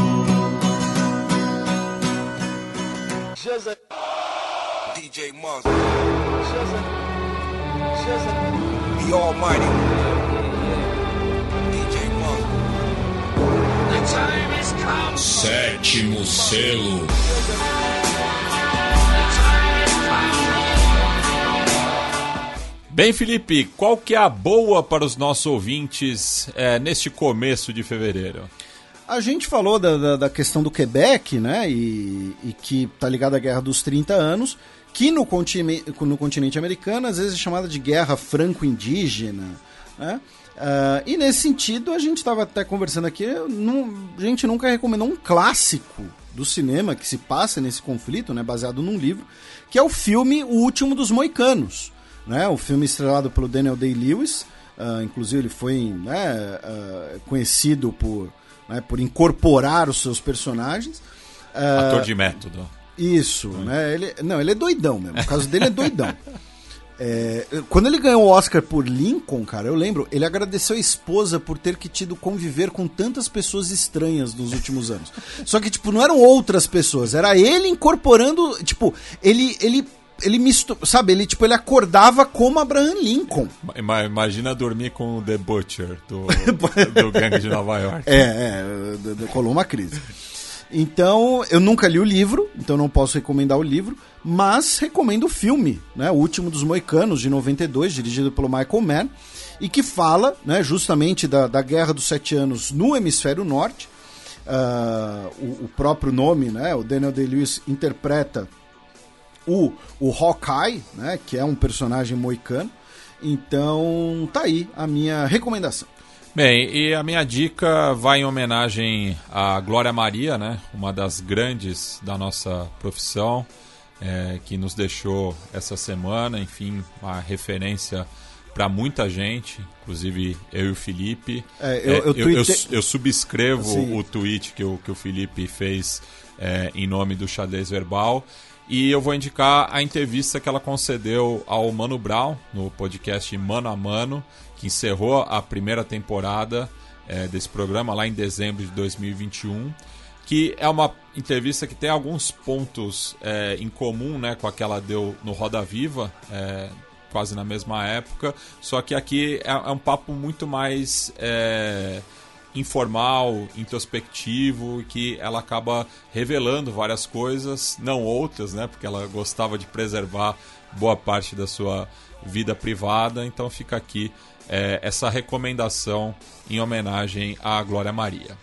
Shazza. D J Monster. Shazza. Shazza. The Almighty. D J Monster. Sétimo selo. Bem, Felipe, qual que é a boa para os nossos ouvintes é, neste começo de fevereiro? A gente falou da, da, da questão do Quebec, né, e, e que tá ligado à Guerra dos trinta anos, que no continente, no continente americano às vezes é chamada de Guerra Franco-Indígena, né? Uh, e nesse sentido, a gente estava até conversando aqui, não, a gente nunca recomendou um clássico do cinema que se passa nesse conflito, né, baseado num livro, que é o filme O Último dos Moicanos, né, o filme estrelado pelo Daniel Day-Lewis, uh, inclusive ele foi, né, uh, conhecido por, né, por incorporar os seus personagens. Uh, Ator de método. Isso, hum. né, ele, não, ele é doidão mesmo, o caso dele é doidão. É, quando ele ganhou o Oscar por Lincoln, cara, eu lembro, ele agradeceu a esposa por ter que tido conviver com tantas pessoas estranhas nos últimos anos. Só que, tipo, não eram outras pessoas, era ele incorporando, tipo, ele, ele, ele mistura, sabe, ele, tipo, ele acordava como Abraham Lincoln. Imagina dormir com o The Butcher do, do Gangue de Nova York. É, é, colou uma crise. Então, eu nunca li o livro, então não posso recomendar o livro, mas recomendo o filme, né? O Último dos Moicanos, de noventa e dois, dirigido pelo Michael Mann, e que fala, né, justamente da, da Guerra dos Sete Anos no Hemisfério Norte. Uh, o, o próprio nome, né, o Daniel Day-Lewis interpreta o, o Hawkeye, né, que é um personagem moicano. Então, tá aí a minha recomendação. Bem, e a minha dica vai em homenagem à Glória Maria, né? Uma das grandes da nossa profissão, é, que nos deixou essa semana, enfim, uma referência para muita gente, inclusive eu e o Felipe. É, eu, eu, eu, eu, eu subscrevo Sim. o tweet que o, que o Felipe fez é, em nome do Xadrez Verbal. E eu vou indicar a entrevista que ela concedeu ao Mano Brown, no podcast Mano a Mano, que encerrou a primeira temporada é, desse programa lá em dezembro de dois mil e vinte e um, que é uma entrevista que tem alguns pontos é, em comum, né, com a que ela deu no Roda Viva, é, quase na mesma época, só que aqui é, é um papo muito mais é, informal, introspectivo, que ela acaba revelando várias coisas, não outras, né, porque ela gostava de preservar boa parte da sua vida privada, então fica aqui é, essa recomendação em homenagem à Glória Maria.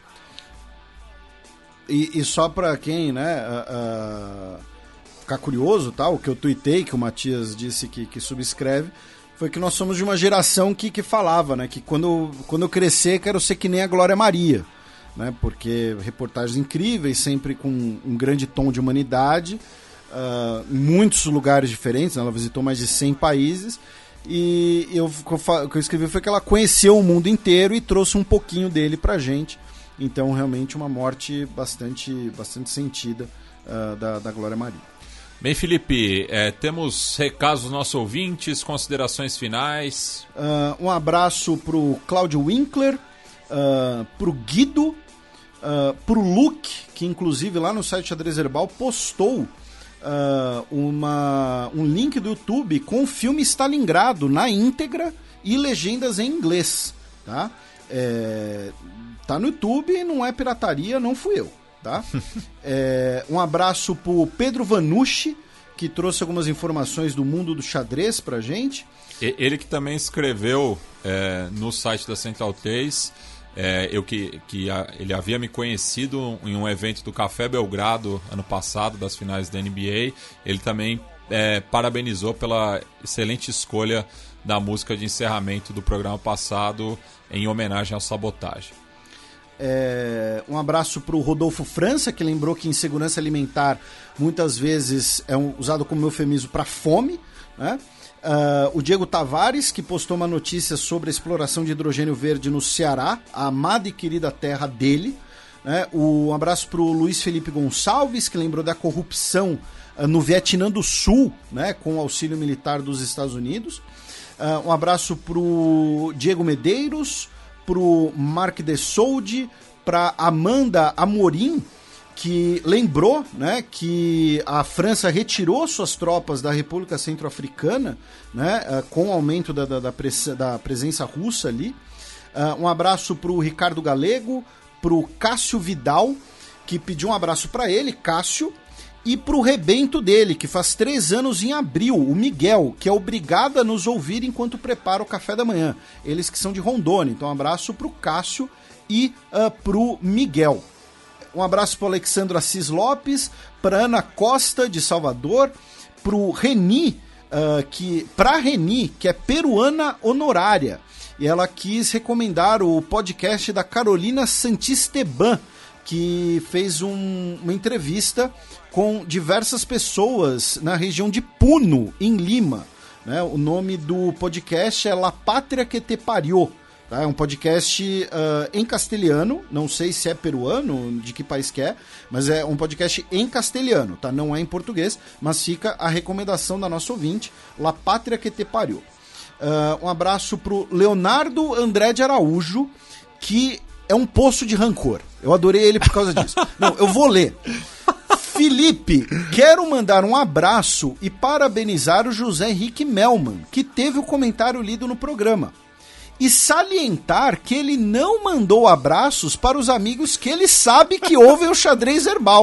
E, e só para quem, né, uh, uh, ficar curioso, tá, o que eu tuitei, que o Matias disse que, que subscreve, foi que nós somos de uma geração que, que falava, né, que quando, quando eu crescer quero ser que nem a Glória Maria, né, porque reportagens incríveis, sempre com um grande tom de humanidade, uh, em muitos lugares diferentes, né, ela visitou mais de cem países, e eu, o que eu escrevi foi que ela conheceu o mundo inteiro e trouxe um pouquinho dele pra gente. Então, realmente, uma morte bastante, bastante sentida uh, da, da Glória Maria. Bem, Felipe, é, temos recados dos nossos ouvintes, considerações finais. Uh, um abraço pro Cláudio Winkler, uh, pro Guido, uh, pro Luke, que inclusive lá no site Xadrez Verbal postou Uh, uma, um link do YouTube com o filme Stalingrado na íntegra e legendas em inglês, tá? É, tá no YouTube, não é pirataria, não fui eu, tá? É, um abraço pro Pedro Vanucci, que trouxe algumas informações do mundo do xadrez pra gente. Ele que também escreveu é, no site da Central três. É, eu que, que a, ele havia me conhecido em um evento do Café Belgrado ano passado, das finais da N B A. Ele também é, parabenizou pela excelente escolha da música de encerramento do programa passado em homenagem ao Sabotagem. É, um abraço para o Rodolfo França, que lembrou que insegurança alimentar muitas vezes é um, usado como eufemismo para fome, né? Uh, o Diego Tavares, que postou uma notícia sobre a exploração de hidrogênio verde no Ceará, a amada e querida terra dele, né? Um abraço para o Luiz Felipe Gonçalves, que lembrou da corrupção uh, no Vietnã do Sul, né? Com o auxílio militar dos Estados Unidos. Uh, um abraço para o Diego Medeiros, para o Mark de Soldi, para Amanda Amorim, que lembrou, né, que a França retirou suas tropas da República Centro-Africana, né, com o aumento da, da, da, pres- da presença russa ali. Uh, um abraço para o Ricardo Galego, para o Cássio Vidal, que pediu um abraço para ele, Cássio, e para o rebento dele, que faz três anos em abril, o Miguel, que é obrigado a nos ouvir enquanto prepara o café da manhã. Eles que são de Rondônia. Então um abraço para o Cássio e uh, para o Miguel. Um abraço para o Alexandre Assis Lopes, para Ana Costa, de Salvador, para o Reni, uh, que, para Reni, que é peruana honorária. E ela quis recomendar o podcast da Carolina Santisteban, que fez um, uma entrevista com diversas pessoas na região de Puno, em Lima. Né? O nome do podcast é La Pátria que te parió. Tá? É um podcast uh, em castelhano, não sei se é peruano, de que país que é, mas é um podcast em castelhano, tá? Não é em português, mas fica a recomendação da nossa ouvinte, La Pátria que te parió. Uh, um abraço pro Leonardo André de Araújo, que é um poço de rancor. Eu adorei ele por causa disso. Não, eu vou ler. Felipe, quero mandar um abraço e parabenizar o José Henrique Melman, que teve o comentário lido no programa. e salientar que ele não mandou abraços para os amigos que ele sabe que ouvem o Xadrez Verbal.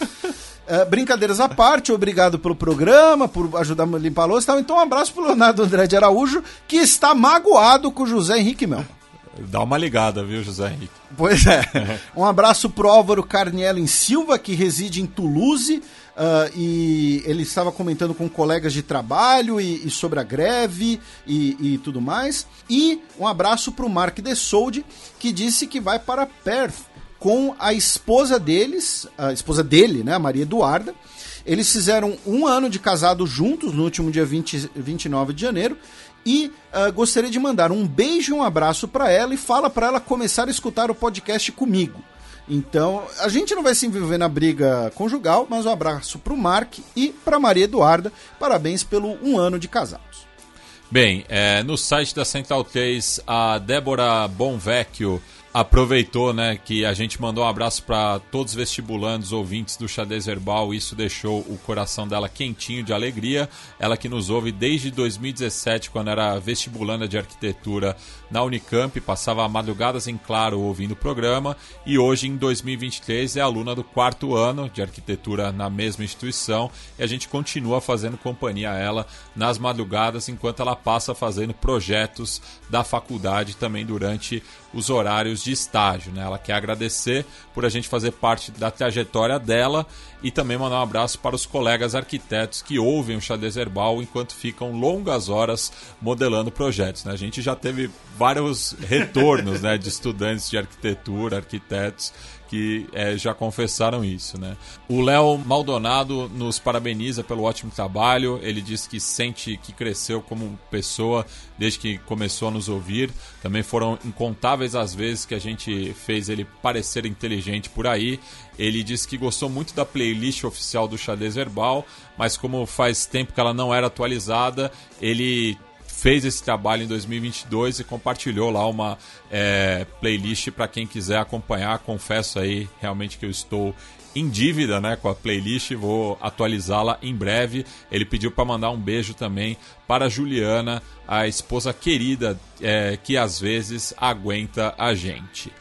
Uh, brincadeiras à parte, obrigado pelo programa, por ajudar a limpar a louça e tal. Então um abraço para o Leonardo André de Araújo, que está magoado com o José Henrique Melman. Dá uma ligada, viu, José Henrique? Pois é. Um abraço pro Álvaro Carniello em Silva, que reside em Toulouse, uh, e ele estava comentando com colegas de trabalho e, e sobre a greve e, e tudo mais. E um abraço pro Mark de Soldi, que disse que vai para Perth com a esposa deles, a esposa dele, né, a Maria Eduarda. Eles fizeram um ano de casado juntos no último dia vinte, vinte e nove de janeiro. E uh, gostaria de mandar um beijo e um abraço para ela e fala para ela começar a escutar o podcast comigo. Então, a gente não vai se envolver na briga conjugal, mas um abraço para o Mark e para Maria Eduarda. Parabéns pelo um ano de casados. Bem, é, no site da Central três, a Débora Bonvecchio aproveitou, né, que a gente mandou um abraço para todos os vestibulandos, ouvintes do Xadrez Verbal. Isso deixou o coração dela quentinho de alegria. Ela que nos ouve desde dois mil e dezessete, quando era vestibulanda de arquitetura na Unicamp, passava madrugadas em claro ouvindo o programa, e hoje em dois mil e vinte e três é aluna do quarto ano de arquitetura na mesma instituição, e a gente continua fazendo companhia a ela nas madrugadas enquanto ela passa fazendo projetos da faculdade também durante os horários de estágio, né? Ela quer agradecer por a gente fazer parte da trajetória dela e também mandar um abraço para os colegas arquitetos que ouvem o Xadrez Verbal enquanto ficam longas horas modelando projetos, né? A gente já teve vários retornos, né, de estudantes de arquitetura, arquitetos que é, já confessaram isso, né? O Léo Maldonado nos parabeniza pelo ótimo trabalho. Ele diz que sente que cresceu como pessoa desde que começou a nos ouvir. Também foram incontáveis as vezes que a gente fez ele parecer inteligente por aí. Ele disse que gostou muito da playlist oficial do Xadrez Verbal, mas como faz tempo que ela não era atualizada, ele fez esse trabalho em dois mil e vinte e dois e compartilhou lá uma é, playlist para quem quiser acompanhar. Confesso aí realmente que eu estou em dívida, né, com a playlist, vou atualizá-la em breve. Ele pediu para mandar um beijo também para a Juliana, a esposa querida é, que às vezes aguenta a gente.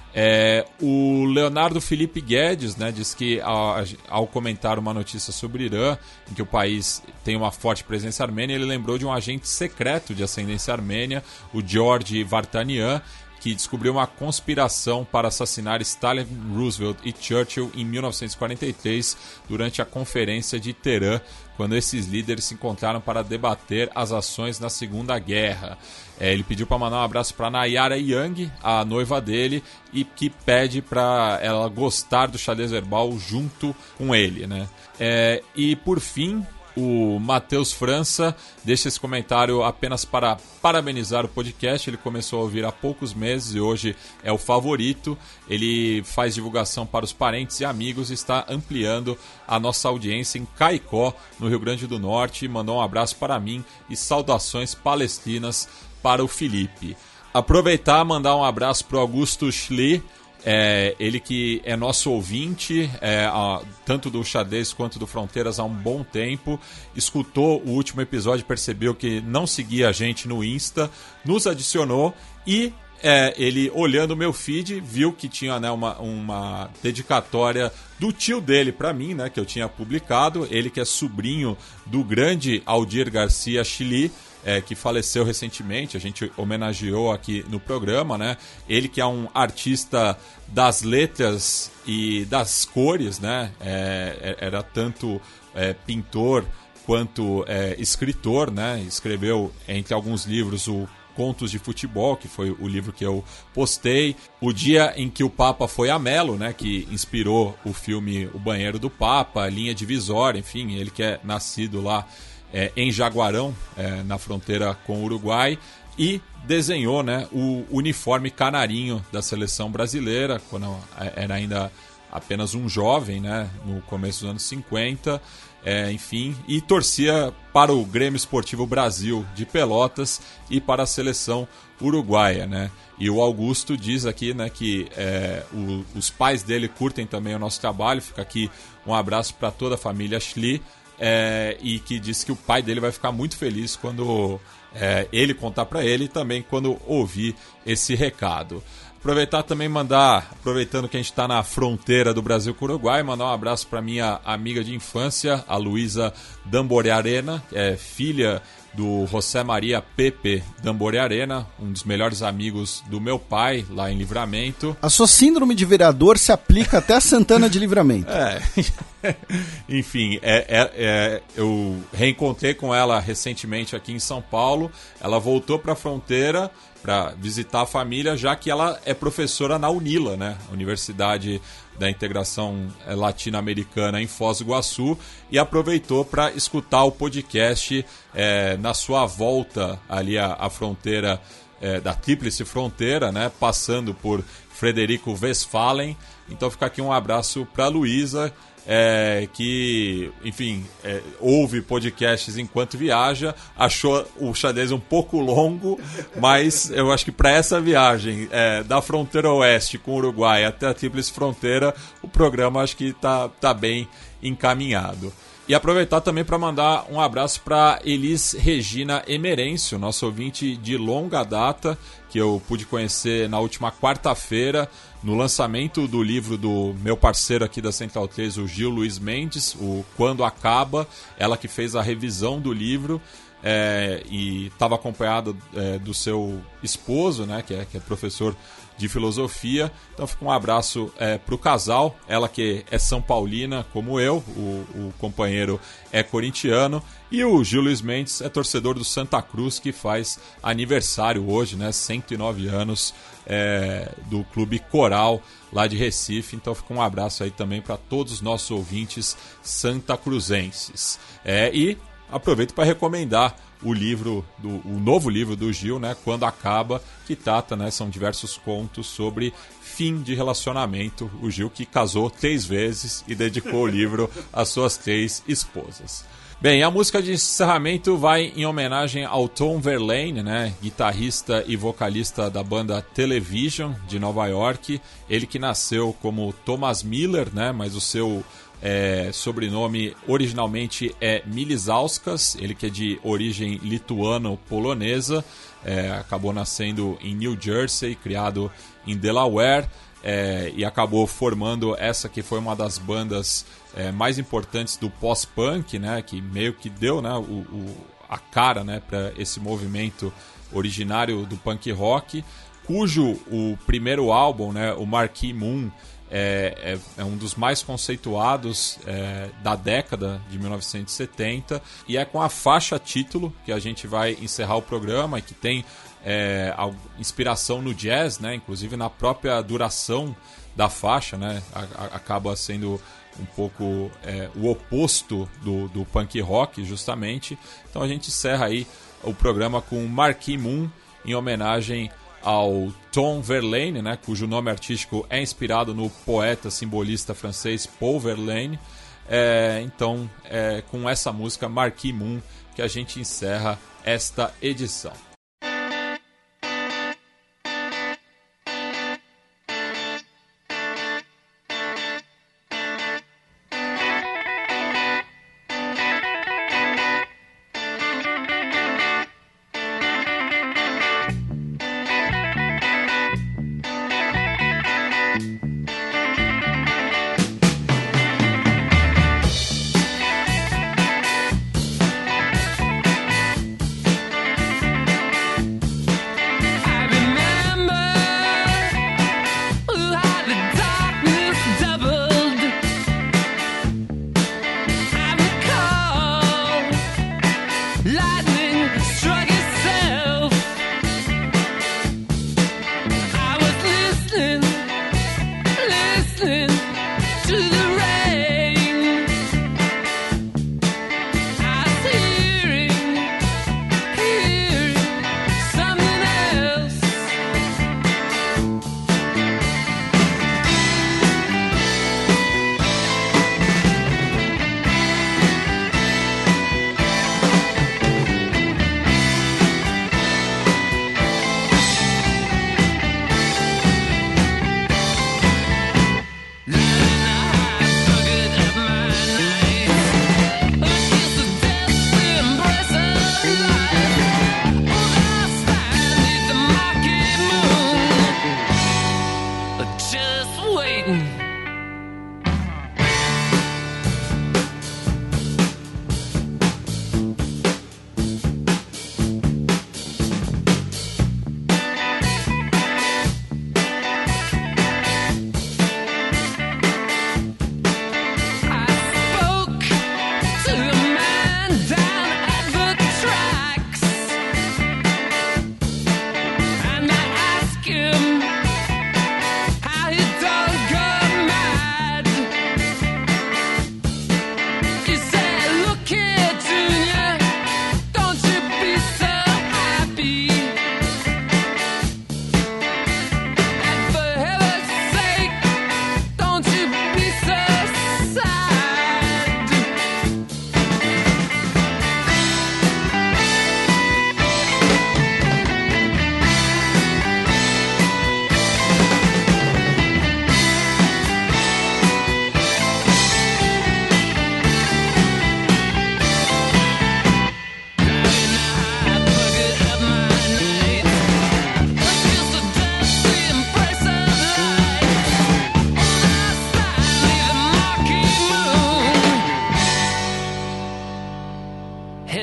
É, o Leonardo Felipe Guedes, né, diz que ao, ao comentar uma notícia sobre Irã, em que o país tem uma forte presença armênia, ele lembrou de um agente secreto de ascendência armênia, o George Vartanian, que descobriu uma conspiração para assassinar Stalin, Roosevelt e Churchill em mil novecentos e quarenta e três, durante a Conferência de Teherã, quando esses líderes se encontraram para debater as ações na Segunda Guerra. É, ele pediu para mandar um abraço para Nayara Young, a noiva dele, e que pede para ela gostar do Xadrez Verbal junto com ele, né? É, e por fim, o Matheus França deixa esse comentário apenas para parabenizar o podcast. Ele começou a ouvir há poucos meses e hoje é o favorito. Ele faz divulgação para os parentes e amigos e está ampliando a nossa audiência em Caicó, no Rio Grande do Norte. Mandou um abraço para mim e saudações palestinas para o Felipe. Aproveitar e mandar um abraço para o Augusto Schlee. É, ele que é nosso ouvinte, é, a, tanto do Xadrez quanto do Fronteiras há um bom tempo, escutou o último episódio, percebeu que não seguia a gente no Insta, nos adicionou e é, ele, olhando o meu feed, viu que tinha, né, uma, uma dedicatória do tio dele para mim, né, que eu tinha publicado, ele que é sobrinho do grande Aldir Garcia Schlee, É, que faleceu recentemente, a gente homenageou aqui no programa, né? Ele que é um artista das letras e das cores, né? É, era tanto é, pintor quanto é, escritor, né? Escreveu, entre alguns livros, o Contos de Futebol, que foi o livro que eu postei. O Dia em que o Papa foi a Melo, né, que inspirou o filme O Banheiro do Papa, Linha Divisória, enfim, ele que é nascido lá É, em Jaguarão, é, na fronteira com o Uruguai, e desenhou, né, o uniforme canarinho da seleção brasileira, quando era ainda apenas um jovem, né, no começo dos anos cinquenta, é, enfim, e torcia para o Grêmio Esportivo Brasil de Pelotas e para a seleção uruguaia, né? E o Augusto diz aqui, né, que é, o, os pais dele curtem também o nosso trabalho. Fica aqui um abraço para toda a família Schlee. é, e que disse que o pai dele vai ficar muito feliz quando é, ele contar para ele e também quando ouvir esse recado. Aproveitar também mandar, aproveitando que a gente está na fronteira do Brasil com o Uruguai, mandar um abraço para minha amiga de infância, a Luísa Damborearena, que é filha do José Maria Pepe Damborearena, um dos melhores amigos do meu pai, lá em Livramento. A sua síndrome de vereador se aplica até a Santana de Livramento. É, enfim, é, é, é, eu reencontrei com ela recentemente aqui em São Paulo. Ela voltou para a fronteira para visitar a família, já que ela é professora na UNILA, né? Universidade da Integração Latino-Americana em Foz do Iguaçu, e aproveitou para escutar o podcast é, na sua volta ali à, à fronteira, é, da Tríplice Fronteira, né? Passando por Frederico Westphalen. Então fica aqui um abraço para a Luísa, É, que, enfim, é, ouve podcasts enquanto viaja, achou o xadrez um pouco longo, mas eu acho que para essa viagem é, da fronteira oeste com o Uruguai até a Tríplice Fronteira, o programa acho que está tá bem encaminhado. E aproveitar também para mandar um abraço para Elis Regina Emerêncio, nosso ouvinte de longa data, que eu pude conhecer na última quarta-feira, no lançamento do livro do meu parceiro aqui da Central três, o Gil Luiz Mendes, o Quando Acaba, ela que fez a revisão do livro, é, e estava acompanhada é, do seu esposo, né, que, é, que é professor de filosofia. Então fica um abraço é, para o casal, ela que é São Paulina como eu, o, o companheiro é corintiano, e o Gil Luiz Mendes é torcedor do Santa Cruz, que faz aniversário hoje, né, cento e nove anos é, do Clube Coral lá de Recife. Então fica um abraço aí também para todos os nossos ouvintes santacruzenses. É, e aproveito para recomendar o livro, do, o novo livro do Gil, né, Quando Acaba, que trata, né, são diversos contos sobre fim de relacionamento. O Gil que casou três vezes e dedicou o livro às suas três esposas. Bem, a música de encerramento vai em homenagem ao Tom Verlaine, né, guitarrista e vocalista da banda Television de Nova York. Ele que nasceu como Thomas Miller, né, mas o seu É, sobrenome originalmente é Milizauskas, ele que é de origem lituano-polonesa, é, acabou nascendo em New Jersey, criado em Delaware, é, e acabou formando essa que foi uma das bandas é, mais importantes do pós-punk, né, que meio que deu, né, o, o, a cara, né, para esse movimento originário do punk rock, cujo o primeiro álbum, né, o Marquee Moon, É, é, é um dos mais conceituados é, da década de mil novecentos e setenta, e é com a faixa título que a gente vai encerrar o programa, e que tem é, a inspiração no jazz, né, inclusive na própria duração da faixa, né, a, a, acaba sendo um pouco é, o oposto do, do punk rock, justamente. Então a gente encerra aí o programa com Marquee Moon, em homenagem ao Tom Verlaine, né, cujo nome artístico é inspirado no poeta simbolista francês Paul Verlaine. É, então, é com essa música Marquee Moon que a gente encerra esta edição.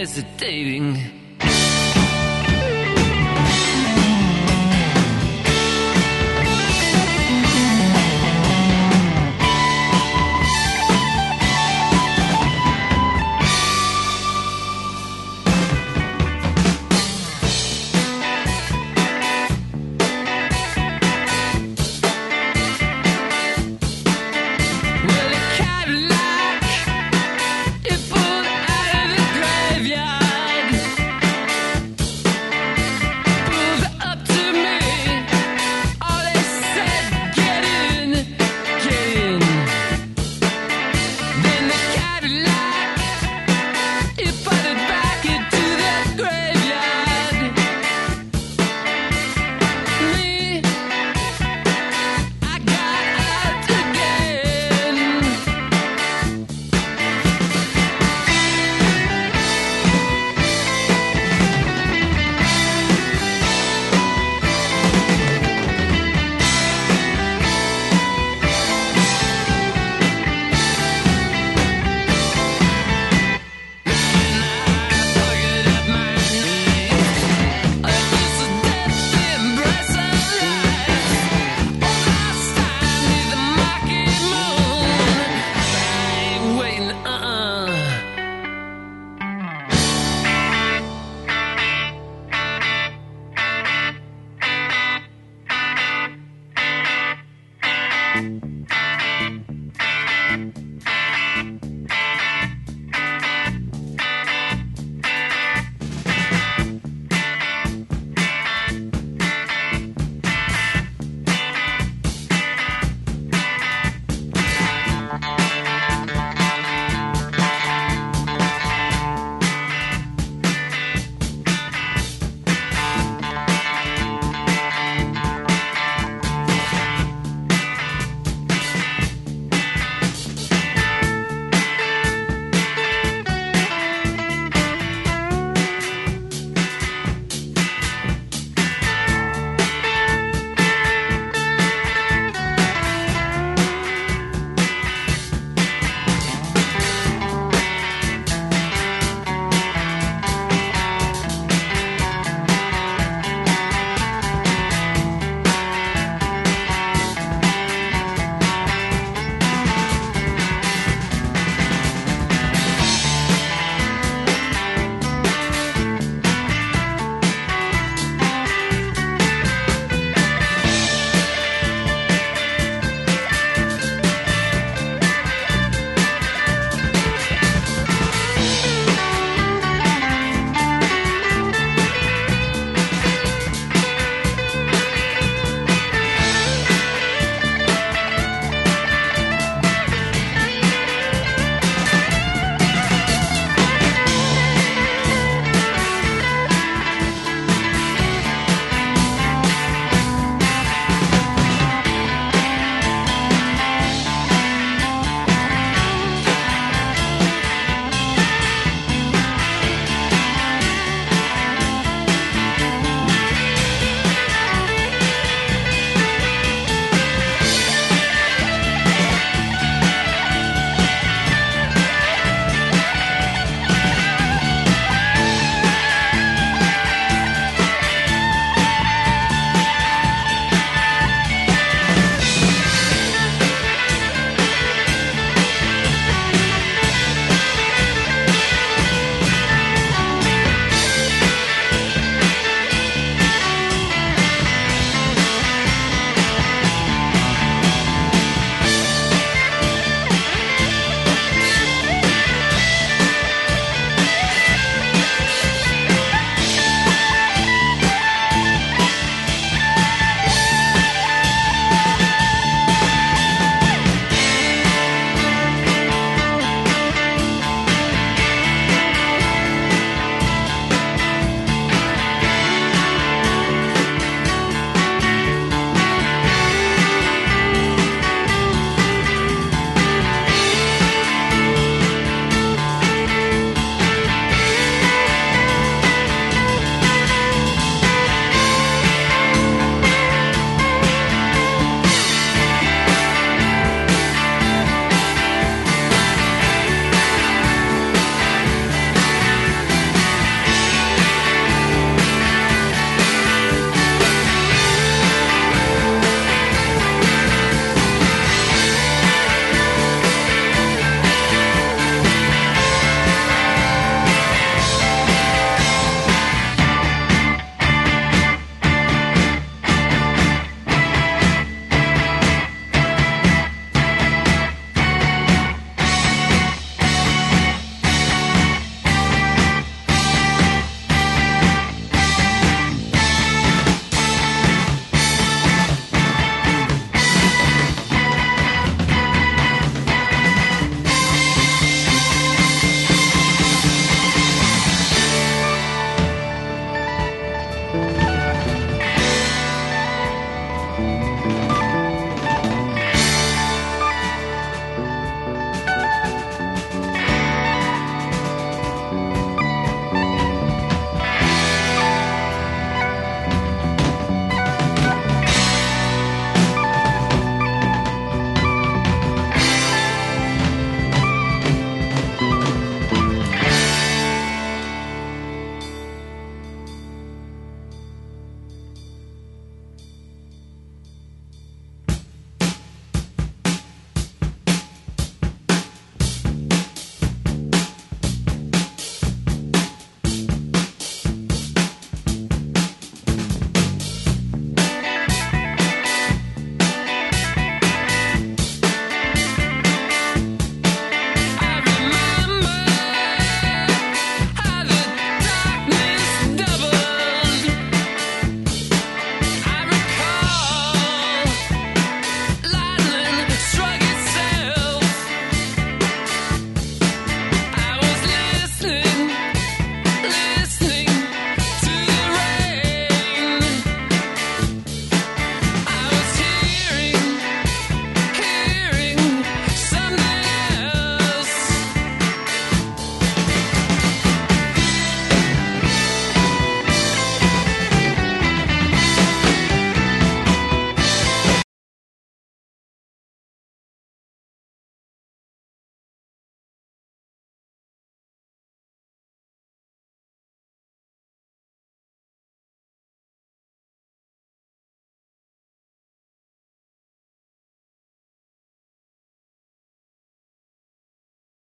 hesitating.